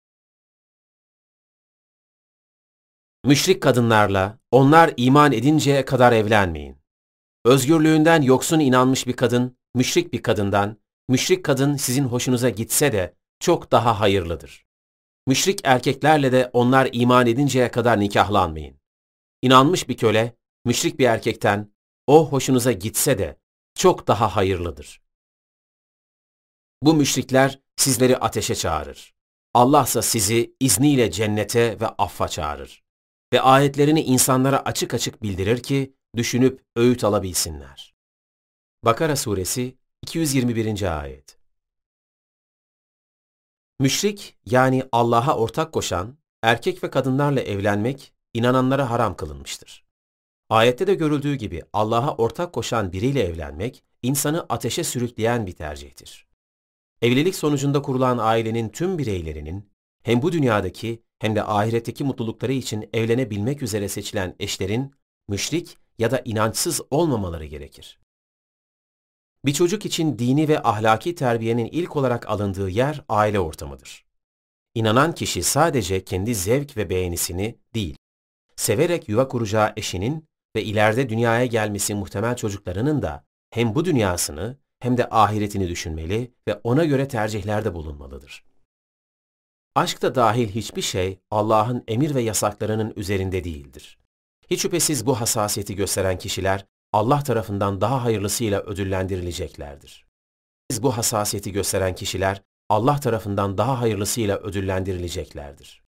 Müşrik kadınlarla, onlar iman edinceye kadar evlenmeyin. Özgürlüğünden yoksun inanmış bir kadın, müşrik bir kadından, müşrik kadın sizin hoşunuza gitse de çok daha hayırlıdır. Müşrik erkeklerle de onlar iman edinceye kadar nikahlanmayın. İnanmış bir köle, müşrik bir erkekten, o hoşunuza gitse de çok daha hayırlıdır. Bu müşrikler sizleri ateşe çağırır. Allah ise sizi izniyle cennete ve affa çağırır. Ve ayetlerini insanlara açık açık bildirir ki düşünüp öğüt alabilsinler. Bakara Suresi iki yüz yirmi birinci. ayet. Müşrik yani Allah'a ortak koşan erkek ve kadınlarla evlenmek inananlara haram kılınmıştır. Ayette de görüldüğü gibi Allah'a ortak koşan biriyle evlenmek insanı ateşe sürükleyen bir tercihtir. Evlilik sonucunda kurulan ailenin tüm bireylerinin hem bu dünyadaki hem de ahiretteki mutlulukları için evlenebilmek üzere seçilen eşlerin müşrik ya da inançsız olmamaları gerekir. Bir çocuk için dini ve ahlaki terbiyenin ilk olarak alındığı yer aile ortamıdır. İnanan kişi sadece kendi zevk ve beğenisini değil, severek yuva kuracağı eşinin ve ileride dünyaya gelmesi muhtemel çocuklarının da hem bu dünyasını hem de ahiretini düşünmeli ve ona göre tercihlerde bulunmalıdır. Aşk da dahil hiçbir şey Allah'ın emir ve yasaklarının üzerinde değildir. Hiç şüphesiz bu hassasiyeti gösteren kişiler Allah tarafından daha hayırlısıyla ödüllendirileceklerdir. Biz bu hassasiyeti gösteren kişiler Allah tarafından daha hayırlısıyla ödüllendirileceklerdir.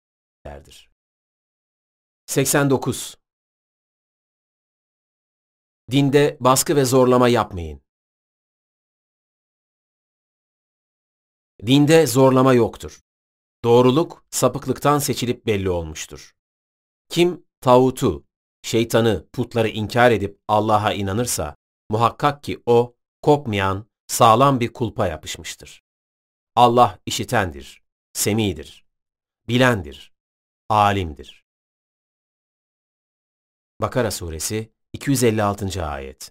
seksen dokuz. Dinde baskı ve zorlama yapmayın. Dinde zorlama yoktur. Doğruluk, sapıklıktan seçilip belli olmuştur. Kim tağutu, şeytanı, putları inkar edip Allah'a inanırsa, muhakkak ki o, kopmayan, sağlam bir kulpa yapışmıştır. Allah işitendir, semidir, bilendir, alimdir. Bakara Suresi iki yüz elli altıncı. ayet.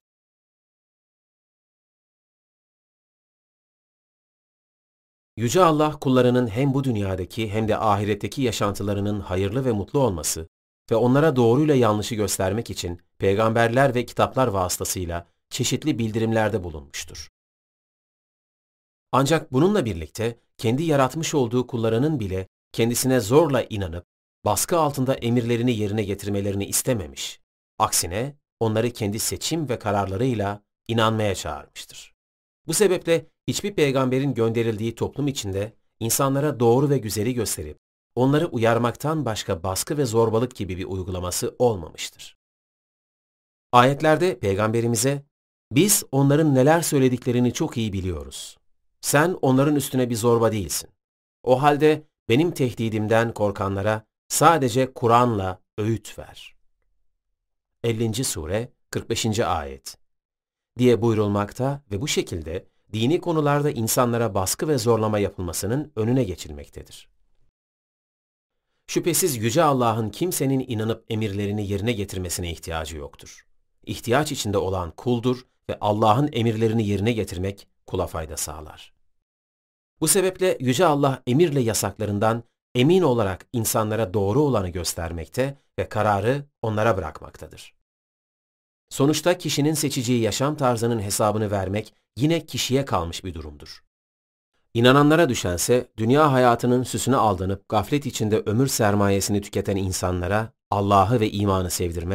Yüce Allah kullarının hem bu dünyadaki hem de ahiretteki yaşantılarının hayırlı ve mutlu olması ve onlara doğruyla yanlışı göstermek için peygamberler ve kitaplar vasıtasıyla çeşitli bildirimlerde bulunmuştur. Ancak bununla birlikte kendi yaratmış olduğu kullarının bile kendisine zorla inanıp baskı altında emirlerini yerine getirmelerini istememiş. Aksine onları kendi seçim ve kararlarıyla inanmaya çağırmıştır. Bu sebeple hiçbir peygamberin gönderildiği toplum içinde insanlara doğru ve güzeli gösterip onları uyarmaktan başka baskı ve zorbalık gibi bir uygulaması olmamıştır. Ayetlerde peygamberimize biz onların neler söylediklerini çok iyi biliyoruz. Sen onların üstüne bir zorba değilsin. O halde benim tehdidimden korkanlara sadece Kur'an'la öğüt ver. ellinci sure kırk beşinci. ayet diye buyurulmakta ve bu şekilde dini konularda insanlara baskı ve zorlama yapılmasının önüne geçilmektedir. Şüphesiz Yüce Allah'ın kimsenin inanıp emirlerini yerine getirmesine ihtiyacı yoktur. İhtiyaç içinde olan kuldur ve Allah'ın emirlerini yerine getirmek kula fayda sağlar. Bu sebeple Yüce Allah emirle yasaklarından emin olarak insanlara doğru olanı göstermekte ve kararı onlara bırakmaktadır. Sonuçta kişinin seçeceği yaşam tarzının hesabını vermek yine kişiye kalmış bir durumdur. İnananlara düşense dünya hayatının süsüne aldanıp gaflet içinde ömür sermayesini tüketen insanlara Allah'ı ve imanı sevdirmek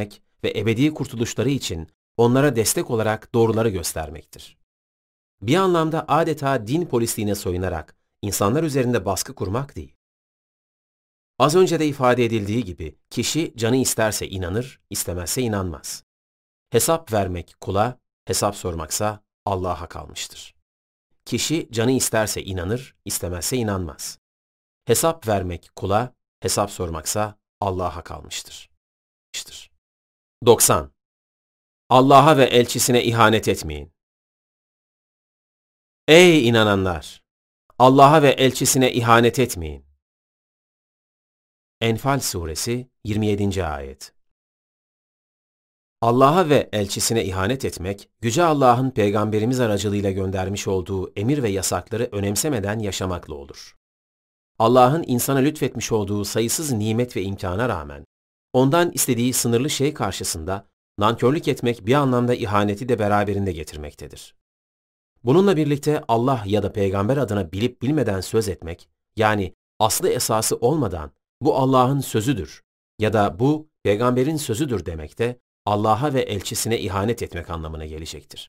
ve ebedi kurtuluşları için onlara destek olarak doğruları göstermektir. Bir anlamda adeta din polisliğine soyunarak insanlar üzerinde baskı kurmak değil. Az önce de ifade edildiği gibi kişi canı isterse inanır, istemezse inanmaz. Hesap vermek kula, hesap sormaksa Allah'a kalmıştır. Kişi canı isterse inanır, istemezse inanmaz. Hesap vermek kula, hesap sormaksa Allah'a kalmıştır. doksan. Allah'a ve elçisine ihanet etmeyin. Ey inananlar! Allah'a ve elçisine ihanet etmeyin. Enfal Suresi yirmi yedinci ayet. Allah'a ve elçisine ihanet etmek, Yüce Allah'ın Peygamberimiz aracılığıyla göndermiş olduğu emir ve yasakları önemsemeden yaşamakla olur. Allah'ın insana lütfetmiş olduğu sayısız nimet ve imkana rağmen, ondan istediği sınırlı şey karşısında nankörlük etmek bir anlamda ihaneti de beraberinde getirmektedir. Bununla birlikte Allah ya da Peygamber adına bilip bilmeden söz etmek, yani aslı esası olmadan bu Allah'ın sözüdür ya da bu Peygamberin sözüdür demek de Allah'a ve elçisine ihanet etmek anlamına gelecektir.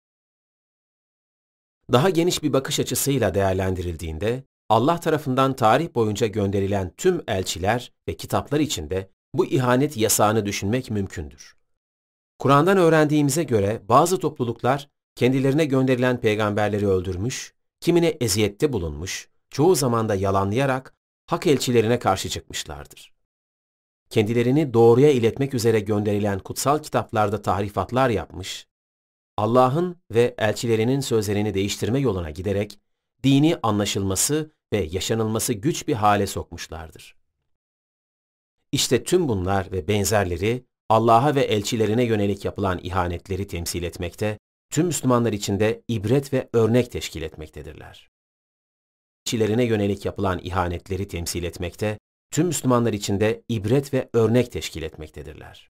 Daha geniş bir bakış açısıyla değerlendirildiğinde, Allah tarafından tarih boyunca gönderilen tüm elçiler ve kitaplar içinde bu ihanet yasağını düşünmek mümkündür. Kur'an'dan öğrendiğimize göre bazı topluluklar kendilerine gönderilen peygamberleri öldürmüş, kimine eziyette bulunmuş, çoğu zaman da yalanlayarak hak elçilerine karşı çıkmışlardır. Kendilerini doğruya iletmek üzere gönderilen kutsal kitaplarda tahrifatlar yapmış, Allah'ın ve elçilerinin sözlerini değiştirme yoluna giderek dini anlaşılması ve yaşanılması güç bir hale sokmuşlardır. İşte tüm bunlar ve benzerleri Allah'a ve elçilerine yönelik yapılan ihanetleri temsil etmekte, tüm Müslümanlar için de ibret ve örnek teşkil etmektedirler. Elçilerine yönelik yapılan ihanetleri temsil etmekte, tüm Müslümanlar için de ibret ve örnek teşkil etmektedirler.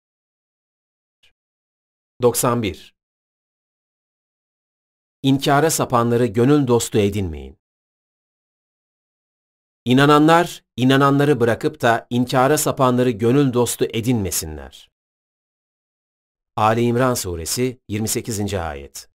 doksan bir. İnkara sapanları gönül dostu edinmeyin. İnananlar, inananları bırakıp da inkara sapanları gönül dostu edinmesinler. Ali İmran Suresi yirmi sekizinci ayet.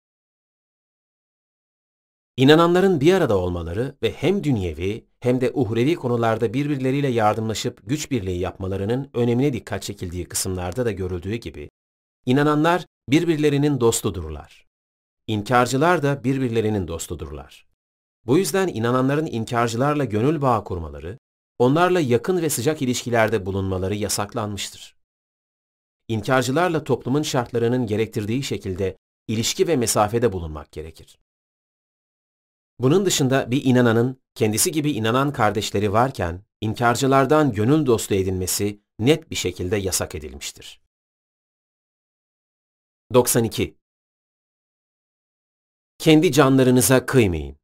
İnananların bir arada olmaları ve hem dünyevi hem de uhrevi konularda birbirleriyle yardımlaşıp güç birliği yapmalarının önemine dikkat çekildiği kısımlarda da görüldüğü gibi, inananlar birbirlerinin dostudurlar. İnkarcılar da birbirlerinin dostudurlar. Bu yüzden inananların inkarcılarla gönül bağı kurmaları, onlarla yakın ve sıcak ilişkilerde bulunmaları yasaklanmıştır. İnkarcılarla toplumun şartlarının gerektirdiği şekilde ilişki ve mesafede bulunmak gerekir. Bunun dışında bir inananın kendisi gibi inanan kardeşleri varken inkarcılardan gönül dostu edinmesi net bir şekilde yasak edilmiştir. doksan iki. Kendi canlarınıza kıymayın.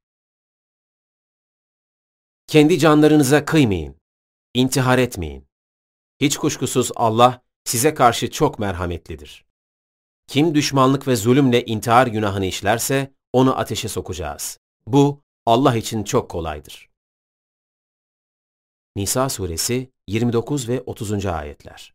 Kendi canlarınıza kıymayın. İntihar etmeyin. Hiç kuşkusuz Allah size karşı çok merhametlidir. Kim düşmanlık ve zulümle intihar günahını işlerse onu ateşe sokacağız. Bu Allah için çok kolaydır. Nisa Suresi yirmi dokuz ve otuzuncu ayetler.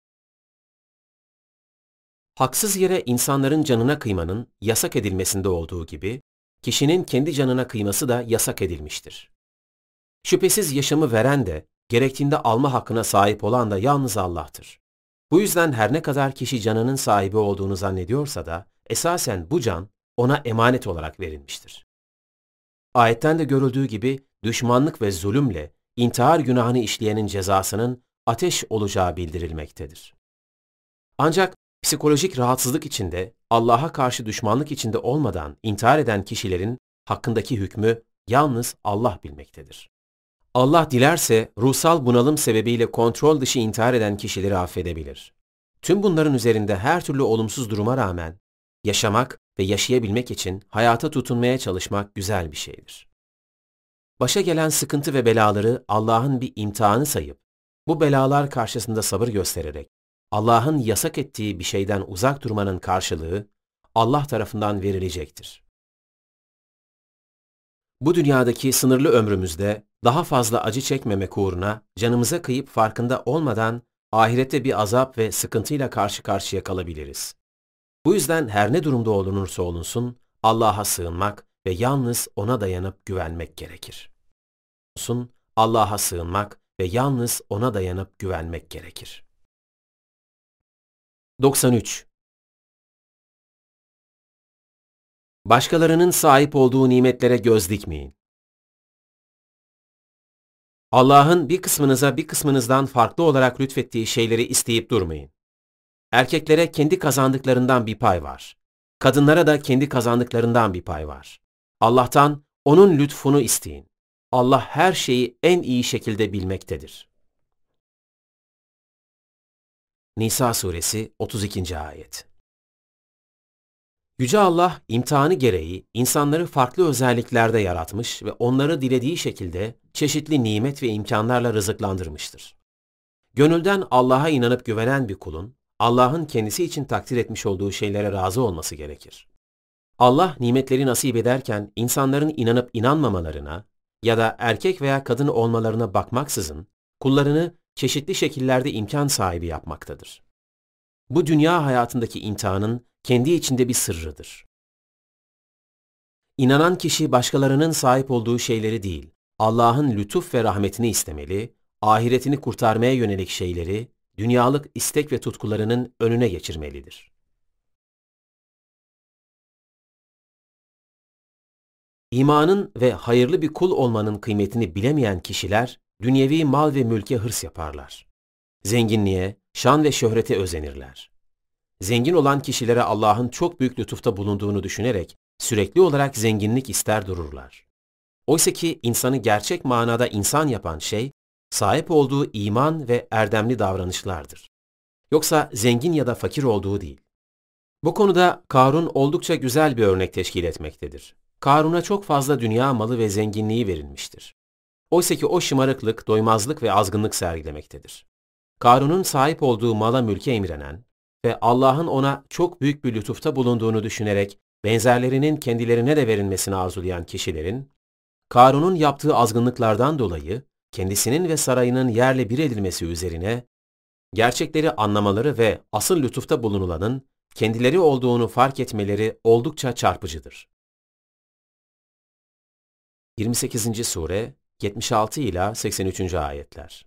Haksız yere insanların canına kıymanın yasak edilmesinde olduğu gibi, kişinin kendi canına kıyması da yasak edilmiştir. Şüphesiz yaşamı veren de, gerektiğinde alma hakkına sahip olan da yalnız Allah'tır. Bu yüzden her ne kadar kişi canının sahibi olduğunu zannediyorsa da, esasen bu can ona emanet olarak verilmiştir. Ayetten de görüldüğü gibi, düşmanlık ve zulümle intihar günahını işleyenin cezasının ateş olacağı bildirilmektedir. Ancak psikolojik rahatsızlık içinde, Allah'a karşı düşmanlık içinde olmadan intihar eden kişilerin hakkındaki hükmü yalnız Allah bilmektedir. Allah dilerse ruhsal bunalım sebebiyle kontrol dışı intihar eden kişileri affedebilir. Tüm bunların üzerinde her türlü olumsuz duruma rağmen yaşamak ve yaşayabilmek için hayata tutunmaya çalışmak güzel bir şeydir. Başa gelen sıkıntı ve belaları Allah'ın bir imtihanı sayıp, bu belalar karşısında sabır göstererek, Allah'ın yasak ettiği bir şeyden uzak durmanın karşılığı Allah tarafından verilecektir. Bu dünyadaki sınırlı ömrümüzde daha fazla acı çekmemek uğruna canımıza kıyıp farkında olmadan ahirette bir azap ve sıkıntıyla karşı karşıya kalabiliriz. Bu yüzden her ne durumda olunursa olunsun, Allah'a sığınmak ve yalnız O'na dayanıp güvenmek gerekir. Allah'a sığınmak ve yalnız O'na dayanıp güvenmek gerekir. doksan üç. Başkalarının sahip olduğu nimetlere göz dikmeyin. Allah'ın bir kısmınıza bir kısmınızdan farklı olarak lütfettiği şeyleri isteyip durmayın. Erkeklere kendi kazandıklarından bir pay var. Kadınlara da kendi kazandıklarından bir pay var. Allah'tan O'nun lütfunu isteyin. Allah her şeyi en iyi şekilde bilmektedir. Nisa suresi otuz ikinci ayet. Yüce Allah, imtihanı gereği insanları farklı özelliklerde yaratmış ve onları dilediği şekilde çeşitli nimet ve imkanlarla rızıklandırmıştır. Gönülden Allah'a inanıp güvenen bir kulun, Allah'ın kendisi için takdir etmiş olduğu şeylere razı olması gerekir. Allah nimetleri nasip ederken insanların inanıp inanmamalarına ya da erkek veya kadın olmalarına bakmaksızın kullarını çeşitli şekillerde imkan sahibi yapmaktadır. Bu dünya hayatındaki imtihanın kendi içinde bir sırrıdır. İnanan kişi başkalarının sahip olduğu şeyleri değil, Allah'ın lütuf ve rahmetini istemeli, ahiretini kurtarmaya yönelik şeyleri, dünyalık istek ve tutkularının önüne geçirmelidir. İmanın ve hayırlı bir kul olmanın kıymetini bilemeyen kişiler, dünyevi mal ve mülke hırs yaparlar. Zenginliğe, şan ve şöhrete özenirler. Zengin olan kişilere Allah'ın çok büyük lütufta bulunduğunu düşünerek sürekli olarak zenginlik ister dururlar. Oysa ki insanı gerçek manada insan yapan şey, sahip olduğu iman ve erdemli davranışlardır. Yoksa zengin ya da fakir olduğu değil. Bu konuda Karun oldukça güzel bir örnek teşkil etmektedir. Karun'a çok fazla dünya malı ve zenginliği verilmiştir. Oysa ki o şımarıklık, doymazlık ve azgınlık sergilemektedir. Karun'un sahip olduğu mala mülke imrenen ve Allah'ın ona çok büyük bir lütufta bulunduğunu düşünerek benzerlerinin kendilerine de verilmesini arzulayan kişilerin, Karun'un yaptığı azgınlıklardan dolayı kendisinin ve sarayının yerle bir edilmesi üzerine gerçekleri anlamaları ve asıl lütufta bulunulanın kendileri olduğunu fark etmeleri oldukça çarpıcıdır. yirmi sekizinci sure yetmiş altı ila seksen üçüncü ayetler.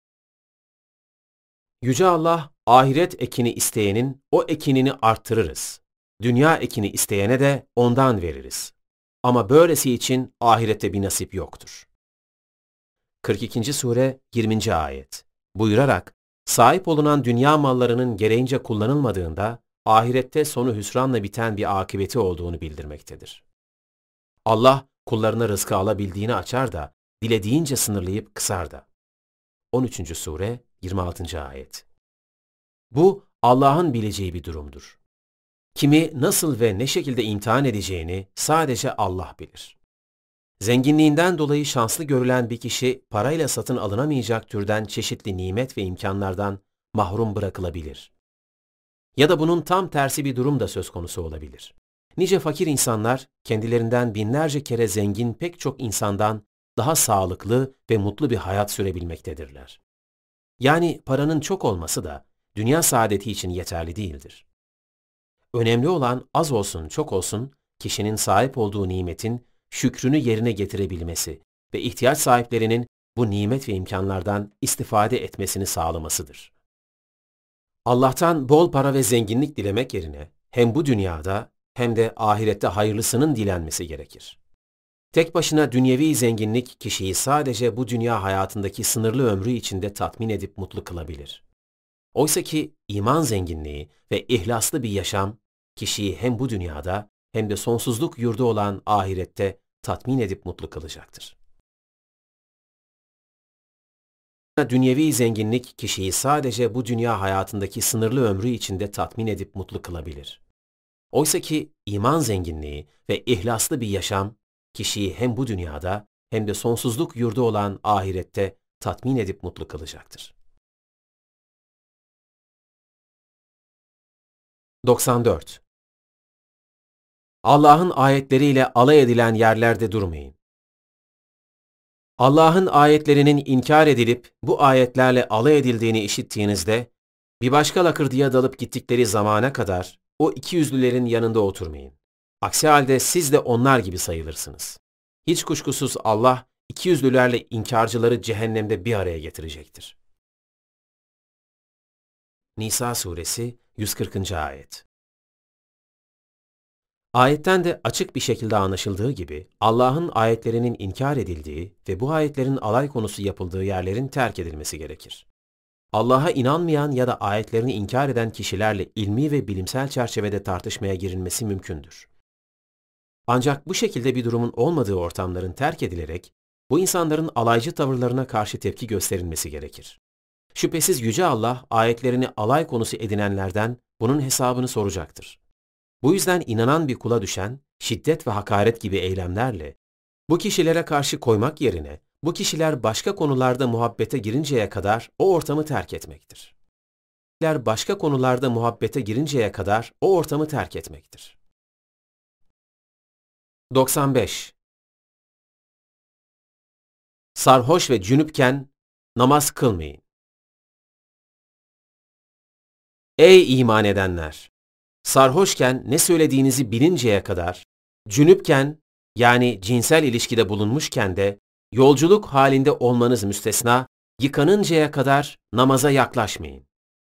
Yüce Allah, ahiret ekini isteyenin o ekinini arttırırız. Dünya ekini isteyene de ondan veririz. Ama böylesi için ahirette bir nasip yoktur. kırk ikinci sure yirminci ayet. Buyurarak, sahip olunan dünya mallarının gereğince kullanılmadığında, ahirette sonu hüsranla biten bir akıbeti olduğunu bildirmektedir. Allah, kullarına rızkı alabildiğini açar da, dilediğince sınırlayıp kısar da. on üçüncü sure yirmi altıncı ayet. Bu, Allah'ın bileceği bir durumdur. Kimi nasıl ve ne şekilde imtihan edeceğini sadece Allah bilir. Zenginliğinden dolayı şanslı görülen bir kişi, parayla satın alınamayacak türden çeşitli nimet ve imkanlardan mahrum bırakılabilir. Ya da bunun tam tersi bir durum da söz konusu olabilir. Nice fakir insanlar, kendilerinden binlerce kere zengin pek çok insandan daha sağlıklı ve mutlu bir hayat sürebilmektedirler. Yani paranın çok olması da dünya saadeti için yeterli değildir. Önemli olan az olsun çok olsun kişinin sahip olduğu nimetin şükrünü yerine getirebilmesi ve ihtiyaç sahiplerinin bu nimet ve imkanlardan istifade etmesini sağlamasıdır. Allah'tan bol para ve zenginlik dilemek yerine hem bu dünyada hem de ahirette hayırlısının dilenmesi gerekir. Tek başına dünyevi zenginlik kişiyi sadece bu dünya hayatındaki sınırlı ömrü içinde tatmin edip mutlu kılabilir. Oysa ki iman zenginliği ve ihlaslı bir yaşam kişiyi hem bu dünyada hem de sonsuzluk yurdu olan ahirette tatmin edip mutlu kılacaktır. Dünyevi zenginlik kişiyi sadece bu dünya hayatındaki sınırlı ömrü içinde tatmin edip mutlu kılabilir. Oysa ki iman zenginliği ve ihlaslı bir yaşam kişiyi hem bu dünyada hem de sonsuzluk yurdu olan ahirette tatmin edip mutlu kılacaktır. doksan dört. Allah'ın ayetleriyle alay edilen yerlerde durmayın. Allah'ın ayetlerinin inkar edilip bu ayetlerle alay edildiğini işittiğinizde, bir başka lakırdıya dalıp gittikleri zamana kadar o ikiyüzlülerin yanında oturmayın. Aksi halde siz de onlar gibi sayılırsınız. Hiç kuşkusuz Allah ikiyüzlülerle inkarcıları cehennemde bir araya getirecektir. Nisa suresi yüz kırkıncı ayet. Ayetten de açık bir şekilde anlaşıldığı gibi Allah'ın ayetlerinin inkar edildiği ve bu ayetlerin alay konusu yapıldığı yerlerin terk edilmesi gerekir. Allah'a inanmayan ya da ayetlerini inkar eden kişilerle ilmi ve bilimsel çerçevede tartışmaya girilmesi mümkündür. Ancak bu şekilde bir durumun olmadığı ortamların terk edilerek bu insanların alaycı tavırlarına karşı tepki gösterilmesi gerekir. Şüphesiz Yüce Allah ayetlerini alay konusu edinenlerden bunun hesabını soracaktır. Bu yüzden inanan bir kula düşen şiddet ve hakaret gibi eylemlerle bu kişilere karşı koymak yerine bu kişiler başka konularda muhabbete girinceye kadar o ortamı terk etmektir. Başka konularda muhabbete girinceye kadar o ortamı terk etmektir. doksan beş. Sarhoş ve cünüpken namaz kılmayın. Ey iman edenler! Sarhoşken ne söylediğinizi bilinceye kadar, cünüpken yani cinsel ilişkide bulunmuşken de yolculuk halinde olmanız müstesna, yıkanıncaya kadar namaza yaklaşmayın.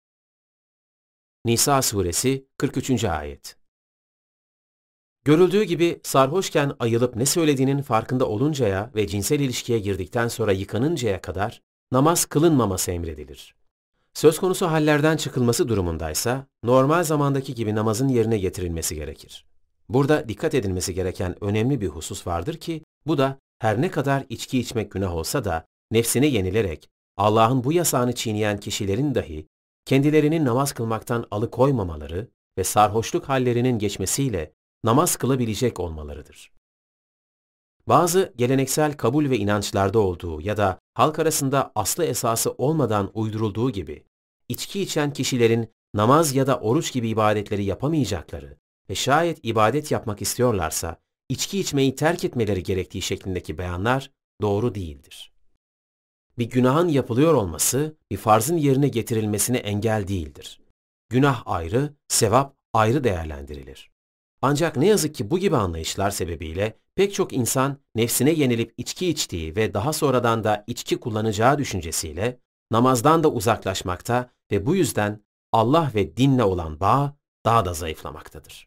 Nisa suresi kırk üçüncü ayet. Görüldüğü gibi sarhoşken ayılıp ne söylediğinin farkında oluncaya ve cinsel ilişkiye girdikten sonra yıkanıncaya kadar namaz kılınmaması emredilir. Söz konusu hallerden çıkılması durumundaysa normal zamandaki gibi namazın yerine getirilmesi gerekir. Burada dikkat edilmesi gereken önemli bir husus vardır ki bu da her ne kadar içki içmek günah olsa da nefsine yenilerek Allah'ın bu yasağını çiğneyen kişilerin dahi kendilerini namaz kılmaktan alıkoymamaları ve sarhoşluk hallerinin geçmesiyle namaz kılabilecek olmalarıdır. Bazı geleneksel kabul ve inançlarda olduğu ya da halk arasında aslı esası olmadan uydurulduğu gibi, içki içen kişilerin namaz ya da oruç gibi ibadetleri yapamayacakları ve şayet ibadet yapmak istiyorlarsa, içki içmeyi terk etmeleri gerektiği şeklindeki beyanlar doğru değildir. Bir günahın yapılıyor olması, bir farzın yerine getirilmesine engel değildir. Günah ayrı, sevap ayrı değerlendirilir. Ancak ne yazık ki bu gibi anlayışlar sebebiyle pek çok insan nefsine yenilip içki içtiği ve daha sonradan da içki kullanacağı düşüncesiyle namazdan da uzaklaşmakta ve bu yüzden Allah ve dinle olan bağ daha da zayıflamaktadır.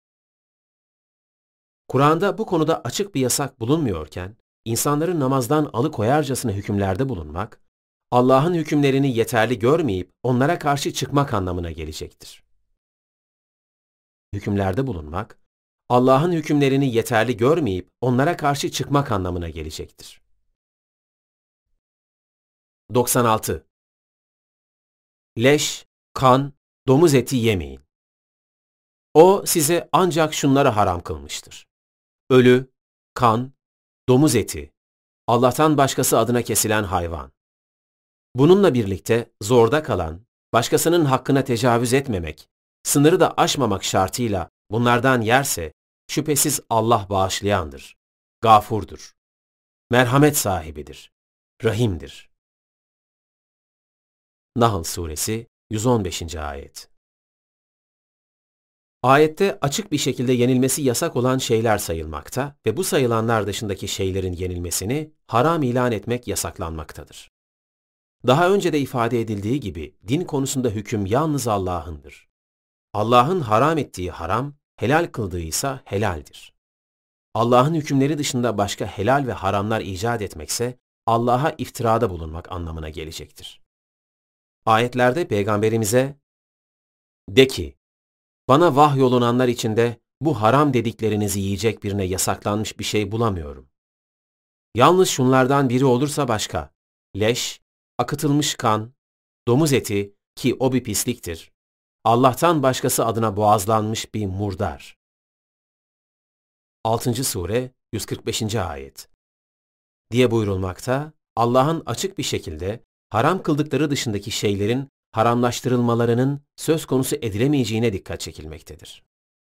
Kur'an'da bu konuda açık bir yasak bulunmuyorken, insanları namazdan alıkoyarcasına hükümlerde bulunmak, Allah'ın hükümlerini yeterli görmeyip onlara karşı çıkmak anlamına gelecektir. Hükümlerde bulunmak, Allah'ın hükümlerini yeterli görmeyip onlara karşı çıkmak anlamına gelecektir. doksan altı. Leş, kan, domuz eti yemeyin. O size ancak şunları haram kılmıştır: ölü, kan, domuz eti, Allah'tan başkası adına kesilen hayvan. Bununla birlikte zorda kalan, başkasının hakkına tecavüz etmemek, sınırı da aşmamak şartıyla bunlardan yerse, şüphesiz Allah bağışlayandır, gafurdur, merhamet sahibidir, rahimdir. Nahl suresi yüz on beşinci ayet. Ayette açık bir şekilde yenilmesi yasak olan şeyler sayılmakta ve bu sayılanlar dışındaki şeylerin yenilmesini haram ilan etmek yasaklanmaktadır. Daha önce de ifade edildiği gibi din konusunda hüküm yalnız Allah'ındır. Allah'ın haram ettiği haram, helal kıldığı ise helaldir. Allah'ın hükümleri dışında başka helal ve haramlar icat etmekse Allah'a iftirada bulunmak anlamına gelecektir. Ayetlerde Peygamberimize "De ki, bana vahyolunanlar içinde bu haram dediklerinizi yiyecek birine yasaklanmış bir şey bulamıyorum. Yalnız şunlardan biri olursa başka: leş, akıtılmış kan, domuz eti ki o bir pisliktir, Allah'tan başkası adına boğazlanmış bir murdar." altıncı sure yüz kırk beşinci ayet diye buyurulmakta, Allah'ın açık bir şekilde haram kıldıkları dışındaki şeylerin haramlaştırılmalarının söz konusu edilemeyeceğine dikkat çekilmektedir.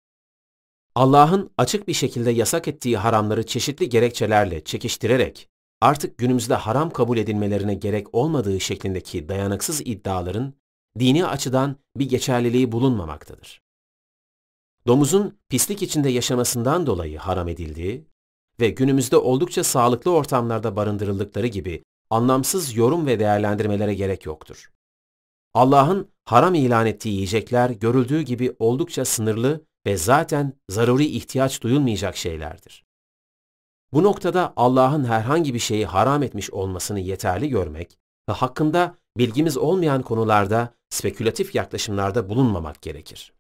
Allah'ın açık bir şekilde yasak ettiği haramları çeşitli gerekçelerle çekiştirerek artık günümüzde haram kabul edilmelerine gerek olmadığı şeklindeki dayanıksız iddiaların dini açıdan bir geçerliliği bulunmamaktadır. Domuzun pislik içinde yaşamasından dolayı haram edildiği ve günümüzde oldukça sağlıklı ortamlarda barındırıldıkları gibi anlamsız yorum ve değerlendirmelere gerek yoktur. Allah'ın haram ilan ettiği yiyecekler görüldüğü gibi oldukça sınırlı ve zaten zaruri ihtiyaç duyulmayacak şeylerdir. Bu noktada Allah'ın herhangi bir şeyi haram etmiş olmasını yeterli görmek ve hakkında bilgimiz olmayan konularda spekülatif yaklaşımlarda bulunmamak gerekir.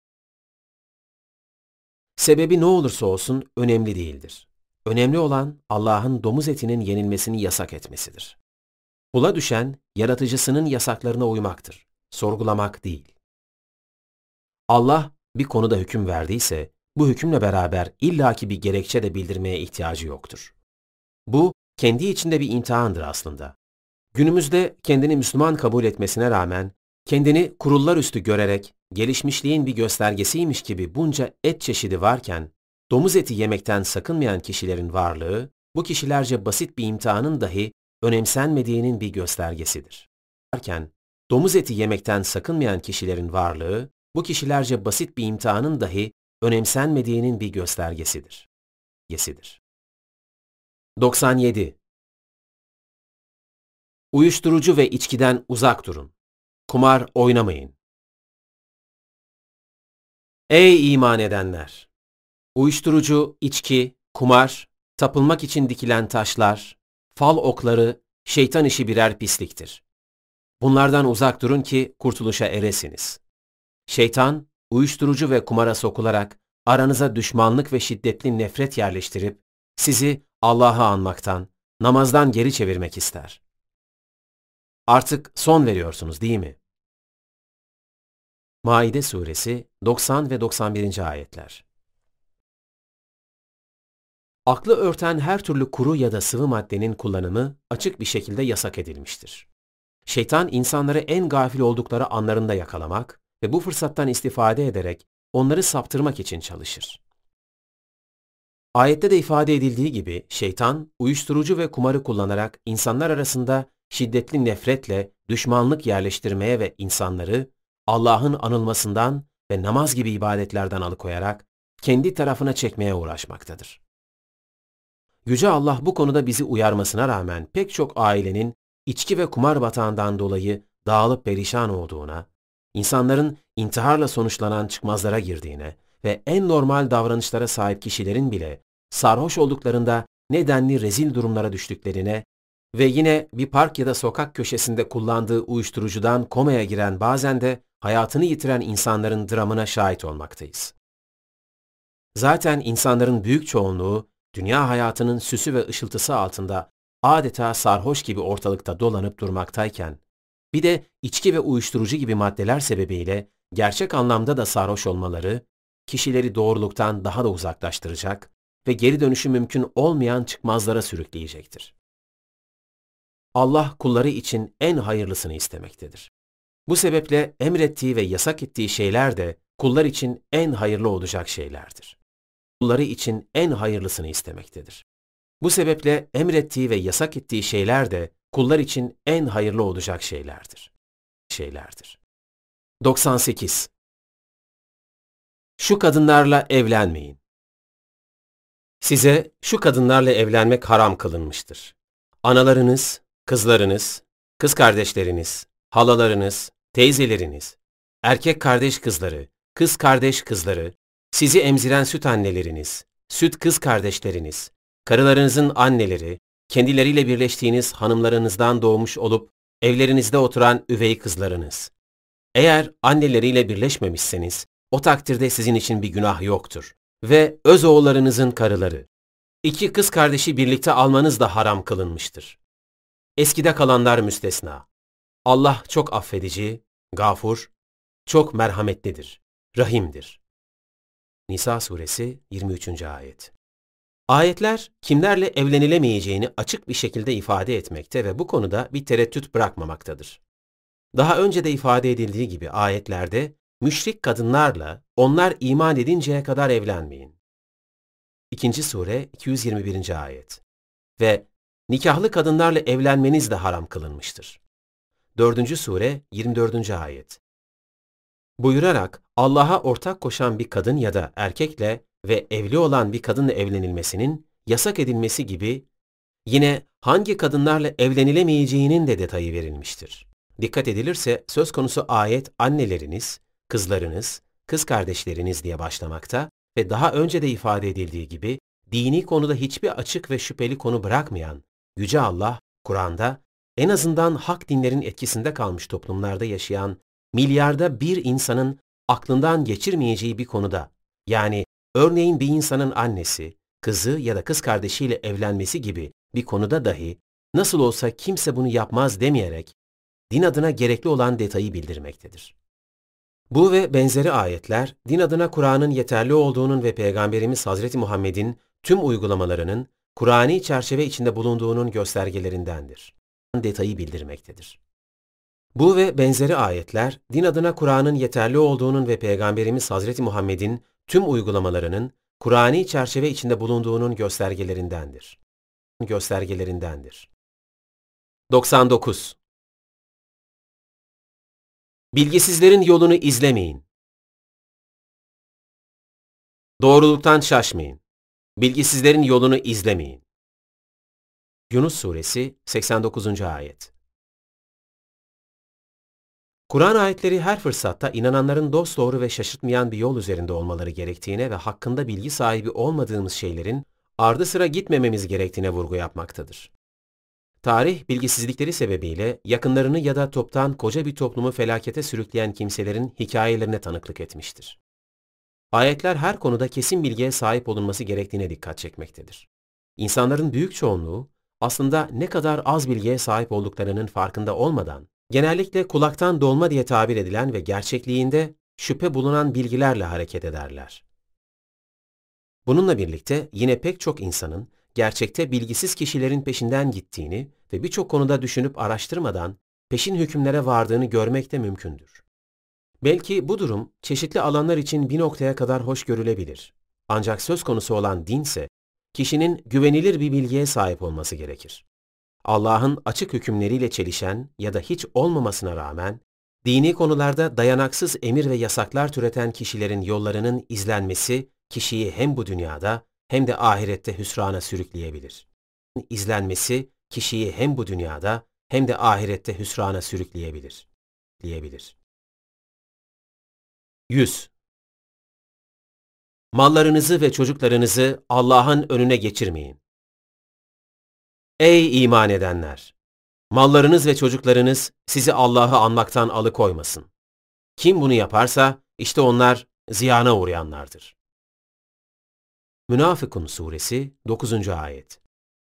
Sebebi ne olursa olsun önemli değildir. Önemli olan Allah'ın domuz etinin yenilmesini yasak etmesidir. Kula düşen, yaratıcısının yasaklarına uymaktır, sorgulamak değil. Allah bir konuda hüküm verdiyse, bu hükümle beraber illaki bir gerekçe de bildirmeye ihtiyacı yoktur. Bu, kendi içinde bir imtihandır aslında. Günümüzde kendini Müslüman kabul etmesine rağmen, kendini kurullar üstü görerek, gelişmişliğin bir göstergesiymiş gibi bunca et çeşidi varken, domuz eti yemekten sakınmayan kişilerin varlığı, bu kişilerce basit bir imtihanın dahi önemsenmediğinin bir göstergesidir. Varken, domuz eti yemekten sakınmayan kişilerin varlığı, bu kişilerce basit bir imtihanın dahi önemsenmediğinin bir göstergesidir. Gesidir. doksan yedi. Uyuşturucu ve içkiden uzak durun. Kumar oynamayın. Ey iman edenler! Uyuşturucu, içki, kumar, tapılmak için dikilen taşlar, fal okları, şeytan işi birer pisliktir. Bunlardan uzak durun ki kurtuluşa eresiniz. Şeytan, uyuşturucu ve kumara sokularak aranıza düşmanlık ve şiddetli nefret yerleştirip sizi Allah'ı anmaktan, namazdan geri çevirmek ister. Artık son veriyorsunuz değil mi? Maide Suresi doksan ve doksan birinci ayetler. Aklı örten her türlü kuru ya da sıvı maddenin kullanımı açık bir şekilde yasak edilmiştir. Şeytan insanları en gafil oldukları anlarında yakalamak ve bu fırsattan istifade ederek onları saptırmak için çalışır. Ayette de ifade edildiği gibi şeytan, uyuşturucu ve kumarı kullanarak insanlar arasında şiddetli nefretle düşmanlık yerleştirmeye ve insanları Allah'ın anılmasından ve namaz gibi ibadetlerden alıkoyarak kendi tarafına çekmeye uğraşmaktadır. Yüce Allah bu konuda bizi uyarmasına rağmen pek çok ailenin içki ve kumar batağından dolayı dağılıp perişan olduğuna, insanların intiharla sonuçlanan çıkmazlara girdiğine ve en normal davranışlara sahip kişilerin bile sarhoş olduklarında nedenli rezil durumlara düştüklerine ve yine bir park ya da sokak köşesinde kullandığı uyuşturucudan komaya giren bazen de hayatını yitiren insanların dramına şahit olmaktayız. Zaten insanların büyük çoğunluğu dünya hayatının süsü ve ışıltısı altında adeta sarhoş gibi ortalıkta dolanıp durmaktayken, bir de içki ve uyuşturucu gibi maddeler sebebiyle gerçek anlamda da sarhoş olmaları, kişileri doğruluktan daha da uzaklaştıracak ve geri dönüşü mümkün olmayan çıkmazlara sürükleyecektir. Allah kulları için en hayırlısını istemektedir. Bu sebeple emrettiği ve yasak ettiği şeyler de kullar için en hayırlı olacak şeylerdir. Kulları için en hayırlısını istemektedir. Bu sebeple emrettiği ve yasak ettiği şeyler de kullar için en hayırlı olacak şeylerdir. Şeylerdir. doksan sekiz. Şu kadınlarla evlenmeyin. Size şu kadınlarla evlenmek haram kılınmıştır. Analarınız, kızlarınız, kız kardeşleriniz, halalarınız, teyzeleriniz, erkek kardeş kızları, kız kardeş kızları, sizi emziren süt anneleriniz, süt kız kardeşleriniz, karılarınızın anneleri, kendileriyle birleştiğiniz hanımlarınızdan doğmuş olup evlerinizde oturan üvey kızlarınız. Eğer anneleriyle birleşmemişseniz, o takdirde sizin için bir günah yoktur. Ve öz oğullarınızın karıları. İki kız kardeşi birlikte almanız da haram kılınmıştır. Eskide kalanlar müstesna. Allah çok affedici, gafur, çok merhametlidir, rahimdir. Nisa Suresi yirmi üçüncü ayet. Ayetler kimlerle evlenilemeyeceğini açık bir şekilde ifade etmekte ve bu konuda bir tereddüt bırakmamaktadır. Daha önce de ifade edildiği gibi ayetlerde müşrik kadınlarla onlar iman edinceye kadar evlenmeyin. İkinci sure iki yüz yirmi birinci ayet. Ve nikahlı kadınlarla evlenmeniz de haram kılınmıştır. dördüncü sure yirmi dördüncü ayet. Buyurarak Allah'a ortak koşan bir kadın ya da erkekle ve evli olan bir kadınla evlenilmesinin yasak edilmesi gibi yine hangi kadınlarla evlenilemeyeceğinin de detayı verilmiştir. Dikkat edilirse söz konusu ayet anneleriniz, kızlarınız, kız kardeşleriniz diye başlamakta ve daha önce de ifade edildiği gibi dini konuda hiçbir açık ve şüpheli konu bırakmayan Yüce Allah, Kur'an'da en azından hak dinlerin etkisinde kalmış toplumlarda yaşayan milyarda bir insanın aklından geçirmeyeceği bir konuda, yani örneğin bir insanın annesi, kızı ya da kız kardeşiyle evlenmesi gibi bir konuda dahi nasıl olsa kimse bunu yapmaz demeyerek din adına gerekli olan detayı bildirmektedir. Bu ve benzeri ayetler, din adına Kur'an'ın yeterli olduğunun ve Peygamberimiz Hazreti Muhammed'in tüm uygulamalarının Kur'ani çerçeve içinde bulunduğunun göstergelerindendir. Detayı bildirmektedir. Bu ve benzeri ayetler, din adına Kur'an'ın yeterli olduğunun ve Peygamberimiz Hazreti Muhammed'in tüm uygulamalarının Kur'ani çerçeve içinde bulunduğunun göstergelerindendir. Göstergelerindendir. doksan dokuz. Bilgisizlerin yolunu izlemeyin. Doğruluktan şaşmayın. Bilgisizlerin yolunu izlemeyin. Yunus Suresi seksen dokuzuncu ayet. Kur'an ayetleri her fırsatta inananların dosdoğru ve şaşırtmayan bir yol üzerinde olmaları gerektiğine ve hakkında bilgi sahibi olmadığımız şeylerin ardı sıra gitmememiz gerektiğine vurgu yapmaktadır. Tarih, bilgisizlikleri sebebiyle yakınlarını ya da toptan koca bir toplumu felakete sürükleyen kimselerin hikayelerine tanıklık etmiştir. Ayetler her konuda kesin bilgiye sahip olunması gerektiğine dikkat çekmektedir. İnsanların büyük çoğunluğu aslında ne kadar az bilgiye sahip olduklarının farkında olmadan, genellikle kulaktan dolma diye tabir edilen ve gerçekliğinde şüphe bulunan bilgilerle hareket ederler. Bununla birlikte yine pek çok insanın gerçekte bilgisiz kişilerin peşinden gittiğini ve birçok konuda düşünüp araştırmadan peşin hükümlere vardığını görmek de mümkündür. Belki bu durum çeşitli alanlar için bir noktaya kadar hoş görülebilir. Ancak söz konusu olan dinse, kişinin güvenilir bir bilgiye sahip olması gerekir. Allah'ın açık hükümleriyle çelişen ya da hiç olmamasına rağmen, dini konularda dayanaksız emir ve yasaklar türeten kişilerin yollarının izlenmesi, kişiyi hem bu dünyada hem de ahirette hüsrana sürükleyebilir. İzlenmesi, kişiyi hem bu dünyada hem de ahirette hüsrana sürükleyebilir. Diyebilir. yüz. Mallarınızı ve çocuklarınızı Allah'ın önüne geçirmeyin. Ey iman edenler! Mallarınız ve çocuklarınız sizi Allah'ı anmaktan alıkoymasın. Kim bunu yaparsa, işte onlar ziyana uğrayanlardır. Münafıkun Suresi dokuzuncu ayet.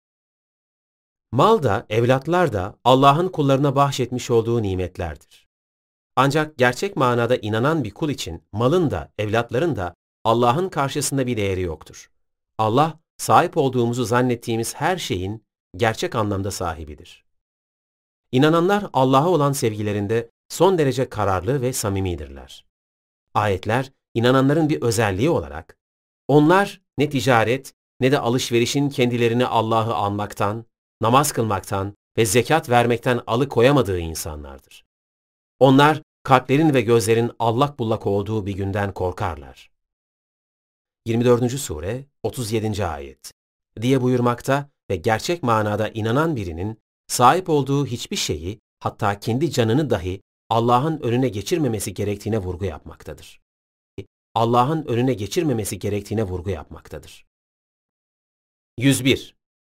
Mal da, evlatlar da Allah'ın kullarına bahşetmiş olduğu nimetlerdir. Ancak gerçek manada inanan bir kul için malın da, evlatların da Allah'ın karşısında bir değeri yoktur. Allah, sahip olduğumuzu zannettiğimiz her şeyin gerçek anlamda sahibidir. İnananlar Allah'a olan sevgilerinde son derece kararlı ve samimidirler. Ayetler, inananların bir özelliği olarak, onlar ne ticaret ne de alışverişin kendilerini Allah'ı anmaktan, namaz kılmaktan ve zekat vermekten alıkoyamadığı insanlardır. Onlar, kalplerin ve gözlerin allak bullak olduğu bir günden korkarlar. yirmi dördüncü sure otuz yedinci ayet diye buyurmakta ve gerçek manada inanan birinin sahip olduğu hiçbir şeyi, hatta kendi canını dahi Allah'ın önüne geçirmemesi gerektiğine vurgu yapmaktadır. Allah'ın önüne geçirmemesi gerektiğine vurgu yapmaktadır. yüz bir.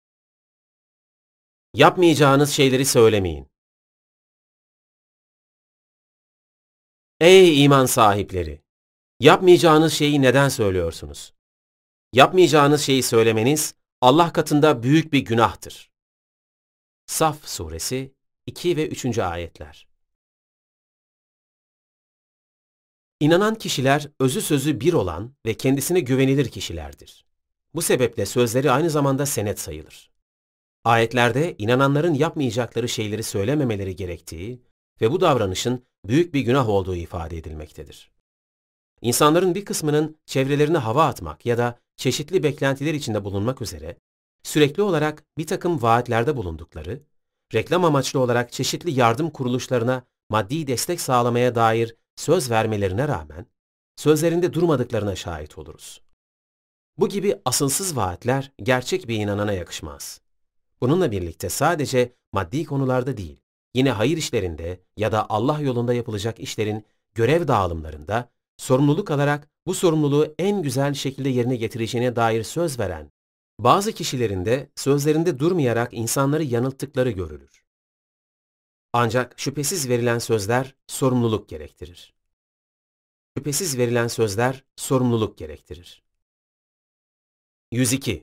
Yapmayacağınız şeyleri söylemeyin. Ey iman sahipleri! Yapmayacağınız şeyi neden söylüyorsunuz? Yapmayacağınız şeyi söylemeniz Allah katında büyük bir günahtır. Saf Suresi iki ve üçüncü ayetler. İnanan kişiler özü sözü bir olan ve kendisine güvenilir kişilerdir. Bu sebeple sözleri aynı zamanda senet sayılır. Ayetlerde inananların yapmayacakları şeyleri söylememeleri gerektiği ve bu davranışın büyük bir günah olduğu ifade edilmektedir. İnsanların bir kısmının çevrelerine hava atmak ya da çeşitli beklentiler içinde bulunmak üzere sürekli olarak bir takım vaatlerde bulundukları, reklam amaçlı olarak çeşitli yardım kuruluşlarına maddi destek sağlamaya dair söz vermelerine rağmen, sözlerinde durmadıklarına şahit oluruz. Bu gibi asılsız vaatler gerçek bir inanana yakışmaz. Bununla birlikte sadece maddi konularda değil, yine hayır işlerinde ya da Allah yolunda yapılacak işlerin görev dağılımlarında sorumluluk alarak bu sorumluluğu en güzel şekilde yerine getireceğine dair söz veren bazı kişilerin de sözlerinde durmayarak insanları yanılttıkları görülür. Ancak şüphesiz verilen sözler sorumluluk gerektirir. Şüphesiz verilen sözler sorumluluk gerektirir. yüz iki.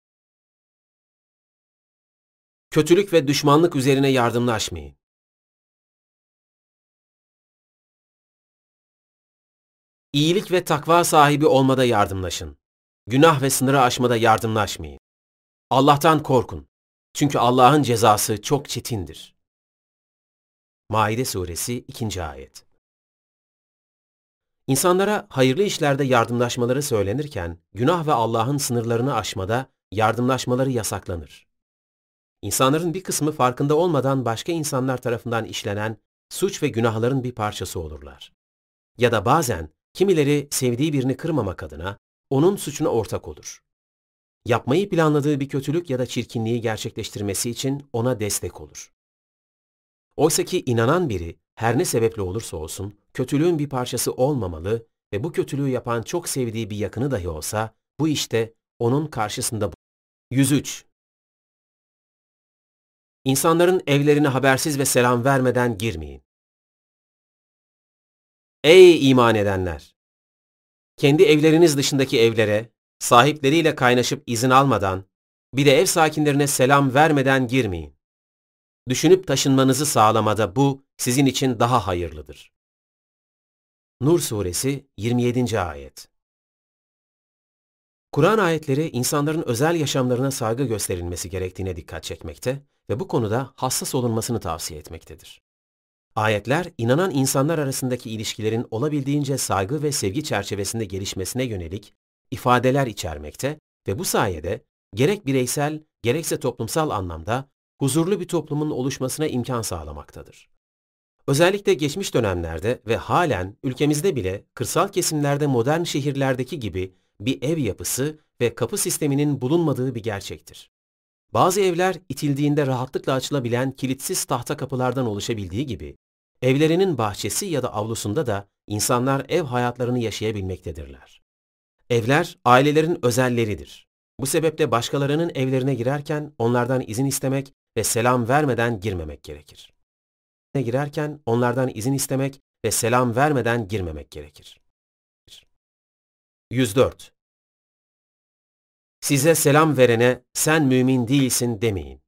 Kötülük ve düşmanlık üzerine yardımlaşmayın. İyilik ve takva sahibi olmada yardımlaşın. Günah ve sınırı aşmada yardımlaşmayın. Allah'tan korkun. Çünkü Allah'ın cezası çok çetindir. Maide suresi ikinci ayet. İnsanlara hayırlı işlerde yardımlaşmaları söylenirken, günah ve Allah'ın sınırlarını aşmada yardımlaşmaları yasaklanır. İnsanların bir kısmı farkında olmadan başka insanlar tarafından işlenen suç ve günahların bir parçası olurlar. Ya da bazen kimileri sevdiği birini kırmamak adına onun suçuna ortak olur. Yapmayı planladığı bir kötülük ya da çirkinliği gerçekleştirmesi için ona destek olur. Oysa ki inanan biri her ne sebeple olursa olsun kötülüğün bir parçası olmamalı ve bu kötülüğü yapan çok sevdiği bir yakını dahi olsa bu işte onun karşısında bulunur. yüz üç. İnsanların evlerine habersiz ve selam vermeden girmeyin. Ey iman edenler! Kendi evleriniz dışındaki evlere, sahipleriyle kaynaşıp izin almadan, bir de ev sakinlerine selam vermeden girmeyin. Düşünüp taşınmanızı sağlamada bu sizin için daha hayırlıdır. Nur suresi yirmi yedinci ayet. Kur'an ayetleri insanların özel yaşamlarına saygı gösterilmesi gerektiğine dikkat çekmekte ve bu konuda hassas olunmasını tavsiye etmektedir. Ayetler, inanan insanlar arasındaki ilişkilerin olabildiğince saygı ve sevgi çerçevesinde gelişmesine yönelik ifadeler içermekte ve bu sayede gerek bireysel gerekse toplumsal anlamda huzurlu bir toplumun oluşmasına imkan sağlamaktadır. Özellikle geçmiş dönemlerde ve halen ülkemizde bile kırsal kesimlerde modern şehirlerdeki gibi bir ev yapısı ve kapı sisteminin bulunmadığı bir gerçektir. Bazı evler itildiğinde rahatlıkla açılabilen kilitsiz tahta kapılardan oluşabildiği gibi, evlerinin bahçesi ya da avlusunda da insanlar ev hayatlarını yaşayabilmektedirler. Evler, ailelerin özelleridir. Bu sebeple başkalarının evlerine girerken onlardan izin istemek ve selam vermeden girmemek gerekir. Evine girerken onlardan izin istemek ve selam vermeden girmemek gerekir. yüz dört. Size selam verene sen mümin değilsin demeyin.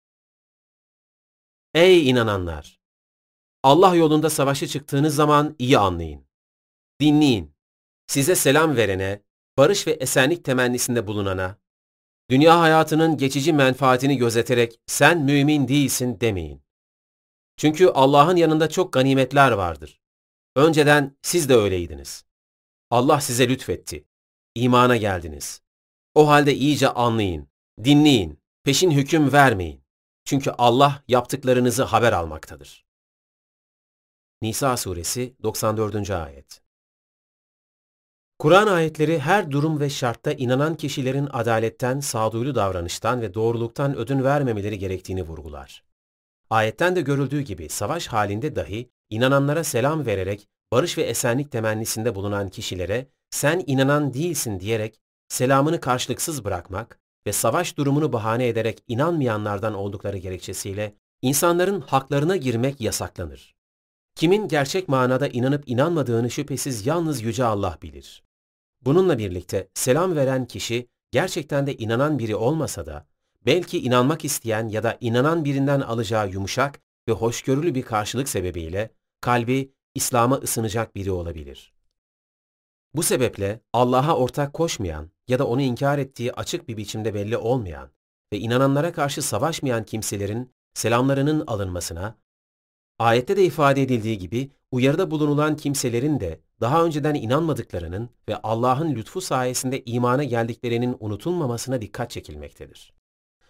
Ey inananlar! Allah yolunda savaşa çıktığınız zaman iyi anlayın. Dinleyin. Size selam verene, barış ve esenlik temennisinde bulunana, dünya hayatının geçici menfaatini gözeterek sen mümin değilsin demeyin. Çünkü Allah'ın yanında çok ganimetler vardır. Önceden siz de öyleydiniz. Allah size lütfetti. İmana geldiniz. O halde iyice anlayın, dinleyin, peşin hüküm vermeyin. Çünkü Allah yaptıklarınızı haber almaktadır. Nisa suresi doksan dördüncü ayet. Kur'an ayetleri her durum ve şartta inanan kişilerin adaletten, sağduyulu davranıştan ve doğruluktan ödün vermemeleri gerektiğini vurgular. Ayetten de görüldüğü gibi savaş halinde dahi inananlara selam vererek barış ve esenlik temennisinde bulunan kişilere sen inanan değilsin diyerek selamını karşılıksız bırakmak ve savaş durumunu bahane ederek inanmayanlardan oldukları gerekçesiyle insanların haklarına girmek yasaklanır. Kimin gerçek manada inanıp inanmadığını şüphesiz yalnız Yüce Allah bilir. Bununla birlikte selam veren kişi gerçekten de inanan biri olmasa da belki inanmak isteyen ya da inanan birinden alacağı yumuşak ve hoşgörülü bir karşılık sebebiyle kalbi İslam'a ısınacak biri olabilir. Bu sebeple Allah'a ortak koşmayan ya da onu inkar ettiği açık bir biçimde belli olmayan ve inananlara karşı savaşmayan kimselerin selamlarının alınmasına, ayette de ifade edildiği gibi uyarıda bulunulan kimselerin de daha önceden inanmadıklarının ve Allah'ın lütfu sayesinde imana geldiklerinin unutulmamasına dikkat çekilmektedir.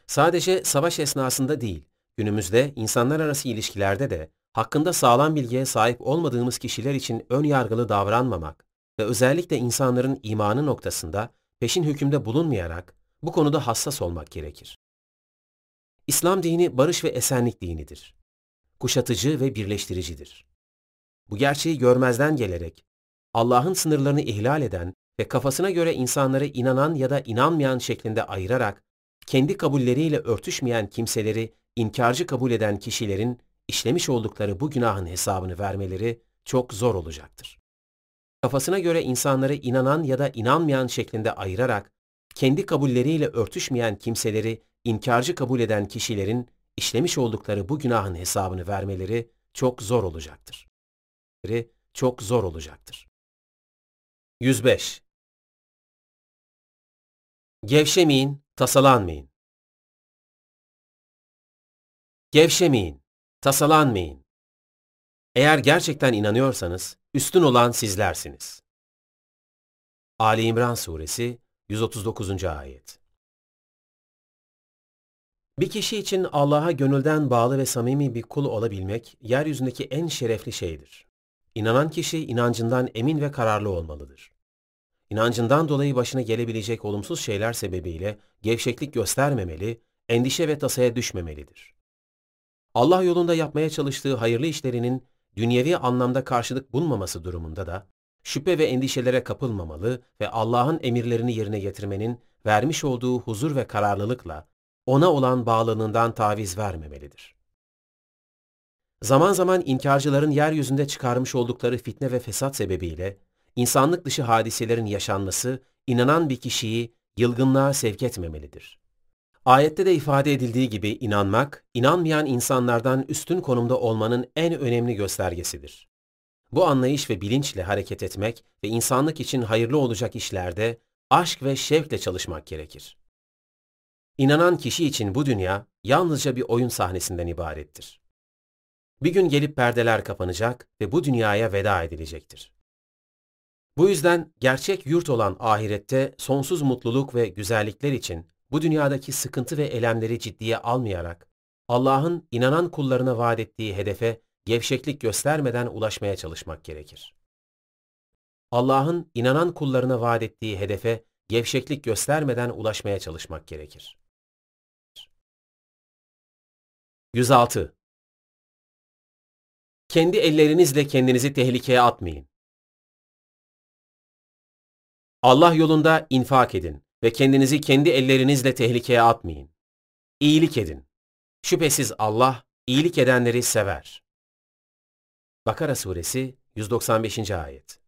Sadece savaş esnasında değil, günümüzde insanlar arası ilişkilerde de hakkında sağlam bilgiye sahip olmadığımız kişiler için ön yargılı davranmamak ve özellikle insanların imanı noktasında peşin hükümde bulunmayarak bu konuda hassas olmak gerekir. İslam dini barış ve esenlik dinidir. Kuşatıcı ve birleştiricidir. Bu gerçeği görmezden gelerek Allah'ın sınırlarını ihlal eden ve kafasına göre insanları inanan ya da inanmayan şeklinde ayırarak kendi kabulleriyle örtüşmeyen kimseleri inkarcı kabul eden kişilerin işlemiş oldukları bu günahın hesabını vermeleri çok zor olacaktır. Kafasına göre insanları inanan ya da inanmayan şeklinde ayırarak kendi kabulleriyle örtüşmeyen kimseleri inkarcı kabul eden kişilerin işlemiş oldukları bu günahın hesabını vermeleri çok zor olacaktır. Çok zor olacaktır. yüz beş. Gevşemeyin, tasalanmayın. Gevşemeyin, tasalanmayın. Eğer gerçekten inanıyorsanız, üstün olan sizlersiniz. Ali İmran Suresi yüz otuz dokuzuncu ayet. Bir kişi için Allah'a gönülden bağlı ve samimi bir kul olabilmek, yeryüzündeki en şerefli şeydir. İnanan kişi inancından emin ve kararlı olmalıdır. İnancından dolayı başına gelebilecek olumsuz şeyler sebebiyle gevşeklik göstermemeli, endişe ve tasaya düşmemelidir. Allah yolunda yapmaya çalıştığı hayırlı işlerinin dünyevi anlamda karşılık bulmaması durumunda da şüphe ve endişelere kapılmamalı ve Allah'ın emirlerini yerine getirmenin vermiş olduğu huzur ve kararlılıkla ona olan bağlılığından taviz vermemelidir. Zaman zaman inkarcıların yeryüzünde çıkarmış oldukları fitne ve fesat sebebiyle insanlık dışı hadiselerin yaşanması inanan bir kişiyi yılgınlığa sevk etmemelidir. Ayette de ifade edildiği gibi inanmak, inanmayan insanlardan üstün konumda olmanın en önemli göstergesidir. Bu anlayış ve bilinçle hareket etmek ve insanlık için hayırlı olacak işlerde aşk ve şevkle çalışmak gerekir. İnanan kişi için bu dünya yalnızca bir oyun sahnesinden ibarettir. Bir gün gelip perdeler kapanacak ve bu dünyaya veda edilecektir. Bu yüzden gerçek yurt olan ahirette sonsuz mutluluk ve güzellikler için bu dünyadaki sıkıntı ve elemleri ciddiye almayarak Allah'ın inanan kullarına vaat ettiği hedefe gevşeklik göstermeden ulaşmaya çalışmak gerekir. Allah'ın inanan kullarına vaat ettiği hedefe gevşeklik göstermeden ulaşmaya çalışmak gerekir. yüz altı. Kendi ellerinizle kendinizi tehlikeye atmayın. Allah yolunda infak edin ve kendinizi kendi ellerinizle tehlikeye atmayın. İyilik edin. Şüphesiz Allah iyilik edenleri sever. Bakara Suresi yüz doksan beşinci ayet.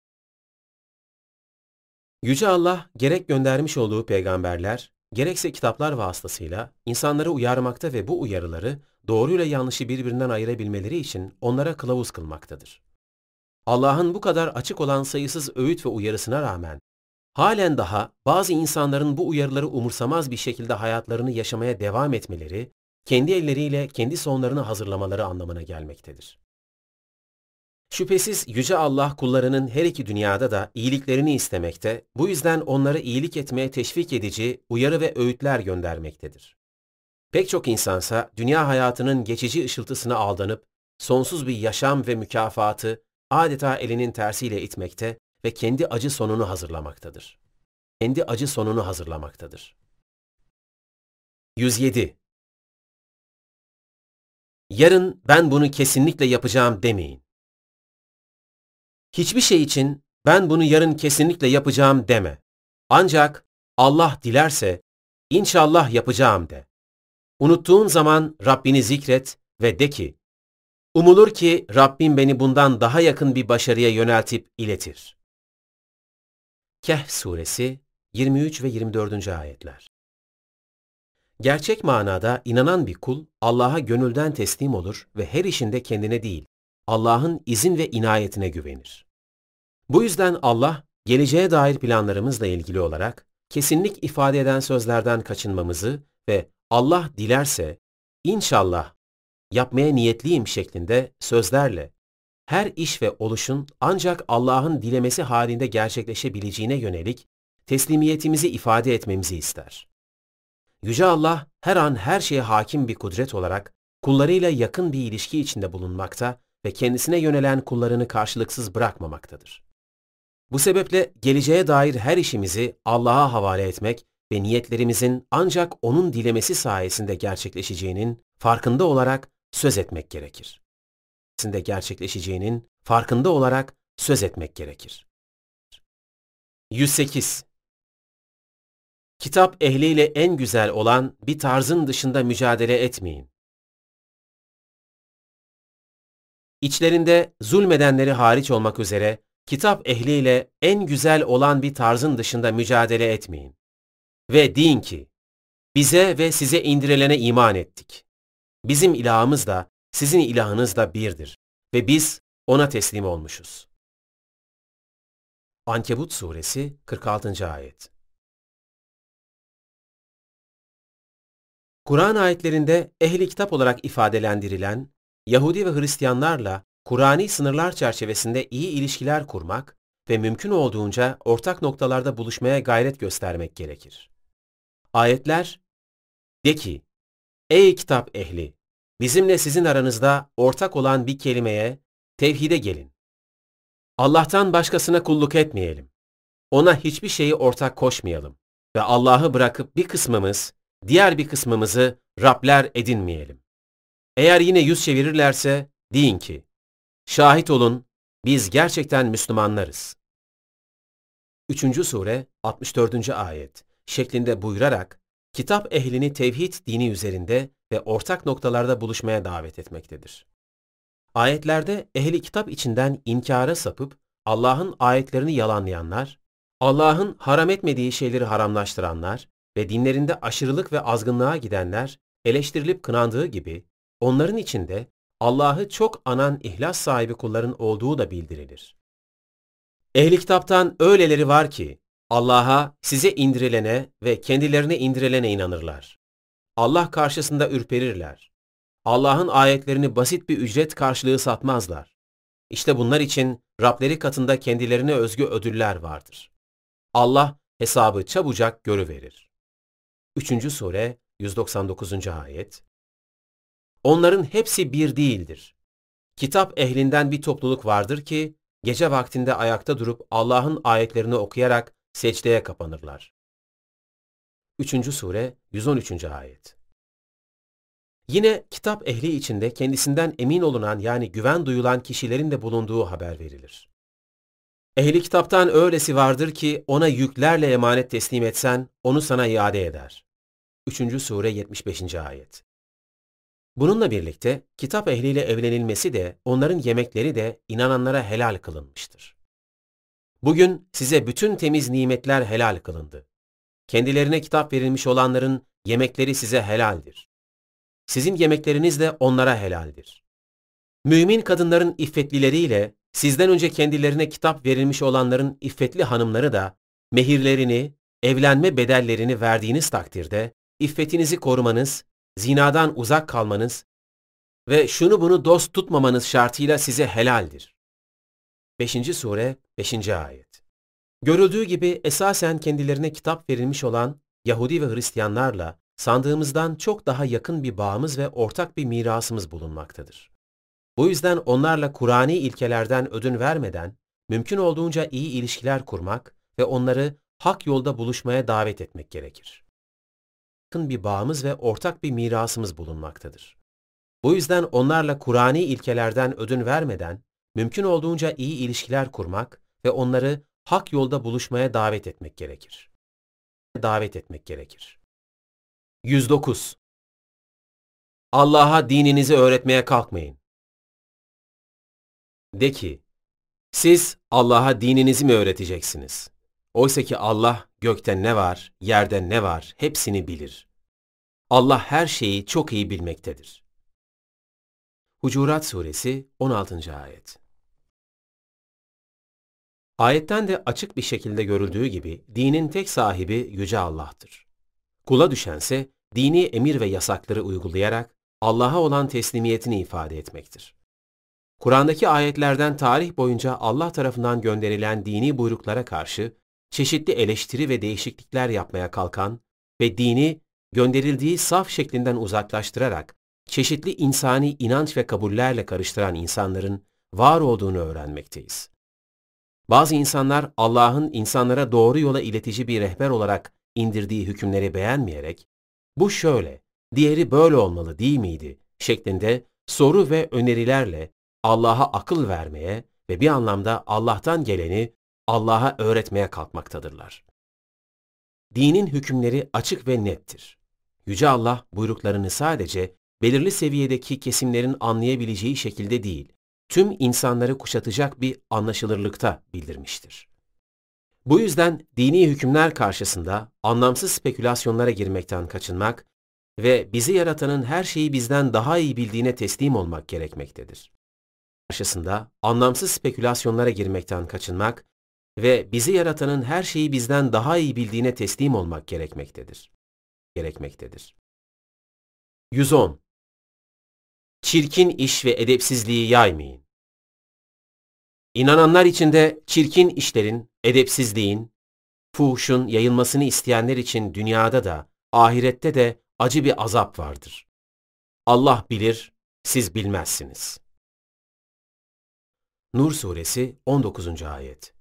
Yüce Allah gerek göndermiş olduğu peygamberler, gerekse kitaplar vasıtasıyla insanları uyarmakta ve bu uyarıları doğruyla yanlışı birbirinden ayırabilmeleri için onlara kılavuz kılmaktadır. Allah'ın bu kadar açık olan sayısız öğüt ve uyarısına rağmen, halen daha bazı insanların bu uyarıları umursamaz bir şekilde hayatlarını yaşamaya devam etmeleri, kendi elleriyle kendi sonlarını hazırlamaları anlamına gelmektedir. Şüphesiz Yüce Allah kullarının her iki dünyada da iyiliklerini istemekte, bu yüzden onları iyilik etmeye teşvik edici uyarı ve öğütler göndermektedir. Pek çok insansa dünya hayatının geçici ışıltısına aldanıp, sonsuz bir yaşam ve mükafatı adeta elinin tersiyle itmekte ve kendi acı sonunu hazırlamaktadır. Kendi acı sonunu hazırlamaktadır. yüz yedi. Yarın ben bunu kesinlikle yapacağım demeyin. Hiçbir şey için ben bunu yarın kesinlikle yapacağım deme. Ancak Allah dilerse inşallah yapacağım de. Unuttuğun zaman Rabbini zikret ve de ki, umulur ki Rabbim beni bundan daha yakın bir başarıya yöneltip iletir. Kehf Suresi yirmi üç ve yirmi dördüncü ayetler. Gerçek manada inanan bir kul Allah'a gönülden teslim olur ve her işinde kendine değil, Allah'ın izin ve inayetine güvenir. Bu yüzden Allah, geleceğe dair planlarımızla ilgili olarak kesinlik ifade eden sözlerden kaçınmamızı ve Allah dilerse, inşallah yapmaya niyetliyim şeklinde sözlerle, her iş ve oluşun ancak Allah'ın dilemesi halinde gerçekleşebileceğine yönelik teslimiyetimizi ifade etmemizi ister. Yüce Allah her an her şeye hakim bir kudret olarak kullarıyla yakın bir ilişki içinde bulunmakta ve kendisine yönelen kullarını karşılıksız bırakmamaktadır. Bu sebeple geleceğe dair her işimizi Allah'a havale etmek ve niyetlerimizin ancak O'nun dilemesi sayesinde gerçekleşeceğinin farkında olarak söz etmek gerekir. gerçekleşeceğinin farkında olarak söz etmek gerekir. yüz sekiz. Kitap ehliyle en güzel olan bir tarzın dışında mücadele etmeyin. İçlerinde zulmedenleri hariç olmak üzere kitap ehliyle en güzel olan bir tarzın dışında mücadele etmeyin. Ve deyin ki, bize ve size indirilene iman ettik. Bizim ilahımız da sizin ilahınız da birdir ve biz ona teslim olmuşuz. Ankebut suresi kırk altıncı ayet. Kur'an ayetlerinde ehli kitap olarak ifadelendirilen Yahudi ve Hristiyanlarla Kur'ani sınırlar çerçevesinde iyi ilişkiler kurmak ve mümkün olduğunca ortak noktalarda buluşmaya gayret göstermek gerekir. Ayetler, de ki, ey kitap ehli, bizimle sizin aranızda ortak olan bir kelimeye, tevhide gelin. Allah'tan başkasına kulluk etmeyelim. Ona hiçbir şeyi ortak koşmayalım ve Allah'ı bırakıp bir kısmımız, diğer bir kısmımızı Rabler edinmeyelim. Eğer yine yüz çevirirlerse deyin ki, şahit olun, biz gerçekten Müslümanlarız. üçüncü sure altmış dördüncü ayet şeklinde buyurarak, kitap ehlini tevhid dini üzerinde ve ortak noktalarda buluşmaya davet etmektedir. Ayetlerde ehli kitap içinden inkara sapıp Allah'ın ayetlerini yalanlayanlar, Allah'ın haram etmediği şeyleri haramlaştıranlar ve dinlerinde aşırılık ve azgınlığa gidenler eleştirilip kınandığı gibi, onların içinde Allah'ı çok anan ihlas sahibi kulların olduğu da bildirilir. Ehli kitaptan öyleleri var ki, Allah'a, size indirilene ve kendilerine indirilene inanırlar. Allah karşısında ürperirler. Allah'ın ayetlerini basit bir ücret karşılığı satmazlar. İşte bunlar için Rableri katında kendilerine özgü ödüller vardır. Allah hesabı çabucak görüverir. üçüncü sure yüz doksan dokuzuncu ayet. Onların hepsi bir değildir. Kitap ehlinden bir topluluk vardır ki, gece vaktinde ayakta durup Allah'ın ayetlerini okuyarak secdeye kapanırlar. üçüncü sure yüz on üçüncü ayet. Yine kitap ehli içinde kendisinden emin olunan yani güven duyulan kişilerin de bulunduğu haber verilir. Ehli kitaptan öylesi vardır ki ona yüklerle emanet teslim etsen onu sana iade eder. üçüncü sure yetmiş beşinci ayet. Bununla birlikte kitap ehliyle evlenilmesi de onların yemekleri de inananlara helal kılınmıştır. Bugün size bütün temiz nimetler helal kılındı. Kendilerine kitap verilmiş olanların yemekleri size helaldir. Sizin yemekleriniz de onlara helaldir. Mümin kadınların iffetlileriyle sizden önce kendilerine kitap verilmiş olanların iffetli hanımları da mehirlerini, evlenme bedellerini verdiğiniz takdirde iffetinizi korumanız, zinadan uzak kalmanız ve şunu bunu dost tutmamanız şartıyla size helaldir. beşinci sure beşinci ayet. Görüldüğü gibi esasen kendilerine kitap verilmiş olan Yahudi ve Hristiyanlarla sandığımızdan çok daha yakın bir bağımız ve ortak bir mirasımız bulunmaktadır. Bu yüzden onlarla Kur'ani ilkelerden ödün vermeden mümkün olduğunca iyi ilişkiler kurmak ve onları hak yolda buluşmaya davet etmek gerekir. Yakın bir bağımız ve ortak bir mirasımız bulunmaktadır. Bu yüzden onlarla Kur'ani ilkelerden ödün vermeden mümkün olduğunca iyi ilişkiler kurmak ve onları hak yolda buluşmaya davet etmek gerekir. Davet etmek gerekir. yüz dokuz. Allah'a dininizi öğretmeye kalkmayın. De ki, siz Allah'a dininizi mi öğreteceksiniz? Oysa ki Allah gökte ne var, yerde ne var hepsini bilir. Allah her şeyi çok iyi bilmektedir. Hucurat suresi on altıncı ayet. Ayetten de açık bir şekilde görüldüğü gibi dinin tek sahibi Yüce Allah'tır. Kula düşense dini emir ve yasakları uygulayarak Allah'a olan teslimiyetini ifade etmektir. Kur'an'daki ayetlerden tarih boyunca Allah tarafından gönderilen dini buyruklara karşı çeşitli eleştiri ve değişiklikler yapmaya kalkan ve dini gönderildiği saf şeklinden uzaklaştırarak çeşitli insani inanç ve kabullerle karıştıran insanların var olduğunu öğrenmekteyiz. Bazı insanlar Allah'ın insanlara doğru yola iletici bir rehber olarak indirdiği hükümleri beğenmeyerek, bu şöyle, diğeri böyle olmalı değil miydi şeklinde soru ve önerilerle Allah'a akıl vermeye ve bir anlamda Allah'tan geleni Allah'a öğretmeye kalkmaktadırlar. Dinin hükümleri açık ve nettir. Yüce Allah buyruklarını sadece belirli seviyedeki kesimlerin anlayabileceği şekilde değil, tüm insanları kuşatacak bir anlaşılırlıkta bildirmiştir. Bu yüzden dini hükümler karşısında anlamsız spekülasyonlara girmekten kaçınmak ve bizi yaratanın her şeyi bizden daha iyi bildiğine teslim olmak gerekmektedir. Karşısında anlamsız spekülasyonlara girmekten kaçınmak ve bizi yaratanın her şeyi bizden daha iyi bildiğine teslim olmak gerekmektedir. Gerekmektedir. yüz on. Çirkin iş ve edepsizliği yaymayın. İnananlar içinde çirkin işlerin, edepsizliğin, fuhuşun yayılmasını isteyenler için dünyada da, ahirette de acı bir azap vardır. Allah bilir, siz bilmezsiniz. Nur Suresi on dokuzuncu ayet.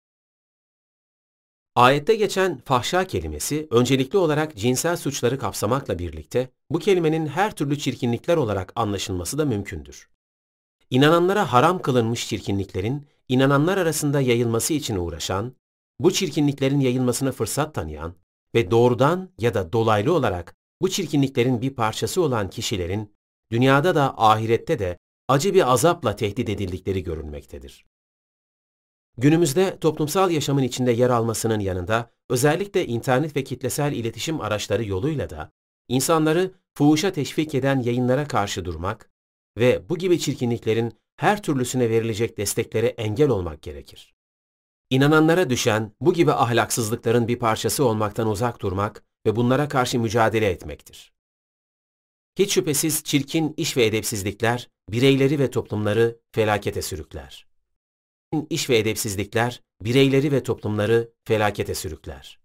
Ayette geçen fahşa kelimesi öncelikli olarak cinsel suçları kapsamakla birlikte bu kelimenin her türlü çirkinlikler olarak anlaşılması da mümkündür. İnananlara haram kılınmış çirkinliklerin inananlar arasında yayılması için uğraşan, bu çirkinliklerin yayılmasına fırsat tanıyan ve doğrudan ya da dolaylı olarak bu çirkinliklerin bir parçası olan kişilerin dünyada da ahirette de acı bir azapla tehdit edildikleri görülmektedir. Günümüzde toplumsal yaşamın içinde yer almasının yanında özellikle internet ve kitlesel iletişim araçları yoluyla da insanları fuhuşa teşvik eden yayınlara karşı durmak ve bu gibi çirkinliklerin her türlüsüne verilecek desteklere engel olmak gerekir. İnananlara düşen bu gibi ahlaksızlıkların bir parçası olmaktan uzak durmak ve bunlara karşı mücadele etmektir. Hiç şüphesiz çirkin iş ve edepsizlikler bireyleri ve toplumları felakete sürükler. İş ve edepsizlikler bireyleri ve toplumları felakete sürükler.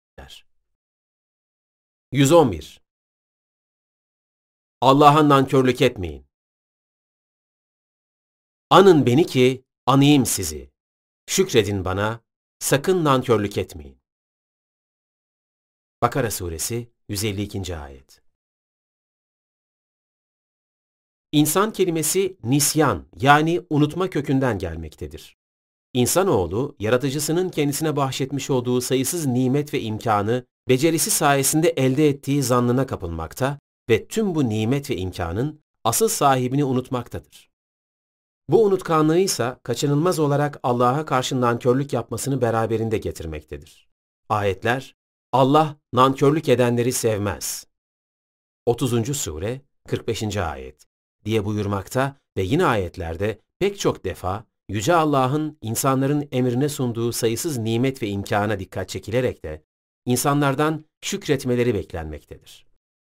yüz on bir. Allah'a nankörlük etmeyin. Anın beni ki anayım sizi. Şükredin bana, sakın nankörlük etmeyin. Bakara Suresi yüz elli ikinci ayet. İnsan kelimesi nisyan yani unutma kökünden gelmektedir. İnsanoğlu, yaratıcısının kendisine bahşetmiş olduğu sayısız nimet ve imkanı becerisi sayesinde elde ettiği zannına kapılmakta ve tüm bu nimet ve imkanın asıl sahibini unutmaktadır. Bu unutkanlığı ise kaçınılmaz olarak Allah'a karşı nankörlük yapmasını beraberinde getirmektedir. Ayetler, Allah nankörlük edenleri sevmez. otuzuncu Sure, kırk beşinci ayet diye buyurmakta ve yine ayetlerde pek çok defa Yüce Allah'ın insanların emrine sunduğu sayısız nimet ve imkana dikkat çekilerek de insanlardan şükretmeleri beklenmektedir.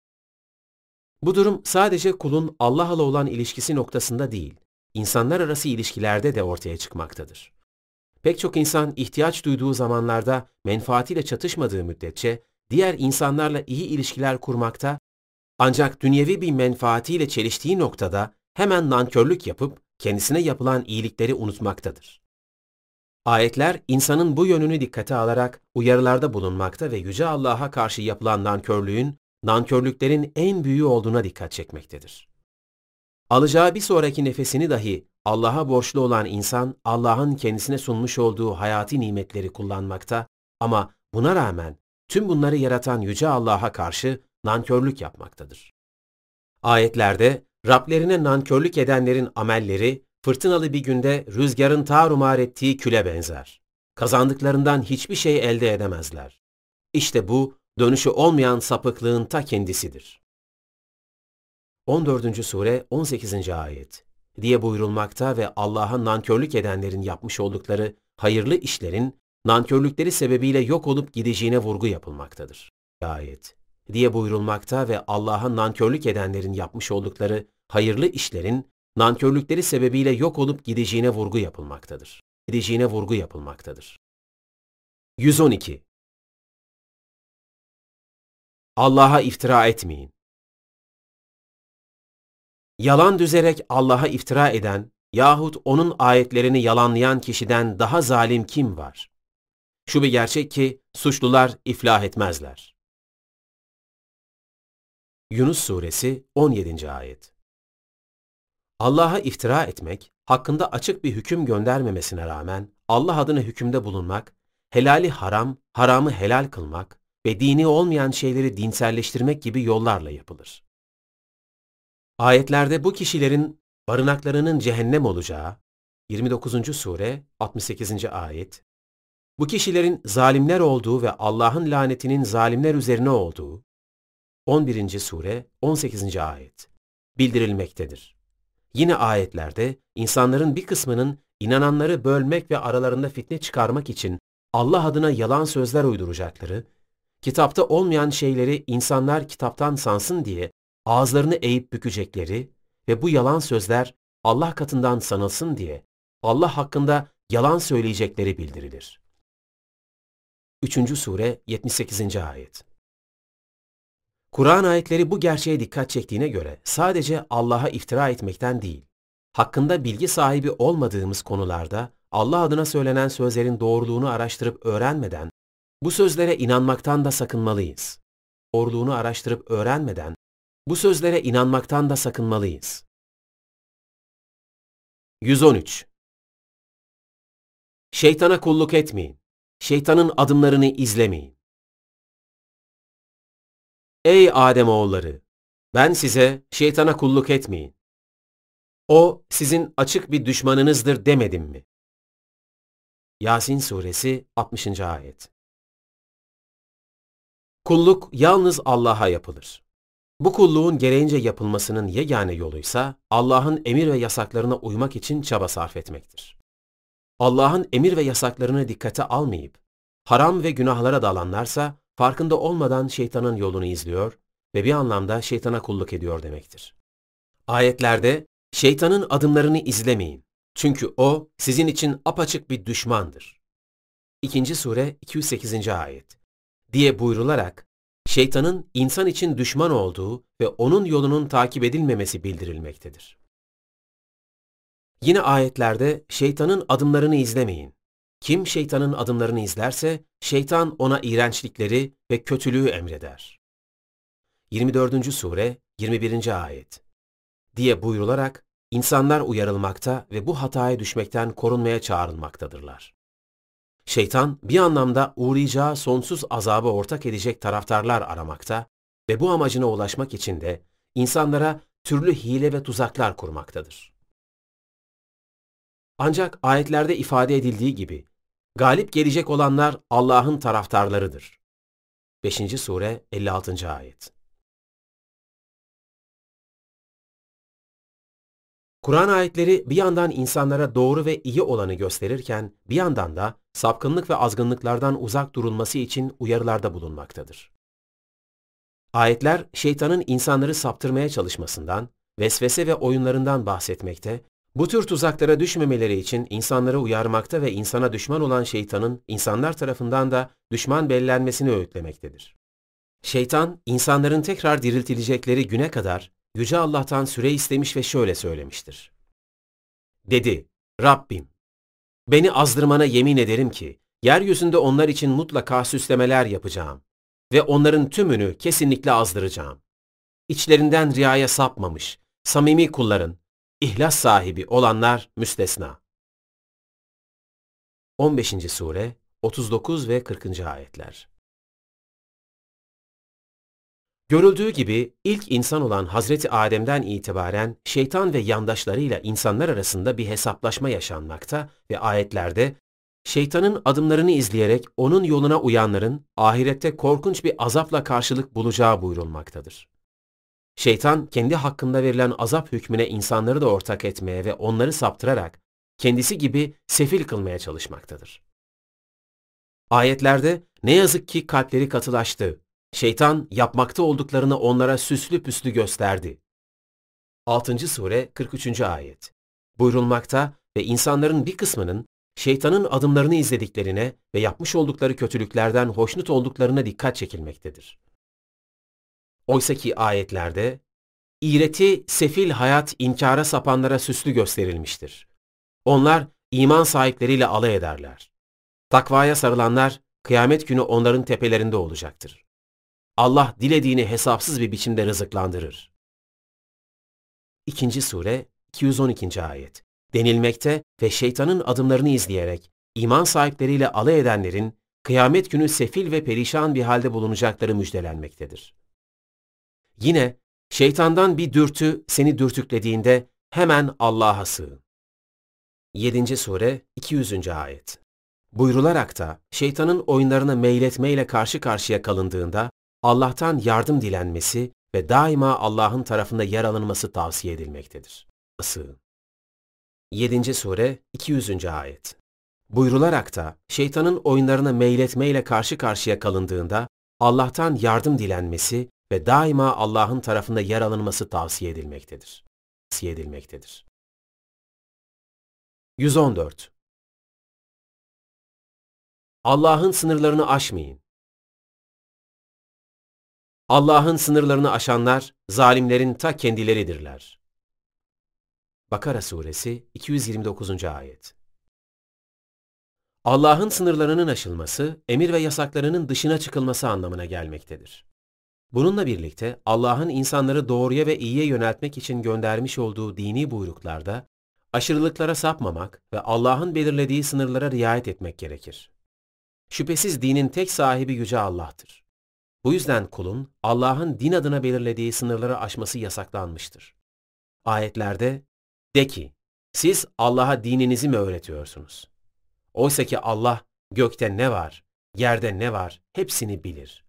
Bu durum sadece kulun Allah'la olan ilişkisi noktasında değil, insanlar arası ilişkilerde de ortaya çıkmaktadır. Pek çok insan ihtiyaç duyduğu zamanlarda menfaatiyle çatışmadığı müddetçe diğer insanlarla iyi ilişkiler kurmakta, ancak dünyevi bir menfaatiyle çeliştiği noktada hemen nankörlük yapıp kendisine yapılan iyilikleri unutmaktadır. Ayetler insanın bu yönünü dikkate alarak uyarılarda bulunmakta ve Yüce Allah'a karşı yapılan nankörlüğün, nankörlüklerin en büyüğü olduğuna dikkat çekmektedir. Alacağı bir sonraki nefesini dahi Allah'a borçlu olan insan, Allah'ın kendisine sunmuş olduğu hayati nimetleri kullanmakta ama buna rağmen tüm bunları yaratan Yüce Allah'a karşı nankörlük yapmaktadır. Ayetlerde, Rablerine nankörlük edenlerin amelleri, fırtınalı bir günde rüzgarın tarumar ettiği küle benzer. Kazandıklarından hiçbir şey elde edemezler. İşte bu, dönüşü olmayan sapıklığın ta kendisidir. on dördüncü Sure on sekizinci ayet diye buyurulmakta ve Allah'a nankörlük edenlerin yapmış oldukları hayırlı işlerin, nankörlükleri sebebiyle yok olup gideceğine vurgu yapılmaktadır. Ayet diye buyurulmakta ve Allah'a nankörlük edenlerin yapmış oldukları hayırlı işlerin, nankörlükleri sebebiyle yok olup gideceğine vurgu yapılmaktadır. Gideceğine vurgu yapılmaktadır. yüz on iki. Allah'a iftira etmeyin. Yalan düzerek Allah'a iftira eden yahut onun ayetlerini yalanlayan kişiden daha zalim kim var? Şu bir gerçek ki suçlular iflah etmezler. Yunus Suresi on yedinci ayet. Allah'a iftira etmek, hakkında açık bir hüküm göndermemesine rağmen Allah adına hükümde bulunmak, helali haram, haramı helal kılmak ve dini olmayan şeyleri dinselleştirmek gibi yollarla yapılır. Ayetlerde bu kişilerin barınaklarının cehennem olacağı, yirmi dokuzuncu sure altmış sekizinci ayet, bu kişilerin zalimler olduğu ve Allah'ın lanetinin zalimler üzerine olduğu, on birinci sure on sekizinci ayet bildirilmektedir. Yine ayetlerde insanların bir kısmının inananları bölmek ve aralarında fitne çıkarmak için Allah adına yalan sözler uyduracakları, kitapta olmayan şeyleri insanlar kitaptan sansın diye ağızlarını eğip bükecekleri ve bu yalan sözler Allah katından sanılsın diye Allah hakkında yalan söyleyecekleri bildirilir. üçüncü sure yetmiş sekizinci ayet. Kur'an ayetleri bu gerçeğe dikkat çektiğine göre sadece Allah'a iftira etmekten değil, hakkında bilgi sahibi olmadığımız konularda Allah adına söylenen sözlerin doğruluğunu araştırıp öğrenmeden, bu sözlere inanmaktan da sakınmalıyız. Doğruluğunu araştırıp öğrenmeden, bu sözlere inanmaktan da sakınmalıyız. yüz on üç. Şeytana kulluk etmeyin. Şeytanın adımlarını izlemeyin. Ey Ademoğulları! Ben size şeytana kulluk etmeyin. O sizin açık bir düşmanınızdır demedim mi? Yasin Suresi altmışıncı ayet. Kulluk yalnız Allah'a yapılır. Bu kulluğun gereğince yapılmasının yegane yoluysa Allah'ın emir ve yasaklarına uymak için çaba sarf etmektir. Allah'ın emir ve yasaklarını dikkate almayıp haram ve günahlara dalanlarsa farkında olmadan şeytanın yolunu izliyor ve bir anlamda şeytana kulluk ediyor demektir. Ayetlerde şeytanın adımlarını izlemeyin. Çünkü o sizin için apaçık bir düşmandır. İkinci sure iki yüz sekizinci ayet diye buyrularak şeytanın insan için düşman olduğu ve onun yolunun takip edilmemesi bildirilmektedir. Yine ayetlerde şeytanın adımlarını izlemeyin. Kim şeytanın adımlarını izlerse şeytan ona iğrençlikleri ve kötülüğü emreder. yirmi dördüncü sure yirmi birinci ayet diye buyrularak insanlar uyarılmakta ve bu hataya düşmekten korunmaya çağrılmaktadırlar. Şeytan bir anlamda uğrayacağı sonsuz azabı ortak edecek taraftarlar aramakta ve bu amacına ulaşmak için de insanlara türlü hile ve tuzaklar kurmaktadır. Ancak ayetlerde ifade edildiği gibi galip gelecek olanlar Allah'ın taraftarlarıdır. beşinci sure elli altıncı ayet. Kur'an ayetleri bir yandan insanlara doğru ve iyi olanı gösterirken bir yandan da sapkınlık ve azgınlıklardan uzak durulması için uyarılarda bulunmaktadır. Ayetler şeytanın insanları saptırmaya çalışmasından, vesvese ve oyunlarından bahsetmekte, bu tür tuzaklara düşmemeleri için insanları uyarmakta ve insana düşman olan şeytanın insanlar tarafından da düşman bellenmesini öğütlemektedir. Şeytan, insanların tekrar diriltilecekleri güne kadar Yüce Allah'tan süre istemiş ve şöyle söylemiştir. Dedi, Rabbim, beni azdırmana yemin ederim ki, yeryüzünde onlar için mutlaka süslemeler yapacağım ve onların tümünü kesinlikle azdıracağım. İçlerinden riyaya sapmamış, samimi kulların, ihlas sahibi olanlar müstesna. on beşinci sure, otuz dokuz ve kırkıncı ayetler. Görüldüğü gibi ilk insan olan Hazreti Adem'den itibaren şeytan ve yandaşlarıyla insanlar arasında bir hesaplaşma yaşanmakta ve ayetlerde şeytanın adımlarını izleyerek onun yoluna uyanların ahirette korkunç bir azapla karşılık bulacağı buyurulmaktadır. Şeytan kendi hakkında verilen azap hükmüne insanları da ortak etmeye ve onları saptırarak kendisi gibi sefil kılmaya çalışmaktadır. Ayetlerde ne yazık ki kalpleri katılaştı. Şeytan yapmakta olduklarını onlara süslü püslü gösterdi. altıncı sure kırk üçüncü ayet buyurulmakta ve insanların bir kısmının şeytanın adımlarını izlediklerine ve yapmış oldukları kötülüklerden hoşnut olduklarına dikkat çekilmektedir. Oysaki ayetlerde, İğreti, sefil hayat inkara sapanlara süslü gösterilmiştir. Onlar iman sahipleriyle alay ederler. Takvaya sarılanlar, kıyamet günü onların tepelerinde olacaktır. Allah dilediğini hesapsız bir biçimde rızıklandırır. İkinci sure, iki yüz on ikinci ayet. Denilmekte ve şeytanın adımlarını izleyerek iman sahipleriyle alay edenlerin kıyamet günü sefil ve perişan bir halde bulunacakları müjdelenmektedir. Yine şeytandan bir dürtü seni dürtüklediğinde hemen Allah'a sığın. Yedinci sure, iki yüzüncü ayet. Buyrularak da şeytanın oyunlarına meyletmeyle karşı karşıya kalındığında Allah'tan yardım dilenmesi ve daima Allah'ın tarafında yer alınması tavsiye edilmektedir. Sığın. Yedinci sure, iki yüzüncü ayet. Buyrularak da şeytanın oyunlarına meyletmeyle karşı karşıya kalındığında Allah'tan yardım dilenmesi ve daima Allah'ın tarafında yer alınması tavsiye edilmektedir. Tavsiye edilmektedir. yüz on dört. Allah'ın sınırlarını aşmayın. Allah'ın sınırlarını aşanlar, zalimlerin ta kendileridirler. Bakara suresi, iki yüz yirmi dokuzuncu ayet. Allah'ın sınırlarının aşılması, emir ve yasaklarının dışına çıkılması anlamına gelmektedir. Bununla birlikte Allah'ın insanları doğruya ve iyiye yöneltmek için göndermiş olduğu dini buyruklarda, aşırılıklara sapmamak ve Allah'ın belirlediği sınırlara riayet etmek gerekir. Şüphesiz dinin tek sahibi Yüce Allah'tır. Bu yüzden kulun Allah'ın din adına belirlediği sınırları aşması yasaklanmıştır. Ayetlerde, de ki, siz Allah'a dininizi mi öğretiyorsunuz? Oysa ki Allah gökte ne var, yerde ne var hepsini bilir.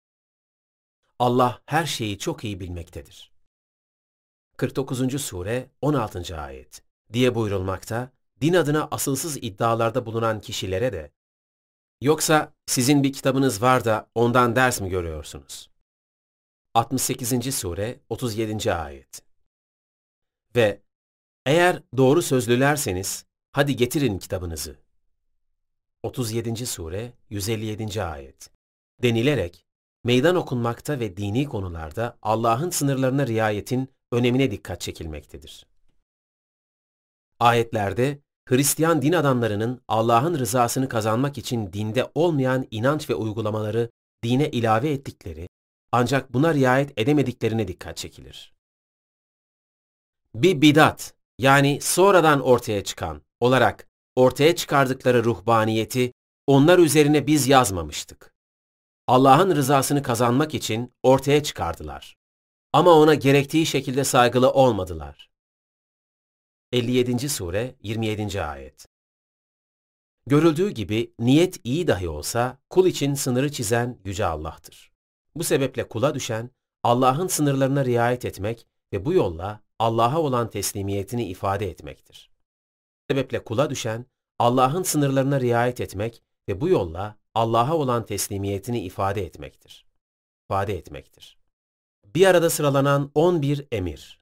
Allah her şeyi çok iyi bilmektedir. kırk dokuzuncu sure, on altıncı ayet diye buyurulmakta, din adına asılsız iddialarda bulunan kişilere de, yoksa sizin bir kitabınız var da ondan ders mi görüyorsunuz? altmış sekizinci sure, otuz yedinci ayet. Ve eğer doğru sözlülerseniz, hadi getirin kitabınızı. otuz yedinci sure, yüz elli yedinci ayet. Denilerek, meydan okunmakta ve dini konularda Allah'ın sınırlarına riayetin önemine dikkat çekilmektedir. Ayetlerde, Hristiyan din adamlarının Allah'ın rızasını kazanmak için dinde olmayan inanç ve uygulamaları dine ilave ettikleri, ancak buna riayet edemediklerine dikkat çekilir. Bir bidat, yani sonradan ortaya çıkan olarak ortaya çıkardıkları ruhbaniyeti onlar üzerine biz yazmamıştık. Allah'ın rızasını kazanmak için ortaya çıkardılar. Ama ona gerektiği şekilde saygılı olmadılar. elli yedinci sure, yirmi yedinci ayet. Görüldüğü gibi niyet iyi dahi olsa kul için sınırı çizen Yüce Allah'tır. Bu sebeple kula düşen Allah'ın sınırlarına riayet etmek ve bu yolla Allah'a olan teslimiyetini ifade etmektir. Bu sebeple kula düşen Allah'ın sınırlarına riayet etmek ve bu yolla Allah'a olan teslimiyetini ifade etmektir. İfade etmektir. Bir arada sıralanan on bir emir.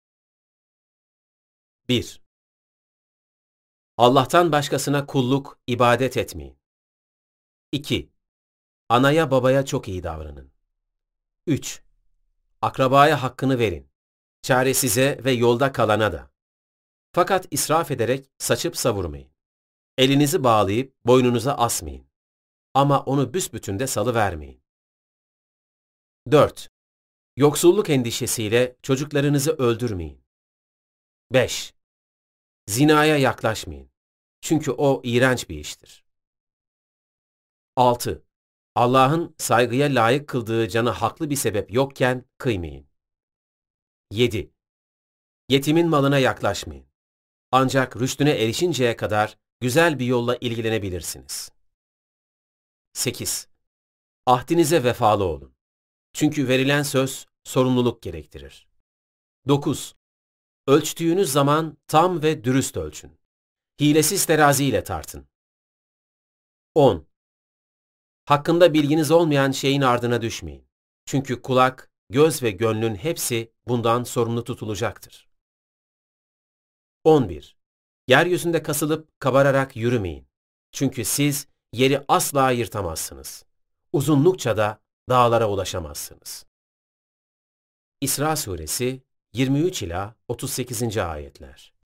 bir. Allah'tan başkasına kulluk, ibadet etmeyin. iki. Anaya babaya çok iyi davranın. üç. Akrabaya hakkını verin. Çaresize ve yolda kalana da. Fakat israf ederek saçıp savurmayın. Elinizi bağlayıp boynunuza asmayın. Ama onu büsbütün de salıvermeyin. dört. Yoksulluk endişesiyle çocuklarınızı öldürmeyin. beş. Zinaya yaklaşmayın. Çünkü o iğrenç bir iştir. altı. Allah'ın saygıya layık kıldığı cana haklı bir sebep yokken kıymayın. yedi. Yetimin malına yaklaşmayın. Ancak rüştüne erişinceye kadar güzel bir yolla ilgilenebilirsiniz. sekiz. Ahdinize vefalı olun. Çünkü verilen söz sorumluluk gerektirir. dokuz. Ölçtüğünüz zaman tam ve dürüst ölçün. Hilesiz teraziyle tartın. on. Hakkında bilginiz olmayan şeyin ardına düşmeyin. Çünkü kulak, göz ve gönlün hepsi bundan sorumlu tutulacaktır. on bir. Yeryüzünde kasılıp kabararak yürümeyin. Çünkü siz yeri asla yırtamazsınız. Uzunlukça da dağlara ulaşamazsınız. İsra Suresi yirmi üç ila otuz sekizinci ayetler.